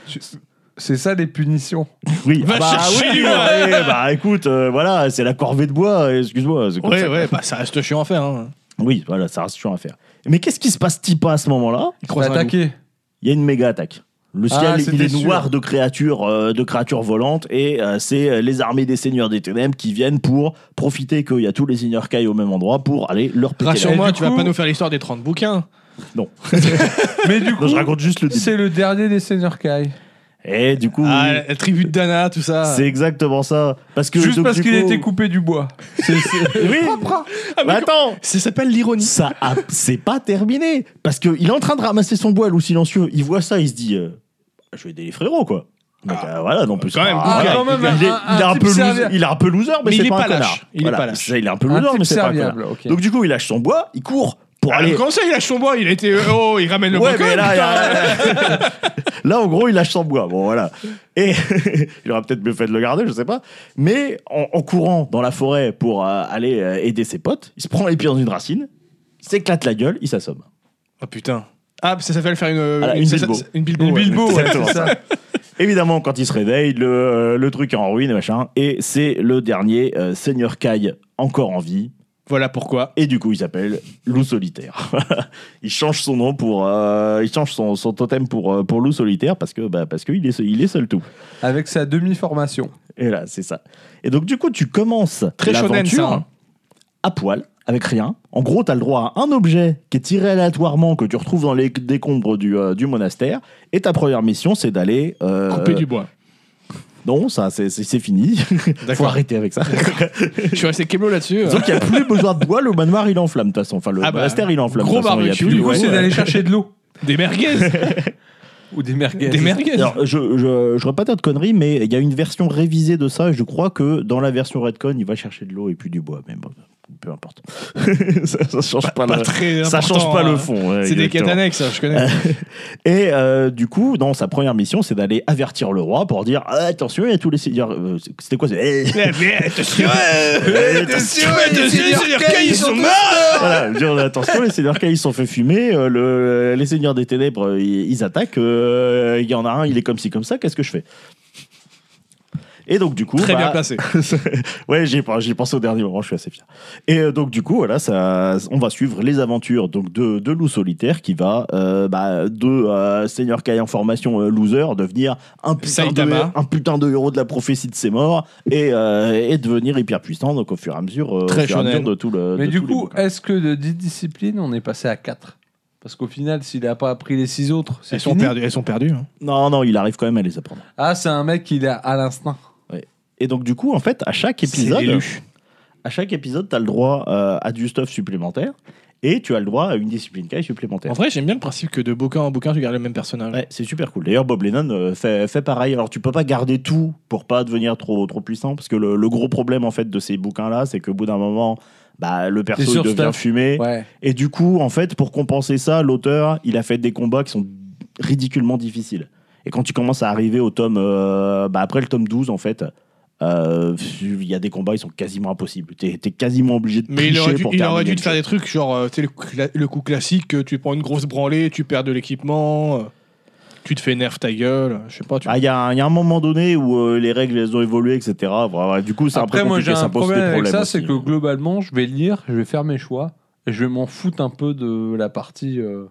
C'est ça les punitions. Oui. Va chercher oui, du bois. ouais, bah écoute, euh, voilà, c'est la corvée de bois. Excuse-moi. c'est comme Ouais, ça. ouais, bah ça reste chiant à faire. Hein. Oui, voilà, ça reste chiant à faire. Mais qu'est-ce qui se passe-t-il pas à ce moment-là? Il Faut croise un loup. attaquer. Il y a une méga attaque. Le ciel, Ah, il c'était est sûr. noir de créatures, euh, de créatures volantes, et euh, c'est euh, les armées des seigneurs des ténèbres qui viennent pour profiter qu'il y a tous les seigneurs Kai au même endroit pour aller leur péter la gueule. Rassure-moi, Et du tu vas coup- pas nous faire l'histoire des trente bouquins. Non. Mais du coup, Non, je raconte juste le début. c'est le dernier des seigneurs Kai. Et du coup, Ah, la tribu de Dana, tout ça. c'est exactement ça. Parce que Juste donc, parce du qu'il coup- était coupé du bois. C'est c'est- Oui. propre. Ah, mais Mais attends, ça s'appelle l'ironie. ça a- c'est pas terminé. Parce qu'il est en train de ramasser son bois, Loup Silencieux. Il voit ça, il se dit euh, je vais aider les frérots, quoi. Donc, Ah. euh, voilà, non plus. Quand même, Ah, voilà, quand même, il, est, un- il est un un type peu loser, serviable. il est un peu loser, mais, Mais c'est il est pas, pas un connard. lâche. Il est Voilà, pas lâche. c'est ça, il est un peu Un loser, type mais c'est pas un connard. serviable, ok. Donc du coup, il lâche son bois, il court pour Ah, aller. comment ça, il lâche son bois? Il a été. Oh, il ramène le Ouais, bois. mais quand même, là, putain. il y a- là, en gros, il lâche son bois. Bon, voilà. Et il aura peut-être mieux fait de le garder, je sais pas. Mais en, en courant dans la forêt pour euh, aller euh, aider ses potes, il se prend les pieds dans une racine, il s'éclate la gueule, il s'assomme. Oh putain. Ah, ça s'appelle faire une. Voilà, une ça- Bilbo. ça- Une Bilbo. Une ouais. Bilbo, ouais, Exactement c'est ça. Évidemment, quand il se réveille, le, euh, le truc est en ruine, machin. Et c'est le dernier euh, seigneur Kai encore en vie. Voilà pourquoi. Et du coup, il s'appelle Loup Solitaire. Il change son nom pour, euh, il change son, son totem pour euh, pour Loup Solitaire parce que bah, parce qu'il est seul- il est seul tout. Avec sa demi-formation. Et là, c'est ça. Et donc du coup, tu commences Très shonen, l'aventure ça, hein. à poil, avec rien. En gros, tu as le droit à un objet qui est tiré aléatoirement que tu retrouves dans les décombres du euh, du monastère. Et ta première mission, c'est d'aller euh, Couper du bois. Non, ça c'est c'est- c'est fini. Faut D'accord. arrêter avec ça. Je suis resté keblo là-dessus. Donc il n'y a plus besoin de bois, le manoir il est en flamme de toute façon. Enfin le Ah bah, monastère il est en flamme. gros de toute façon, il y a barbecue, plus- Du coup, ouais, c'est ouais. d'aller chercher de l'eau. Des merguez. Ou des merguez. Des merguez. Alors, je, je, je pas dire de conneries, mais il y a une version révisée de ça. Et je crois que dans la version Redcon, il va chercher de l'eau et puis du bois. Mais bon, peu importe. ça, ça change pas, Pas le, très ça important, change pas hein. le fond. ouais, C'est des exactement. quêtes annexes, je connais. Et euh, du coup, dans sa première mission, c'est d'aller avertir le roi pour dire ah, attention, il y a tous les seigneurs. euh, C'était quoi c'est... Attention, attention, Seigneur Kai, ils sont morts. Voilà, dire attention, les seigneurs Kai ils se sont fait fumer, euh, le, les seigneurs des ténèbres euh, ils, ils attaquent, euh, il y en a un, il est comme ci comme ça, qu'est-ce que je fais? Et donc du coup, Très bah, bien placé. ouais, j'y ai, j'y ai pensé au dernier moment, je suis assez fier. Et euh, donc du coup, voilà, ça, on va suivre les aventures donc de, de Loup Solitaire qui va euh, bah, de euh, seigneur Kai en formation euh, loser devenir un putain, de, Saitama. un putain de héros de la prophétie de ses morts et, euh, et devenir hyper puissant donc au fur et à mesure, euh, Très au fur et à mesure shonen. de tout le. Mais de du tous les coup, bouquins. est-ce que de dix disciplines, on est passé à quatre? Parce qu'au final, s'il n'a pas appris les six autres, c'est Elles sont fini. perdues. Elles sont perdues. hein. Non, non, il arrive quand même à les apprendre. Ah, c'est un mec qui est à l'instinct. Et donc du coup, en fait, à chaque C'est épisode, l'élu. à chaque épisode, t'as le droit euh, à du stuff supplémentaire et tu as le droit à une discipline Kai supplémentaire. En vrai, j'aime bien le principe que de bouquin en bouquin, tu gardes le même personnage. Ouais, c'est super cool. D'ailleurs, Bob Lennon euh, fait, fait pareil. Alors, tu peux pas garder tout pour pas devenir trop, trop puissant, parce que le, le gros problème en fait de ces bouquins-là, c'est qu'au bout d'un moment, bah, le perso T'es il sur devient stuff. fumé. Ouais. Et du coup, en fait, pour compenser ça, l'auteur, il a fait des combats qui sont ridiculement difficile. Et quand tu commences à arriver au tome, euh, bah après le tome douze en fait, euh, il y a des combats, ils sont quasiment impossibles. T'es, t'es quasiment obligé de Mais il tricher aurait dû, pour il aurait terminer dû le te faire jeu. des trucs genre euh, tu sais, le, coup cla- le coup classique, que tu prends une grosse branlée, tu perds de l'équipement, euh, tu te fais nerf ta gueule, je sais pas. Tu... Ah, il y, a un- il y a un moment donné où euh, les règles elles ont évolué, et cetera. Voilà, du coup, c'est Après, un peu moi, compliqué, j'ai ça un pose des problème avec problèmes ça, aussi. c'est que globalement, je vais lire, je vais faire mes choix, et je vais m'en foutre un peu de la partie, euh,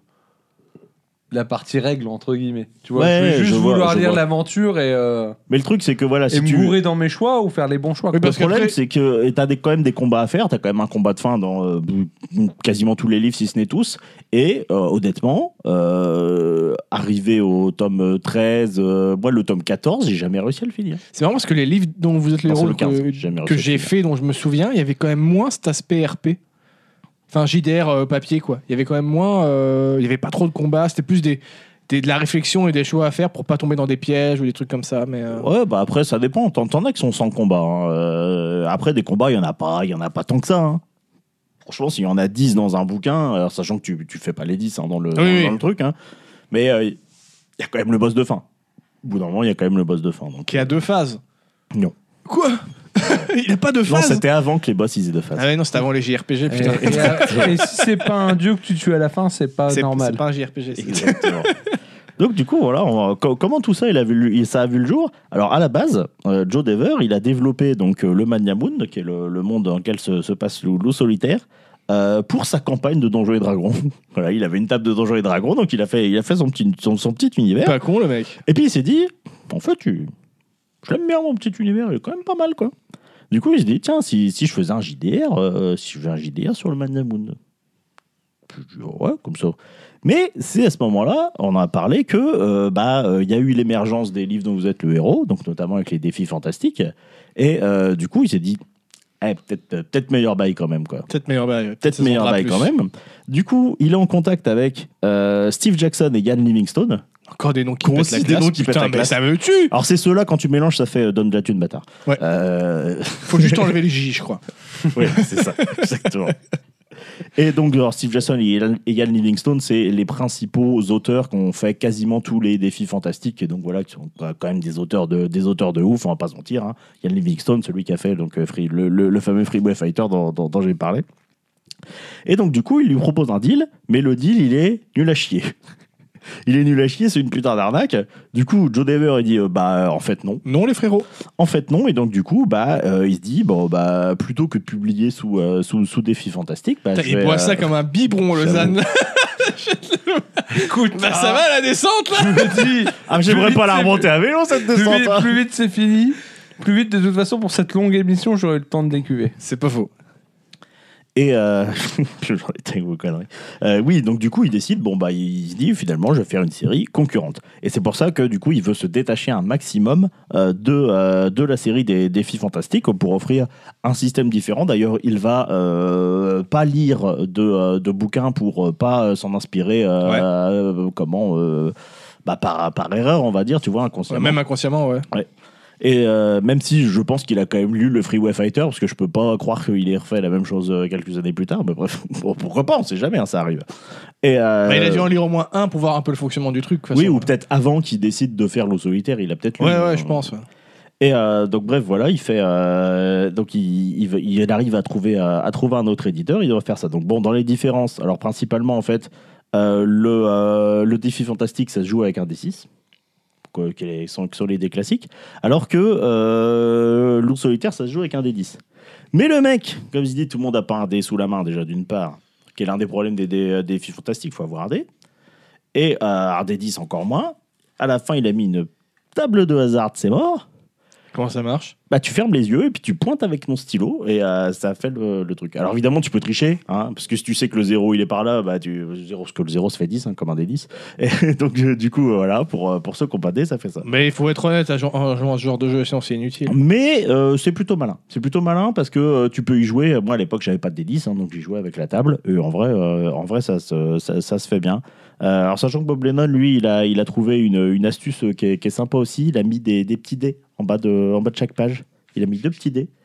la partie règle entre guillemets. Tu vois, Ouais, je vais juste je vois, vouloir je lire vois. l'aventure et, euh, Mais le truc, c'est que voilà, et si me tu. bourrer dans mes choix ou faire les bons choix. Oui, quoi. Le parce problème, qu'après- c'est que tu as quand même des combats à faire. Tu as quand même un combat de fin dans euh, quasiment tous les livres, si ce n'est tous. Et euh, honnêtement, euh, arrivé au tome treize, euh, moi, le tome quatorze, j'ai jamais réussi à le finir. C'est marrant parce que les livres dont vous êtes les Non, c'est héros le quinze, que, j'ai jamais que réussi à j'ai le finir. fait, dont je me souviens, il y avait quand même moins cet aspect R P. Enfin, J D R euh, papier, quoi. Il y avait quand même moins. euh, il y avait pas trop de combats, c'était plus des, des- de la réflexion et des choix à faire pour pas tomber dans des pièges ou des trucs comme ça. Mais, euh, Ouais, bah après, ça dépend. T'en, t'en as qui sont sans combat. hein. Euh, après, des combats, il y en a pas. Il y en a pas tant que ça. hein. Franchement, s'il y en a dix dans un bouquin, alors, sachant que tu, tu fais pas les dix hein, dans, le, Oui, dans, oui. dans le truc, hein, mais euh, il y a quand même le boss de fin. Au bout d'un moment, il y a quand même le boss de fin. Donc, qui a deux phases. Non. Quoi Il a pas de Non, phase c'était avant que les boss ils aient de phase. Ah ouais, non, c'était avant les J R P G, Et, putain. et- et si c'est pas un dieu que tu tues à la fin, c'est pas C'est normal. c'est pas un J R P G. c'est- Exactement. Donc du coup, voilà, on va- co- comment tout ça, il a vu, le- il- ça a vu le jour. Alors à la base, euh, Joe Dever, il a développé donc euh, le Mania Moon, qui est le, le monde dans lequel se, se passe le loup solitaire, euh, pour sa campagne de Donjons et Dragons. Voilà, il avait une table de Donjons et Dragons, donc il a fait, il a fait son petit, son, son petit univers. Pas con, le mec. Et puis il s'est dit, en fait, tu... je l'aime bien mon petit univers, il est quand même pas mal quoi. Du coup, il se dit, tiens, si, si je faisais un J D R, euh, si je faisais un J D R sur le Mania Moon. Je dis, ouais, comme ça. Mais c'est à ce moment-là, on en a parlé que euh, bah euh, il y a eu l'émergence des livres dont vous êtes le héros, donc notamment avec les défis fantastiques. Et euh, du coup, il s'est dit, eh, peut-être euh, peut-être meilleur bail quand même quoi. Peut-être meilleur bail. Peut-être ça meilleur vendra bail plus. quand même. Du coup, il est en contact avec euh, Steve Jackson et Ian Livingstone. Encore des noms qui Qu'on pètent aussi la des classe. noms qui Putain, pètent la mais classe. ça me tue. Alors c'est ceux-là quand tu mélanges, ça fait euh, Don Blatune bâtard. Ouais. Euh, Faut juste enlever les J, je crois. Oui, c'est ça, exactement. Et donc, alors, Steve Jackson et Ian- et Ian Livingstone, c'est les principaux auteurs qui ont fait quasiment tous les défis fantastiques, et donc voilà, qui sont quand même des auteurs de, des auteurs de ouf, on va pas se mentir. Hein. Ian Livingstone, celui qui a fait donc, euh, Free- le, le- le fameux Freeway Fighter dont, dont, dont j'ai parlé. Et donc, du coup, il lui propose un deal, mais le deal, il est nul à chier. Il est nul à chier, c'est une putain d'arnaque. Du coup, Joe Dever, il dit, euh, bah, en fait, non. Non, les frérots. En fait, non. Et donc, du coup, bah, euh, il se dit, bon, bah, plutôt que de publier sous, euh, sous, sous défi fantastique, bah, Putain, je il vais, boit euh, ça comme un biberon, le j'avoue. Zan. Écoute, bah, ça va la descente là Je me dis, Ah, j'aimerais Plus pas vite, la c'est- remonter à vélo, cette plus descente. vite, hein. plus vite c'est fini. Plus vite, de toute façon, pour cette longue émission, j'aurai eu le temps de décuver. C'est pas faux. Et euh... j'en étais avec vos conneries. Euh, oui, donc du coup, il décide, bon, bah, il se dit, finalement, je vais faire une série concurrente. Et c'est pour ça que, du coup, il veut se détacher un maximum euh, de, euh, de la série des défis fantastiques pour offrir un système différent. D'ailleurs, il va euh, pas lire de, euh, de bouquins pour euh, pas euh, s'en inspirer, euh, Ouais. euh, comment, euh, bah, par, par erreur, on va dire, tu vois, inconsciemment. Même inconsciemment, ouais. Et euh, même si je pense qu'il a quand même lu le Freeway Fighter, parce que je peux pas croire qu'il ait refait la même chose euh, quelques années plus tard, mais bref, bon, pourquoi pas, on sait jamais, hein, ça arrive. Et, euh, Bah, il a dû en lire au moins un pour voir un peu le fonctionnement du truc. de toute oui, façon. ou peut-être avant qu'il décide de faire l'eau solitaire, il a peut-être lu. Ouais, euh, ouais, je pense. ouais. Et euh, donc bref, voilà, il fait, euh, donc il, il, veut- il arrive à trouver, euh, à trouver un autre éditeur, il doit faire ça. Donc bon, dans les différences, alors principalement en fait, euh, le, euh, le défi fantastique, ça se joue avec un D six. quoi, qui sont, qui sont les dés classiques, alors que euh, l'ours solitaire, ça se joue avec un dé dix. Mais le mec, comme je dis, tout le monde n'a pas un dé sous la main, déjà, d'une part, qui est l'un des problèmes des dés, des défis fantastiques, il faut avoir un dé. Et euh, un dé dix, encore moins. À la fin, il a mis une table de hasard, c'est mort. Comment ça marche? Bah, tu fermes les yeux et puis tu pointes avec ton stylo et euh, ça fait le, le truc. Alors évidemment, tu peux tricher, hein, parce que si tu sais que le zéro il est par là, bah, tu, zéro, parce que le zéro ça fait dix, hein, comme un dé dix. Et donc, euh, du coup, euh, voilà, pour, euh, pour ceux qui n'ont pas de dé, ça fait ça. Mais il faut être honnête, à jou- en jouant à ce genre de jeu, sinon c'est inutile. Mais euh, c'est plutôt malin. C'est plutôt malin parce que euh, tu peux y jouer. Moi, à l'époque, j'avais pas de dé dix, hein, donc j'y jouais avec la table. Et en vrai, euh, en vrai ça, se, ça, ça se fait bien. Euh, alors, sachant que Bob Lennon, lui, il a, il a trouvé une, une astuce qui est, qui est sympa aussi. Il a mis des, des petits dés en bas, de, en bas de chaque page. Il a mis deux petits dés.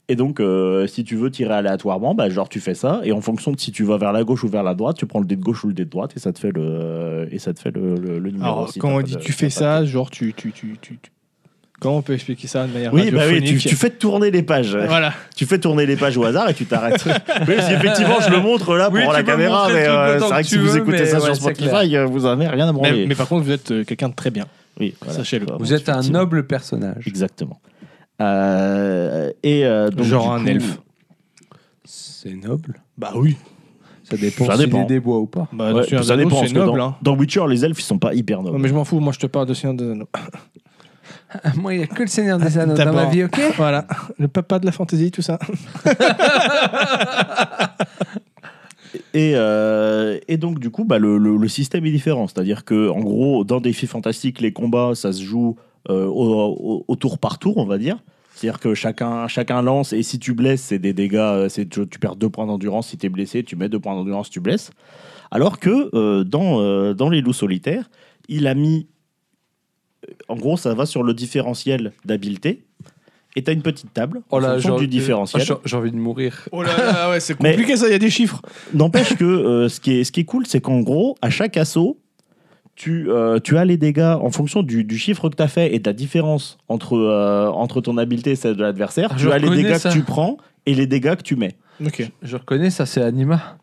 Et donc, euh, si tu veux tirer aléatoirement, bah, genre tu fais ça, et en fonction de si tu vas vers la gauche ou vers la droite, tu prends le dé de gauche ou le dé de droite, et ça te fait le, et ça te fait le, le, le numéro. Alors, si quand t'as on pas dit de- tu t'as fais pas de- ça, genre tu, tu, tu, tu, tu- Comment on peut expliquer ça de manière Oui, bah oui, radiophonique tu, tu fais tourner les pages. Voilà. Tu fais tourner les pages au hasard et tu t'arrêtes. Oui, si effectivement je le montre là pour Oui, tu la peux caméra, montrer le mais truc euh, autant c'est vrai que que si tu vous veux, écoutez mais ça ouais, sur c'est Spotify, euh, vous en avez rien à Mais, branler. mais par contre, vous êtes euh, quelqu'un de très bien. Oui, voilà. Sachez-le. Vous êtes un Effectivement. noble personnage. Exactement. Euh, et euh, donc, Genre du un coup- elfe. C'est noble. Bah oui. Ça dépend Ça s'il dépend. est des bois ou pas. Bah, Ouais, dans Seigneur ça des Anneaux, dépend. c'est parce que noble. dans, Hein. dans Witcher, les elfes ils sont pas hyper nobles. Ouais, mais je m'en fous, moi je te parle de Seigneur des Anneaux. Moi, il n'y a que le Seigneur des Anneaux dans D'abord. ma vie, ok? Voilà, le papa de la fantasy, tout ça. Et, euh, et donc, du coup, bah, le, le- le système est différent. C'est-à-dire que, en gros, dans Défi Fantastique, les combats, ça se joue euh, au, au- au tour par tour, on va dire. C'est-à-dire que chacun, chacun lance, et si tu blesses, c'est des dégâts, euh, c'est, tu, tu perds deux points d'endurance. Si tu es blessé, tu mets deux points d'endurance, tu blesses. Alors que euh, dans, euh, dans les loups solitaires, il a mis. En gros, ça va sur le différentiel d'habileté. Et tu as une petite table en Oh là, fonction j'ai- du différentiel. j'ai j'ai envie de mourir. Oh là là, ouais, c'est Mais- compliqué ça, il y a des chiffres. N'empêche que euh, ce, qui est, ce qui est cool, c'est qu'en gros, à chaque assaut, tu, euh, tu as les dégâts en fonction du, du chiffre que tu as fait et de la différence entre, euh, entre ton habileté et celle de l'adversaire. Ah, je tu as les reconnais dégâts ça. que tu prends et les dégâts que tu mets. Ok. Je reconnais, ça c'est Anima.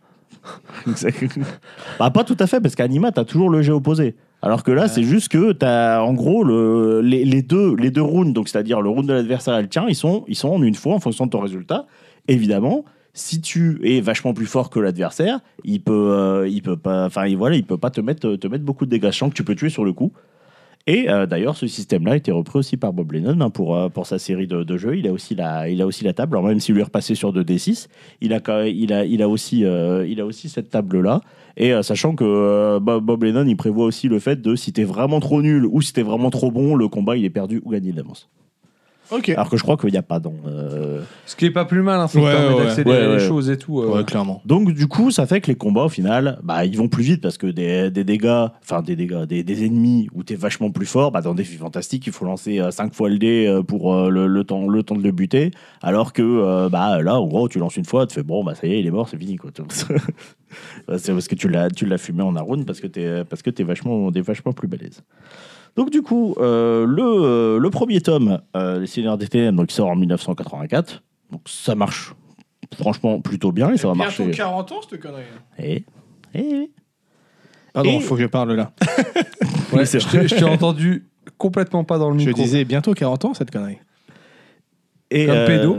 Bah, pas tout à fait, parce qu'Anima, tu as toujours le jet opposé. Alors que là, Ouais. c'est juste que tu as en gros le, les, les deux, les deux rounds, donc c'est-à-dire le round de l'adversaire et le tien, ils sont, ils sont en une fois en fonction de ton résultat. Évidemment, si tu es vachement plus fort que l'adversaire, il peut, euh, il peut pas, enfin il- voilà, il peut pas te mettre, te mettre beaucoup de dégâts, sachant que tu peux tuer sur le coup. Et euh, d'ailleurs, ce système-là a été repris aussi par Bob Lennon hein, pour, euh, pour sa série de, de jeux. Il a aussi la, il a aussi la table. Alors même s'il lui est repassé sur deux D six, il a, quand- il a, il a aussi, euh, il a aussi cette table-là. Et euh, sachant que euh, Bob Bob Lennon, il prévoit aussi le fait de si t'es vraiment trop nul ou si t'es vraiment trop bon, le combat il est perdu ou gagné d'avance. Ok. Alors que je crois qu'il n'y a pas dans. euh, Ce qui est pas plus mal, hein, ça Ouais, permet ouais, d'accélérer ouais, les ouais. choses et tout. euh. Ouais, clairement. Donc du coup, ça fait que les combats au final, bah ils vont plus vite parce que des, des dégâts, enfin des dégâts, des, des ennemis où t'es vachement plus fort, bah dans Défi Fantastique, il faut lancer cinq fois le dé euh, pour euh, le, le temps, le temps de le buter, alors que euh, bah là, en gros, tu lances une fois, tu fais bon, bah ça y est, il est mort, c'est fini quoi. C'est parce que tu l'as, tu l'as fumé en arône parce que t'es, parce que t'es vachement, t'es vachement plus balèze. Donc du coup, euh, le, euh, le premier tome, euh, Les Seigneurs des Ténèbres, donc il sort en mille neuf cent quatre-vingt-quatre, donc ça marche franchement plutôt bien et ça va marcher. Bientôt quarante ans, cette connerie. Et, et, Pardon, Et- faut que je parle là. Ouais, Oui, c'est je t'ai je t'ai entendu complètement pas dans le Je micro. disais bientôt quarante ans, cette connerie. et Comme pédo.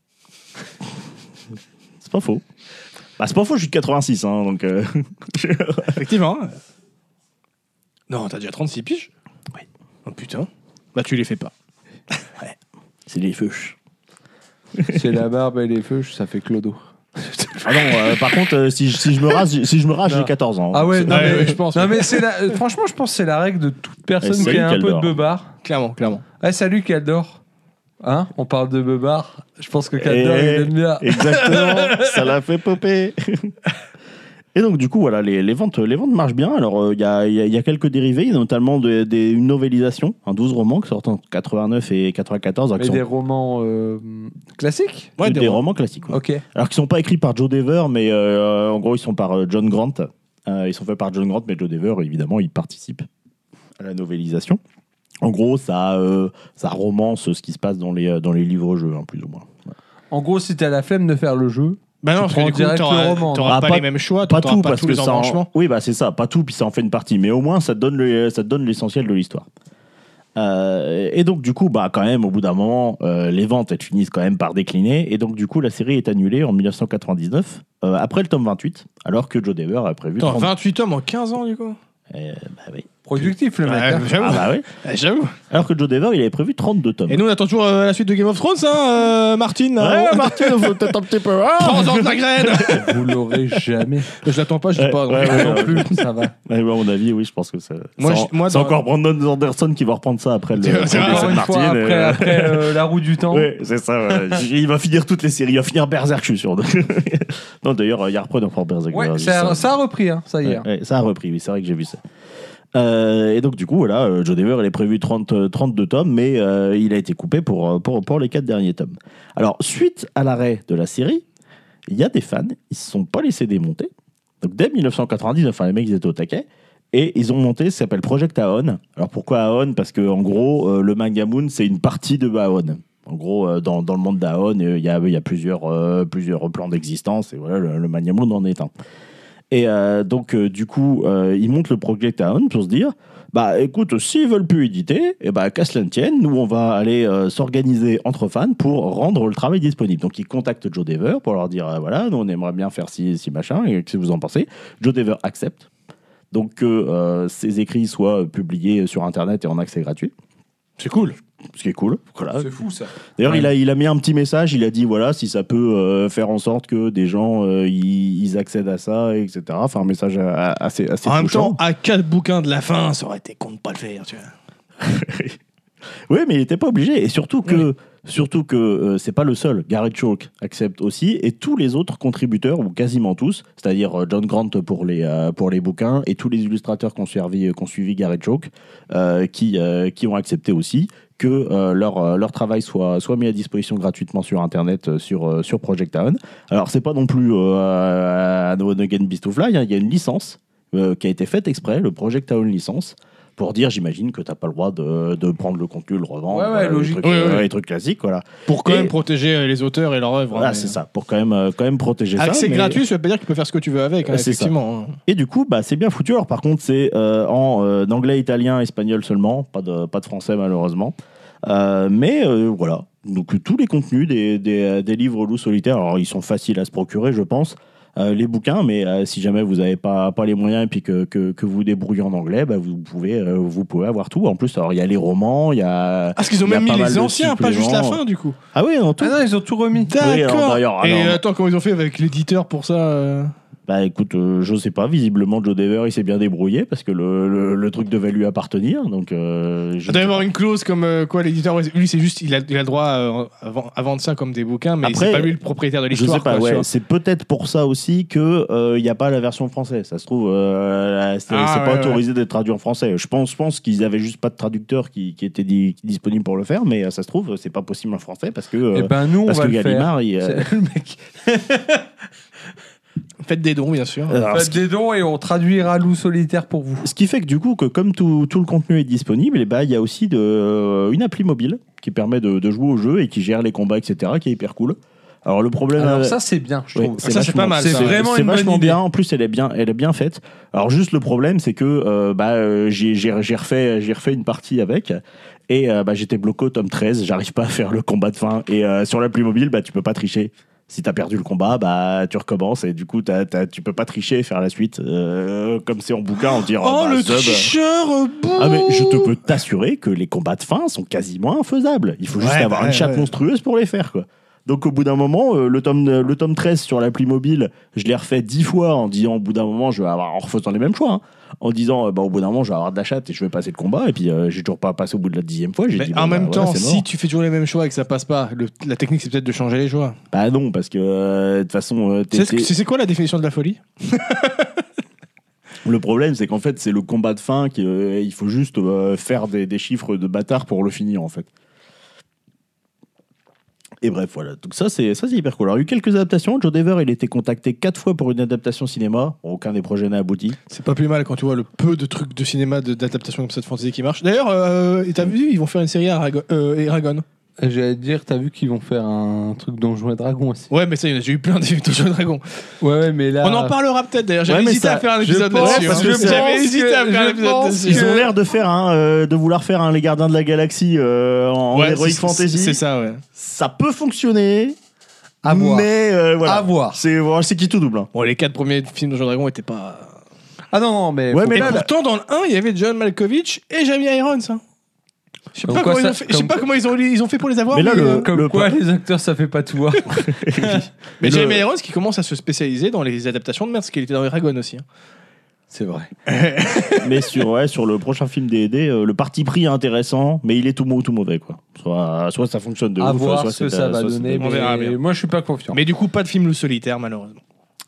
C'est pas faux. Bah, c'est pas faux, je suis de quatre-vingt-six, hein, donc. euh, Effectivement. Non, t'as déjà trente-six piges. Oui. Oh putain. Bah tu les fais pas. c'est les feuches. C'est la barbe et les feux, ça fait clodo. Ah non, euh, par contre, euh, si, je- si je me rase, si je me rase, Non. j'ai quatorze ans. Ah ouais, non, Ouais, mais, ouais, je pense, Non, ouais. mais c'est la... euh, franchement, je pense que c'est la règle de toute personne Eh, qui salut, a un peu de Caldor. beubard. Clairement, clairement. Ah, salut Caldor. Hein, on parle de beubard. Je pense que Caldor, Eh, il aime bien. Exactement, ça l'a fait popper. Et donc, du coup, voilà, les, les, ventes, les ventes marchent bien. Alors, il y, a, y a- y a quelques dérivés, notamment de, de- une novélisation, un douze romans qui sortent en quatre-vingt-neuf et quatre-vingt-quatorze. alors Mais qui des sont romans euh, classiques Ouais, des, des romans classiques. oui. Ok. Alors, qui sont pas écrits par Joe Dever, mais euh, en gros, ils sont par euh, John Grant. Euh, ils sont faits par John Grant, mais Joe Dever, évidemment, il participe à la novélisation. En gros, ça, euh, ça romance ce qui se passe dans les, dans les livres-jeux, hein, plus ou moins. En gros, si t'as la flemme de faire le jeu, Bah non, Tu parce prends que du coup, direct le t'auras roman. t'auras Ah, pas, pas- les mêmes choix, Pas t'auras tout, pas parce tous que les ça. en- embranchements. Oui, bah c'est ça, pas tout, puis ça en fait une partie. Mais au moins, ça te donne, le- ça te donne l'essentiel de l'histoire. Euh, et donc, du coup, bah, quand même, au bout d'un moment, euh, les ventes, elles finissent quand même par décliner. Et donc, du coup, la série est annulée en mille neuf cent quatre-vingt-dix-neuf, euh, après le tome vingt-huit, alors que Joe Dever a prévu Attends, trente. vingt-huit tomes en quinze ans, du coup. Euh, bah oui. productif le mec. Ouais, hein. j'avoue. Ah bah oui. Ouais, J'avoue. Alors que Joe Dever, il avait prévu trente-deux tomes. Et nous, on attend toujours euh, la suite de Game of Thrones, hein, euh, Martine. Ouais, hein. Martin, faut peut-être un petit peu. Ah Transante la graine. Vous l'aurez jamais. Je l'attends pas, je dis Ouais, pas. donc. ouais, ouais. non plus, ça va. Ouais, ouais, à mon avis, oui, je pense que ça. Moi, c'est je- moi, c'est dans- encore Brandon Anderson qui va reprendre ça après le. C'est- c'est le vrai, décès de Encore une Martin, fois, et, après, euh, après euh, la roue du temps. Ouais, c'est ça. ouais. Il va finir toutes les séries. Il va finir Berserk, je suis sûr. non, d'ailleurs, il y a repreneur pour Berserk. Ouais, D'ailleurs, ça, ça- ça a repris, hein, ça y est. Ouais, ouais, ça a repris, oui, c'est vrai que j'ai vu ça. Euh, et donc, du coup, voilà, euh, Joe Dever, il est prévu trente, euh, trente-deux tomes, mais euh, il a été coupé pour, pour, pour les quatre derniers tomes. Alors, suite à l'arrêt de la série, il y a des fans, ils ne se sont pas laissés démonter. Donc, dès dix-neuf cent quatre-vingt-dix, enfin, les mecs, ils étaient au taquet. Et ils ont monté ce qui s'appelle Project Aon. Alors, pourquoi Aon ? Parce qu'en gros, euh, le Manga Moon, c'est une partie de Aon. En gros, euh, dans, dans le monde d'Aon, il y a, y a plusieurs, euh, plusieurs plans d'existence. Et voilà, le, le Manga Moon en est un. Et euh, donc, euh, du coup, euh, ils montent le Project Aon pour se dire, bah écoute, s'ils veulent plus éditer, et bah qu'à cela ne tienne, nous on va aller euh, s'organiser entre fans pour rendre le travail disponible. Donc ils contactent Joe Dever pour leur dire, euh, voilà, nous on aimerait bien faire ci, ci machin, et qu'est-ce que vous en pensez ? Joe Dever accepte. Donc que euh, ses écrits soient publiés sur Internet et en accès gratuit. C'est cool. Ce qui est cool. Voilà. C'est fou ça. D'ailleurs, Ouais. il, a, il a mis un petit message, il a dit voilà, si ça peut euh, faire en sorte que des gens euh, ils, ils accèdent à ça, et cetera. Enfin, un message a- a- assez, assez En même touchant. temps, à quatre bouquins de la fin, ça aurait été con de pas le faire, tu vois. Oui, mais il n'était pas obligé. Et surtout que, surtout que euh, c'est pas le seul. Garrett Chalk accepte aussi. Et tous les autres contributeurs, ou quasiment tous, c'est-à-dire euh, John Grant pour les, euh, pour les bouquins et tous les illustrateurs qui ont suivi, qui ont suivi Garrett Chalk, euh, qui, euh, qui ont accepté aussi que euh, leur, euh, leur travail soit, soit mis à disposition gratuitement sur Internet, euh, sur, euh, sur Project Aon. Alors, c'est pas non plus euh, No One Again Beast to Fly. Hein. Il y a une licence euh, qui a été faite exprès, le Project Aon licence, pour dire, j'imagine, que tu n'as pas le droit de, de prendre le contenu, le revendre. Ouais, ouais, voilà, logique. Les trucs, Ouais, euh, ouais. les trucs classiques, voilà. Pour quand Et- même protéger euh, les auteurs et leur œuvre. Voilà, hein, c'est mais- ça, pour quand même, euh, quand même protéger ça. Accès mais- gratuit, ça veut pas dire que tu peux faire ce que tu veux avec, hein, C'est ça. effectivement. hein. Et du coup, bah, c'est bien foutu. Alors, par contre, c'est euh, en euh, anglais, italien, espagnol seulement, pas de, pas de français, malheureusement. Euh, mais euh, voilà. Donc, tous les contenus des, des, des livres loups solitaires, alors ils sont faciles à se procurer, je pense. Euh, les bouquins, mais euh, si jamais vous n'avez pas, pas les moyens et puis que, que, que vous vous débrouillez en anglais, bah, vous, pouvez, euh, vous pouvez avoir tout. En plus, alors il y a les romans, il y a. Ah, parce qu'ils ont il y a même mis pas mal les de anciens, pas juste la suppléments. fin, du coup. Ah oui, non, tout. Ah non, ils ont tout remis. Oui, alors, D'accord. d'ailleurs, Et alors- attends, comment ils ont fait avec l'éditeur pour ça euh Bah écoute, euh, je sais pas, visiblement Joe Dever il s'est bien débrouillé parce que le, le, le truc devait lui appartenir. Donc, euh, je Il sais doit y pas. avoir une clause comme euh, quoi l'éditeur. ouais, Lui, c'est juste, il a, il a le droit euh, à, vend- à vendre ça comme des bouquins, mais Après, c'est pas lui le propriétaire de Je l'histoire. sais pas, quoi, tu ouais, vois. c'est peut-être pour ça aussi que il n'y a pas la version française. Ça se trouve, euh, c'est Ah, c'est pas ouais, autorisé d'être traduit en français. Je pense, je pense qu'ils avaient juste pas de traducteur qui, qui était di- disponible pour le faire, mais euh, ça se trouve, c'est pas possible en français parce que, euh, Et ben nous, on parce va que le faire. Gallimard, il, euh, C'est le mec. Faites des dons, bien sûr. alors, ce Faites des dons et on traduira loup solitaire pour vous. Ce qui fait que du coup, que comme tout, tout le contenu est disponible, et bah, il y a aussi de, euh, une appli mobile qui permet de, de jouer au jeu et qui gère les combats, et cetera, qui est hyper cool. Alors le problème, Alors euh, ça, c'est bien, je oui, trouve. Ça, c'est pas mal, C'est ça. vraiment c'est une bonne vachement idée. bien. En plus, elle est bien, elle est bien faite. Alors juste le problème, c'est que euh, bah, euh, j'ai, j'ai, j'ai refait, j'ai refait une partie avec. Et euh, bah, j'étais bloqué au tome treize, j'arrive pas à faire le combat de fin. Et euh, sur l'appli mobile, bah, tu peux pas tricher. Si t'as perdu le combat, bah, tu recommences et du coup, t'as, t'as, tu peux pas tricher et faire la suite. Euh, comme c'est en bouquin, on dirait Oh, bah, le sub. tricheur euh, bouh. Ah mais je te peux t'assurer que les combats de fin sont quasiment infaisables. Il faut juste Ouais, avoir bah, une chatte ouais. monstrueuse pour les faire, quoi. Donc au bout d'un moment, euh, le, tome, le tome treize sur l'appli mobile, je l'ai refait dix fois en disant au bout d'un moment, je vais avoir, en refaisant les mêmes choix, hein, en disant euh, bah, au bout d'un moment, je vais avoir de la chatte et je vais passer le combat. Et puis euh, j'ai toujours pas passé au bout de la dixième fois. J'ai Mais dit, en bon, même bah, temps, voilà, c'est si mort. tu fais toujours les mêmes choix et que ça passe pas, le- la technique c'est peut-être de changer les choix. Bah non, parce que euh, de toute façon, euh, t'es- C'est ce que- t'es- c'est c'est quoi la définition de la folie le problème, c'est qu'en fait, c'est le combat de fin qu'il faut juste euh, faire des, des chiffres de bâtard pour le finir, en fait. Et bref, voilà. Donc ça, c'est ça, c'est hyper cool. Alors, il y a eu quelques adaptations. Joe Dever, il a été contacté quatre fois pour une adaptation cinéma. Aucun des projets n'a abouti. C'est pas plus mal quand tu vois le peu de trucs de cinéma, de- d'adaptation comme ça de fantasy qui marchent. D'ailleurs, euh, et t'as vu, ils vont faire une série à Aragon. Euh, Eragon. J'allais te dire, t'as vu qu'ils vont faire un truc Donjons et Dragons aussi. Ouais, mais ça, il y en a déjà eu plein des Donjons et Dragons. Ouais, ouais, mais là. On en parlera peut-être d'ailleurs. J'avais Ouais, mais hésité ça- à faire un je épisode pense- là-dessus. parce hein. que J'avais pense hésité à que- faire un je épisode pense dessus. Ils que- ont l'air de faire un, euh, de vouloir faire un Les Gardiens de la Galaxie euh, en Ouais, Heroic c'est- Fantasy. C'est ça, ouais. Ça peut fonctionner, À voir. mais euh, voilà. À voir. C'est voilà, c'est qui tout double. hein. Bon, les quatre premiers films de Donjons et Dragons étaient pas. Ah non, non, mais. Ouais, faut mais Et pas- là, pourtant, dans le un, il y avait John Malkovich et Jeremy Irons. hein. Je sais Comme pas, quoi comment, ça- ils ont, fait, je sais comme pas quoi- comment ils ont, ils ont fait pour les avoir. Mais là, le- euh, Comme le- quoi, les acteurs, ça fait pas tout. hein. mais le- Jeremy Irons qui commence à se spécialiser dans les adaptations de merde, parce qu'il était dans Eragon aussi. hein. C'est vrai. mais sur, ouais, sur le prochain film D et D, euh, le parti pris est intéressant, mais il est tout mou tout mauvais, quoi. Soit, soit ça fonctionne de À ouf, voir soit ce que c'est- ça va soit c'est donner. de- On verra Mais bien. moi, je suis pas confiant. Mais du coup, pas de film loup solitaire, malheureusement.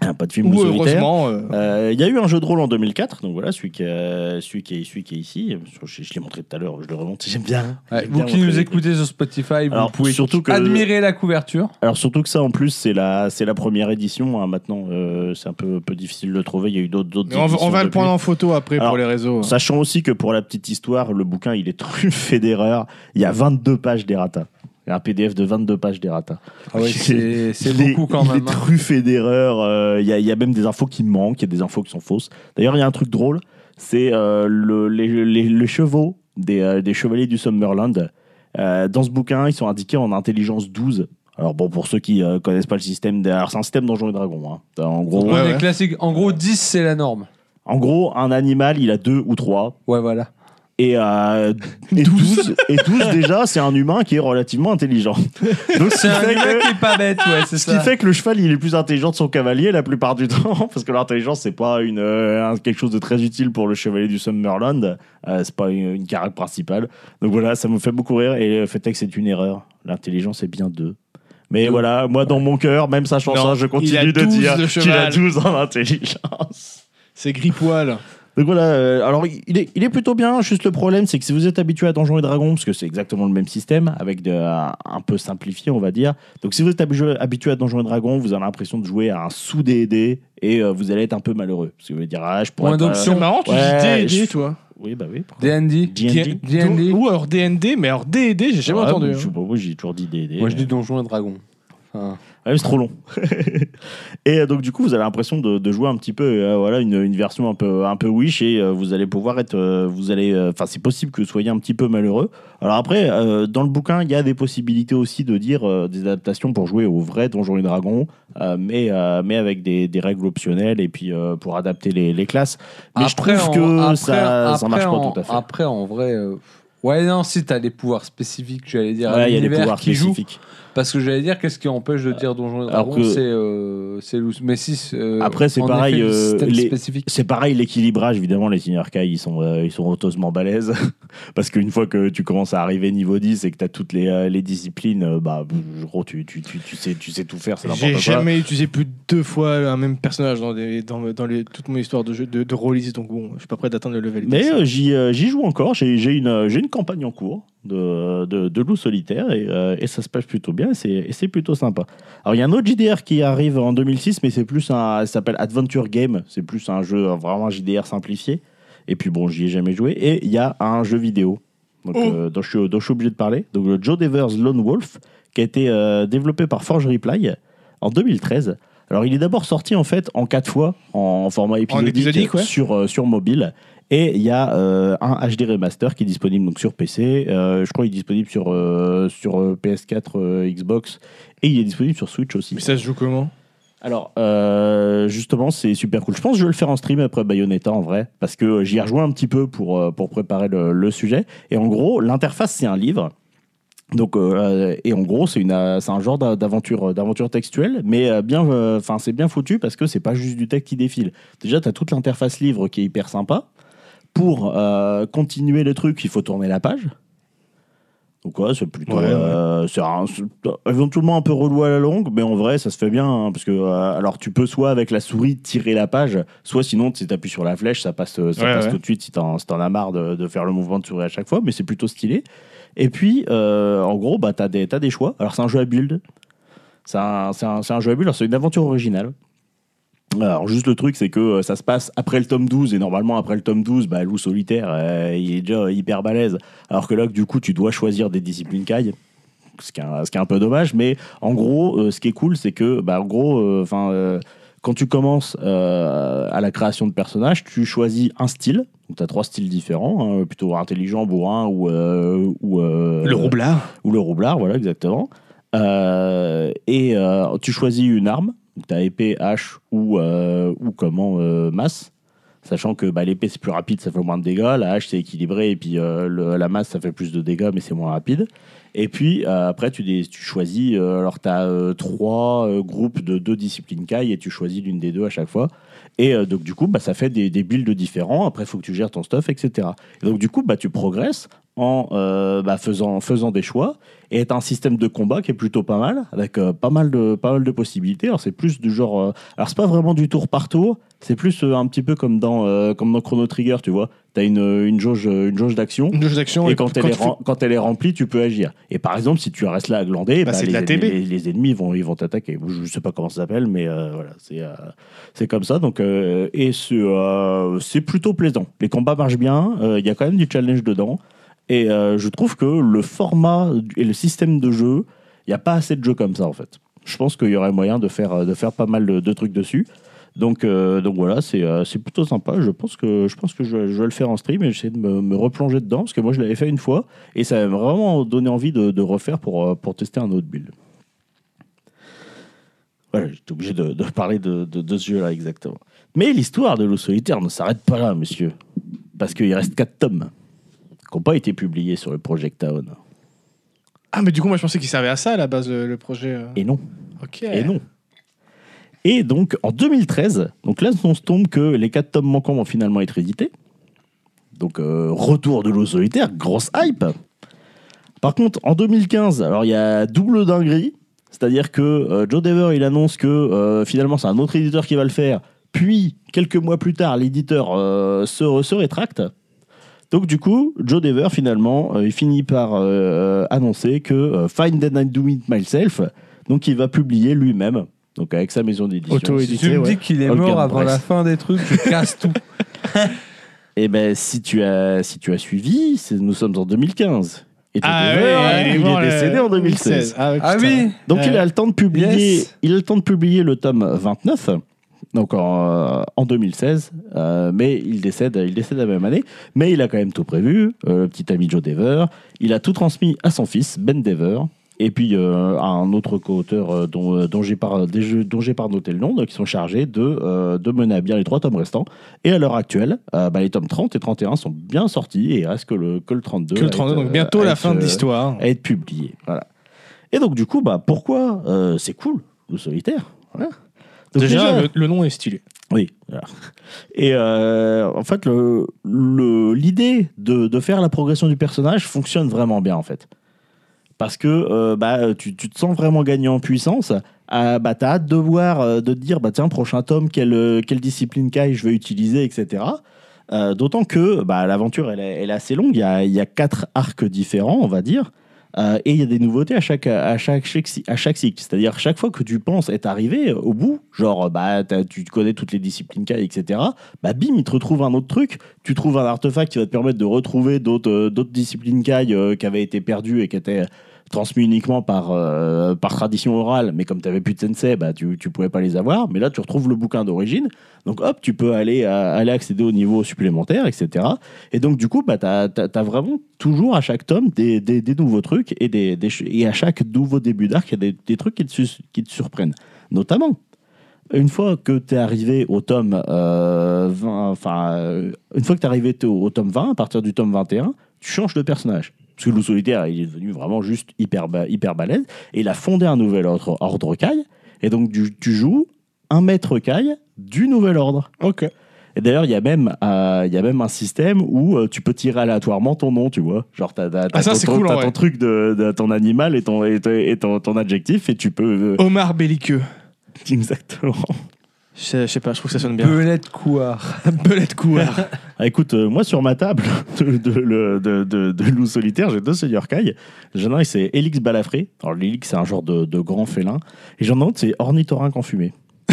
pas de film Ou loup solitaire. heureusement. euh, Euh, Il y a eu un jeu de rôle en deux mille quatre, donc voilà, celui qui, euh, celui qui, est, celui qui est ici. Je, je l'ai montré tout à l'heure, je le remonte, j'aime bien. Ouais, J'aime vous bien qui montrer nous les- écoutez sur Spotify, vous Alors, pouvez surtout que- admirer la couverture. Alors surtout que ça, en plus, c'est la, c'est la première édition. Hein, maintenant, euh, c'est un peu, un peu difficile de trouver. Il y a eu d'autres, d'autres mais on, va- on éditions va le depuis. prendre en photo après Alors, pour les réseaux. Sachant aussi que pour la petite histoire, le bouquin, il est truffé d'erreurs. Il y a vingt-deux pages d'errata. Il y a un P D F de vingt-deux pages d'errata. Ah ouais, c'est c'est Il est- beaucoup quand il même. est hein. truffé d'erreurs. euh, Il y, a- il y a même des infos qui manquent. Il y a des infos qui sont fausses. D'ailleurs, il y a un truc drôle. C'est euh, le, les, les- les chevaux des, euh, des chevaliers du Summerland. Euh, dans ce bouquin, ils sont indiqués en intelligence douze. Alors bon, pour ceux qui euh, connaissent pas le système, de- alors c'est un système Donjons et Dragons. Hein. En gros, On Ouais, est ouais. classique. En gros, dix, c'est la norme. en gros, un animal, il a deux ou trois. Ouais, voilà. Et, euh, et douze, et douze déjà, c'est un humain qui est relativement intelligent. Donc, ce C'est qui un fait humain que- qui est pas bête, ouais, c'est Ce qui ça. fait que le cheval, il est plus intelligent de son cavalier la plupart du temps, parce que l'intelligence, c'est pas une, euh, un- quelque chose de très utile pour le chevalier du Summerland. Euh, c'est pas une, une carac principale. Donc voilà, ça me fait beaucoup rire. Et le fait est que c'est une erreur. L'intelligence est bien deux. Mais Deux. voilà, moi, dans mon cœur, même sachant Non, ça, je il continue a de douze dire de qu'il a cheval. douze en intelligence. C'est gris-poil. Donc voilà, euh, alors il est, il est plutôt bien, juste le problème c'est que si vous êtes habitué à Donjons et Dragons, parce que c'est exactement le même système, avec de, un, un peu simplifié on va dire, donc si vous êtes habitué, habitué à Donjons et Dragons, vous avez l'impression de jouer à un sous-D et D, et euh, vous allez être un peu malheureux, parce que vous allez dire, ah je pourrais Moins pas- d'options. C'est marrant, tu Ouais, dis D et D, je- toi. Oui bah oui, pourquoi D and D. D and D. D and D. Ou alors D N D, mais alors D et D, j'ai jamais Ouais, entendu. Je sais hein. pas, moi j'ai toujours dit D et D. Moi, je dis Donjons et Dragons. Enfin, Ouais, mais c'est trop long. Et euh, donc du coup, vous avez l'impression de, de jouer un petit peu, euh, voilà, une, une version un peu, un peu Wish, et euh, vous allez pouvoir être, euh, vous allez, enfin, c'est possible que vous soyez un petit peu malheureux. Alors après, euh, dans le bouquin, il y a des possibilités aussi de dire euh, des adaptations pour jouer aux vrais Donjons et Dragons, euh, mais, euh, mais avec des, des règles optionnelles et puis euh, pour adapter les, les classes. Mais je trouve en- que après- ça, ça après, marche pas en- tout à fait. Après, en vrai. euh, Ouais, non, si t'as des pouvoirs spécifiques, j'allais dire, à Ouais, il y a des l'univers pouvoirs qui jouent. spécifiques. Parce que j'allais dire, qu'est-ce qui empêche de dire Donjons et Alors Dragons, que- c'est euh, c'est loose. Mais si. euh, Après, c'est en pareil, effet, le euh, système les- spécifique. C'est pareil, l'équilibrage, évidemment, les senior Kai, ils sont, euh, ils sont heureusement balèzes. Parce qu'une fois que tu commences à arriver niveau dix et que tu as toutes les, euh, les disciplines, euh, bah, gros, tu, tu, tu, tu, sais, tu sais tout faire, c'est n'importe J'ai quoi. jamais utilisé plus de deux fois un même personnage dans, des, dans, dans les, toute mon histoire de jeu de, de rôliste, donc bon, je suis pas prêt d'atteindre le level Mais dix. euh, j'y, euh, j'y joue encore, j'ai, j'ai, une, euh, j'ai une campagne en cours de, de, de loup solitaire et, euh, et ça se passe plutôt bien et c'est, et c'est plutôt sympa. Alors il y a un autre J D R qui arrive en deux mille six, mais c'est plus un, ça s'appelle Adventure Game, c'est plus un jeu, vraiment un J D R simplifié. Et puis bon, j'y ai jamais joué. Et il y a un jeu vidéo donc, Oh. euh, dont, je suis, dont je suis obligé de parler, donc le Joe Devers Lone Wolf, qui a été euh, développé par Forge Reply en deux mille treize. Alors il est d'abord sorti en fait en quatre fois en format épisodique, épisodique, ouais. sur, euh, sur mobile. Et il y a euh, un H D remaster qui est disponible donc sur P C. Euh, je crois qu'il est disponible sur, euh, sur euh, P S quatre, euh, Xbox. Et il est disponible sur Switch aussi. Mais ça se joue comment? Alors, euh, justement, c'est super cool. Je pense que je vais le faire en stream après Bayonetta en vrai. Parce que j'y ai rejoint un petit peu pour, euh, pour préparer le, le sujet. Et en gros, l'interface, c'est un livre. Donc, euh, et en gros, c'est, une, euh, c'est un genre d'a- d'aventure, d'aventure textuelle, mais euh, bien, enfin, c'est bien foutu parce que c'est pas juste du texte qui défile. Déjà, tu as toute l'interface livre qui est hyper sympa. Pour euh, continuer le truc, il faut tourner la page. Donc ouais, c'est plutôt, Ouais, ouais. euh, c'est, un- c'est éventuellement un peu relou à la longue, mais en vrai, ça se fait bien, hein, parce que euh, alors tu peux soit avec la souris tirer la page, soit sinon si t'appuies sur la flèche, ça passe, ça Ouais, passe ouais. tout de suite si t'en, si t'en as marre de, de faire le mouvement de souris à chaque fois, mais c'est plutôt stylé. Et puis, euh, en gros, bah, t'as des, t'as des choix. Alors c'est un jeu à build. C'est un, c'est un, c'est un jeu à build. Alors, c'est une aventure originale. Alors juste le truc c'est que euh, ça se passe après le tome douze et normalement après le tome douze bah, loup solitaire euh, il est déjà hyper balèze alors que là du coup tu dois choisir des disciplines Kai ce qui est un, ce qui est un peu dommage mais en gros euh, ce qui est cool c'est que bah, en gros enfin euh, quand tu commences euh, à la création de personnages tu choisis un style donc tu as trois styles différents hein, plutôt intelligent bourrin ou euh, ou euh, Le roublard. ou le roublard, voilà, exactement. Euh, et euh, tu choisis une arme, tu as épée, hache ou, euh, ou comment, euh, masse. Sachant que bah, l'épée c'est plus rapide, ça fait moins de dégâts, la hache c'est équilibré, et puis euh, le- la masse ça fait plus de dégâts, mais c'est moins rapide. Et puis euh, après tu, dé- tu choisis, euh, alors tu as trois euh, groupes de deux disciplines Kai, et tu choisis l'une des deux à chaque fois. Et euh, donc, du coup, bah, ça fait des, des builds différents. Après, il faut que tu gères ton stuff, et cetera. Et donc, du coup, bah, tu progresses en euh, bah, faisant, faisant des choix. Et tu as un système de combat qui est plutôt pas mal, avec euh, pas, mal de, pas mal de possibilités. Alors, c'est plus du genre. Euh, alors, c'est pas vraiment du tour par tour. C'est plus euh, un petit peu comme dans, euh, comme dans Chrono Trigger, tu vois. Tu as une, une jauge, une jauge d'action. Une jauge d'action. Et quand, elle est il faut- rem- quand elle est remplie, tu peux agir. Et par exemple, si tu restes là à glander, Bah, bah, c'est de les, la T B. les- les ennemis vont, ils vont t'attaquer. Je ne sais pas comment ça s'appelle, mais euh, voilà, c'est euh, c'est comme ça. Donc, euh, et c'est euh, c'est plutôt plaisant. Les combats marchent bien. euh, Il y a quand même du challenge dedans. Et euh, je trouve que le format et le système de jeu, il n'y a pas assez de jeux comme ça en fait. Je pense qu'il y aurait moyen de faire, de faire pas mal de, de trucs dessus. Donc, euh, donc voilà, c'est euh, c'est plutôt sympa. Je pense que je, pense que je, vais- je vais le faire en stream et j'essaie de me, me replonger dedans parce que moi je l'avais fait une fois et ça m'a vraiment donné envie de, de refaire pour, euh, pour tester un autre build. Voilà, j'étais obligé de, de parler de, de, de ce jeu-là exactement. Mais l'histoire de Loup Solitaire ne s'arrête pas là, monsieur. Parce qu'il reste quatre tomes qui n'ont pas été publiés sur le Project Town. Ah, mais du coup, moi, je pensais qu'il servait à ça, à la base, le, le projet. euh. Et non. Ok. Et non. Et donc, en deux mille treize, donc là, on se tombe que les quatre tomes manquants vont finalement être édités. Donc, euh, retour de Loup Solitaire, grosse hype. Par contre, en deux mille quinze, alors il y a double dinguerie. C'est-à-dire que euh, Joe Dever, il annonce que euh, finalement, c'est un autre éditeur qui va le faire. Puis, quelques mois plus tard, l'éditeur euh, se, se rétracte. Donc, du coup, Joe Dever, finalement, euh, il finit par euh, annoncer que euh, Find and I Do It Myself, donc il va publier lui-même, donc avec sa maison d'édition. Auto-édité. Si tu me ouais. dis qu'il est Holger mort avant Press. la fin des trucs, je casse tout. Et ben, si tu as, si tu as suivi, c'est- nous sommes en deux mille quinze. Et Joe Ah, Dever, ouais, il mort est le- décédé en deux mille seize. Ah, ouais, Ah putain. oui. Donc, Ouais. il a le temps de publier, Yes. il a le temps de publier le tome vingt-neuf. Donc en, en deux mille seize, euh, mais il décède, il décède la même année. Mais il a quand même tout prévu, euh, le petit ami Joe Dever. Il a tout transmis à son fils, Ben Dever, et puis euh, à un autre co-auteur euh, dont, euh, dont j'ai pas, des jeux- dont j'ai pas noté le nom, donc, qui sont chargés de, euh, de mener à bien les trois tomes restants. Et à l'heure actuelle, euh, bah, les tomes trente et trente et un sont bien sortis, et il reste que le, que le trente-deux. Que le à trente-deux, être, donc euh, bientôt à la être, fin de euh, l'histoire. à être publié. Voilà. Et donc, du coup, bah, pourquoi euh, c'est cool, le solitaire, voilà. Donc, Déjà, le, le nom est stylé. oui. Voilà. Et euh, en fait, le, le- l'idée de, de faire la progression du personnage fonctionne vraiment bien, en fait. Parce que euh, bah, tu, tu te sens vraiment gagner en puissance. Euh, bah, tu as hâte de voir, euh, de te dire, bah, tiens, prochain tome, quelle, euh, quelle discipline Kai je vais utiliser, et cetera. Euh, d'autant que bah, l'aventure, elle, est- elle est assez longue. Il y a, il y a quatre arcs différents, on va dire. Euh, et il y a des nouveautés à chaque, à chaque, chaque, à chaque cycle. C'est-à-dire, chaque fois que tu penses être arrivé au bout, genre, bah, t'as- tu connais toutes les disciplines Kai, et cetera, bah, bim, il te retrouve un autre truc. Tu trouves un artefact qui va te permettre de retrouver d'autres, euh, d'autres disciplines Kai euh, qui avaient été perdues et qui étaient transmis uniquement par, euh, par tradition orale, mais comme tu n'avais plus de sensei, bah, tu ne pouvais pas les avoir. Mais là, tu retrouves le bouquin d'origine. Donc, hop, tu peux aller, euh, aller accéder au niveau supplémentaire, et cetera. Et donc, du coup, bah, tu as vraiment toujours à chaque tome des, des, des nouveaux trucs et, des, des, et à chaque nouveau début d'arc, il y a des, des trucs qui te, su- qui te surprennent. Notamment, une fois que tu es arrivé au tome euh, vingt, enfin, euh, une fois que tu es arrivé au, au tome vingt, à partir du tome vingt et un, tu changes de personnage. Parce que Loup Solitaire, il est devenu vraiment juste hyper, ba- hyper balèze. Et il a fondé un nouvel ordre, ordre Kai. Et donc, du- tu joues un maître Kai du nouvel ordre. Ok. Et d'ailleurs, il y a même, euh, il y a même un système où euh, tu peux tirer aléatoirement ton nom, tu vois. Genre, t'as, t'as, Ah, ça, ton, c'est ton- cool, en t'as vrai. ton truc de, de ton animal et ton, et ton, et ton, ton adjectif, et tu peux. euh, Omar Belliqueux. Exactement. Je je sais pas, je trouve que ça sonne bien. Belette couard. Belette couard. Ah, écoute, euh, moi sur ma table de, de, le- de, de, de loup solitaire, j'ai deux seigneurs Kai. J'en ai un, c'est Elix Balafré. Alors, l'Elix, c'est un genre de, de grand félin. Et j'en ai un autre, c'est Ornithorynque enfumé.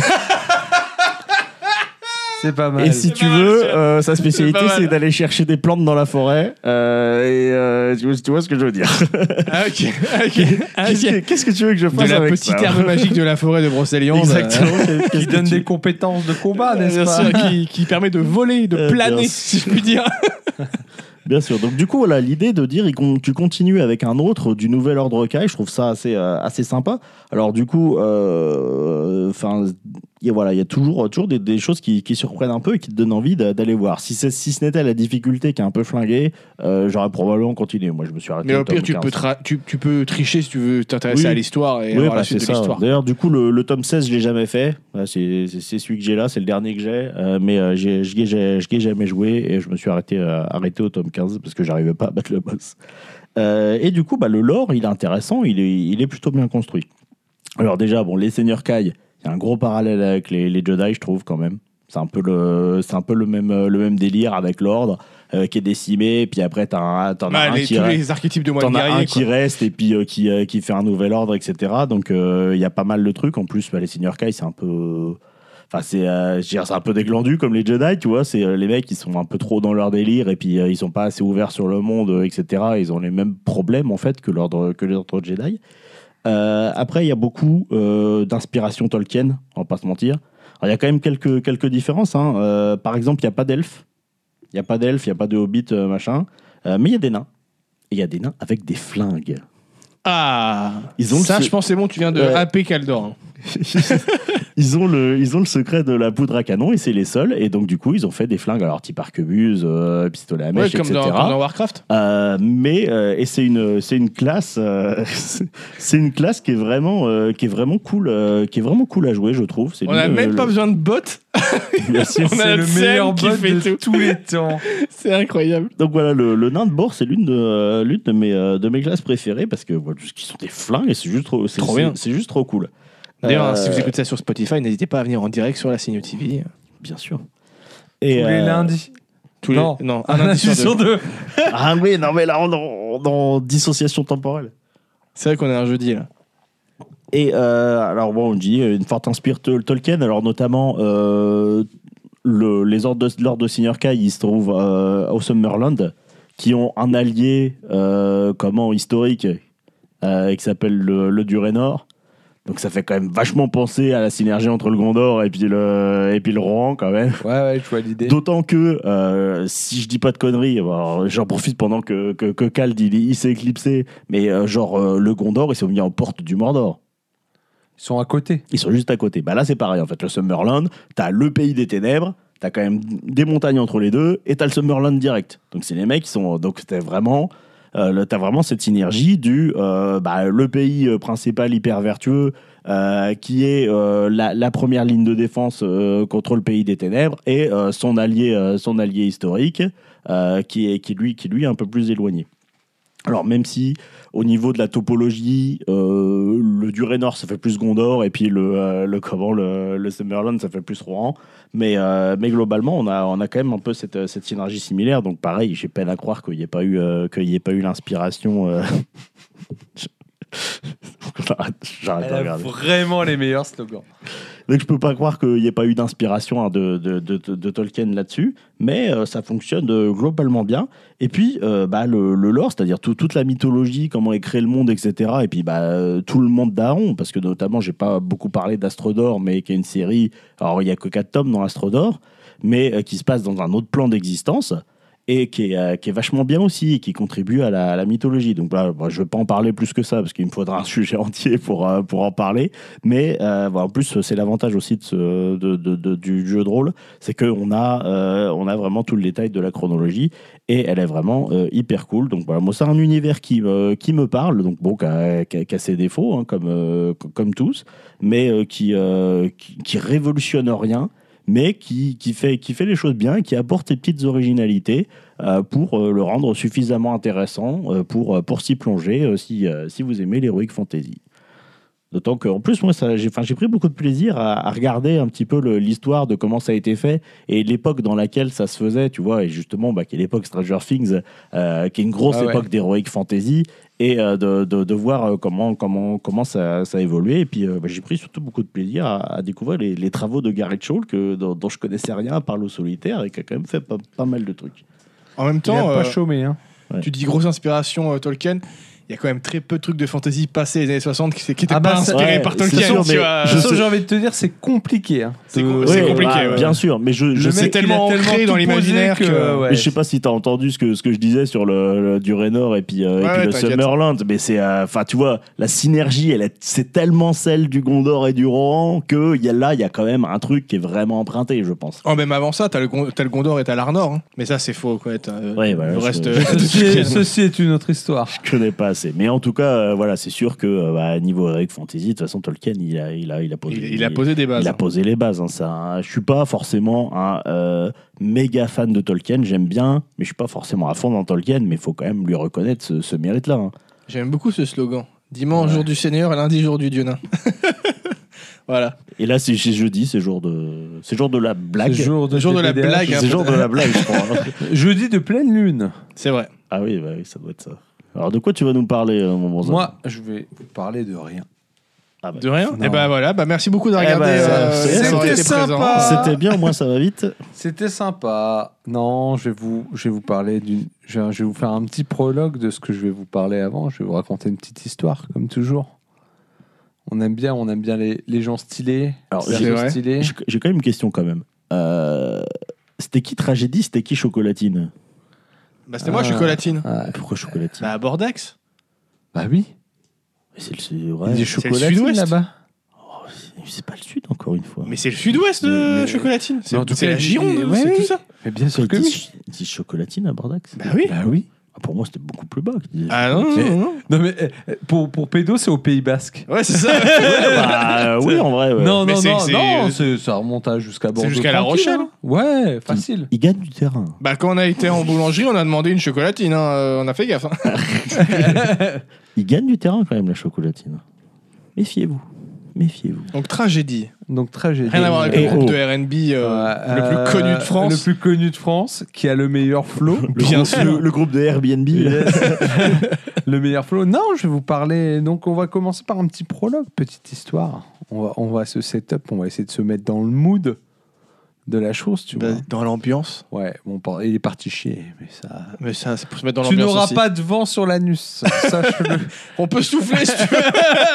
C'est pas mal. Et si tu mal, veux, c'est- euh, sa spécialité, c'est pas mal. c'est d'aller chercher des plantes dans la forêt. Euh, et euh, tu, vois, tu vois ce que je veux dire. Ah, ok. Ok. Ah, Qu'est-ce ok. que, qu'est-ce que tu veux que je De fasse la avec petite ça herbe magique de la forêt de Brocéliande. Exactement. Qu'est-ce Qui que donne tu- des compétences de combat, n'est-ce Bien pas sûr, qui, qui permet de voler, de Euh, planer, bien si je puis dire. Bien sûr. Donc du coup, voilà, l'idée de dire que tu continues avec un autre du nouvel ordre Kai, je trouve ça assez, euh, assez sympa. Alors du coup, enfin, il y a, voilà, il y a toujours, toujours des, des choses qui, qui surprennent un peu et qui te donnent envie de, d'aller voir. Si, c'est, si ce n'était la difficulté qui est un peu flinguée, euh, j'aurais probablement continué. Moi, je me suis arrêté. Mais au au tome pire, tu quinze. peux, tra- tu, tu peux tricher si tu veux t'intéresser Oui. à l'histoire et Oui, voir bah, la suite c'est de ça. l'histoire. D'ailleurs, du coup, le, le tome seize, je l'ai jamais fait. Ouais, c'est, c'est, c'est celui que j'ai là, c'est le dernier que j'ai. Euh, mais euh, j'ai, je n'y ai, ai jamais joué et je me suis arrêté, euh, arrêté au tome quinze parce que j'arrivais pas à battre le boss. Euh, et du coup, bah, le lore, il est intéressant, il est, il est plutôt bien construit. Alors déjà, bon, les seigneurs Kai, il y a un gros parallèle avec les, les Jedi, je trouve, quand même. C'est un peu le, c'est un peu le même, le même délire avec l'ordre euh, qui est décimé, et puis après, t'en as, t'en as Bah, un les, qui tous reste. les archétypes de moine T'en as un guerrier. qui quoi. reste et puis euh, qui, euh, qui fait un nouvel ordre, et cetera. Donc il euh, y a pas mal de trucs. En plus, bah, les seigneurs Kai, c'est un peu. Enfin, c'est, euh, je veux dire, c'est un peu déglandu comme les Jedi, tu vois. C'est euh, les mecs, ils sont un peu trop dans leur délire et puis euh, ils sont pas assez ouverts sur le monde, euh, et cetera. Ils ont les mêmes problèmes en fait que l'ordre que l'ordre Jedi. Euh, après, il y a beaucoup euh, d'inspiration Tolkien, on va pas se mentir. Alors, il y a quand même quelques, quelques différences. Hein. Euh, par exemple, il n'y a pas d'elfes. Il n'y a pas d'elfes, il n'y a pas de hobbits, euh, machin. Euh, mais il y a des nains. Et il y a des nains avec des flingues. Ah Ils ont Ça, le- je pense, c'est bon, tu viens de Ouais. happer Kaldor. hein. ils, ont le, ils ont le secret de la poudre à canon et c'est les seuls. Et donc, du coup, ils ont fait des flingues, alors type arquebuse, euh, pistolet à Ouais, mèche, comme, et cetera. dans, comme dans Warcraft. Euh, mais euh, et c'est une c'est une classe euh, c'est une classe qui est vraiment euh, qui est vraiment cool euh, qui est vraiment cool à jouer, je trouve. C'est On n'a l'une, même euh, pas le- besoin de bots. Bien sûr. On a C'est notre le scène meilleur qui bot fait de tout. tous les temps. C'est incroyable. Donc voilà, le, le nain de bord, c'est l'une de euh, l'une de mes euh, de mes classes préférées parce que voilà, qui sont des flingues et c'est juste trop c'est, Trop c'est- bien. c'est juste trop cool. D'ailleurs, Euh, si vous écoutez ça sur Spotify, n'hésitez pas à venir en direct sur la Signo T V. Bien sûr. Tous Et les euh, lundis. Tous les- Non. non, un lundi sur deux. deux. ah oui, non mais là on est en- dans dissociation temporelle. C'est vrai qu'on est un jeudi là. Et euh, alors bon, on dit une forte inspire Tol- Tolkien, alors notamment euh, le, les ordres de l'ordre de Seigneur Kai, ils se trouvent euh, au Summerland, qui ont un allié euh, comment historique euh, qui s'appelle le, le Durénor. Donc ça fait quand même vachement penser à la synergie entre le Gondor et puis le et puis le Rohan quand même. Ouais, ouais, je vois l'idée. D'autant que, euh, si je dis pas de conneries, alors, j'en profite pendant que, que, que Kald il, il s'est éclipsé, mais euh, genre euh, le Gondor, ils sont mis en porte du Mordor. Ils sont à côté. Ils sont juste à côté. Bah là, c'est pareil. En fait, le Summerland, t'as le pays des ténèbres, t'as quand même des montagnes entre les deux, et t'as le Summerland direct. Donc, c'est les mecs qui sont. Donc, t'as vraiment, euh, le- t'as vraiment cette synergie du euh, bah, le pays euh, principal hyper vertueux, euh, qui est euh, la, la première ligne de défense euh, contre le pays des ténèbres, et euh, son allié, euh, son allié historique, euh, qui est qui lui, qui lui est un peu plus éloigné. Alors même si au niveau de la topologie, euh, le Durénor ça fait plus Gondor et puis le euh, le comment le, le Summerland ça fait plus Rohan, mais euh, mais globalement on a on a quand même un peu cette cette synergie similaire. Donc pareil, j'ai peine à croire qu'il n'y ait pas eu euh, qu'il y ait pas eu l'inspiration. Euh... J'arrête, j'arrête de Elle a regarder. vraiment les meilleurs slogans. Donc je peux pas croire qu'il n'y ait pas eu d'inspiration hein, de, de, de, de, de Tolkien là-dessus, mais euh, ça fonctionne euh, globalement bien. Et puis euh, bah, le, le lore, c'est-à-dire tout- toute la mythologie, comment est créé le monde, et cetera. Et puis bah, euh, tout le monde d'Aaron, parce que notamment j'ai pas beaucoup parlé d'Astrodor, mais qui est une série, alors il y a que quatre tomes dans Astrodor, mais euh, qui se passe dans un autre plan d'existence. Et qui est, euh, qui est vachement bien aussi, et qui contribue à la, à la mythologie. Donc là, bon, je ne vais pas en parler plus que ça, parce qu'il me faudra un sujet entier pour, euh, pour en parler. Mais euh, bon, en plus, c'est l'avantage aussi de ce, de, de, de, du jeu de rôle, c'est qu'on a, euh, on a vraiment tout le détail de la chronologie, et elle est vraiment euh, hyper cool. Donc voilà, moi, c'est un univers qui, euh, qui me parle, donc bon, qui a, qui a- qui a ses défauts, hein, comme, euh, comme tous, mais euh, qui, euh, qui, qui révolutionne rien, mais qui, qui, fait, qui fait les choses bien et qui apporte ses petites originalités euh, pour euh, le rendre suffisamment intéressant euh, pour, euh, pour s'y plonger euh, si, euh, si vous aimez l'heroic fantasy. D'autant qu'en plus, moi, ça, j'ai, 'fin, j'ai pris beaucoup de plaisir à, à regarder un petit peu le- l'histoire de comment ça a été fait et l'époque dans laquelle ça se faisait, tu vois, et justement, bah, qui est l'époque Stranger Things, euh, qui est une grosse Ah ouais. époque d'heroic fantasy, et euh, de, de, de voir euh, comment, comment, comment ça, ça a évolué. Et puis, euh, bah, j'ai pris surtout beaucoup de plaisir à, à découvrir les, les travaux de Garrett Shaw, que, dont, dont je connaissais rien à part le solitaire, et qui a quand même fait pas, pas mal de trucs. En même Il a temps, pas euh, chômé, hein. Ouais. tu dis grosse inspiration euh, Tolkien. il y a quand même très peu de trucs de fantasy passés les années soixante qui n'étaient Ah bah, pas c'est- inspirés ouais, par c'est Tolkien. sûr, tu mais vois. De je toute façon, sais- j'ai envie de te dire, c'est compliqué. Hein. C'est De- com- c'est Ouais, compliqué, bah, ouais. bien sûr, mais je, Le je mec, sais il a tellement tellement ancré tout dans posé l'imaginaire que- ouais. Mais je sais pas si t'as entendu ce que, ce que je disais sur le, le du Raynor et puis, euh, et Ouais, puis ouais, le t'inquiète. Summerland, mais c'est, enfin tu vois, la synergie, elle est, c'est tellement celle du Gondor et du Rohan que y a, là, il y a quand même un truc qui est vraiment emprunté, je pense. Oh, même avant ça, t'as le, Gon- t'as le Gondor et t'as l'Arnor. hein. Mais ça, c'est faux. Quoi. T'as, euh, Ouais, voilà, le je- reste. je- euh, Ceci est, ceci est une autre histoire. Je connais pas assez, mais en tout cas, euh, voilà, c'est sûr que euh, bah, niveau Heroic Fantasy, de toute façon, Tolkien, il a, il a, il a posé, il, il a posé des bases. il a hein. posé les bases. Hein, ça, hein. Je suis pas forcément un euh, méga fan de Tolkien, j'aime bien, mais je suis pas forcément à fond dans Tolkien, mais il faut quand même lui reconnaître ce, ce mérite-là. Hein. J'aime beaucoup ce slogan. Dimanche, Ouais. jour du Seigneur, et lundi, jour du Dieu nain. Voilà. Et là, c'est c'est jeudi, c'est jour de, c'est jour de la blague. C'est jour de, jour de la T P D H. blague, hein. C'est jour de la blague, je crois. hein. Jeudi de pleine lune. C'est vrai. Ah oui, bah oui, ça doit être ça. Alors, de quoi tu vas nous parler, euh, mon bon Zan Moi, je vais parler de rien. Ah bah, De rien. Non. Et ben voilà. Bah, merci beaucoup de Eh regarder. ben, euh, c'est- et d'avoir c'était été sympa. présent. C'était bien, au moins ça va vite. C'était sympa. Non, je vais vous, je vais vous parler d'une. Je vais, je vais vous faire un petit prologue de ce que je vais vous parler avant. Je vais vous raconter une petite histoire, comme toujours. On aime bien, on aime bien les, les gens stylés. Alors, les j'ai- gens vrai. stylés. J'ai j'ai quand même une question quand même. Euh, c'était qui Tragédie, c'était qui Chocolatine? Bah, c'était moi, Ah. Chocolatine. Ouais. Pourquoi Chocolatine? Bah, Bordex. Bah oui. C'est le, c'est- Il ouais. dit le chocolatine sud-ouest. là-bas. Oh, c'est- c'est pas le sud, encore une fois. Mais c'est le sud-ouest de Mais- mais- Chocolatine. C'est Mais en tout c'est cas, la il- Gironde, ouais, c'est oui. tout ça. Mais bien sûr Il que dit, oui. il dit Chocolatine à Bordeaux? Bah oui. Bah oui. Ah, pour moi, c'était beaucoup plus bas. qu'il disait Ah non, non, Chocolatine. non, non. Non mais eh, pour, pour Pédo, c'est au Pays Basque. Ouais, c'est ça. Bah, oui, en vrai. Ouais. Non, Mais non, c'est- non, c'est- non, c'est- ça remonte à jusqu'à Bordeaux. jusqu'à La tranquille, Rochelle. hein. Ouais, facile. Il gagne du terrain. Bah, quand on a été en boulangerie, on a demandé une chocolatine. hein. Euh, On a fait gaffe. hein. Il gagne du terrain quand même, la Chocolatine. Méfiez-vous. Méfiez-vous. Donc, tragédie. Donc tragédie. Rien à voir avec Et le groupe oh. de R and B euh, Ouais, le plus euh, connu de France. Le plus connu de France, qui a le meilleur flow. Le Bien groupe- sûr. Le, le groupe de Airbnb. Le meilleur flow. Non, je vais vous parler. Donc, on va commencer par un petit prologue, petite histoire. On va, on va se setup, on va essayer de se mettre dans le mood de la chose, tu vois. Bah, dans l'ambiance. Ouais, bon, par- il est parti chier, mais ça. Mais ça, c'est pour se mettre dans Tu l'ambiance. n'auras aussi. pas de vent sur l'anus. Sache-le. On peut souffler si tu veux.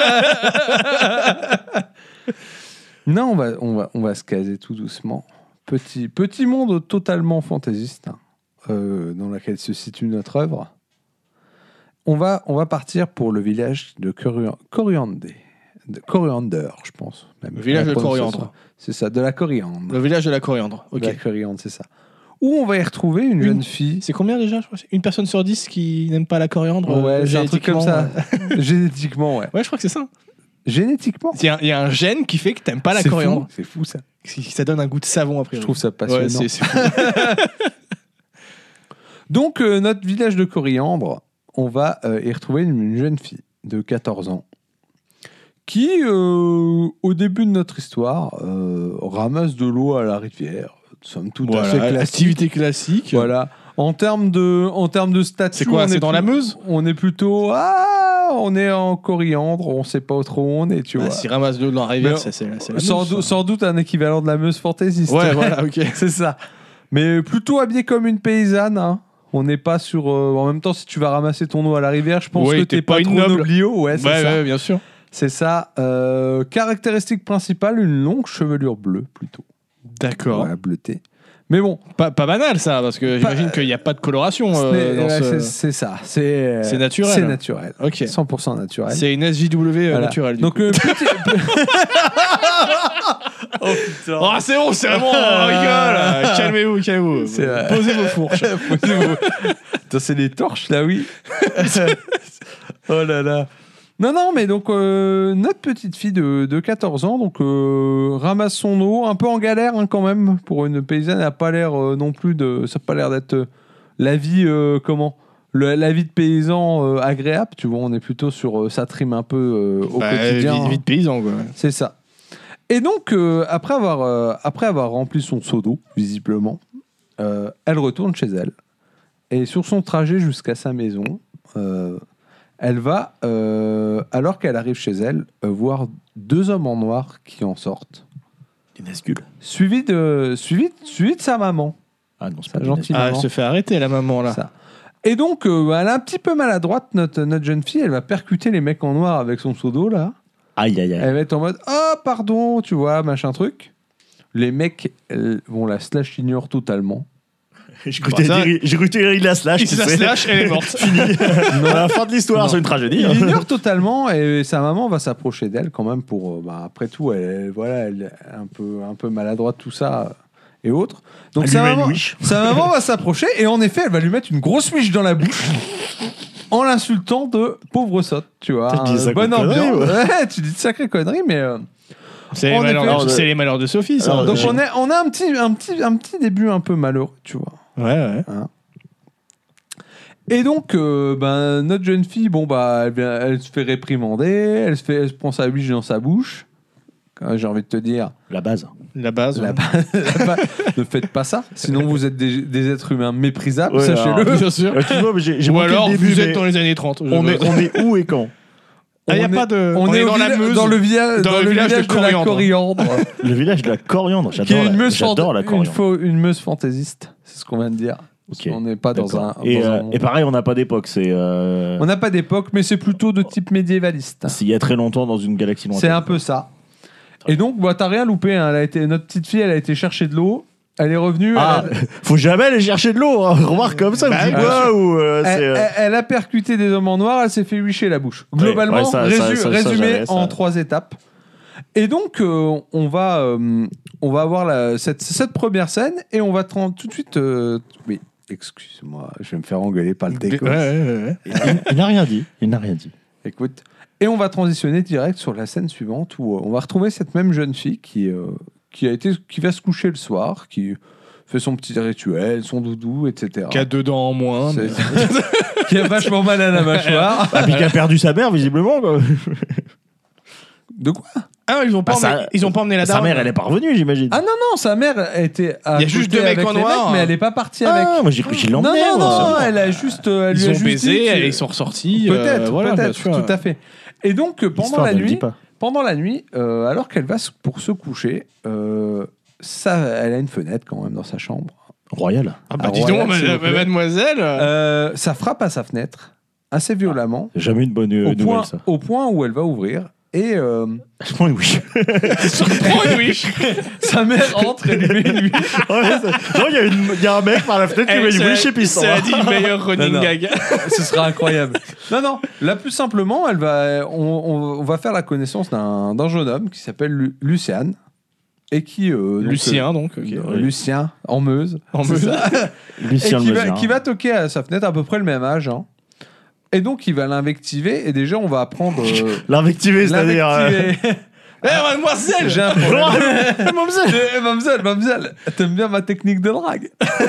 Non, on va, on, va, on va se caser tout doucement. Petit, petit monde totalement fantaisiste hein, euh, dans lequel se situe notre œuvre. On va, on va partir pour le village de Corian- Coriandé. De Coriander, je pense. Même. Le village La de prononciation. Coriandre. C'est ça, de la coriandre. Le village de la coriandre. De Ok. la coriandre, c'est ça. Où on va y retrouver une, Une- jeune fille. C'est combien déjà je crois Une personne sur dix qui n'aime pas la coriandre Ouais, euh, c'est un truc comme génétiquement, ça. euh. Génétiquement, ouais. Ouais, je crois que c'est ça. Génétiquement. Il y, a un- il y a un gène qui fait que t'aimes pas la C'est fou, coriandre. C'est fou, ça. Qui- Ça donne un goût de savon après. Je trouve ça passionnant. Ouais, c'est c'est fou. Donc, euh, notre village de Coriandre, on va euh, y retrouver une, une jeune fille de quatorze ans qui, euh, au début de notre histoire, euh, ramasse de l'eau à la rivière. Somme toute assez Voilà, classique. activité classique. Voilà. En termes de, en termes de statut, C'est quoi, on c'est est dans plus- la Meuse On est plutôt ah, on est en Coriandre, on sait pas trop où on est, tu Bah, vois. S'il ramasse de l'eau dans la rivière, Mais c'est c'est la c'est la sans, Meuse, dou- ça. sans doute un équivalent de la Meuse fantaisiste. Ouais, voilà, ok. C'est ça. Mais plutôt habillé comme une paysanne. Hein. On n'est pas sur. euh, En même temps, si tu vas ramasser ton eau à la rivière, je pense Oui, que t'es t'es pas pas, une trop noble. noblio. Ouais, c'est Ouais, ça. ouais, bien sûr. C'est ça. Euh, caractéristique principale, une longue chevelure bleue plutôt. D'accord. Voilà, bleutée. Mais bon, Pas, pas banal ça, parce que j'imagine qu'il n'y a pas de coloration ce euh, n'est- dans ouais, ce- c'est c'est ça. C'est C'est naturel. C'est naturel. Ok. cent pour cent naturel. C'est une S J W euh, Voilà. naturelle. du Donc, coup. euh, petit- Oh putain. Oh, c'est bon, c'est vraiment. On rigole. Calmez-vous, calmez-vous. C'est vrai. Posez vos fourches. Posez-vous. Attends, c'est les torches là, oui. Oh là là. Non, non, mais donc euh, notre petite fille de, de quatorze ans donc, euh, ramasse son eau, un peu en galère hein, quand même, pour une paysanne, elle n'a pas l'air euh, non plus de. Ça n'a pas l'air d'être euh, la vie, euh, comment le- La vie de paysan euh, agréable, tu vois, on est plutôt sur. euh, ça trime un peu euh, au Bah, quotidien. vie, vie de paysan, quoi. C'est ça. Et donc, euh, après, avoir, euh, après avoir rempli son seau d'eau, visiblement, euh, elle retourne chez elle. Et sur son trajet jusqu'à sa maison, euh, elle va, euh, alors qu'elle arrive chez elle, euh, voir deux hommes en noir qui en sortent, Des Nazgûl. suivis de, suivis, suivis de sa maman. Ah non, c'est Sa pas gentille Ah, elle maman. se fait arrêter, la maman, là. Ça. Et donc, euh, elle est un petit peu maladroite, notre, notre jeune fille. Elle va percuter les mecs en noir avec son seau d'eau, là. Aïe, aïe, aïe. Elle va être en mode « Oh, pardon », tu vois, machin truc. Les mecs elles vont la slash ignore totalement. J'ai cru Bah, que ça- t'allais dire- j'ai cru que t'allais dire il la slash. Il tu se la sais. slash, elle est morte. Fini. À la fin de l'histoire, Non. c'est une tragédie. Il hein. ignore totalement et sa maman va s'approcher d'elle quand même pour... euh, bah, après tout, elle, elle- voilà, elle est un peu, un peu maladroite, tout ça euh, et autres. Donc Elle sa lui met une maman, wish. sa maman va s'approcher et en effet, elle va lui mettre une grosse wish dans la bouche en l'insultant de pauvre sotte, tu vois. Tu dis ça Euh, Bonne comme connerie, ambiance. ouais. Ouais, tu dis de sacrées conneries, mais... euh, C'est les, En malheurs, effet, de- je- c'est les malheurs de Sophie, ça. Alors, donc j'ai- on, est, on a un petit, un, petit, un petit début un peu malheureux, tu vois. Ouais, ouais. Et donc, euh, ben, notre jeune fille, bon, bah, elle, vient- elle se fait réprimander, elle se, fait, elle se prend sa biche dans sa bouche. Euh, J'ai envie de te dire, La base. La base. la ouais. ba- la ba- ne faites pas ça, sinon vous êtes des, des êtres humains méprisables, Ouais, sachez-le. alors, Bien sûr. Euh, tu vois, mais j'ai j'ai Ou manqué alors, le début, vous êtes mais dans les années trente. on est, on est où et quand Ah, y a On pas est- de- On, on est, est au dans la villa- Meuse. dans le, via- Dans dans le le village village, de de, la Coriandre. coriandre, Le village de la coriandre. qui est J'adore une la, meuse, j'adore la une, coriandre. faux- une meuse fantaisiste, c'est ce qu'on vient de dire. Ok. On n'est pas dans D'accord. un, Et, dans un euh, monde. et pareil, on n'a pas d'époque. C'est euh, On n'a pas d'époque, mais c'est plutôt de type médiévaliste. c'est il y a très longtemps dans une galaxie C'est lointaine. un peu ça. Et donc, bah, t'as rien loupé. Hein. Elle a été, notre petite fille, elle a été chercher de l'eau. Elle est revenue. Ah, elle, a, faut jamais aller chercher de l'eau. Hein. Remarque comme ça, Bah, tu dis bien quoi ou euh, elle- c'est, euh, elle- elle a percuté des hommes en noir. Elle s'est fait huicher la bouche. Globalement, ouais, ça- résu- ça- ça- ça, résumé j'avais, ça. en trois étapes. Et donc, euh, on va, euh, on va avoir la, cette, cette première scène et on va te rendre tout de suite. euh, oui, excuse-moi, je vais me faire engueuler par le Ouais, déco. ouais, ouais. il, il n'a rien dit. Il n'a rien dit. Écoute. Et on va transitionner direct sur la scène suivante où euh, on va retrouver cette même jeune fille qui, euh, qui, a été, qui va se coucher le soir, qui fait son petit rituel, son doudou, et cetera. Qui a deux dents en moins. mais- C'est- qui a vachement mal à la mâchoire. Ah, puis qui a perdu sa mère, visiblement. Quoi. De quoi? Ah, ils ont pas, Bah, ça- emmené, ils ont pas emmené la Sa daronne. mère, elle est pas revenue, j'imagine. Ah non, non, sa mère a été. à Il y a juste côté deux mecs avec en les noir. mais elle n'est pas partie Ah, avec. moi j'ai cru qu'il Non, l'emmenait. non, moi. non, elle a juste. euh, Elle lui Ils a ont juste baisé, dit que- et ils sont ressortis. euh, Peut-être, voilà, peut-être, bien sûr. tout à fait. Et donc, euh, pendant L'histoire la ne le dit nuit, pas. pendant la nuit, euh, alors qu'elle va se- pour se coucher, euh, ça, elle a une fenêtre quand même dans sa chambre. Royal. Ah bah Ah, dis voilà, donc, s'il vous madame- plaît. mademoiselle. Euh, ça frappe à sa fenêtre assez violemment, C'est jamais une bonne euh, au, nouvelle, point, ça. au point où elle va ouvrir. Et euh, Je prends une wish. Prends une wish. sa mère entre et lui met une wish. Ouais, c'est- non, il y, a une- il y a un mec par la fenêtre qui Eh, met une ça- wish et puis il s'en Ça va. a dit le meilleur running Non, non. gag. Ce sera incroyable. Non, non. Là, plus simplement, elle va, on, on- on va faire la connaissance d'un d'un jeune homme qui s'appelle Lu- Luciane. Et qui. euh, donc, Lucien, donc. euh, ok. euh, Lucien, en Meuse. En C'est Meuse. ça. Et Lucien qui le va, Meusien. qui va toquer à sa fenêtre à peu près le même âge. hein. Et donc, il va l'invectiver. Et déjà, on va apprendre. euh, L'invectivé, c'est-à-dire. euh, l'invectiver. Eh, mademoiselle. J'ai un problème. Eh, mademoiselle. Eh, mademoiselle, mademoiselle, t'aimes bien ma technique de drague?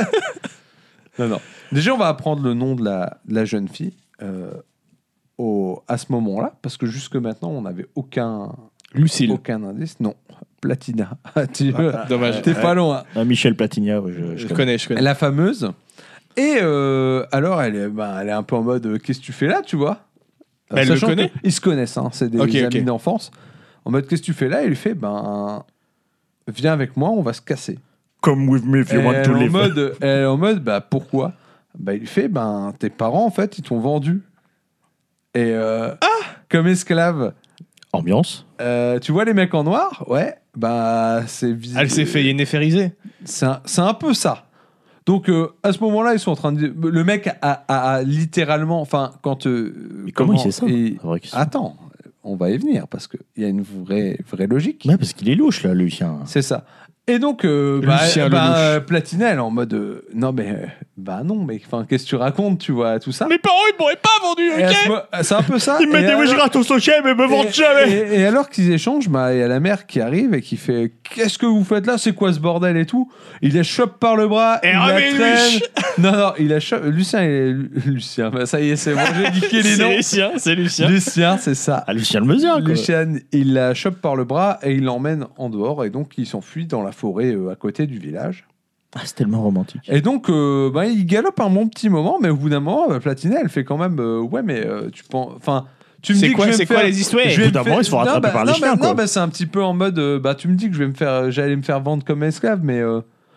Non, non. Déjà, on va apprendre le nom de la, de la jeune fille euh, au, à ce moment-là, parce que jusque maintenant, on n'avait aucun, Lucille. aucun indice. Non, Platina. tu veux, Dommage. t'es pas loin. Ah, Michel Platinia, ouais, je, je Je connais. connais, je connais. La fameuse. Et euh, alors, elle est, ben, elle est un peu en mode euh, qu'est-ce que tu fais là, tu vois? Mais elle le Sachant connaît que- Ils se connaissent, hein, c'est des Ok, amis ok. d'enfance. En mode qu'est-ce que tu fais là? Il lui fait ben, viens avec moi, on va se casser. Come with me if you Et want elle, to en live. mode, elle est en mode, bah pourquoi? Bah il lui fait, ben tes parents en fait ils t'ont vendu. Et euh, comme esclave, Ambiance. euh, tu vois les mecs en noir, ouais, bah c'est visible. Elle s'est fait yénéfériser. C'est un, c'est un peu ça. Donc euh, à ce moment-là ils sont en train de dire, le mec a, a- a littéralement, enfin quand euh, Mais comment il sait ça il- C'est vrai que c'est- Attends, on va y venir parce qu'il y a une vraie vraie logique. Ouais, parce qu'il est louche, là, Lucien. C'est ça. Et donc, euh, bah, Lucien bah, Lelouch. euh, Platina, elle est en mode euh, non, mais euh, bah non, mais enfin, qu'est-ce que tu racontes, tu vois, tout ça. Mes parents, ils m'auraient pas vendu, Et à ok? ce mo- c'est un peu ça. Il me Et met des wish alors- gratos au chien, mais me et, vendent jamais. et- et alors qu'ils échangent, bah, il y a la mère qui arrive et qui fait qu'est-ce que vous faites là, c'est quoi ce bordel et tout. Il la chope par le bras, Et il la remets une traîne. wish. Non, non, il la chope. Lucien, il est... Lucien, bah, ça y est, c'est bon, j'ai niqué les C'est noms. Lucien, c'est Lucien. Lucien, c'est ça. Ah, Lucien le Meusien, quoi. Lucien, il la chope par le bras et il l'emmène en dehors et donc il s'enfuit dans la forêt euh, à côté du village. Ah, c'est tellement romantique. Et donc, euh, bah, il galope un bon petit moment, mais au bout d'un moment, bah, Platina, elle fait quand même euh, ouais, mais euh, tu penses, enfin, tu me C'est dis quoi, que je vais c'est me quoi faire- les histoires? je vais Au bout me d'un faire- moment, ils se font Non, rattraper bah, par les non, chiens, bah, quoi. non, bah, c'est un petit peu en mode, euh, bah, tu me dis que je vais me faire, j'allais me faire vendre comme esclave, mais euh,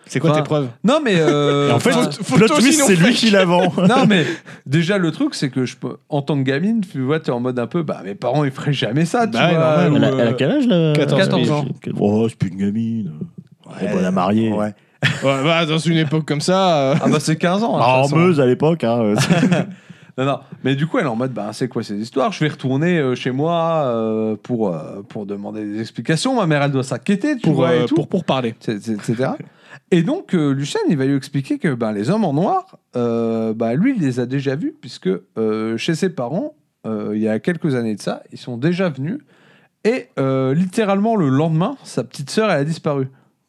C'est quoi Enfin, tes preuves? Non, mais. euh, Et en fait, enfin, plot twist, c'est lui qui la vend. non, mais déjà, le truc, c'est que je peux, en tant que gamine, tu vois, t'es en mode un peu, bah, mes parents, ils feraient jamais ça, tu Bah ouais, vois. normal. ou, Elle a, elle a euh, quel âge là quatorze ans. Oh, c'est plus une gamine. Ouais, bonne à marier. Ouais. Ouais, bah, dans une époque comme ça. euh, Ah, bah, c'est quinze ans. hein, de Bah, toute en façon. Meuse à l'époque. Hein. Non, non. Mais du coup, elle est en mode, bah, c'est quoi ces histoires? Je vais retourner euh, chez moi euh, pour, euh, pour demander des explications. Ma mère, elle doit s'inquiéter, tu pour, vois, euh, et tout. pour, pour parler. et cetera. Et donc, euh, Lucien, il va lui expliquer que ben, les hommes en noir, euh, bah, lui, il les a déjà vus, puisque euh, chez ses parents, euh, il y a quelques années de ça, ils sont déjà venus. Et euh, littéralement, le lendemain, sa petite sœur, elle a disparu.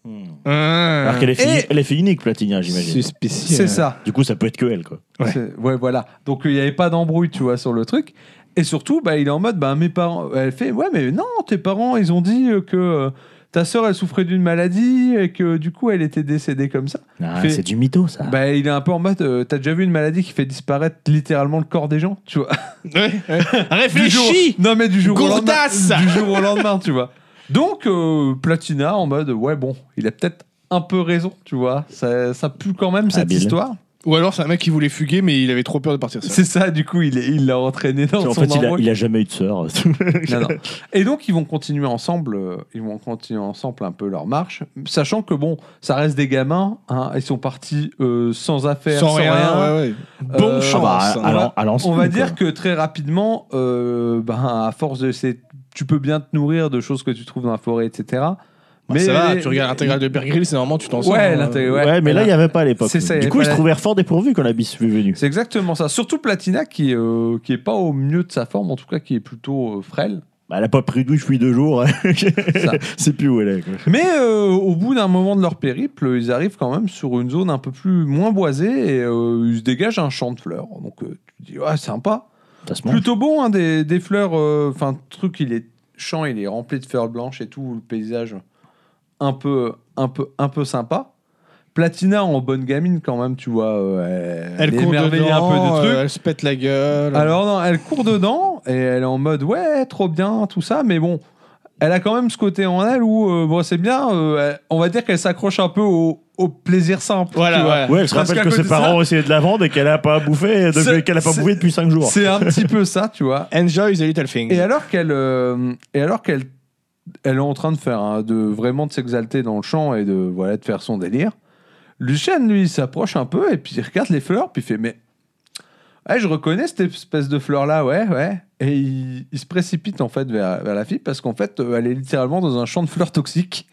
Alors qu'elle est, fini- Et- elle est fait unique, Platinia, j'imagine. C'est spécial. C'est ça. Du coup, ça peut être que elle, quoi. Ouais. C'est- ouais, voilà. Donc, il n'y avait pas d'embrouille, tu vois, sur le truc. Et surtout, bah, il est en mode, bah, mes parents. Elle fait, ouais, mais non, tes parents, ils ont dit euh, que euh, ta sœur, elle souffrait d'une maladie et que du coup, elle était décédée comme ça. Ah, Fait- c'est du mytho, ça. Bah, il est un peu en mode, euh, t'as déjà vu une maladie qui fait disparaître littéralement le corps des gens, tu vois. Ouais, ouais. Du jour- Réfléchis. Non, mais du jour au lendemain. Gourdasse. Du jour au lendemain, tu vois. Donc, euh, Platina en mode, ouais, bon, il a peut-être un peu raison, tu vois. Ça, ça pue quand même cette Habile. histoire. Ou alors c'est un mec qui voulait fuguer mais il avait trop peur de partir seul. C'est ça, du coup, il est- il l'a entraîné dans en son fait, il a, embrouille. il a jamais eu de sœur. Non, non. Et donc, ils vont continuer ensemble, euh, ils vont continuer ensemble un peu leur marche, sachant que bon, ça reste des gamins, hein, ils sont partis euh, sans affaires, Sans, sans, rien. rien. Ouais, ouais. Bon Euh, chance. Ah bah, à, on l'an- va- à l'ancienne, On va quoi. dire que très rapidement, euh, ben, à force de ces, tu peux bien te nourrir de choses que tu trouves dans la forêt, et cetera. Bah, ça va, les- tu regardes l'intégrale de Bear Grylls, c'est normalement tu t'en sors. Ouais, hein. l'intégrale, Ouais, ouais. mais là, il n'y avait pas à l'époque. C'est ça, il y Du avait coup, pas il se la- trouvait fort dépourvu quand la bis fut venue. C'est exactement ça. Surtout Platina qui, euh, qui est pas au mieux de sa forme, en tout cas qui est plutôt euh, frêle. Bah, elle a pas pris de douche depuis deux jours. Ça. C'est plus où elle est. Quoi. Mais euh, au bout d'un moment de leur périple, ils arrivent quand même sur une zone un peu plus moins boisée et euh, ils se dégagent un champ de fleurs. Donc euh, tu te dis, ouais, sympa. Ça se mange. Plutôt bon, hein, des, des fleurs. Enfin, le truc, il est champ, il est rempli de fleurs blanches et tout. Le paysage un peu, un peu, un peu sympa. Platina en bonne gamine quand même, tu vois. euh, elle Elle elle court émerveille dedans, un peu de trucs. euh, elle se pète la gueule. Alors non, elle court dedans et elle est en mode ouais, trop bien, tout ça, mais bon, elle a quand même ce côté en elle où euh, bon, c'est bien, euh, elle- on va dire qu'elle s'accroche un peu au, au plaisir simple. Voilà, tu vois. ouais. Ouais, elle se Parce rappelle qu'à que côté ses de ça- parents ont essayé de la vendre et qu'elle a pas bouffé C'est- depuis, qu'elle a pas c'est- bouffé depuis cinq jours. C'est un petit peu ça, tu vois. Enjoy the little things. Et alors qu'elle euh, et alors qu'elle elle est en train de faire hein, de vraiment de s'exalter dans le champ et de voilà de faire son délire. Lucien lui il s'approche un peu et puis il regarde les fleurs puis il fait mais ouais, je reconnais cette espèce de fleur là, ouais, ouais. Et il, il se précipite en fait vers, vers la fille parce qu'en fait euh, elle est littéralement dans un champ de fleurs toxiques.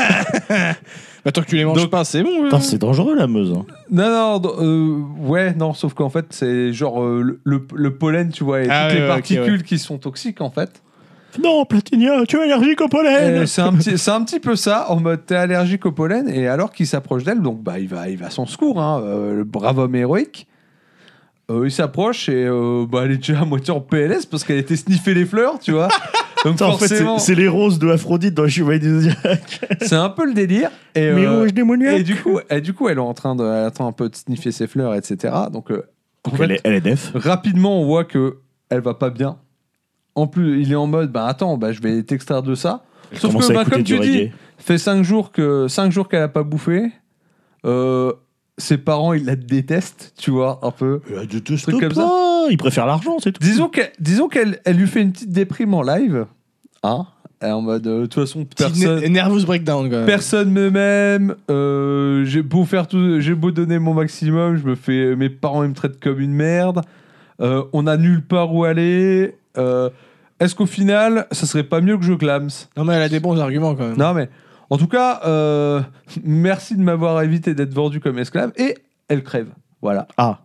Bah, tant que tu les manges Donc- pas, c'est bon. Putain, hein. c'est dangereux la Meuse. hein. Non, non, d- euh, ouais, non, sauf qu'en fait c'est genre euh, le, le- le pollen, tu vois, et Ah toutes ouais, les ouais, ok, particules ouais. qui sont toxiques en fait. Non, Platinia, tu es allergique au pollen. Et c'est un petit, c'est un petit peu ça, en mode t'es allergique au pollen, et alors qu'il s'approche d'elle, donc bah il va, il va à son secours, hein, euh, le brave homme héroïque. Euh, il s'approche et euh, bah elle est déjà à moitié en P L S parce qu'elle était sniffer les fleurs, tu vois. Donc Putain, en fait, c'est- forcément, c'est les roses de Aphrodite dans le Chevalier du Zodiac. c'est un peu le délire. Et, Mes euh, rouges démoniaques. et du coup, et du coup, elle est en train de, elle attend un peu de sniffer ses fleurs, et cetera. Donc euh, en Donc, fait, elle, est, elle est def. rapidement, on voit que elle va pas bien. En plus, il est en mode, bah attends, bah je vais t'extraire de ça. Elle Sauf commence que, à bah, écouter comme du tu dis, reggae. fait cinq jours que cinq jours qu'elle a pas bouffé. Euh, ses parents, ils la détestent, tu vois, un peu. Elle déteste Truc comme pas. Il préfère l'argent, c'est tout. Disons qu'elle, disons qu'elle, elle lui fait une petite déprime en live, hein. Elle est en mode, euh, de toute façon, Petit personne, ne- nervous breakdown, quoi. personne me m'aime. euh, j'ai beau faire tout, j'ai beau donner mon maximum, je me fais, mes parents ils me traitent comme une merde. Euh, on a nulle part où aller. Euh, est-ce qu'au final, ça serait pas mieux que je clams? Non, mais elle a des bons arguments quand même. Non, mais en tout cas, euh, merci de m'avoir évité d'être vendu comme esclave. Et elle crève. Voilà. Ah.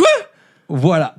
Voilà.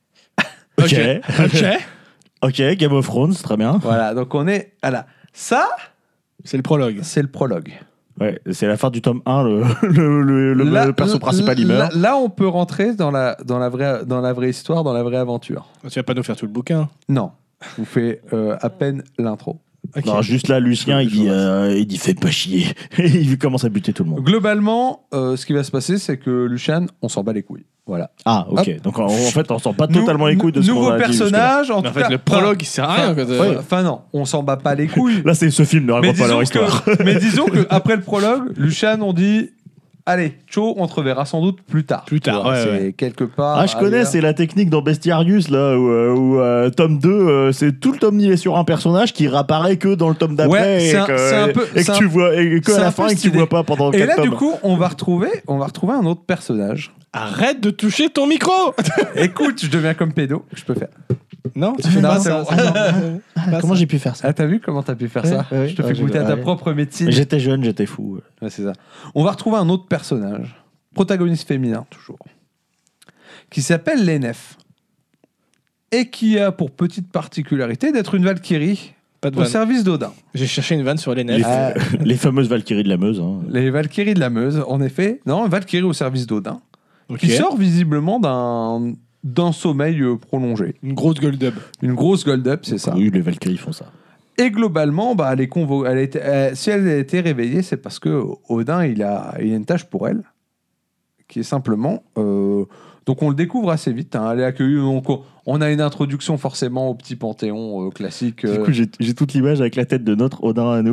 Ok. Ok. Ok, Game of Thrones, très bien. Voilà. Donc on est. Voilà. Ça, C'est le prologue. c'est le prologue. Ouais, c'est la fin du tome un, le, le, le, le- Là- le perso principal il là, meurt. là, on peut rentrer dans la, dans, la vraie, dans la vraie histoire, dans la vraie aventure. Tu vas pas nous faire tout le bouquin. Non. Je vous fais euh, à peine l'intro. Ok. Non, juste là, Lucien, Je- il je dit, vois euh, il dit fais pas chier. Et il commence à buter tout le monde. Globalement, euh, ce qui va se passer, c'est que Lucian, on s'en bat les couilles. Voilà. Ah, ok. Donc en, en fait, on sent pas totalement les couilles de ce qu'on Nouveau a dit jusque-là. personnage, en Mais en tout fait, cas. le prologue, il sert à rien. Enfin, quoi. enfin, enfin, non, on s'en bat pas les couilles. Là, c'est ce film ne mais, raconte pas leur disons histoire. que, mais disons que après le prologue, Lucian, on dit Allez, Cho, on te reverra sans doute plus tard. Plus tard, Tu vois, ouais, c'est ouais. quelque part. Ah, je connais, ailleurs. c'est la technique dans Bestiarius, là, où, euh, où, euh, tome deux, euh, c'est tout le tome, il est sur un personnage qui réapparaît que dans le tome d'après. Ouais, et c'est un- que, c'est un peu- Et c'est que un- tu vois, et que c'est à un la peu fin, et que tu stylé. vois pas pendant Et quatre là, tomes. du coup, on va retrouver, on va retrouver un autre personnage. Arrête de toucher ton micro. Écoute, je deviens comme pédo. Je peux faire. Non, tu fais Non, pas c'est ça. bon. Pas Comment ça. j'ai pu faire ça Ah, t'as vu comment t'as pu faire Ouais, ça ouais, Je te ouais, fais j'ai- goûter à ta ouais. propre médecine. J'étais jeune, j'étais fou. Ouais, c'est ça. On va retrouver un autre personnage, protagoniste féminin toujours, qui s'appelle Lenef et qui a pour petite particularité d'être une Valkyrie Pas de au vanne. service d'Odin. J'ai cherché une vanne sur les Les, nefs. Ah. les fameuses Valkyries de la Meuse. Hein. Les Valkyries de la Meuse, en effet. Non, Valkyrie au service d'Odin, Ok. qui sort visiblement d'un d'un sommeil euh, prolongé. Une grosse gueule d'ub. Une grosse gold up, c'est ça. Oui, les Valkyries font ça. Et globalement, bah, elle est convo- elle a été- euh, si elle a été réveillée, c'est parce que Odin, il a, il a une tâche pour elle, qui est simplement. euh, donc on le découvre assez vite. Hein, elle est accueillie. Donc on- on a une introduction forcément au petit panthéon euh, classique. Du euh, coup, j'ai j'ai toute l'image avec la tête de notre Odin à nous.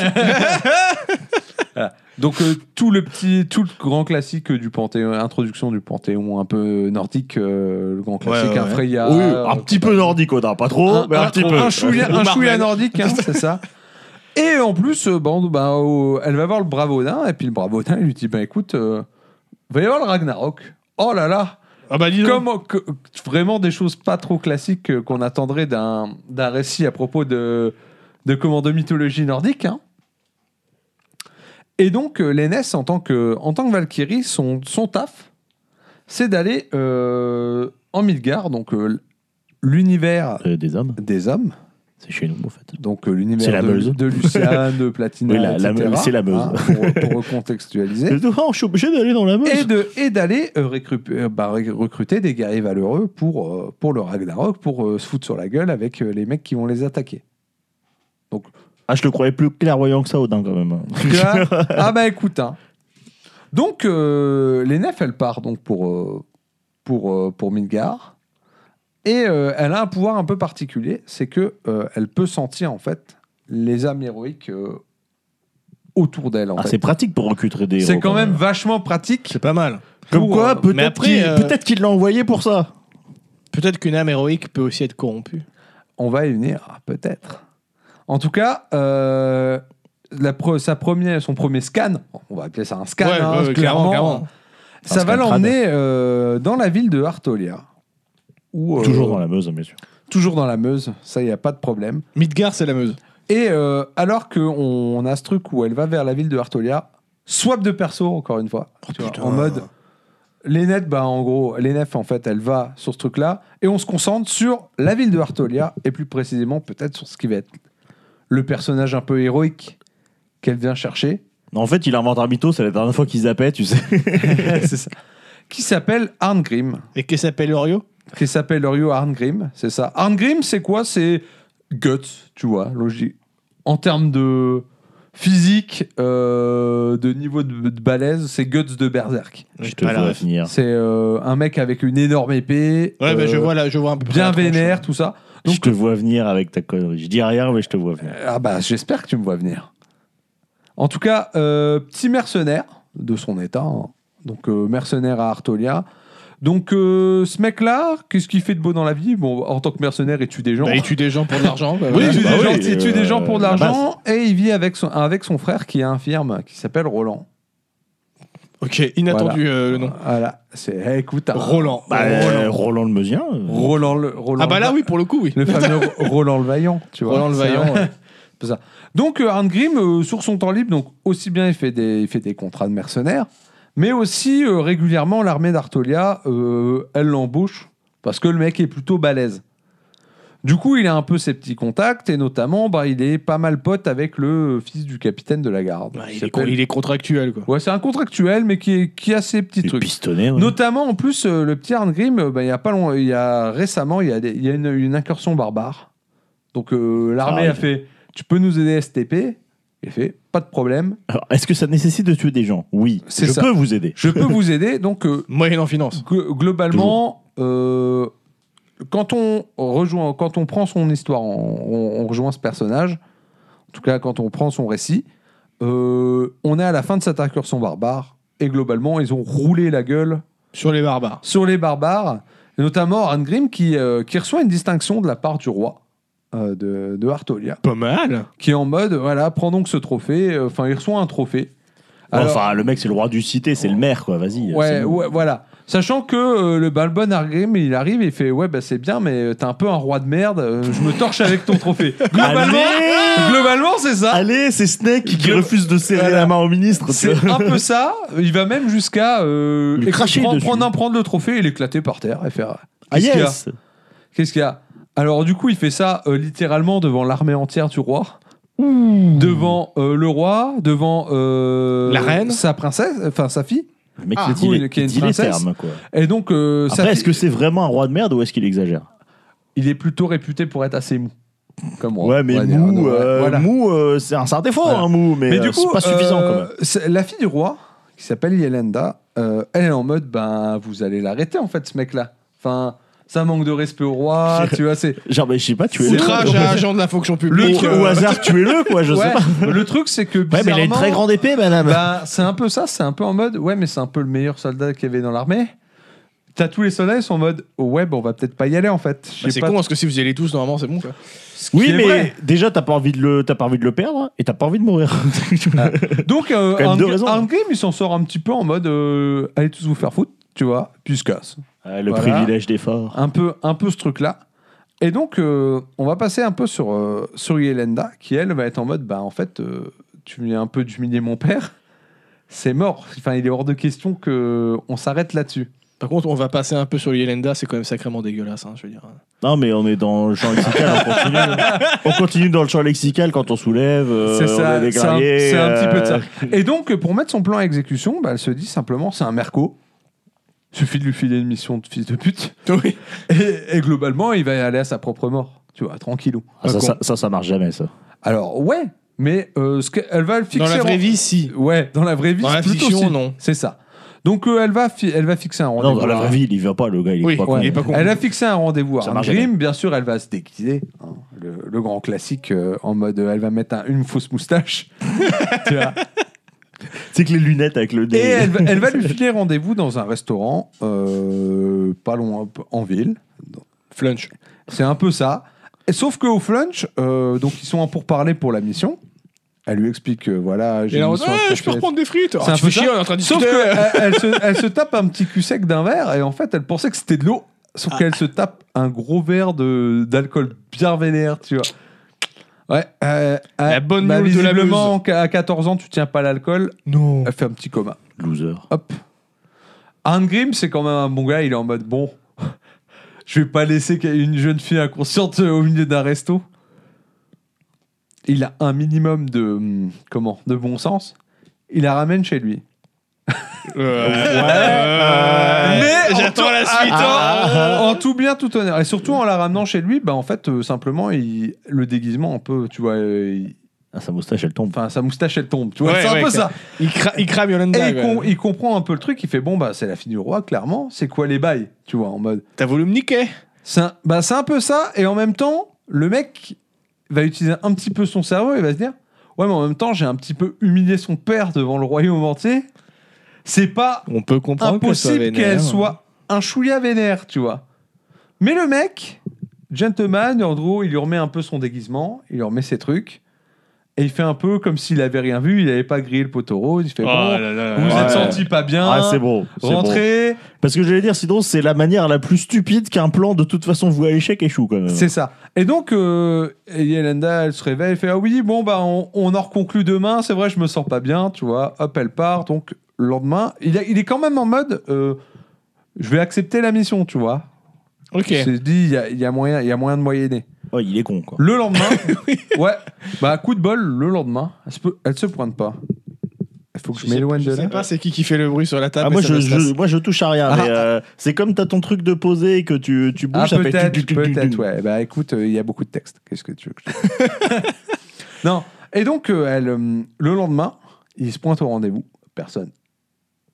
donc euh, tout le petit, tout le grand classique du panthéon, introduction du panthéon un peu nordique, euh, le grand classique, Ouais, ouais, un ouais. Freya. oui, euh, un petit peu nordique, Odin. Pas trop, un, mais un, un- petit un- peu. un chouïa, Ou un chouïa Marvel. nordique, hein, c'est ça. Et en plus, euh, bon, bah, euh, elle va voir le brave Odin, et puis le brave Odin il lui dit bah écoute, euh, va y avoir le Ragnarok. Oh là là, Ah bah dis donc. comme que- vraiment des choses pas trop classiques euh, qu'on attendrait d'un d'un récit à propos de de comment de mythologie nordique. Hein. Et donc, euh, Lénès, en tant que en tant que Valkyrie, son son taf, c'est d'aller euh, en Midgard, donc euh, l'univers Euh, des hommes, des hommes. c'est chez nous, en fait. Donc euh, l'univers C'est la de, Meuse. de Luciane, de Platina, Oui, la- la et cetera, Meuse, c'est la Meuse. hein, pour, pour recontextualiser. Oh, je suis obligé d'aller dans la Meuse. Et de et d'aller euh, récru- euh, bah, ré- recruter des guerriers valeureux pour, euh, pour le Ragnarok, pour euh, se foutre sur la gueule avec euh, les mecs qui vont les attaquer. Ah, je le croyais plus clairvoyant que ça, Odin, quand même. Tu vois ah bah écoute, hein. Donc euh, les nefs, elle part donc pour, euh, pour, euh, pour Midgard. Et euh, elle a un pouvoir un peu particulier, c'est que euh, elle peut sentir en fait les âmes héroïques euh, autour d'elle. En Ah, fait. c'est pratique pour recruter des C'est héros, quand même vachement pratique. C'est pas mal. Comme pour, quoi, euh, peut-être mais après, qu'il euh, peut-être qu'il l'a envoyé pour ça. Peut-être qu'une âme héroïque peut aussi être corrompue. On va y venir, ah, peut-être. En tout cas, euh, la pre- sa première, son premier scan, on va appeler ça un scan, Ouais, hein, ouais, clairement, clairement, clairement. ça Un va scan l'emmener euh, dans la ville de Hartolia. Où, euh, Toujours dans la Meuse, bien sûr. toujours dans la Meuse, ça, il n'y a pas de problème. Midgard, c'est la Meuse. Et euh, alors qu'on on a ce truc où elle va vers la ville de Hartolia, swap de perso, encore une fois, tu vois, putain. en mode... Lénette, bah, en gros, Lénef, en fait, elle va sur ce truc-là, et on se concentre sur la ville de Hartolia, et plus précisément, peut-être sur ce qui va être le personnage un peu héroïque qu'elle vient chercher, En fait, il invente un mytho, c'est la dernière fois qu'il zappait, tu sais. c'est ça, qui s'appelle Arngrim, Et qui s'appelle Orio qui s'appelle Orio Arngrim, c'est ça. Arngrim, c'est quoi? C'est guts, tu vois, logique. En termes de physique, euh, de niveau de, de balèze, c'est guts de Berserk. Je te pas la vois ref. venir. C'est euh, un mec avec une énorme épée, Ouais, bah, euh, je vois là, je vois un peu bien la tronche. vénère, tout ça. je Donc, te vois venir avec ta connerie. Je dis rien, mais je te vois venir. ah bah, j'espère que tu me vois venir. En tout cas, euh, petit mercenaire de son état, hein. Donc euh, mercenaire à Artolia. Donc euh, ce mec-là, qu'est-ce qu'il fait de beau dans la vie? Bon, en tant que mercenaire, il tue des gens. Bah, il tue des gens pour de l'argent. quoi, Oui, voilà. il tue, bah des, oui, gens, il tue euh, des gens pour de la l'argent et il vit avec son, avec son frère qui est infirme, qui s'appelle Roland. Ok, inattendu euh, le nom. Voilà, c'est eh, écoute, hein, Roland. Bah, Roland. euh, Roland le Meusien. euh, Roland le Roland Ah bah là le- oui, pour le coup, oui. le fameux Roland le Vaillant, tu vois. Roland le C'est Vaillant. un- ouais. C'est ça. Donc euh, Arngrim, euh, sur son temps libre, donc aussi bien il fait des, il fait des contrats de mercenaires, mais aussi euh, régulièrement l'armée d'Artolia, euh, elle l'embauche parce que le mec est plutôt balèze. Du coup, il a un peu ses petits contacts et notamment, bah, il est pas mal pote avec le fils du capitaine de la garde. Bah, qui il, est, s'appelle- con- il est contractuel, quoi. Ouais, c'est un contractuel, mais qui, est- qui a ses petits les trucs. pistonnets. ouais. Notamment, en plus, euh, le petit Arngrim, euh, bah, il y a pas long, il y a récemment, il y a, des- il y a une, une incursion barbare. Donc euh, l'armée Ah, a oui. fait, tu peux nous aider S T P? Il a fait, pas de problème, Alors, est-ce que ça nécessite de tuer des gens? Oui. C'est je ça. peux vous aider. je peux vous aider. Donc euh, Moyenne en finance. gl- globalement, euh, quand on rejoint, quand on prend son histoire, on, on- on rejoint ce personnage. En tout cas, quand on prend son récit, euh, on est à la fin de cette incursion barbare et globalement, ils ont roulé la gueule Sur les barbares. sur les barbares, et notamment Arngrim qui, euh, qui reçoit une distinction de la part du roi euh, de, de Artolia, Pas mal. qui est en mode, voilà, prends donc ce trophée, enfin, il reçoit un trophée. Alors- Enfin, le mec, c'est le roi du cité, c'est le maire, quoi. Vas-y. Ouais, c'est bon. ouais, voilà. Sachant que euh, le, bah, le bon Arngrim, il arrive et il fait, ouais, bah c'est bien, mais t'es un peu un roi de merde, euh, je me torche avec ton trophée. Globalement, Allez globalement c'est ça. Allez, c'est Snake qui refuse de serrer Voilà. la main au ministre. tu C'est vois. un peu ça. Il va même jusqu'à euh, Lui éc- cracher prendre, dessus. prendre, un- prendre le trophée et l'éclater par terre et faire. Ah Qu'est-ce qu'il y a yes. Qu'est-ce qu'il y a Alors du coup, il fait ça euh, littéralement devant l'armée entière du roi, devant euh, le roi, devant euh, La reine. sa princesse, enfin sa fille. Le mec, Ah, il dit oui, les, qui est une il dit les princesse. termes, quoi. Et donc, euh, sa Après, est-ce fille- que c'est vraiment un roi de merde ou est-ce qu'il exagère? il est plutôt réputé pour être assez mou, comme roi. Ouais, mais on va dire. mou, Ouais, euh, voilà. mou euh, c'est un, c'est un défaut, Voilà. hein, mou, mais, Mais euh, du coup, c'est pas suffisant euh, quand même. c'est- la fille du roi, qui s'appelle Yelenda, euh, elle est en mode, ben, vous allez l'arrêter en fait, ce mec-là. Enfin, ça manque de respect au roi, tu vois, c'est. Genre, mais je sais pas, tu es c'est le. Outrage à agent de la fonction Au, publique. au euh, hasard, tuez-le, quoi, je sais Ouais, pas. le truc, c'est que. Ouais, mais il a une bizarrement, très grande épée, madame. bah, c'est un peu ça, c'est un peu en mode, ouais, mais c'est un peu le meilleur soldat qu'il y avait dans l'armée. T'as tous les soldats, ils sont en mode, oh, ouais, bah, on va peut-être pas y aller en fait. Je bah, sais c'est pas- con parce que si vous y allez tous, normalement, c'est bon quoi. Ce qui Oui, est mais vrai. déjà, t'as pas envie de le, t'as pas envie de le perdre et t'as pas envie de mourir. Donc, euh, Quand même deux Arngrim- raisons. Arngrim, il s'en sort un petit peu en mode, euh, allez tous vous faire foutre, tu vois, puis il se casse. Ah, le Voilà. privilège des forts. Un peu, un peu ce truc-là. Et donc, euh, on va passer un peu sur, euh, sur Yelenda, qui elle va être en mode, bah en fait, euh, tu viens un peu d'humilier mon père, c'est mort. Enfin, il est hors de question qu'on s'arrête là-dessus. Par contre, on va passer un peu sur Yelenda, c'est quand même sacrément dégueulasse, hein, je veux dire. Non, mais on est dans le champ lexical, on continue. On continue dans le champ lexical quand on soulève. euh, C'est on ça, est des c'est un, guerriers, c'est un petit peu de ça. euh, Et donc, pour mettre son plan à exécution, bah, elle se dit simplement, c'est un merco. Suffit de lui filer une mission de fils de pute. Oui. Et, et globalement, il va aller à sa propre mort. Tu vois, tranquillou. Ah, ça, ça, ça, ça marche jamais, ça. Alors, ouais, mais euh, ce qu'elle va le fixer. Dans la vraie en- vie, si. Ouais, dans la vraie vie, Dans la c'est plutôt fiction, si. non. C'est ça. Donc, euh, elle, va fi- elle va fixer un Non, rendez-vous. dans la vraie vie, il y va pas, le gars, il est Oui, pas con. ouais. il est pas con. Elle a fixé un rendez-vous à Ça marche Arngrim. Bien sûr, elle va se déguiser. hein, le, le grand classique euh, en mode, euh, elle va mettre un- une fausse moustache. Tu vois. C'est que les lunettes avec le Et nez. elle, va- elle va lui filer rendez-vous dans un restaurant euh, pas loin, en ville. Flunch. C'est un peu ça. Et sauf qu'au Flunch, euh, donc ils sont en pourparlers pour la mission. Elle lui explique que voilà, j'ai Et là, une on mission dit, à ouais, je peux faire. reprendre des frites. C'est Ah, un tu peu fais ça. chier, on est en train de Sauf discuter. qu'elle elle se, elle se tape un petit cul sec d'un verre et en fait elle pensait que c'était de l'eau. Sauf qu'elle se tape un gros verre de- d'alcool bien vénère, tu vois. Ouais. euh, La euh, bonne bah, mule de la visiblement, à quatorze ans, tu tiens pas l'alcool. Non. Elle fait un petit coma. Loser. Hop. Arngrim, c'est quand même un bon gars. Il est en mode bon, je vais pas laisser une jeune fille inconsciente au milieu d'un resto. Il a un minimum de hum, comment, de bon sens. Il la ramène chez lui. Ouais. Mais J'attends en la tout- suite. ah, hein. En tout bien, tout honneur. Et surtout en la ramenant chez lui, bah en fait, euh, simplement, il, le déguisement, un peu, tu vois, euh, il- Ah, sa moustache, elle tombe. enfin, sa moustache, elle tombe. Tu vois, Ouais, c'est un ouais, peu clair. ça. Il, cra- il crame Et Yolanda. il, quoi. com- il comprend un peu le truc. Il fait bon, bah, c'est la fille du roi, clairement. C'est quoi les bails, tu vois, en mode. T'as voulu me niquer. C'est un, bah, c'est un peu ça. Et en même temps, le mec va utiliser un petit peu son cerveau. Il va se dire, ouais, mais en même temps, j'ai un petit peu humilié son père devant le royaume entier. C'est pas On peut comprendre impossible qu'elle soit un chouïa vénère, tu vois. Mais le mec, gentleman, en gros, il lui remet un peu son déguisement, il lui remet ses trucs, et il fait un peu comme s'il avait rien vu, il n'avait pas grillé le poteau rose, il fait bon, vous vous Ouais. êtes senti pas bien, Ah, c'est bon. c'est bon. rentrez, Parce que j'allais dire, sinon, c'est la manière la plus stupide qu'un plan de toute façon voué à l'échec échoue, quand même. c'est ça. Et donc, euh, Yelenda, elle se réveille, elle fait, ah oui, bon, bah, on, on en reconclut demain, c'est vrai, je me sens pas bien, tu vois, hop, elle part, donc, le lendemain, il, a- il est quand même en mode, euh, je vais accepter la mission, tu vois. Ok. Il s'est dit, il y a, il y a moyen, il y a moyen de moyenner. Oh, il est con, quoi. Le lendemain, ouais, bah coup de bol, le lendemain, elle se, peut, elle se pointe pas. Il faut que je, Je sais, m'éloigne je de sais là. pas c'est qui qui fait le bruit sur la table. Ah, mais moi, ça je, me stresse. je- moi, je touche à rien. Ah. mais, euh, c'est comme t'as ton truc de poser et que tu, tu bouges, Ah, ça fait peut-être, tuc, tuc, tuc, tuc, peut-être, tuc. ouais. Bah écoute, euh, il y a beaucoup de textes. Qu'est-ce que tu veux que je te dise Non. Et donc, euh, elle, euh, le lendemain, il se pointe au rendez-vous. Personne.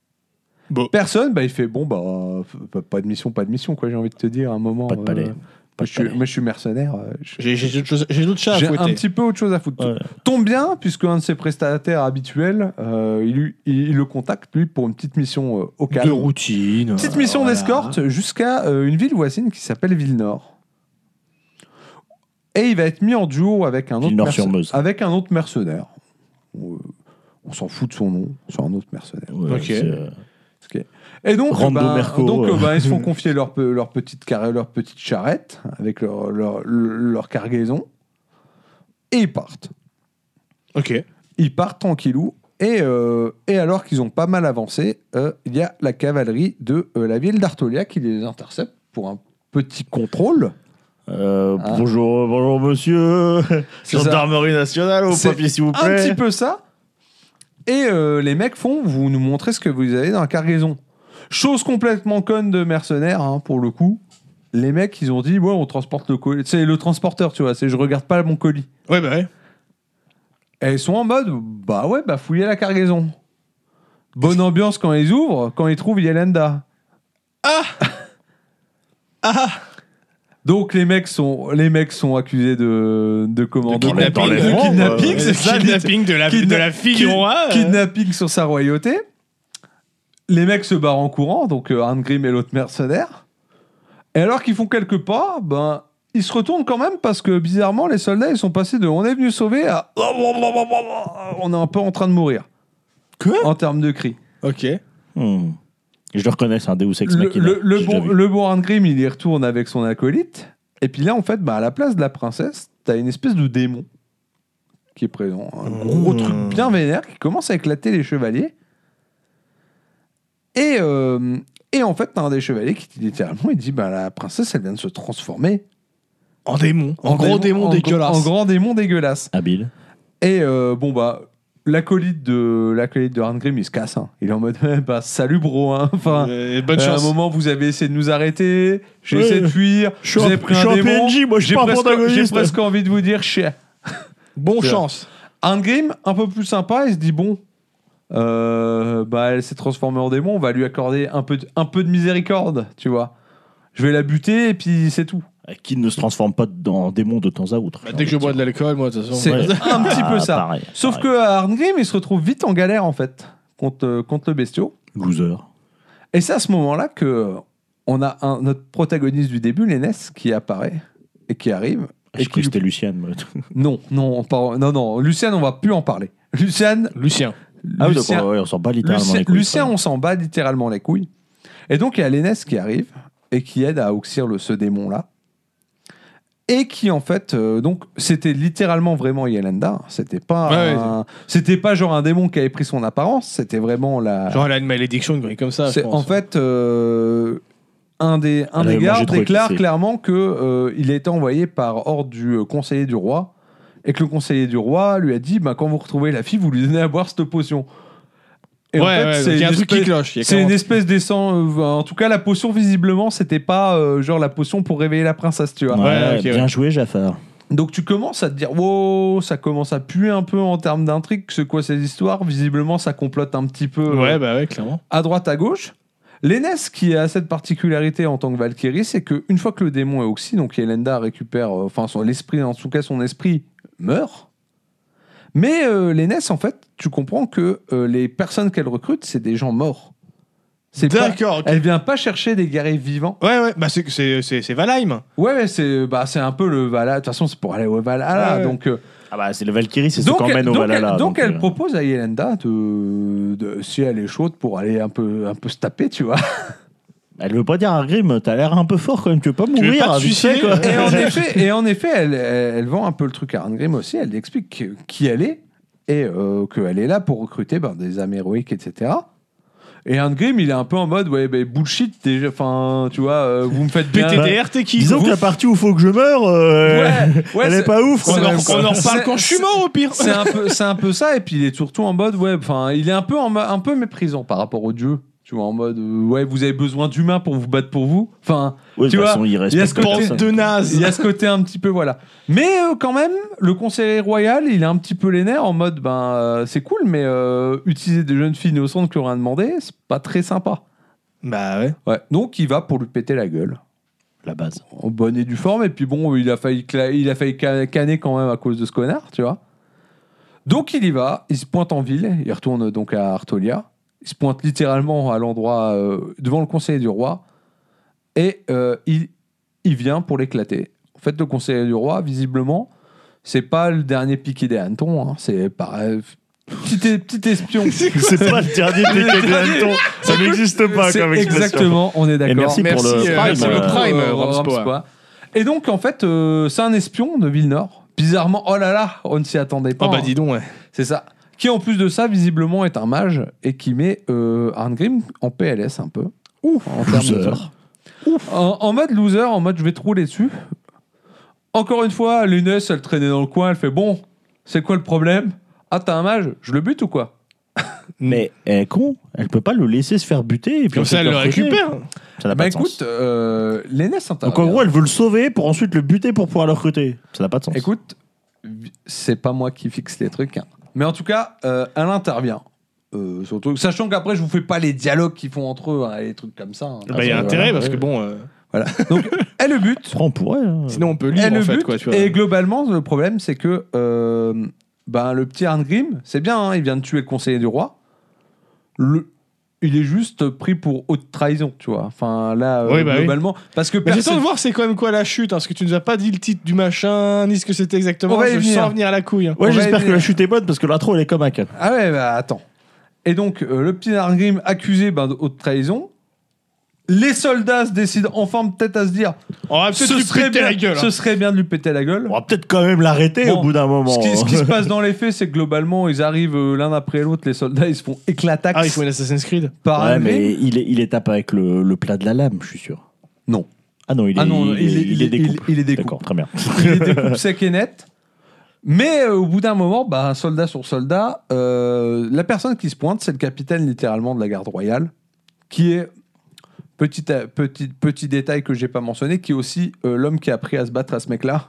Bon. Personne, bah il fait bon, bah, f- pas de mission, pas de mission, quoi, j'ai envie de te dire, à un moment. Pas de palais. euh, Pas je suis, moi, je suis mercenaire. euh, je- J'ai j'ai d'autres choses- j'ai d'autres chats à J'ai un fouetter. petit peu autre chose à foutre. Ouais. Tombe bien, puisque un de ses prestataires habituels, euh, il, lui- il- il le contacte, lui, pour une petite mission euh, au calme. De routine. Petite mission voilà. d'escorte jusqu'à euh, une ville voisine qui s'appelle Villenor. Et il va être mis en duo avec un autre, Villeneuve-sur-Meuse. avec un autre mercenaire. Euh, on s'en fout de son nom, c'est un autre mercenaire. Ouais, Ok. c'est, euh, Et donc, Rando ben, Merco, donc euh. euh, ben, ils se font confier leur, pe- leur, petite carré- leur petite charrette avec leur, leur, leur cargaison. Et ils partent. Ok. Ils partent tranquillou. Et, euh, et alors qu'ils ont pas mal avancé, euh, il y a la cavalerie de euh, la ville d'Artolia qui les intercepte pour un petit contrôle. euh, Ah. bonjour, bonjour monsieur. C'est ça. Gendarmerie nationale, au C'est papier s'il vous Un plaît. petit peu ça. Et euh, les mecs font, vous nous montrez ce que vous avez dans la cargaison. Chose complètement conne de mercenaires, hein, pour le coup. Les mecs, ils ont dit, ouais, on transporte le colis. C'est le transporteur, tu vois, c'est je regarde pas mon colis. Ouais, bah ouais. Et ils sont en mode, bah ouais, bah fouillez la cargaison. Bonne ambiance quand ils ouvrent, quand ils trouvent Yelenda. Ah Ah Donc les mecs sont, les mecs sont accusés de, de commando. De kidnapping. De D'enlèvement, kidnapping, euh, c'est ça, Kidnapping de la, Kidna- de la fille Kid- du roi. euh. Kidnapping sur sa royauté. Les mecs se barrent en courant, donc euh, Arngrim et l'autre mercenaire. Et alors qu'ils font quelques pas, ben, ils se retournent quand même parce que bizarrement, les soldats, ils sont passés de on est venu sauver à on est un peu en train de mourir. Quoi En termes de cris. Ok. Hmm. Je le reconnais, c'est un Deus Ex Le, Machina. le- le J'ai déjà bon, vu. le bon Arngrim, il y retourne avec son acolyte. Et puis là, en fait, bah, à la place de la princesse, t'as une espèce de démon qui est présent. Un gros Mmh. truc bien vénère qui commence à éclater les chevaliers. Et, euh, et en fait, t'as un des chevaliers qui littéralement, il dit bah, la princesse, elle vient de se transformer En démon. En, gros démon en- dégueulasse. En grand démon dégueulasse. Habile. Et euh, bon, bah, l'acolyte de, l'acolyte de Arngrim, il se casse. Hein. Il est en mode eh, bah, salut, bro. Hein. Enfin. Euh, bonne À un chance. moment, vous avez essayé de nous arrêter, j'ai Ouais. essayé de fuir, Je suis vous un- avez pris je un suis un démon, P N J, moi, je suis j'ai pas un presque, protagoniste. j'ai presque envie de vous dire chien. Bon C'est chance. Arngrim, un peu plus sympa, il se dit bon, euh, bah, elle s'est transformée en démon, on va lui accorder un peu, de, un peu de miséricorde, tu vois. Je vais la buter et puis c'est tout. Qui ne se transforme pas en démon de temps à autre. Bah, dès que je bois de l'alcool, moi, de toute façon. C'est Ouais. un petit peu Ah, ça. pareil, Sauf pareil. que Arngrim, il se retrouve vite en galère en fait contre, euh, contre le bestiau. Loser. Et c'est à ce moment-là que on a un, notre protagoniste du début, Lénès, qui apparaît et qui arrive. Je Et crois qui que c'était Luciane. moi. Non, non, on par- non, non. Lucien, on va plus en parler. Lucien, Lucien. Ah oui, Lucien, d'accord, ouais, on s'en bat littéralement Lucien, les couilles. Lucien, on s'en bat littéralement les couilles. Et donc, il y a Lénès qui arrive et qui aide à oxyre le, ce démon-là. Et qui, en fait, euh, donc, c'était littéralement vraiment Yelenda. C'était pas, Ouais, un- c'était pas genre un démon qui avait pris son apparence. C'était vraiment la. Genre, elle a une malédiction, une connerie comme ça. je C'est- pense. en fait, euh, un des, un Elle des avait mangé gardes trop déclare épicé. clairement que euh, il a été envoyé par ordre du euh, conseiller du roi et que le conseiller du roi lui a dit bah, quand vous retrouvez la fille, vous lui donnez à boire cette potion. Et Ouais, en fait, ouais, c'est donc il y a un une truc qui espèce- cloche. il y a c'est une clairement- espèce d'essence. euh, en tout cas, la potion, visiblement, c'était pas euh, genre la potion pour réveiller la princesse, tu vois. Ouais, Ouais, ok, bien ouais. joué, Jafar. Donc tu commences à te dire, wow, ça commence à puer un peu en termes d'intrigue. C'est quoi ces histoires? Visiblement, ça complote un petit peu. euh, Ouais, bah ouais, clairement. à droite, à gauche. Lénès, qui a cette particularité en tant que Valkyrie, c'est qu'une fois que le démon est oxy, donc Yelenda récupère, euh, enfin son l'esprit, en tout cas son esprit meurt. Mais euh, Lénès, en fait, tu comprends que euh, les personnes qu'elle recrute, c'est des gens morts. C'est pas- D'accord. ok. Elle vient pas chercher des guerriers vivants. Ouais, ouais, bah c'est- c'est c'est- c'est Valheim. Ouais, ouais, c'est bah, c'est un peu le Valhalla. De toute façon, c'est pour aller au Valhalla. Ouais, ouais. Donc, euh, Ah bah, c'est le Valkyrie, c'est ce donc, qu'on mène au donc, Valhalla. elle, donc, elle euh, propose à Yelenda de, de, si elle est chaude, pour aller un peu, un peu se taper, tu vois. Elle veut pas dire à Grim, t'as l'air un peu fort quand même, tu veux pas veux mourir. pas te vite fait, suicider quoi. Et en effet, et en effet elle, elle, elle vend un peu le truc à Arngrim aussi. Elle lui explique que- qui elle est et euh, qu'elle est là pour recruter ben, des âmes héroïques, et cetera. Et Arngrim, il est un peu en mode ouais, ben, bullshit déjà. Enfin, tu vois, euh, vous me faites bien. P T D R, t'es qui Disons que la partie où il faut que je meure, euh, Ouais, ouais, elle c'est- est pas ouf. On quand en, même, quoi. on en reparle C'est- quand je suis mort, au pire. C'est un peu, c'est un peu ça. Et puis il est surtout en mode ouais, enfin, il est un peu en mo- un peu méprisant par rapport au dieu. Tu vois, en mode euh, ouais, vous avez besoin d'humains pour vous battre pour vous. Enfin. Ouais, Tu de toute vois, façon, il il y a ce respecte côté personne. de naze. Il y a ce côté un petit peu, voilà. Mais euh, quand même, le conseiller royal, il est un petit peu les nerfs en mode, ben, euh, c'est cool, mais euh, utiliser des jeunes filles innocentes qui ont rien demandé, c'est pas très sympa. Bah ouais. Ouais. Donc, il va pour lui péter la gueule. La base. en bonne et due forme. Et puis bon, il a failli, cla- il a failli ca- canner quand même à cause de ce connard, tu vois. Donc il y va, il se pointe en ville, il retourne donc à Artolia. Il se pointe littéralement à l'endroit euh, devant le conseiller du roi. Et euh, il, il vient pour l'éclater. En fait, le conseiller du roi, visiblement, c'est pas le dernier piqué des hannetons. Hein, c'est pareil. Petit, petit espion. C'est pas le dernier piqué de hanneton. Ça n'existe pas C'est comme expression. exactement, on est d'accord. Et merci, Merci, pour le euh, prime. merci pour le euh, prime, euh, Ramspoa. Ramspoa. Et donc, en fait, euh, c'est un espion de Villenor. Bizarrement, oh là là, on ne s'y attendait pas. Oh bah hein. dis donc, ouais. C'est ça. Qui, en plus de ça, visiblement, est un mage et qui met euh, Arngrim en P L S un peu. Ouf, en termes de- Loser. En, en mode loser, en mode je vais te rouler dessus. Encore une fois, Lunès, elle traînait dans le coin, elle fait bon, c'est quoi le problème? Ah, t'as un mage, je le bute ou quoi? Mais elle est con, elle peut pas le laisser se faire buter et puis Comme ça, elle ensuite le recruter. récupère. Ça n'a Bah pas de écoute, sens. euh, Lénès intervient. Donc en gros, elle veut le sauver pour ensuite le buter pour pouvoir le recruter. Ça n'a pas de sens. Écoute, c'est pas moi qui fixe les trucs. Hein. Mais en tout cas, euh, elle intervient. Euh, surtout, sachant qu'après, je vous fais pas les dialogues qu'ils font entre eux, hein, les trucs comme ça. hein. Bah il y a Euh, intérêt voilà. parce que bon. euh, Voilà. Donc, elle le bute. Prends pour elle. hein. Sinon on peut lire Elle en le fait bute. quoi, tu vois. Et globalement, le problème, c'est que euh, ben, le petit Arngrim, c'est bien, hein, il vient de tuer le conseiller du roi. Le- il est juste pris pour haute trahison, tu vois. Enfin, là, euh, Oui, bah oui. globalement. Parce que Mais j'attends personne. de voir c'est quand même quoi la chute, hein, parce que tu nous as pas dit le titre du machin, ni ce que c'était exactement. On va y Je venir. sens venir à la couille. hein. Ouais, On va j'espère aider. que la chute est bonne parce que l'intro elle est comme un cat. Ah ouais, bah attends. Et donc, euh, le petit Arngrim accusé ben, de haute trahison. Les soldats se décident enfin peut-être à se dire On va peut-être ce lui serait, péter bien, la gueule. ce hein. serait bien de lui péter la gueule. On va peut-être quand même l'arrêter Bon, au bout d'un moment. Ce qui, ce qui se passe dans les faits, c'est que globalement, ils arrivent euh, l'un après l'autre, les soldats, ils se font éclatax Ah, il faut une Assassin's Creed. par Ouais, Arngrim. mais il est, il est tapé avec le, le plat de la lame, je suis sûr. Non. Ah non, il est, Ah non, il, est, il est découpe. il est découpe. D'accord, très bien. Il est découpe sec et net. Mais euh, au bout d'un moment, bah, soldat sur soldat, euh, la personne qui se pointe, c'est le capitaine littéralement de la garde royale, qui est, petit, à- petit, petit détail que j'ai pas mentionné, qui est aussi euh, l'homme qui a appris à se battre à ce mec-là.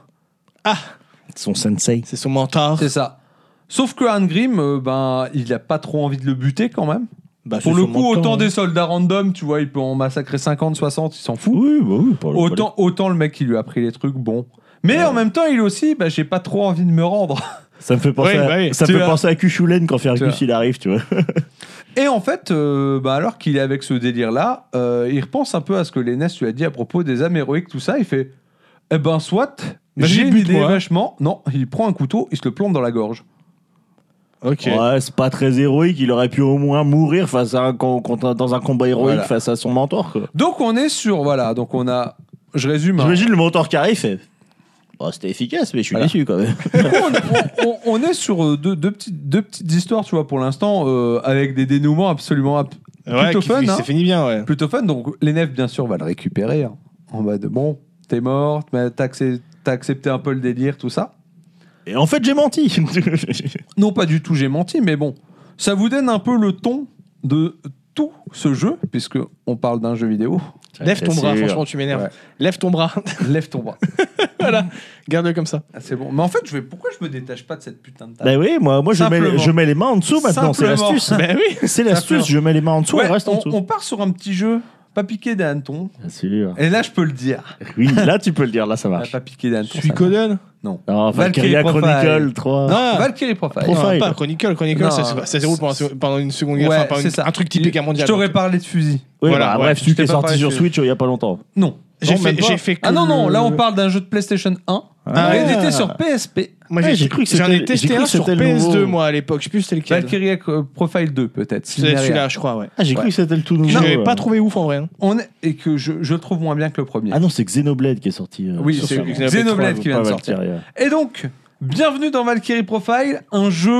Son sensei. C'est son mentor. C'est ça. Sauf que Arngrim, euh, ben, il a pas trop envie de le buter quand même. Bah, Pour c'est le son coup, mentor, autant hein. des soldats random, tu vois, il peut en massacrer cinquante, soixante, il s'en fout. Oui, bah oui. Pour le Autant, autant le mec qui lui a pris les trucs, bon. Mais Ouais. en même temps, il aussi, bah, j'ai pas trop envie de me rendre. Ça me fait penser, Oui, à, bah oui. ça Tu me fait vois. penser à Cuchulaine quand Tu Fergus vois. il arrive, tu vois. Et en fait, euh, bah, alors qu'il est avec ce délire-là, euh, il repense un peu à ce que Lénès lui a dit à propos des âmes héroïques, tout ça. Il fait Eh ben, soit, Vas-y, j'ai une idée bute-moi. vachement. Non, il prend un couteau, il se le plante dans la gorge. Ok. Ouais, c'est pas très héroïque. Il aurait pu au moins mourir face à un, con- contre- dans un combat héroïque Voilà. face à son mentor. Quoi. Donc, on est sur. Voilà, donc on a. Je résume. hein. J'imagine le mentor qui arrive fait. Oh, c'était efficace, mais je suis Voilà. déçu quand même. on, on- on est sur euh, deux, deux petites, deux petites histoires, tu vois, pour l'instant, euh, avec des dénouements absolument ap- Ouais, plutôt qui- fun, il hein. s'est fini bien, ouais. plutôt fun. Donc, l'E N F, bien sûr, va le récupérer. hein, en mode bon, t'es morte, mais t'as accep- t'as accepté un peu le délire, tout ça. Et en fait, j'ai menti. Non, pas du tout, j'ai menti, mais bon, ça vous donne un peu le ton de tout ce jeu, puisque on parle d'un jeu vidéo. Lève ton Bien bras, sûr. franchement, tu m'énerves. Ouais. Lève ton bras. Lève ton bras. Voilà. Garde-le comme ça. Ah, c'est bon. Mais en fait, je vais... pourquoi je me détache pas de cette putain de table? Bah oui, moi, moi je, mets, Simplement. je mets les mains en dessous maintenant, c'est Simplement. l'astuce. Ben oui. C'est l'astuce, Simplement. je mets les mains en dessous Ouais, et reste en on, dessous. on part sur un petit jeu, pas piqué des hannetons. Bien sûr. Et là, je peux le dire. Oui, là tu peux le dire, là ça Ah, marche. Pas piqué des hannetons. ça Suikoden. Non. Non, Valkyrie Valkyria Profile. Chronicle trois. Ah. Valkyrie Profile. Profile. Non, pas Chronicle. Chronicle, Non, ça, se- ça se déroule pendant, pendant une seconde guerre. Ouais, enfin, pendant c'est une- ça. un truc typique à mondial. Je t'aurais parlé de fusil. Oui, Voilà, bah, ouais, bref, je celui qui t'ai est pas sorti parlé sur de- Switch euh, il y a pas longtemps. Non. J'ai Non, fait, même pas. j'ai fait que Ah non, non, le- là on parle d'un jeu de PlayStation un, Ah. réédité sur P S P. Moi, Ouais, j'ai, j'ai cru que j'en c'était- ai j'ai testé cru un que sur c'était le P S deux, nouveau. moi, à l'époque. Je sais plus c'était lequel. Valkyrie euh, Profile deux, peut-être. C'est celui-là, je crois, ouais. Ah, j'ai cru Ouais. que c'était le tout nouveau. Je l'avais euh. pas trouvé ouf en vrai. hein. On est... Et que je, je le trouve moins bien que le premier. Ah non, c'est Xenoblade qui est sorti. euh, oui, sur c'est Switch. Xenoblade Xenoblade trois, qui vient de Pas sortir. Valkyria. Et donc, bienvenue dans Valkyrie Profile, un jeu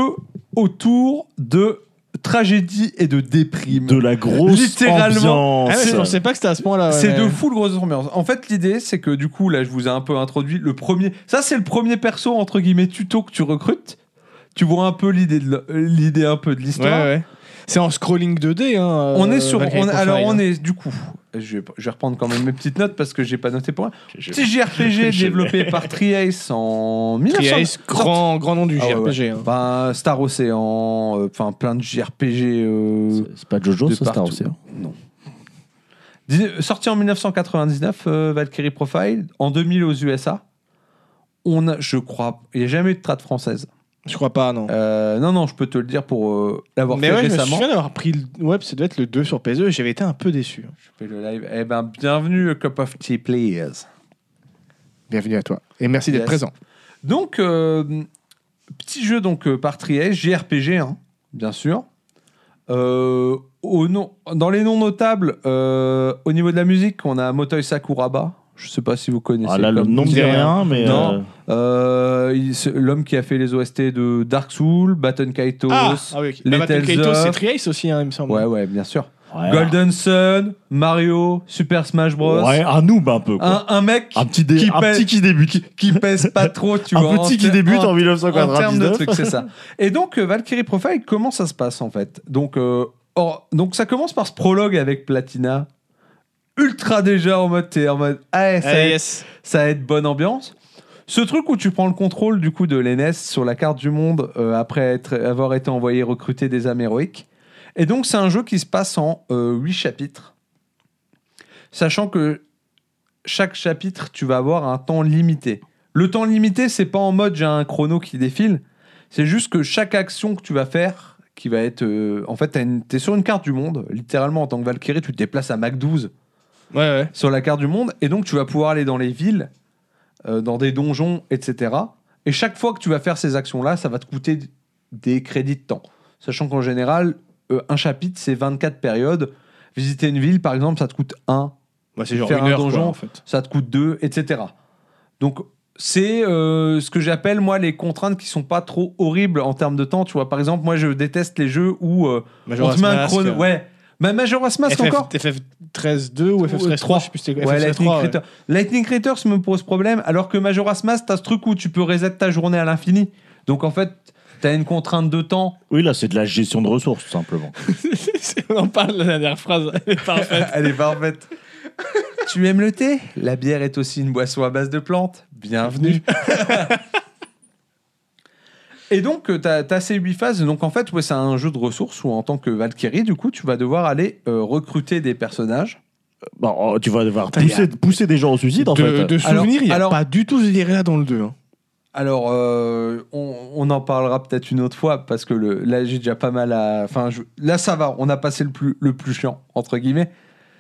autour de tragédie et de déprime. De la grosse Littéralement. ambiance. Ah ouais, je pensais pas que c'était à ce point-là. ouais, C'est mais- de fou le grosse ambiance. En fait, l'idée, c'est que du coup, là, je vous ai un peu introduit le premier. Ça, c'est le premier perso, entre guillemets, tuto que tu recrutes. Tu vois un peu l'idée, de l- l'idée un peu de Ouais, l'histoire. ouais. C'est en scrolling deux D. Hein, On euh, est sur. Valkyrie on- Profile, alors, on hein. est du coup. Je vais, je vais reprendre quand même mes petites notes parce que j'ai pas noté pour rien. Je- Petit J R P G Je développé par Triace en mille neuf cents. Triace, grand, grand nom du Ah ouais, J R P G. hein. Ben, Star Océan, euh, enfin plein de J R P G. euh, C'est- C'est pas Jojo, de ça, Star partout. Ocean. Non. Dis- Sorti en dix-neuf cent quatre-vingt-dix-neuf, euh, Valkyrie Profile. En deux mille aux U S A. On a, je crois, il n'y a jamais eu de trad française. Je crois pas, non. Euh, non, non, je peux te le dire pour euh, l'avoir Mais fait ouais, je me récemment. souviens d'avoir pris le... Ouais, ça doit être le deux sur P S deux et j'avais été un peu déçu. Je fais le live. Eh ben, bienvenue, Cup of Tea, please. Bienvenue à toi. Et merci d'être Yes. présent. Donc, euh, petit jeu donc euh, par Trieste, J R P G, hein, bien sûr. Euh, au nom, dans les noms notables, euh, au niveau de la musique, on a Motoi Sakuraba. Je sais pas si vous connaissez. Ah là, le comme nom me dit musique. rien, mais. Non. euh, Euh, il- c'est l'homme qui a fait les O S T de Dark Souls, Baton Kaitos. Ah, ah oui, ok. les Bah, Battle Tales Kaitos, of- c'est Triace aussi, hein, il me semble. Ouais, ouais, bien sûr. ouais, Golden Sun, Mario, Super Smash Bros. Ouais, un noob un peu. Quoi. Un, un mec Un, petit, dé- qui un pèse- petit qui débute. qui, qui pèse pas trop, tu un vois. petit en qui ter- débute en, en- mille neuf cent En termes de quatre-vingt-dix-neuf. trucs, c'est ça. Et donc, euh, Valkyrie Profile, comment ça se passe en fait donc, euh, or- donc, ça commence par ce prologue avec Platina. Ultra déjà en mode, t'es en mode, ah, ça, Ah, va être, yes. ça va être bonne ambiance. Ce truc où tu prends le contrôle du coup de l'N S sur la carte du monde euh, après être, avoir été envoyé recruter des âmes héroïques. Et donc, c'est un jeu qui se passe en huit chapitres. Sachant que chaque chapitre, tu vas avoir un temps limité. Le temps limité, c'est pas en mode j'ai un chrono qui défile. C'est juste que chaque action que tu vas faire, qui va être. euh, en fait, t'as une- t'es sur une carte du monde. Littéralement, en tant que Valkyrie, tu te déplaces à Mach douze Ouais, ouais. sur la carte du monde. Et donc, tu vas pouvoir aller dans les villes, euh, dans des donjons, et cetera. Et chaque fois que tu vas faire ces actions-là, ça va te coûter d- des crédits de temps. Sachant qu'en général, euh, un chapitre, c'est vingt-quatre périodes. Visiter une ville, par exemple, ça te coûte un. Bah, c'est genre Faire une un heure, donjon. quoi, en fait. Ça te coûte deux, et cetera. Donc, c'est euh, ce que j'appelle, moi, les contraintes qui sont pas trop horribles en termes de temps. Tu vois, par exemple, moi, je déteste les jeux où euh, on Majora's te met un Mask, chrono. euh, Ouais. Mais Majora's Mask F F, encore. F F treize deux ou F F treize trois, je sais plus c'était Ouais, F F treize Lightning trois, ouais. Critter. Lightning Critters me pose problème, alors que Majora's Mask, t'as ce truc où tu peux reset ta journée à l'infini. Donc en fait, t'as une contrainte de temps. Oui, là, c'est de la gestion de ressources, tout simplement. On en parle, la dernière phrase, elle est parfaite. Elle est parfaite. Tu aimes le thé? La bière est aussi une boisson à base de plantes. Bienvenue. Et donc, euh, t'as as ces huit phases. Donc, en fait, ouais, c'est un jeu de ressources où, en tant que Valkyrie, du coup, tu vas devoir aller euh, recruter des personnages. Bon, oh, tu vas devoir Putain, pousser, pousser des gens au suicide, en De, fait. de Alors- souvenir, il n'y a alors- pas du tout ce délire-là dans le deux. hein. Alors, euh, on, on en parlera peut-être une autre fois parce que le, là, j'ai déjà pas mal à. Enfin, je- là, ça va. On a passé le plus, le plus chiant, entre guillemets.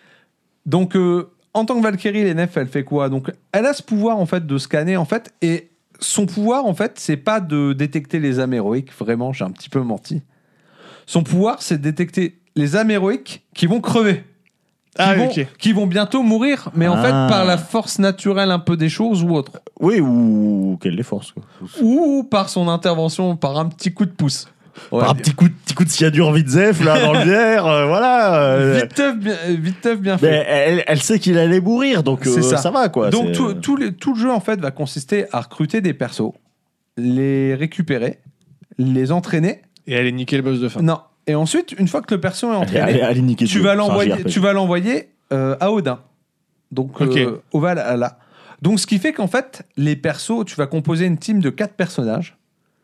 Donc, euh, en tant que Valkyrie, l'Enef, elle fait quoi? Donc, elle a ce pouvoir, en fait, de scanner, en fait. Et son pouvoir, en fait, c'est pas de détecter les âmes héroïques. Vraiment, j'ai un petit peu menti. Son pouvoir, c'est de détecter les âmes héroïques qui vont crever. Qui, Ah, vont, ok. qui vont bientôt mourir, mais en Ah. fait, par la force naturelle un peu des choses ou autre. Oui, ou quelle les forces, quoi. Ou par son intervention, par un petit coup de pouce. Ouais. Par un petit coup, de- petit coup de sciadur vite zef, là, dans le bière, euh, voilà. euh, Vite teuf, bien, euh, vite teuf, bien fait. mais elle, elle sait qu'il allait mourir, donc C'est euh, ça. ça. va, quoi. Donc c'est- tout, tout, les- tout le jeu en fait va consister à recruter des persos, les récupérer, les entraîner. Et elle est niquer le boss de fin. Non. Et ensuite, une fois que le perso est Allez, entraîné, allez, allez niquer tu Dieu. vas C'est un l'envoyer, J R P G. tu vas l'envoyer euh, à Odin. Donc Ok. euh, au Valhalla. Donc ce qui fait qu'en fait, les persos, tu vas composer une team de quatre personnages.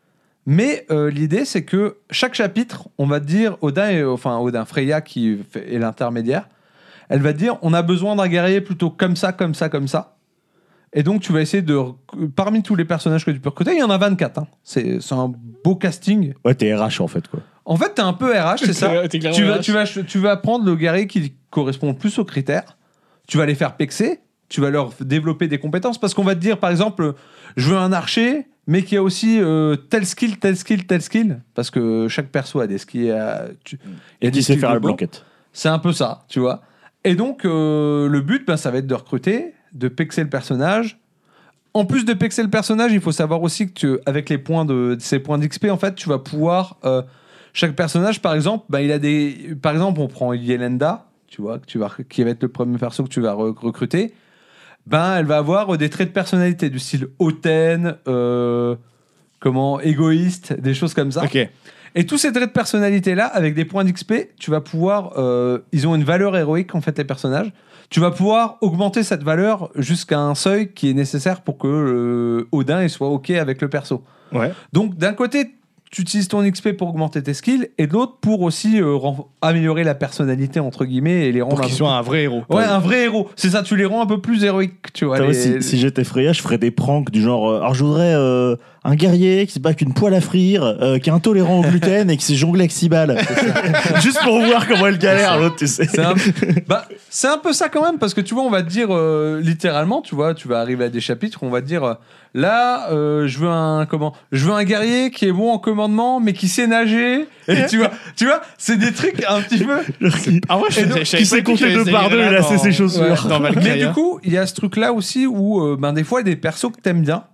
Mais euh, l'idée, c'est que chaque chapitre, on va te dire, Odin, et, enfin Odin, Freya qui fait- est l'intermédiaire, elle va te dire, on a besoin d'un guerrier plutôt comme ça, comme ça, comme ça. Et donc tu vas essayer de, rec- parmi tous les personnages que tu peux recruter, il y en a vingt-quatre. Hein. C'est c'est un beau casting. Ouais, t'es R H, en fait, quoi. En fait, t'es un peu R H, c'est ça. T'es clairement Tu vas, R H. tu, vas, tu vas prendre le guerrier qui correspond le plus aux critères, tu vas les faire pexer, tu vas leur développer des compétences, parce qu'on va te dire, par exemple, je veux un archer, mais qui a aussi euh, tel skill, tel skill, tel skill, parce que chaque perso a des skills. euh, tu- il y a Et des qui sait skills faire la globaux. blanquette. C'est un peu ça, tu vois. Et donc, euh, le but, ben, ça va être de recruter, de pexer le personnage. En plus de pexer le personnage, il faut savoir aussi que tu, avec les points de, ces points d'X P, en fait, tu vas pouvoir... euh, chaque personnage, par exemple, ben, il a des... Par exemple, on prend Yelenda, tu vois, que tu vas, qui va être le premier perso que tu vas re- recruter. Ben, elle va avoir des traits de personnalité du style hautaine, euh, comment, égoïste, des choses comme ça. Ok. Et tous ces traits de personnalité-là, avec des points d'X P, tu vas pouvoir... euh, ils ont une valeur héroïque, en fait, les personnages. Tu vas pouvoir augmenter cette valeur jusqu'à un seuil qui est nécessaire pour que euh, Odin il soit OK avec le perso. Ouais. Donc, d'un côté, tu utilises ton X P pour augmenter tes skills, et de l'autre pour aussi euh, ren- améliorer la personnalité, entre guillemets, et les rendre Pour un qu'il peu soit un vrai héros. plus- Ouais, un vrai héros. C'est ça, tu les rends un peu plus héroïques, tu vois. Putain, les- ouais, si, si j'étais Freya, je ferais des pranks du genre. euh, alors, je voudrais euh, un guerrier qui se bat avec une poêle à frire, euh, qui est intolérant au gluten et qui sait jongler avec six balles. Juste pour voir comment elle galère, l'autre, tu sais. C'est un... bah, c'est un peu ça quand même, parce que tu vois, on va te dire euh, littéralement, tu vois, tu vas arriver à des chapitres où on va te dire euh, là, euh, je veux un comment, je veux un guerrier qui est bon en commandement, mais qui sait nager. Et tu vois, tu vois, c'est des trucs un petit peu. Ah ouais, je Et donc, je savais Qui pas sait qu'il y compter avait deux ce par deux et délire-là lasser dans- ses chaussures. Ouais. dans Mais Valkyria. du coup, il y a ce truc-là aussi où, euh, ben, des fois, il y a des persos que t'aimes bien,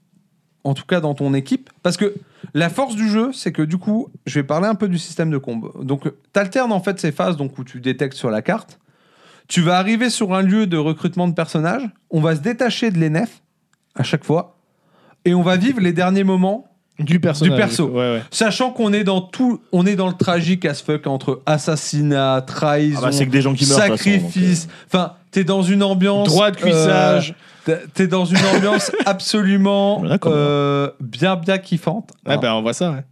en tout cas dans ton équipe, parce que la force du jeu, c'est que du coup, je vais parler un peu du système de combo. Donc, t'alternes en fait ces phases donc, où tu détectes sur la carte. Tu vas arriver sur un lieu de recrutement de personnages. On va se détacher de l'E N F à chaque fois. Et on va vivre les derniers moments, Du personnage. Du perso. Ouais, ouais. sachant qu'on est dans tout, on est dans le tragique as fuck entre assassinat, trahison, Ah bah, c'est que des gens qui meurent, de toute façon, sacrifice. Enfin, t'es dans une ambiance. Droit de cuissage. euh, t'es- t'es dans une ambiance absolument D'accord. euh, bien, bien kiffante. Ouais, bah, on voit ça, ouais.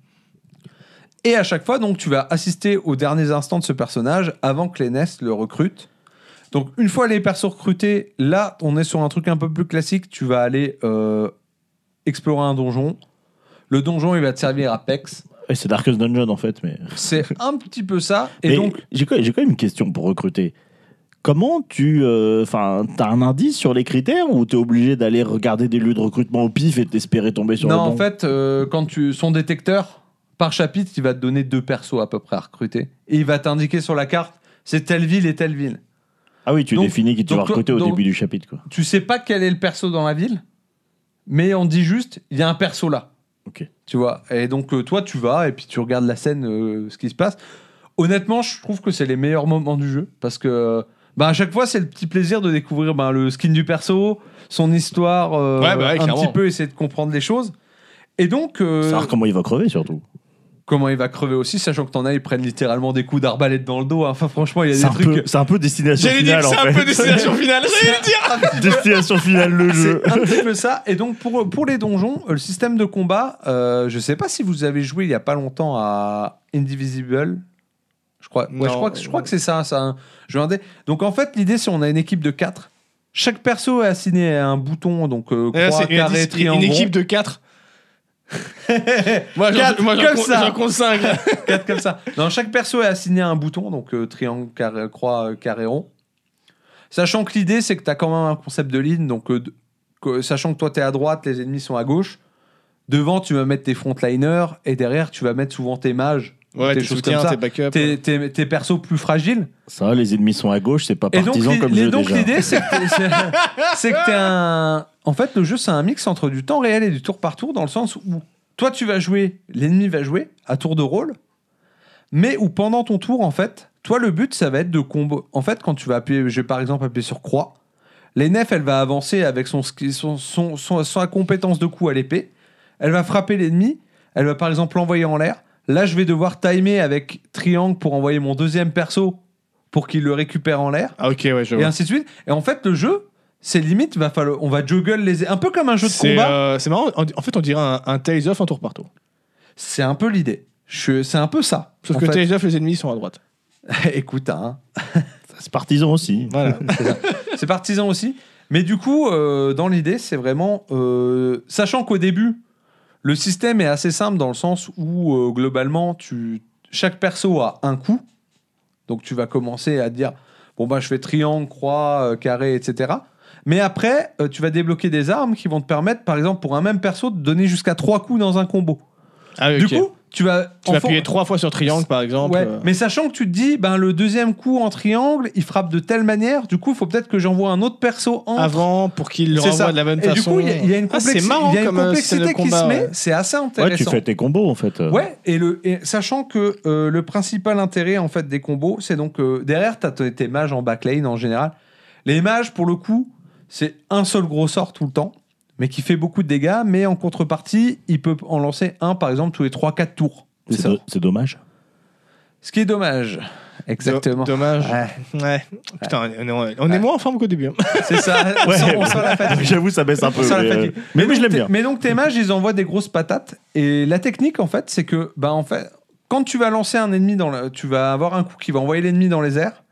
Et à chaque fois, donc, tu vas assister aux derniers instants de ce personnage avant que l'E N S le recrute. Donc, une fois les persos recrutés, là, on est sur un truc un peu plus classique. Tu vas aller euh, explorer un donjon. Le donjon, il va te servir à Pex. Ouais, c'est Darkest Dungeon en fait. Mais, C'est un petit peu ça. Et mais donc, j'ai quand, j'ai quand même une question pour recruter. Comment tu. Enfin, t'as un indice sur les critères ou t'es obligé d'aller regarder des lieux de recrutement au pif et t'espérer tomber sur non, le bon en fait, euh, quand tu son détecteur par chapitre, il va te donner deux persos à peu près à recruter et il va t'indiquer sur la carte c'est telle ville et telle ville. Ah oui, tu donc- définis qui tu donc- vas recruter au donc- début du chapitre, quoi. Tu sais pas quel est le perso dans la ville, mais on dit juste il y a un perso là. Ok. Tu vois. Et donc euh, toi tu vas et puis tu regardes la scène, euh, ce qui se passe. Honnêtement, je trouve que c'est les meilleurs moments du jeu parce que bah, à chaque fois c'est le petit plaisir de découvrir bah, le skin du perso, son histoire, euh, Ouais, bah ouais, un clairement. petit peu essayer de comprendre les choses. Et donc euh, Savoir comment il va crever surtout. comment il va crever aussi, sachant que t'en as, ils prennent littéralement des coups d'arbalète dans le dos. hein. Enfin, franchement, il y a C'est des un, trucs. peu, c'est un peu destination J'allais dire finale que en c'est fait. un peu destination finale. J'allais le dire. Destination finale le jeu. C'est un petit peu ça. Et donc, pour, pour les donjons, euh, le système de combat, euh, je sais pas si vous avez joué il y a pas longtemps à Indivisible. Je crois, ouais, Non. je crois, que, je crois que c'est ça. ça un jeu indé. Donc, en fait, l'idée, c'est on a une équipe de quatre. Chaque perso est assigné à un bouton, donc euh, Là, croix, c'est une, carré, une triangle. équipe de quatre. Moi, j'en- Quatre, moi, j'en comme con- ça. j'en compte cinq. quatre comme ça. Non, chaque perso est assigné à un bouton, donc euh, triangle, carré, croix, euh, carré, rond. Sachant que l'idée, c'est que tu as quand même un concept de ligne, donc euh, de- que- sachant que toi, tu es à droite, les ennemis sont à gauche. Devant, tu vas mettre tes frontliners, et derrière, tu vas mettre souvent tes mages, Ouais, Tes tes choses soutiens, comme ça. tes backups. tes, tes, tes persos plus fragiles. Ça, les ennemis sont à gauche, c'est pas Et donc, partisan l'i- comme les- jeu donc déjà. l'idée, c'est que t'es- c'est- c'est que tu un. En fait, le jeu, c'est un mix entre du temps réel et du tour par tour, dans le sens où toi, tu vas jouer, l'ennemi va jouer à tour de rôle, mais où pendant ton tour, en fait, toi, le but, ça va être de combo. En fait, quand tu vas appuyer, je vais par exemple appuyer sur croix, l'E N F, elle va avancer avec son, ski- son, son, son- sa compétence de coup à l'épée, elle va frapper l'ennemi, elle va par exemple l'envoyer en l'air. Là, je vais devoir timer avec triangle pour envoyer mon deuxième perso pour qu'il le récupère en l'air. Ah, ok, ouais, je Et vois. ainsi de suite. Et en fait, le jeu, c'est limite, va falloir, on va juggle les. Un peu comme un jeu de C'est combat. euh, c'est marrant. En en fait, on dirait un, un Tales of en tour par tour. C'est un peu l'idée. Je- C'est un peu ça. Sauf en que fait. Tales of, les ennemis sont à droite. Écoute, hein, C'est partisan aussi. Voilà. c'est partisan aussi. Mais du coup, euh, dans l'idée, c'est vraiment. euh, sachant qu'au début, le système est assez simple dans le sens où, euh, globalement, tu, chaque perso a un coup. Donc, tu vas commencer à te dire bon, bah, je fais triangle, croix, euh, carré, et cetera. Mais après, euh, tu vas débloquer des armes qui vont te permettre, par exemple, pour un même perso, de donner jusqu'à trois coups dans un combo. Ah, ok. Du coup, tu vas. tu en vas fon- appuyer trois fois sur triangle, par exemple. Ouais, euh. mais sachant que tu te dis, ben, le deuxième coup en triangle, il frappe de telle manière, du coup, il faut peut-être que j'envoie un autre perso en. Avant, pour qu'il le C'est renvoie ça. de la bonne Et du façon. coup, il y, a- il y a une, Ah, complexi- c'est marrant il y a une comme, euh, complexité scène de qui combat, se met, ouais. c'est assez Ouais, intéressant. tu fais tes combos en fait. Ouais, et, le, et sachant que euh, le principal intérêt en fait des combos, c'est donc euh, derrière, tu as tes mages en backlane en général. Les mages, pour le coup, c'est un seul gros sort tout le temps, mais qui fait beaucoup de dégâts, mais en contrepartie, il peut en lancer un, par exemple, tous les trois quatre tours. C'est ça. do- c'est dommage. Ce qui est dommage, Exactement. Do- dommage. Ouais. Ouais. Putain, on est, on est moins en forme qu'au début. hein. C'est ça. On, Ouais. sent, on sent la fatigue. J'avoue, ça baisse un peu. On sent la mais, fatigue. euh, mais, mais donc, je l'aime tes- bien. Mais donc tes mages, ils envoient des grosses patates. Et la technique, en fait, c'est que, bah, en fait, quand tu vas lancer un ennemi dans le, tu vas avoir un coup qui va envoyer l'ennemi dans les airs.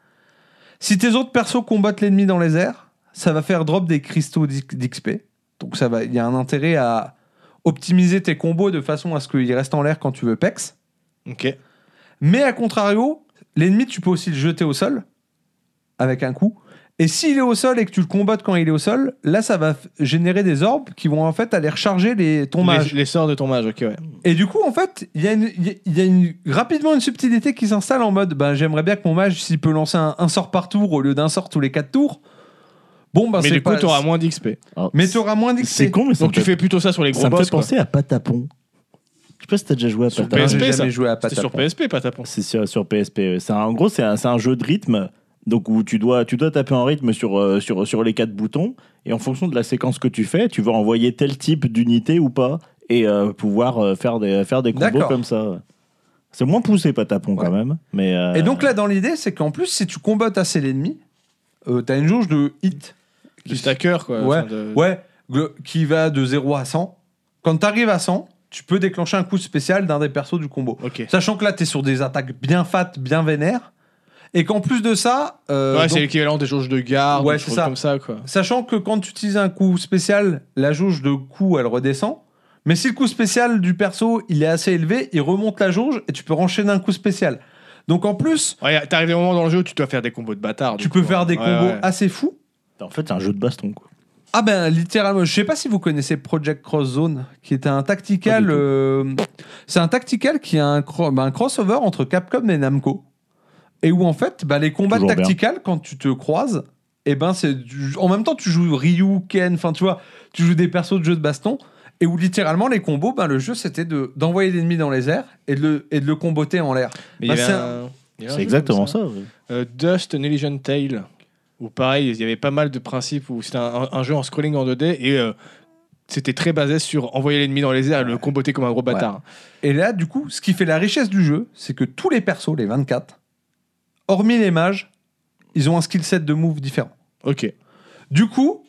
Si tes autres persos combattent l'ennemi dans les airs, ça va faire drop des cristaux d'X P. Donc ça va, il y a un intérêt à optimiser tes combos de façon à ce qu'il reste en l'air quand tu veux pex. Ok. Mais à contrario, l'ennemi, tu peux aussi le jeter au sol avec un coup. Et s'il est au sol et que tu le combattes quand il est au sol, là, ça va f- générer des orbes qui vont en fait aller recharger les, ton mage. Les, les sorts de ton mage, ok, ouais. Et du coup, en fait, il y a, une, il y a- il y a une- rapidement une subtilité qui s'installe en mode ben, j'aimerais bien que mon mage, s'il peut lancer un, un sort par tour au lieu d'un sort tous les quatre tours, bon, ben Mais c'est du coup, pas. t'auras moins d'X P. Alors, Mais tu auras moins d'X P. C'est con, mais ça Donc me tu fait- fais plutôt ça sur les gros ça me fait boss, quoi. penser à Patapon. Je sais pas si t'as déjà joué à Sur Patapon. Ben, j'ai P S P, jamais ça. joué à C'est sur Patapon. P S P, pas tapon. C'est sur, sur P S P. C'est un- en gros, c'est un, c'est un jeu de rythme. Donc où tu dois, tu dois taper en rythme sur, euh, sur, sur les quatre boutons. Et en fonction de la séquence que tu fais, tu vas envoyer tel type d'unité ou pas. Et euh, pouvoir euh, faire des, faire des combos D'accord. comme ça. C'est moins poussé Patapon Ouais. quand même. Mais, euh, Et donc là, dans l'idée, c'est qu'en plus, si tu combattes assez l'ennemi, euh, t'as une jauge de hit. Du stacker, quoi. Ouais, Enfin, de- ouais, glo- qui va de zéro à cent. Quand t'arrives à cent, tu peux déclencher un coup spécial d'un des persos du combo. Ok. Sachant que là, t'es sur des attaques bien fat, bien vénères. Et qu'en plus de ça. euh, Ouais, donc- c'est l'équivalent des jauges de garde, Ouais, des c'est choses ça. comme ça, quoi. Sachant que quand tu utilises un coup spécial, la jauge de coup, elle redescend. Mais si le coup spécial du perso, il est assez élevé, il remonte la jauge et tu peux renchaîner un coup spécial. Donc en plus, Ouais, t'arrives des moments dans le jeu où tu dois faire des combos de bâtards. tu du peux coup, faire hein. des Ouais, combos ouais. assez fous. en fait, c'est un jeu de baston. Quoi. Ah ben littéralement, je sais pas si vous connaissez Project Cross Zone, qui est un tactical. Pas du tout. euh, c'est un tactical qui a un, cro- ben, un crossover entre Capcom et Namco, et où en fait, ben, les combats Toujours bien. tactical quand tu te croises, et ben c'est du- en même temps tu joues Ryu, Ken, enfin tu vois, tu joues des persos de jeux de baston, et où littéralement les combos, ben le jeu c'était de d'envoyer l'ennemi dans les airs et de le et de le comboter en l'air. Mais il y Bah, avait c'est un- il y avait un C'est jeu exactement comme ça. ouais. Euh, Dust, An Elysian Tale, où pareil, il y avait pas mal de principes, où c'était un, un jeu en scrolling en deux D, et euh, c'était très basé sur envoyer l'ennemi dans les airs et le comboter comme un gros bâtard. Et là, du coup, ce qui fait la richesse du jeu, c'est que tous les persos, les vingt-quatre, hormis les mages, ils ont un skill set de move différent. Ok. Du coup,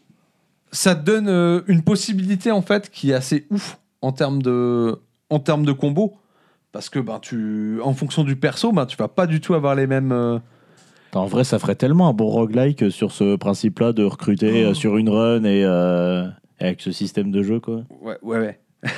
ça te donne euh, une possibilité en fait qui est assez ouf en termes de, en termes de combo. Parce que ben, tu, en fonction du perso, ben, tu vas pas du tout avoir les mêmes. euh, En vrai, ça ferait tellement un bon roguelike sur ce principe-là de recruter Oh. euh, sur une run et euh, avec ce système de jeu. Quoi. Ouais, ouais, ouais.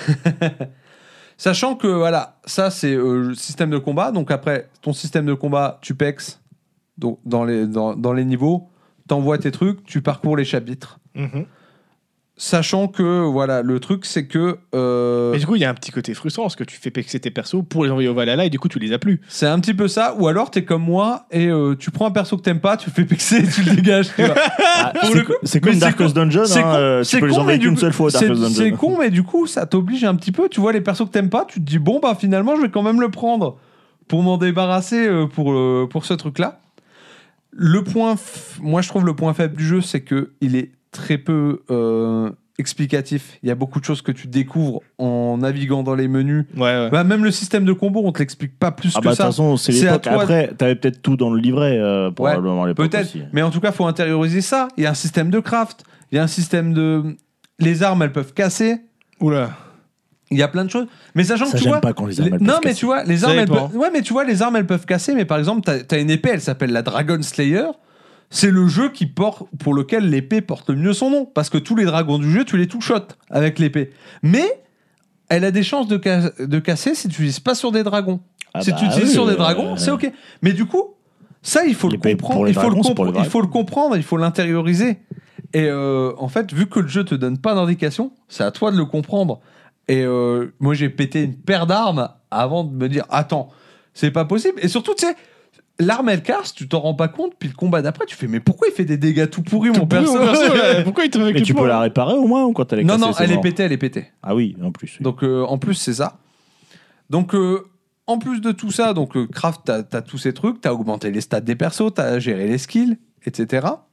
Sachant que voilà, ça c'est euh, le système de combat. Donc après, ton système de combat, tu pex donc, dans, les, dans, dans les niveaux, t'envoies tes trucs, tu parcours les chapitres. Mhm. Sachant que voilà, le truc c'est que euh, Mais du coup, il y a un petit côté frustrant parce que tu fais pexer tes persos pour les envoyer au Valhalla et du coup, tu les as plus. c'est un petit peu ça. Ou alors t'es comme moi et euh, tu prends un perso que t'aimes pas, tu le fais pexer et tu le dégages. Tu vois. Ah, Pour c'est le co- coup- c'est mais comme c'est Darkest con- Dungeon. c'est hein, con- euh, c'est tu peux les con, envoyer mais du qu'une coup- seule fois au c'est- Darkest C'est Dungeon. con, mais du coup, ça t'oblige un petit peu. Tu vois, les persos que t'aimes pas, tu te dis, bon, bah finalement, je vais quand même le prendre pour m'en débarrasser euh, pour, euh, pour ce truc-là. Le point, f- moi, je trouve le point faible du jeu, c'est que il est très peu euh, explicatif. Il y a beaucoup de choses que tu découvres en naviguant dans les menus. Ouais, ouais. Bah, même le système de combo, on te l'explique pas plus Ah que bah de toute ça. façon, c'est C'est à l'époque. toi de- Après, t'avais peut-être tout dans le livret, euh, probablement à l'époque Peut-être, aussi. mais en tout cas, faut intérioriser ça. Il y a un système de craft, il y a un système de. Les armes, elles peuvent casser. Oula. Il y a plein de choses. Mais sachant Ça, que tu j'aime vois. pas quand les armes, les- elles peuvent non, mais casser. tu vois, les Ça armes, elles dépend. peuvent. Ouais, mais tu vois, les armes, elles peuvent casser. Mais par exemple, t'as as une épée, elle s'appelle la Dragon Slayer. C'est le jeu qui porte, pour lequel l'épée porte le mieux son nom. Parce que tous les dragons du jeu, tu les two-shot avec l'épée. Mais elle a des chances de, ca- de casser si tu n'utilises pas sur des dragons. Ah si bah tu utilises oui, sur des euh, dragons, c'est OK. Mais du coup, ça, il faut le L'épée comprendre. pour les Il faut le, dragons, c'est compre- pour les il faut le comprendre, il faut l'intérioriser. Et euh, en fait, vu que le jeu te donne pas d'indication, c'est à toi de le comprendre. Et euh, moi, j'ai pété une paire d'armes avant de me dire attends, c'est pas possible. Et surtout, tu sais, l'arme elle casse, tu t'en rends pas compte. Puis le combat d'après, tu fais mais pourquoi il fait des dégâts tout pourris, mon Pourquoi, perso, mon perso, là, pourquoi il te fait avec Mais le tu poing, peux là la réparer au moins ou quand elle est Non, cassée, non, c'est elle est mort. pétée, elle est pétée. Ah oui, en plus. oui. Donc euh, en plus, c'est ça. Donc euh, en plus de tout ça, donc euh, Craft, t'as as tous ces trucs, t'as augmenté les stats des persos, t'as géré les skills, et cetera.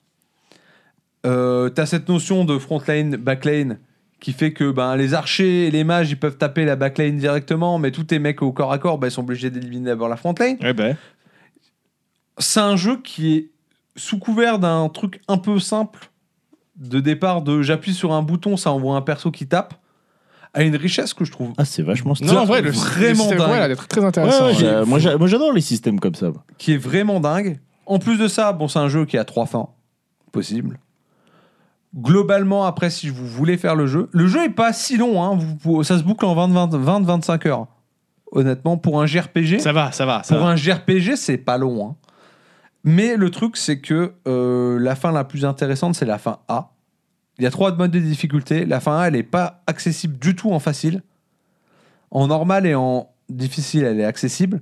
Euh, t'as cette notion de frontline, backline, qui fait que ben, les archers et les mages, ils peuvent taper la backline directement, mais tous tes mecs au corps à corps, ben, ils sont obligés d'éliminer d'abord la frontline. Ouais, ben. c'est un jeu qui est sous couvert d'un truc un peu simple de départ de j'appuie sur un bouton, ça envoie un perso qui tape, a une richesse que je trouve Ah, c'est vachement stylé. Non, en vrai, le vraiment le système, dingue. ouais, elle est très, très intéressant. Ouais, ouais, ouais. j'ai- moi, j'a- moi, j'adore les systèmes comme ça. qui est vraiment dingue. En plus de ça, bon, c'est un jeu qui a trois fins possibles. Globalement, après, si vous voulez faire le jeu, le jeu est pas si long, hein, vous, vous- ça se boucle en vingt à vingt-cinq heures. Honnêtement, pour un J R P G, Ça va, ça va. Ça pour va. un J R P G, c'est pas long. Hein. Mais le truc, c'est que euh, la fin la plus intéressante, c'est la fin A. Il y a trois modes de difficulté. La fin A, elle n'est pas accessible du tout en facile. En normal et en difficile, elle est accessible.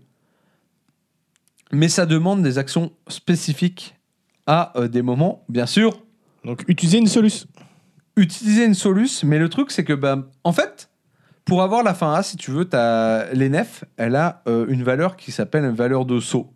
Mais ça demande des actions spécifiques à euh, des moments, bien sûr. Donc, utiliser une soluce. Utiliser une soluce, mais le truc, c'est que, bah, en fait, pour avoir la fin A, si tu veux, t'as l'E N E F, elle a euh, une valeur qui s'appelle une valeur de saut.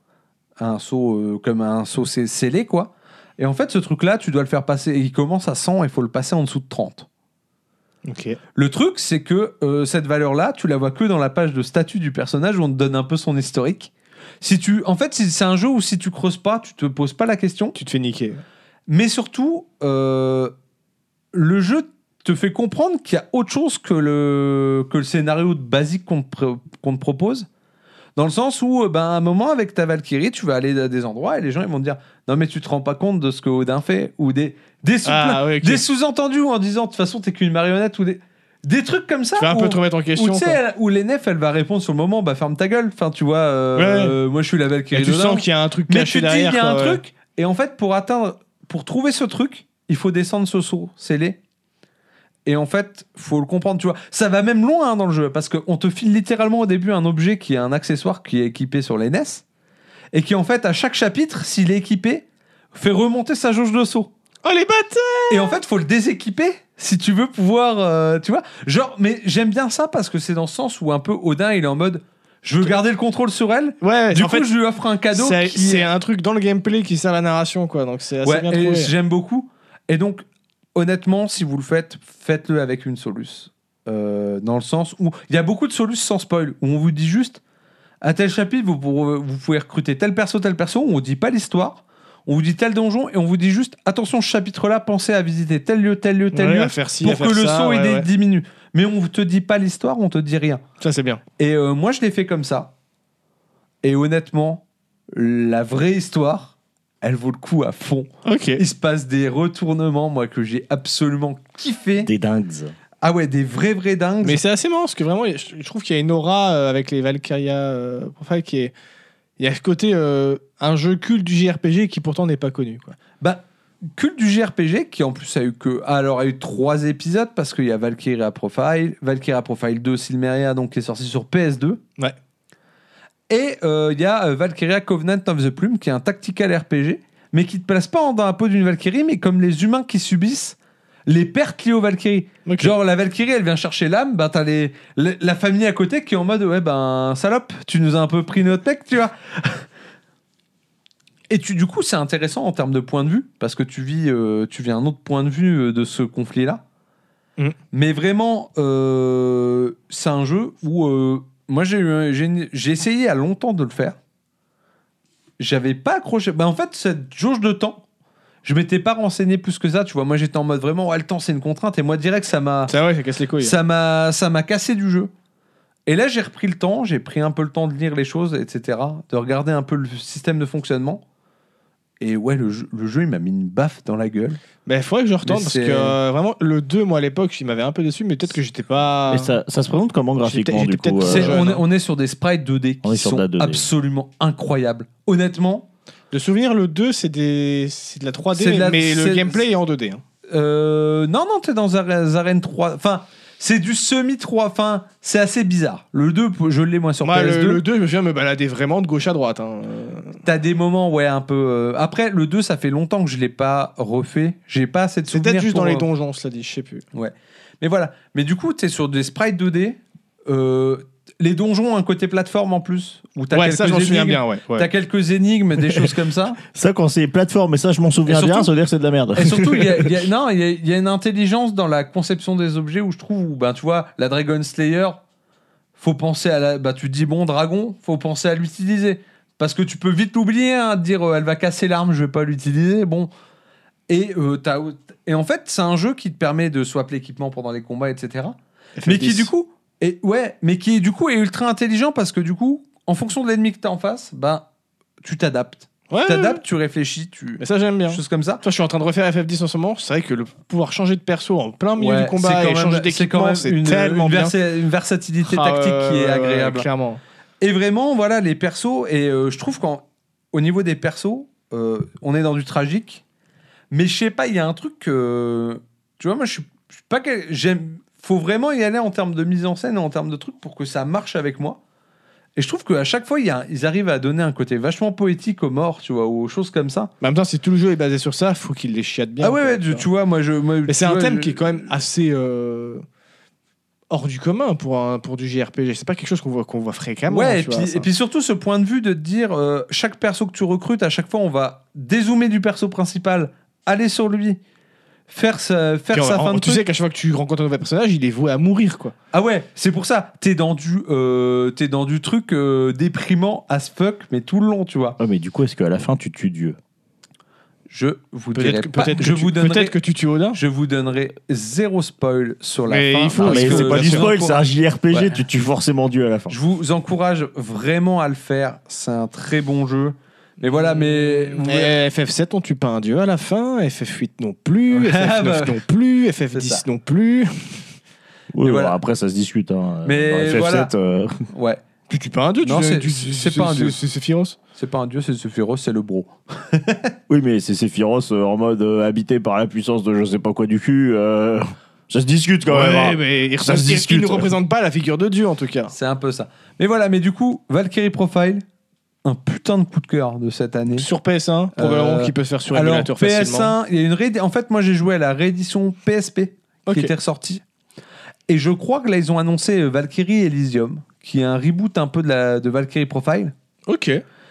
Un saut euh, comme un saut scé- scellé, quoi. Et en fait, ce truc-là, tu dois le faire passer. Il commence à cent, il faut le passer en dessous de trente. Ok. Le truc, c'est que euh, cette valeur-là, tu la vois que dans la page de statut du personnage où on te donne un peu son historique. Si tu, en fait, si- c'est un jeu où si tu creuses pas, tu te poses pas la question. Tu te fais niquer. Mais surtout, euh, le jeu te fait comprendre qu'il y a autre chose que le, que le scénario de basique qu'on te, pr- qu'on te propose. Dans le sens où, euh, ben, à un moment, avec ta Valkyrie, tu vas aller à des endroits et les gens ils vont te dire non, mais tu te rends pas compte de ce que Odin fait. Ou des, des, sous- Ah, ouais, ok. des sous-entendus en disant de toute façon, t'es qu'une marionnette. Ou des, des trucs comme ça. Tu vas un où- peu te remettre en Ou question. tu sais, quoi. elle- où l'E N E F, elle va répondre sur le moment, bah ferme ta gueule. Enfin, tu vois, euh, Ouais. euh, moi je suis la Valkyrie Et tu d'Odin. sens qu'il y a un truc Mais caché tu te dis, il derrière. y a un quoi, ouais. truc, et en fait, pour atteindre, pour trouver ce truc, il faut descendre ce saut scellé. Et en fait, faut le comprendre, tu vois. Ça va même loin hein, dans le jeu, parce qu'on te file littéralement au début un objet qui est un accessoire qui est équipé sur les N E S, et qui en fait, à chaque chapitre, s'il est équipé, fait remonter sa jauge de saut. Oh les bâtards. Et en fait, faut le déséquiper si tu veux pouvoir, euh, tu vois. Genre, mais j'aime bien ça parce que c'est dans ce sens où un peu Odin, il est en mode, je veux garder le contrôle sur elle. Ouais, Du en coup, fait, je lui offre un cadeau. c'est qui c'est un truc dans le gameplay qui sert la narration, quoi. Donc c'est assez Ouais, bien et trouvé. j'aime beaucoup. Et donc, honnêtement, si vous le faites, faites-le avec une soluce. Euh, dans le sens où il y a beaucoup de soluces sans spoil, où on vous dit juste à tel chapitre, vous, pourrez- vous pouvez recruter tel perso, tel perso, où on dit pas l'histoire, on vous dit tel donjon, et on vous dit juste attention, ce chapitre-là, pensez à visiter tel lieu, tel lieu, tel Ouais, lieu, à faire ci, à pour faire que le ça, saut ouais, il dé- ouais. diminue. Mais on te dit pas l'histoire, on te dit rien. Ça c'est bien. Et euh, moi, je l'ai fait comme ça. Et honnêtement, la vraie histoire, elle vaut le coup à fond. Ok. Il se passe des retournements, moi, que j'ai absolument kiffé. Des dingues. Ah ouais, des vrais, vrais dingues. Mais c'est assez marrant parce que vraiment, je, je trouve qu'il y a une aura euh, avec les Valkyria euh, Profile qui est. Il y a ce côté euh, un jeu culte du J R P G qui pourtant n'est pas connu. Quoi. Bah, culte du J R P G, qui en plus a eu que... Alors, a eu trois épisodes, parce qu'il y a Valkyria Profile, Valkyria Profile deux, Silmeria, donc qui est sorti sur P S deux. Ouais. Et euh, il y a euh, Valkyria Covenant of the Plume, qui est un tactical R P G, mais qui te place pas en- dans la peau d'une Valkyrie, mais comme les humains qui subissent les pertes liées aux Valkyries. Ok. Genre, la Valkyrie, elle vient chercher l'âme, bah t'as les, les- la famille à côté qui est en mode, ouais, ben, salope, tu nous as un peu pris notre mec, tu vois. Et tu, du coup, c'est intéressant en termes de point de vue, parce que tu vis, euh, tu vis un autre point de vue euh, de ce conflit-là. Mm. Mais vraiment, euh, c'est un jeu où euh, moi, j'ai, eu- j'ai, j'ai essayé il y a longtemps de le faire. J'avais pas accroché. Bah, en fait, cette jauge de temps, je m'étais pas renseigné plus que ça. Tu vois, moi, j'étais en mode vraiment, ouais, le temps, c'est une contrainte. Et moi, direct, ça m'a, Ça ouais, ça casse les couilles. ça m'a, ça m'a cassé du jeu. Et là, j'ai repris le temps, j'ai pris un peu le temps de lire les choses, et cetera, de regarder un peu le système de fonctionnement. Et ouais, le jeu, le jeu il m'a mis une baffe dans la gueule. Mais il faudrait que je retourne Mais parce c'est- que euh, vraiment, le deux, moi à l'époque, il m'avait un peu déçu, mais peut-être que j'étais pas. Et ça, ça se présente comment graphiquement J'étais- du j'étais coup peut-être euh, C'est- jeune, on, est, hein. on est sur des sprites deux D qui On est sur de sont la deux D. absolument incroyables. Honnêtement, De souvenir, le deux, c'est des... c'est de la trois D, C'est de la- mais le c'est- gameplay est en deux D. hein. euh, non, non, t'es dans Zare- Zaren trois. Enfin, c'est du semi trois. Enfin, c'est assez bizarre. Le deux, je l'ai moins sur Moi, P S deux. le, le deux, je me souviens me balader vraiment de gauche à droite. hein. Euh, T'as des moments, ouais, un peu. euh, Après, le deux, ça fait longtemps que je l'ai pas refait. J'ai pas assez de C'est souvenirs. peut-être juste pour, dans les euh, donjons, cela dit, je sais plus. Mais voilà. Mais du coup, t'es sur des sprites deux D. euh, les donjons ont un côté plateforme en plus. Où t'as Ouais, quelques ça, je m'en souviens énigmes. bien, ouais. ouais. T'as quelques énigmes, des choses comme ça. Ça, quand c'est plateforme, et ça, je m'en souviens Et surtout- bien, ça veut dire que c'est de la merde. Et surtout, il y a, il y a- non, il y a, il y a une intelligence dans la conception des objets où je trouve, où, ben, tu vois, la Dragon Slayer, faut penser à la. Bah, tu te dis, bon, dragon, faut penser à l'utiliser. parce que tu peux vite l'oublier, hein, de dire euh, elle va casser l'arme, je vais pas l'utiliser. Bon. Et, euh, t'as, et en fait, c'est un jeu qui te permet de swap l'équipement pendant les combats, et cetera. Mais qui du coup, est, ouais, mais qui du coup est ultra intelligent parce que du coup, en fonction de l'ennemi que t'as en face, bah, tu t'adaptes. Ouais, tu t'adaptes, tu réfléchis, tu. Mais ça, j'aime bien. Choses comme ça. Toi, je suis en train de refaire F F dix en ce moment. C'est vrai que le pouvoir changer de perso en plein milieu Ouais, du combat et changer d'équipement, c'est une, tellement une, bien. versa- une versatilité Ah, tactique ouais, qui est ouais, agréable. ouais, clairement. Et vraiment, voilà, les persos. Et euh, je trouve qu'au niveau des persos, euh, on est dans du tragique. Mais je sais pas, il y a un truc que. Tu vois, moi, je suis, je suis pas. quel- J'aime. Faut vraiment y aller en termes de mise en scène et en termes de trucs pour que ça marche avec moi. Et je trouve qu'à chaque fois, il y a, ils arrivent à donner un côté vachement poétique aux morts, tu vois, ou aux choses comme ça. Mais en même temps, si tout le jeu est basé sur ça, faut qu'il les chiate bien. ah ouais, quoi, ouais, tu tu, vois. tu vois, moi, je. Moi, Mais tu c'est un vois, thème je- qui est quand même assez euh, hors du commun pour, un, pour du J R P G. C'est pas quelque chose qu'on voit, qu'on voit fréquemment. Ouais, et tu vois, puis, ça. et puis surtout ce point de vue de te dire euh, chaque perso que tu recrutes, à chaque fois, on va dézoomer du perso principal, aller sur lui, faire sa, faire Puis, sa en- fin en- de tu truc. sais qu'à chaque fois que tu rencontres un nouvel personnage, il est voué à mourir, quoi. Ah ouais, c'est pour ça. T'es dans du, euh, t'es dans du truc euh, déprimant as fuck, mais tout le long, tu vois. Ouais, mais du coup, est-ce qu'à la fin, tu tues Dieu? Je vous Peut-être dirai que, pas. peut-être que je tu, vous donnerai, peut-être que tu tues Odin. je vous donnerai zéro spoil sur la Mais fin. il faut, Ah, parce mais que c'est pas je du vous spoil, c'est un encourage- J R P G, Ouais. tu tues forcément Dieu à la fin. Je vous encourage vraiment à le faire. C'est un très bon jeu. Mais voilà, mais Et F F sept, on tue pas un dieu à la fin. F F huit non plus. Ouais, F F neuf bah, non plus. F F c'est dix ça. non plus. Oui, Et voilà. bon, après, ça se discute. Hein. Mais Dans F F sept, voilà. euh, ouais. Tu tues pas un dieu. Non, tu, c'est- tu- c'est pas un dieu. C'est Sephiroth. C'est pas un dieu, c'est Sephiroth, c'est le bro. Oui, mais c'est Sephiroth euh, en mode euh, habité par la puissance de je sais pas quoi du cul. euh, Ça se discute quand même. Ouais, hein. mais il, Ça se il- discute. il ne représente pas la figure de Dieu, en tout cas. C'est un peu ça. Mais voilà, mais du coup, Valkyrie Profile, un putain de coup de cœur de cette année. Sur P S un, probablement Euh, qui peut se faire sur Alors, émulateur P S facilement. un, il y a une réédi- en fait, moi j'ai joué à la réédition P S P Ok. qui était ressortie. Et je crois que là, ils ont annoncé euh, Valkyrie Elysium, qui est un reboot un peu de, la, de Valkyrie Profile. Ok.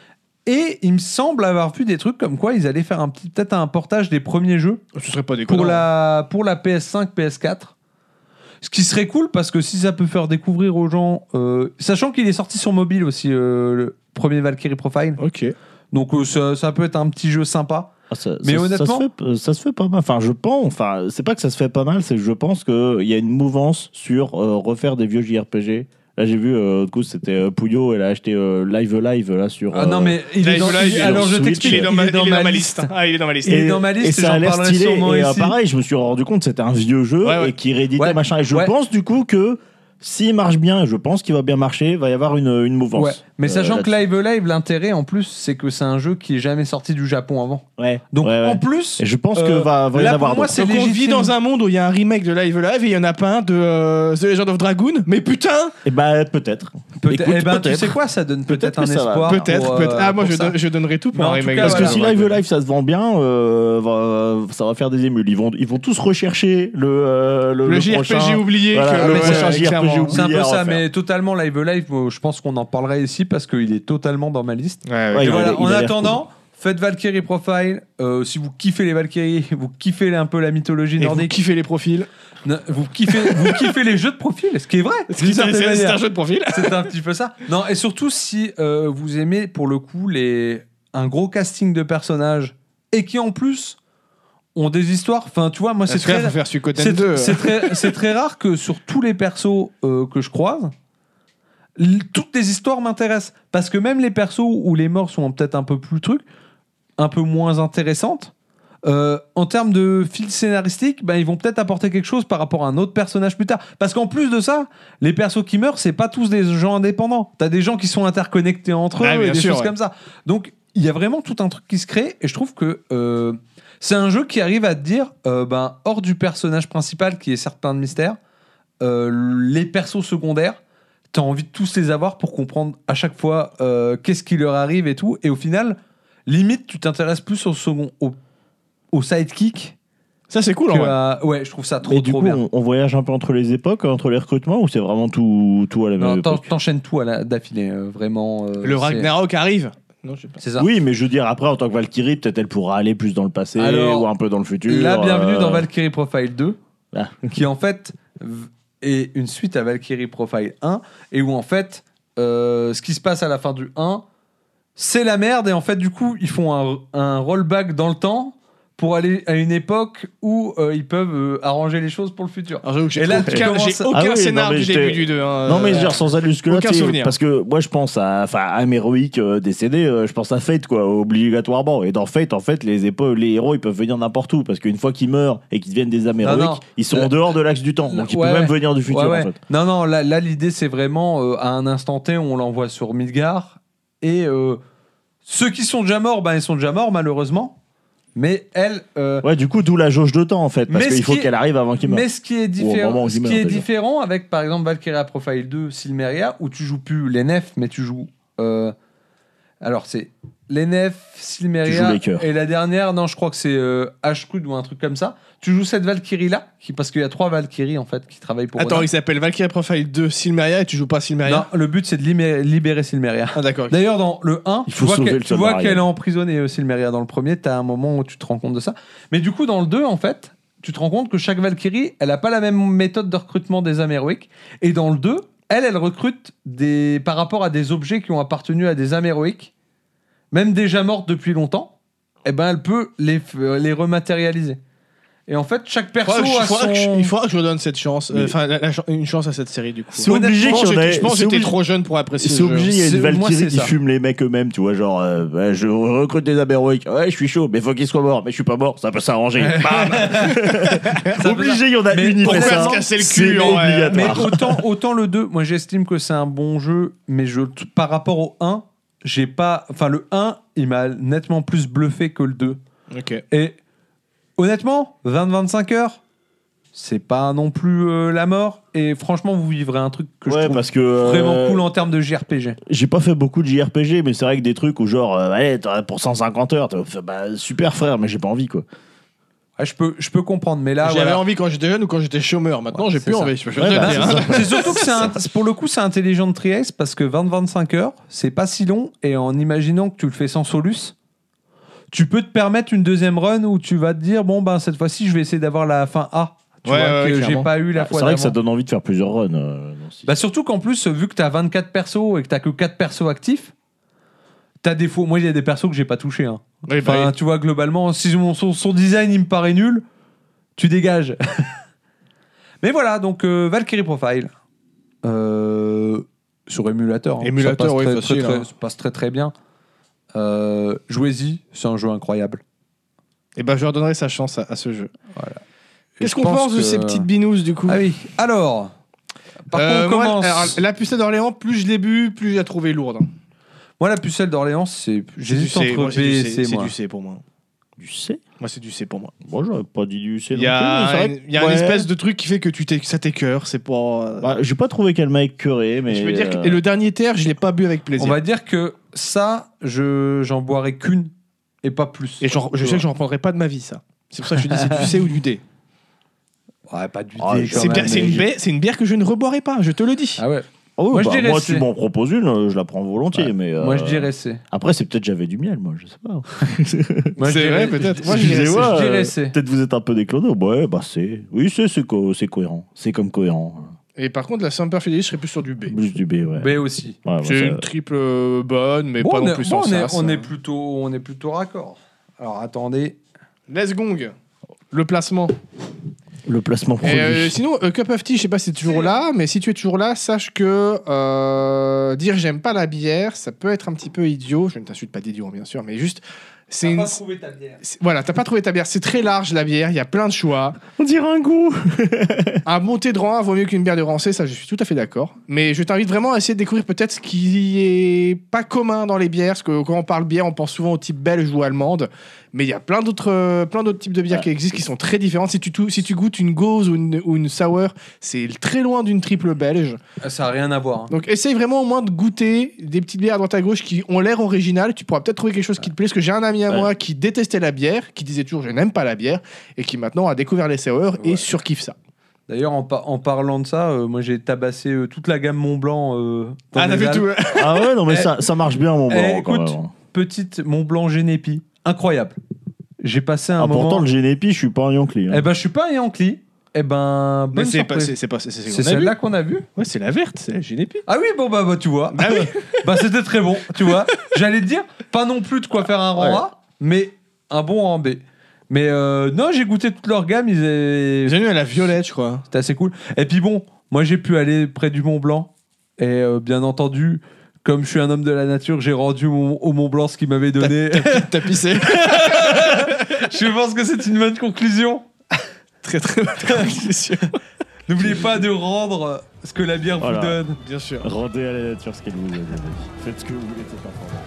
Et il me semble avoir vu des trucs comme quoi ils allaient faire un petit, peut-être un portage des premiers jeux Ce serait pas déconnant. pour la, pour la P S cinq, P S quatre. Ce qui serait cool parce que si ça peut faire découvrir aux gens, euh, sachant qu'il est sorti sur mobile aussi, euh, le premier Valkyrie Profile. Ok. Donc euh, ça, ça peut être un petit jeu sympa. Ah, ça, Mais ça- honnêtement- ça se, fait, ça se fait pas mal. Enfin, je pense. Enfin, c'est pas que ça se fait pas mal, c'est que je pense qu'il y a une mouvance sur euh, refaire des vieux J R P G. Là, j'ai vu, euh, du coup, c'était euh, Pouillot, elle a acheté euh, Live Live là sur. Ah non euh, mais il Là, est dans, là, il est alors sur je Switch. t'explique, Il est dans ma, il est dans ma liste. liste. Ah, il est dans ma liste. Il est dans ma liste et et ça j'en a l'air parlerai stylé. sûrement Et euh, ici. pareil, je me suis rendu compte que c'était un vieux jeu Ouais, ouais. et qui rééditait Ouais. machin. Et je Ouais. pense du coup que s'il marche bien, et je pense qu'il va bien marcher, il va y avoir une, une mouvance. Ouais. Mais Euh, sachant que là-dessus. Live Live, l'intérêt en plus, c'est que c'est un jeu qui est jamais sorti du Japon avant. Ouais. Donc ouais, ouais. en plus, Et je pense que euh, va, va y là, en avoir pour moi, d'autres. c'est Donc on vit légitime. dans un monde où il y a un remake de Live Live et il y en a pas un de euh, The Legend of Dragoon. Mais putain, Et bah peut-être. Peut-être. Écoute, Eh ben, tu peut-être. sais quoi, ça donne peut-être Peut-être un que ça va. espoir. peut-être, pour, peut-être. euh, Ah moi pour je, ça. don- je donnerais tout pour Mais en un tout remake. cas, de Parce que voilà. si Legend of Live Dragoon. Live ça se vend bien, euh, va- ça va faire des émules. Ils vont, ils vont tous rechercher le, euh, le, le, le J R P G prochain. oublié. Voilà, que, le ouais, prochain ouais, J R P G clairement. oublié. C'est un peu à ça, refaire. mais totalement Live Live, moi, je pense qu'on en parlera ici parce qu'il est totalement dans ma liste. Ouais, ouais, Ouais, Et il a- voilà, il en a l'air attendant, faites Valkyrie Profile. Euh, si vous kiffez les Valkyries, vous kiffez un peu la mythologie Et vous nordique, kiffez les profils. ne- vous kiffez, vous kiffez les jeux de profil, ce qui est vrai. C'est d'une certaine c'est- c'est manière. un jeu de profil. C'est un petit peu ça. Non, et surtout si euh, vous aimez pour le coup les un gros casting de personnages et qui en plus ont des histoires. Enfin, tu vois, moi c'est Parce que là, très, faut faire Suikoden c'est deux. c'est très, c'est très rare que sur tous les persos euh, que je croise, l- toutes les histoires m'intéressent parce que même les persos où les morts sont peut-être un peu plus trucs, un peu moins intéressantes. Euh, en termes de fil scénaristique, ben, ils vont peut-être apporter quelque chose par rapport à un autre personnage plus tard. Parce qu'en plus de ça, les persos qui meurent, c'est pas tous des gens indépendants. T'as des gens qui sont interconnectés entre Ah, eux bien et des sûr, choses ouais. comme ça. Donc, il y a vraiment tout un truc qui se crée et je trouve que euh, c'est un jeu qui arrive à te dire, euh, ben, hors du personnage principal qui est certes plein de mystères, euh, les persos secondaires, t'as envie de tous les avoir pour comprendre à chaque fois euh, qu'est-ce qui leur arrive et tout. Et au final, limite, tu t'intéresses plus au second, au, au sidekick. Ça c'est cool en que vrai. à- Ouais, je trouve ça trop, Et du trop coup, bien. on, on voyage un peu entre les époques, entre les recrutements, ou c'est vraiment tout, tout à la Non, même t'en- époque? t'enchaînes tout à la- d'affilée, euh, vraiment. euh, Le c'est- Ragnarok arrive. Non, je sais pas. C'est ça. Oui, mais je veux dire, après, en tant que Valkyrie, peut-être elle pourra aller plus dans le passé Alors, ou un peu dans le futur. Là, bienvenue euh, dans Valkyrie Profile deux, Ah. qui en fait v- est une suite à Valkyrie Profile un, et où en fait, euh, ce qui se passe à la fin du un, c'est la merde et en fait du coup ils font un, un rollback dans le temps pour aller à une époque où euh, ils peuvent euh, arranger les choses pour le futur. Alors, j'avoue que j'ai Et là, aucun, tu commences- j'ai Ah aucun oui, non, scénar mais du j'étais- début du deux. Hein, Non mais je euh, veux dire sans aller jusque là, aucun tu sais, souvenir. parce que moi je pense à, enfin, à un héroïque euh, décédé, euh, je pense à Fate quoi, obligatoirement. Et dans Fate en fait les épo- les héros ils peuvent venir n'importe où parce qu'une fois qu'ils meurent et qu'ils deviennent des âmes Non, héroïques, non. ils sont Le- en dehors de l'axe du temps, donc ils Ouais, peuvent même ouais. venir du futur Ouais, ouais. en fait. Non, non, là, là l'idée c'est vraiment euh, à un instant T, on l'envoie sur Midgar et euh, ceux qui sont déjà morts, ben ils sont déjà morts malheureusement. Mais elle, euh, Ouais, du coup d'où la jauge de temps en fait, parce Mais qu'il ce faut qui est- qu'elle arrive avant qu'il meure. mais ce qui est, Ou au différent, moment où ce il qui meurt, est déjà. différent avec par exemple Valkyria Profile deux, Silmeria, où tu joues plus les nefs, mais tu joues. euh, alors c'est les nefs, Tu Silmeria joues les cœurs. et la dernière, non, je crois que c'est euh, Ashkud ou un truc comme ça. Tu joues cette Valkyrie là, qui, parce qu'il y a trois Valkyries en fait qui travaillent pour. Attends, Odin. il s'appelle Valkyrie Profile deux Silmeria et tu joues pas Silmeria. Non, le but c'est de libérer, libérer Silmeria. Ah d'accord. ok. D'ailleurs, dans le un, Il tu faut vois sauver qu'elle le tu soldat vois Ryan. qu'elle est emprisonnée, euh, Silmeria. Dans le premier, tu as un moment où tu te rends compte de ça. Mais du coup, dans le deux, en fait, tu te rends compte que chaque Valkyrie, elle n'a pas la même méthode de recrutement des âmes héroïques. Et dans le deux, elle, elle recrute des... par rapport à des objets qui ont appartenu à des âmes héroïques, même déjà mortes depuis longtemps, eh ben, elle peut les, f- euh, les rematérialiser. Et en fait, chaque perso Faudra que je- a faudra que je- son... il faudra que je redonne cette chance, euh, Mais- enfin la- la ch- une chance à cette série du coup. C'est obligé Je pense qu'il y en que ait- j'étais- Je pense que c'est j'étais obligé- trop jeune pour apprécier. C'est ce jeu. obligé, il y a C'est- une moi, Valkyrie c'est qui ça. fume les mecs eux-mêmes, tu vois, genre, euh, ouais, je recrute des âmes héroïques, ouais, je suis chaud, mais faut qu'ils soient morts, mais je suis pas mort, ça peut s'arranger. Bam. Obligé, il y en a Mais une, il pour fait faire ça. se casser le C'est cul, en vrai. Mais obligatoire. autant, autant le deux, moi j'estime que c'est un bon jeu, mais je, par rapport au un, j'ai pas. Enfin, le un, il m'a nettement plus bluffé que le deux. Ok. Et honnêtement, vingt à vingt-cinq heures, c'est pas non plus euh, la mort. Et franchement, vous vivrez un truc que je Ouais, trouve parce que. euh, vraiment cool en termes de J R P G. J'ai pas fait beaucoup de J R P G, mais c'est vrai que des trucs où genre, euh, allez, t'en as pour cent cinquante heures, t'as fait, bah super frère, mais j'ai pas envie quoi. Ouais, je, peux, je peux comprendre, mais là. J'avais voilà. envie quand j'étais jeune ou quand j'étais chômeur. Maintenant, Ouais, j'ai c'est plus ça. envie. Je peux Ouais, te le bah, dire, c'est hein. ça. C'est surtout que c'est un- pour le coup, c'est intelligent de Triace parce que vingt à vingt-cinq heures, c'est pas si long. Et en imaginant que tu le fais sans Solus, tu peux te permettre une deuxième run où tu vas te dire bon, ben cette fois-ci, je vais essayer d'avoir la fin A. Tu Ouais, vois, ouais, que j'ai clairement. pas eu la Ah, fois c'est vrai que ça d'avant. donne envie de faire plusieurs runs. euh, dans ce- Bah, surtout qu'en plus, vu que t'as vingt-quatre persos et que t'as que quatre persos actifs, t'as des fois. Moi, il y a des persos que j'ai pas touchés. Hein. Oui, bah, Enfin, tu vois, globalement, si mon- son, son design il me paraît nul, tu dégages. Mais voilà, donc euh, Valkyrie Profile. Euh, sur émulateur. hein. Émulateur, ça passe oui, très, facile, très, très- hein. ça passe très très bien. Euh, Jouez-y, c'est un jeu incroyable. Et ben, je leur donnerai sa chance à, à ce jeu. Et Qu'est-ce je qu'on pense pense de que- ces petites binous du coup? Ah oui, alors. Par Euh, contre, on moi, commence. alors, la pucelle d'Orléans, plus je l'ai bu, plus je la trouvais lourde. hein. Moi, la pucelle d'Orléans, c'est. J'hésite C'est du C, entre moi, c'est B du et C, C, c'est moi. du C pour moi. Du C. Moi, c'est du C pour moi. Bon, j'aurais pas dit du C. Il y non plus, mais c'est a, vrai une, que- il y a une ouais. espèce de truc qui fait que tu t'es, ça t'écœure. C'est pas. Bah, j'ai pas trouvé qu'elle m'a écœuré, mais. je veux dire que euh, et le dernier terre, je l'ai pas bu avec plaisir. On va dire que ça, je j'en boirai qu'une et pas plus. Et genre, je sais que j'en reprendrai pas de ma vie, ça. C'est pour ça que je te dis c'est du C ou du D. Ouais, pas du Ah, thé, je- quand C'est, même, bien- c'est mais- une bière, c'est une bière que je ne reboirai pas, je te le dis. Ah ouais. Oh, oui, Moi, je bah, dirais moi, C. tu m'en proposes une, euh, je la prends volontiers, Ouais. mais. euh, Moi, je dirais C. Après, c'est peut-être j'avais du miel, moi, je sais pas. Moi, je C'est dirais- vrai, peut-être. je- Moi, je je dirais dirais C. C. Je dirais euh, C. Peut-être vous êtes un peu décloné. Ouais, bah c'est. Oui, c'est c'est co- c'est cohérent. C'est comme cohérent. Et par contre, la Semper Fidelis, je serais plus sur du B. Plus du B, ouais. B aussi. Ouais, bah, C'est ça- une triple euh, bonne, mais Bon, pas on, non est, plus bon, sans on, est, sas. on est plutôt, on est plutôt raccord. Alors attendez. Les Gong. Le placement. Le placement produit. Et euh, sinon, euh, Cup of Tea, je sais pas si tu es toujours là, mais si tu es toujours là, sache que euh, dire j'aime pas la bière, ça peut être un petit peu idiot. Je ne t'insulte pas d'idiot, bien sûr, mais juste. C'est une... trouvé ta bière. c'est- Voilà, t'as pas trouvé ta bière. C'est très large la bière, il y a plein de choix. On dirait un goût. Un bon thé de rang un vaut mieux qu'une bière de rang C, ça je suis tout à fait d'accord. Mais je t'invite vraiment à essayer de découvrir peut-être ce qui est pas commun dans les bières, parce que quand on parle bière, on pense souvent au type belge ou allemande. Mais il y a plein d'autres, euh, plein d'autres types de bières Ouais. qui existent qui sont très différentes. Si tu, tou- si tu goûtes une gauze ou une, ou une sour, c'est très loin d'une triple belge. Ça n'a rien à voir. hein. Donc essaye vraiment au moins de goûter des petites bières à droite à gauche qui ont l'air originales. Tu pourras peut-être trouver quelque chose qui te plaît. Parce que j'ai un ami à Ouais. moi qui détestait la bière, qui disait toujours je n'aime pas la bière, et qui maintenant a découvert les sour et Ouais. surkiffe ça. D'ailleurs, en, pa- en parlant de ça, euh, moi j'ai tabassé euh, toute la gamme Mont Blanc. Euh, dans Ah, les t'as fait Alpes. tout. ouais. Ah ouais, non, mais Eh, ça, ça marche bien, mon eh, blanc. quand écoute, même. Petite Mont Blanc Génépi. Incroyable. J'ai passé un Ah, moment. pourtant, le Génépi, je suis pas un Yankee. hein. Eh ben, je suis pas un Yankee. Eh ben, Mais bonne c'est pas, surprise. c'est, c'est pas, c'est, c'est, C'est qu'on a vu. celle-là qu'on a vue. Ouais, c'est la verte, c'est la Génépi. Ah oui, bon bah, bah tu vois. Ah oui. bah c'était très bon, tu vois. J'allais te dire, pas non plus de quoi faire un rang Ouais. A, mais un bon rang B. Mais euh, non, j'ai goûté toute leur gamme, ils étaient- J'ai eu à la violette, je crois. c'était assez cool. Et puis bon, moi j'ai pu aller près du Mont Blanc. Et euh, bien entendu, comme je suis un homme de la nature, j'ai rendu au, au Mont Blanc ce qu'il m'avait donné. T'as pissé. Je pense que c'est une bonne conclusion. Très très bonne conclusion. N'oubliez pas de rendre ce que la bière Voilà. vous donne. Bien sûr. Rendez à la nature ce qu'elle vous donne. Faites ce que vous voulez, c'est pas fort.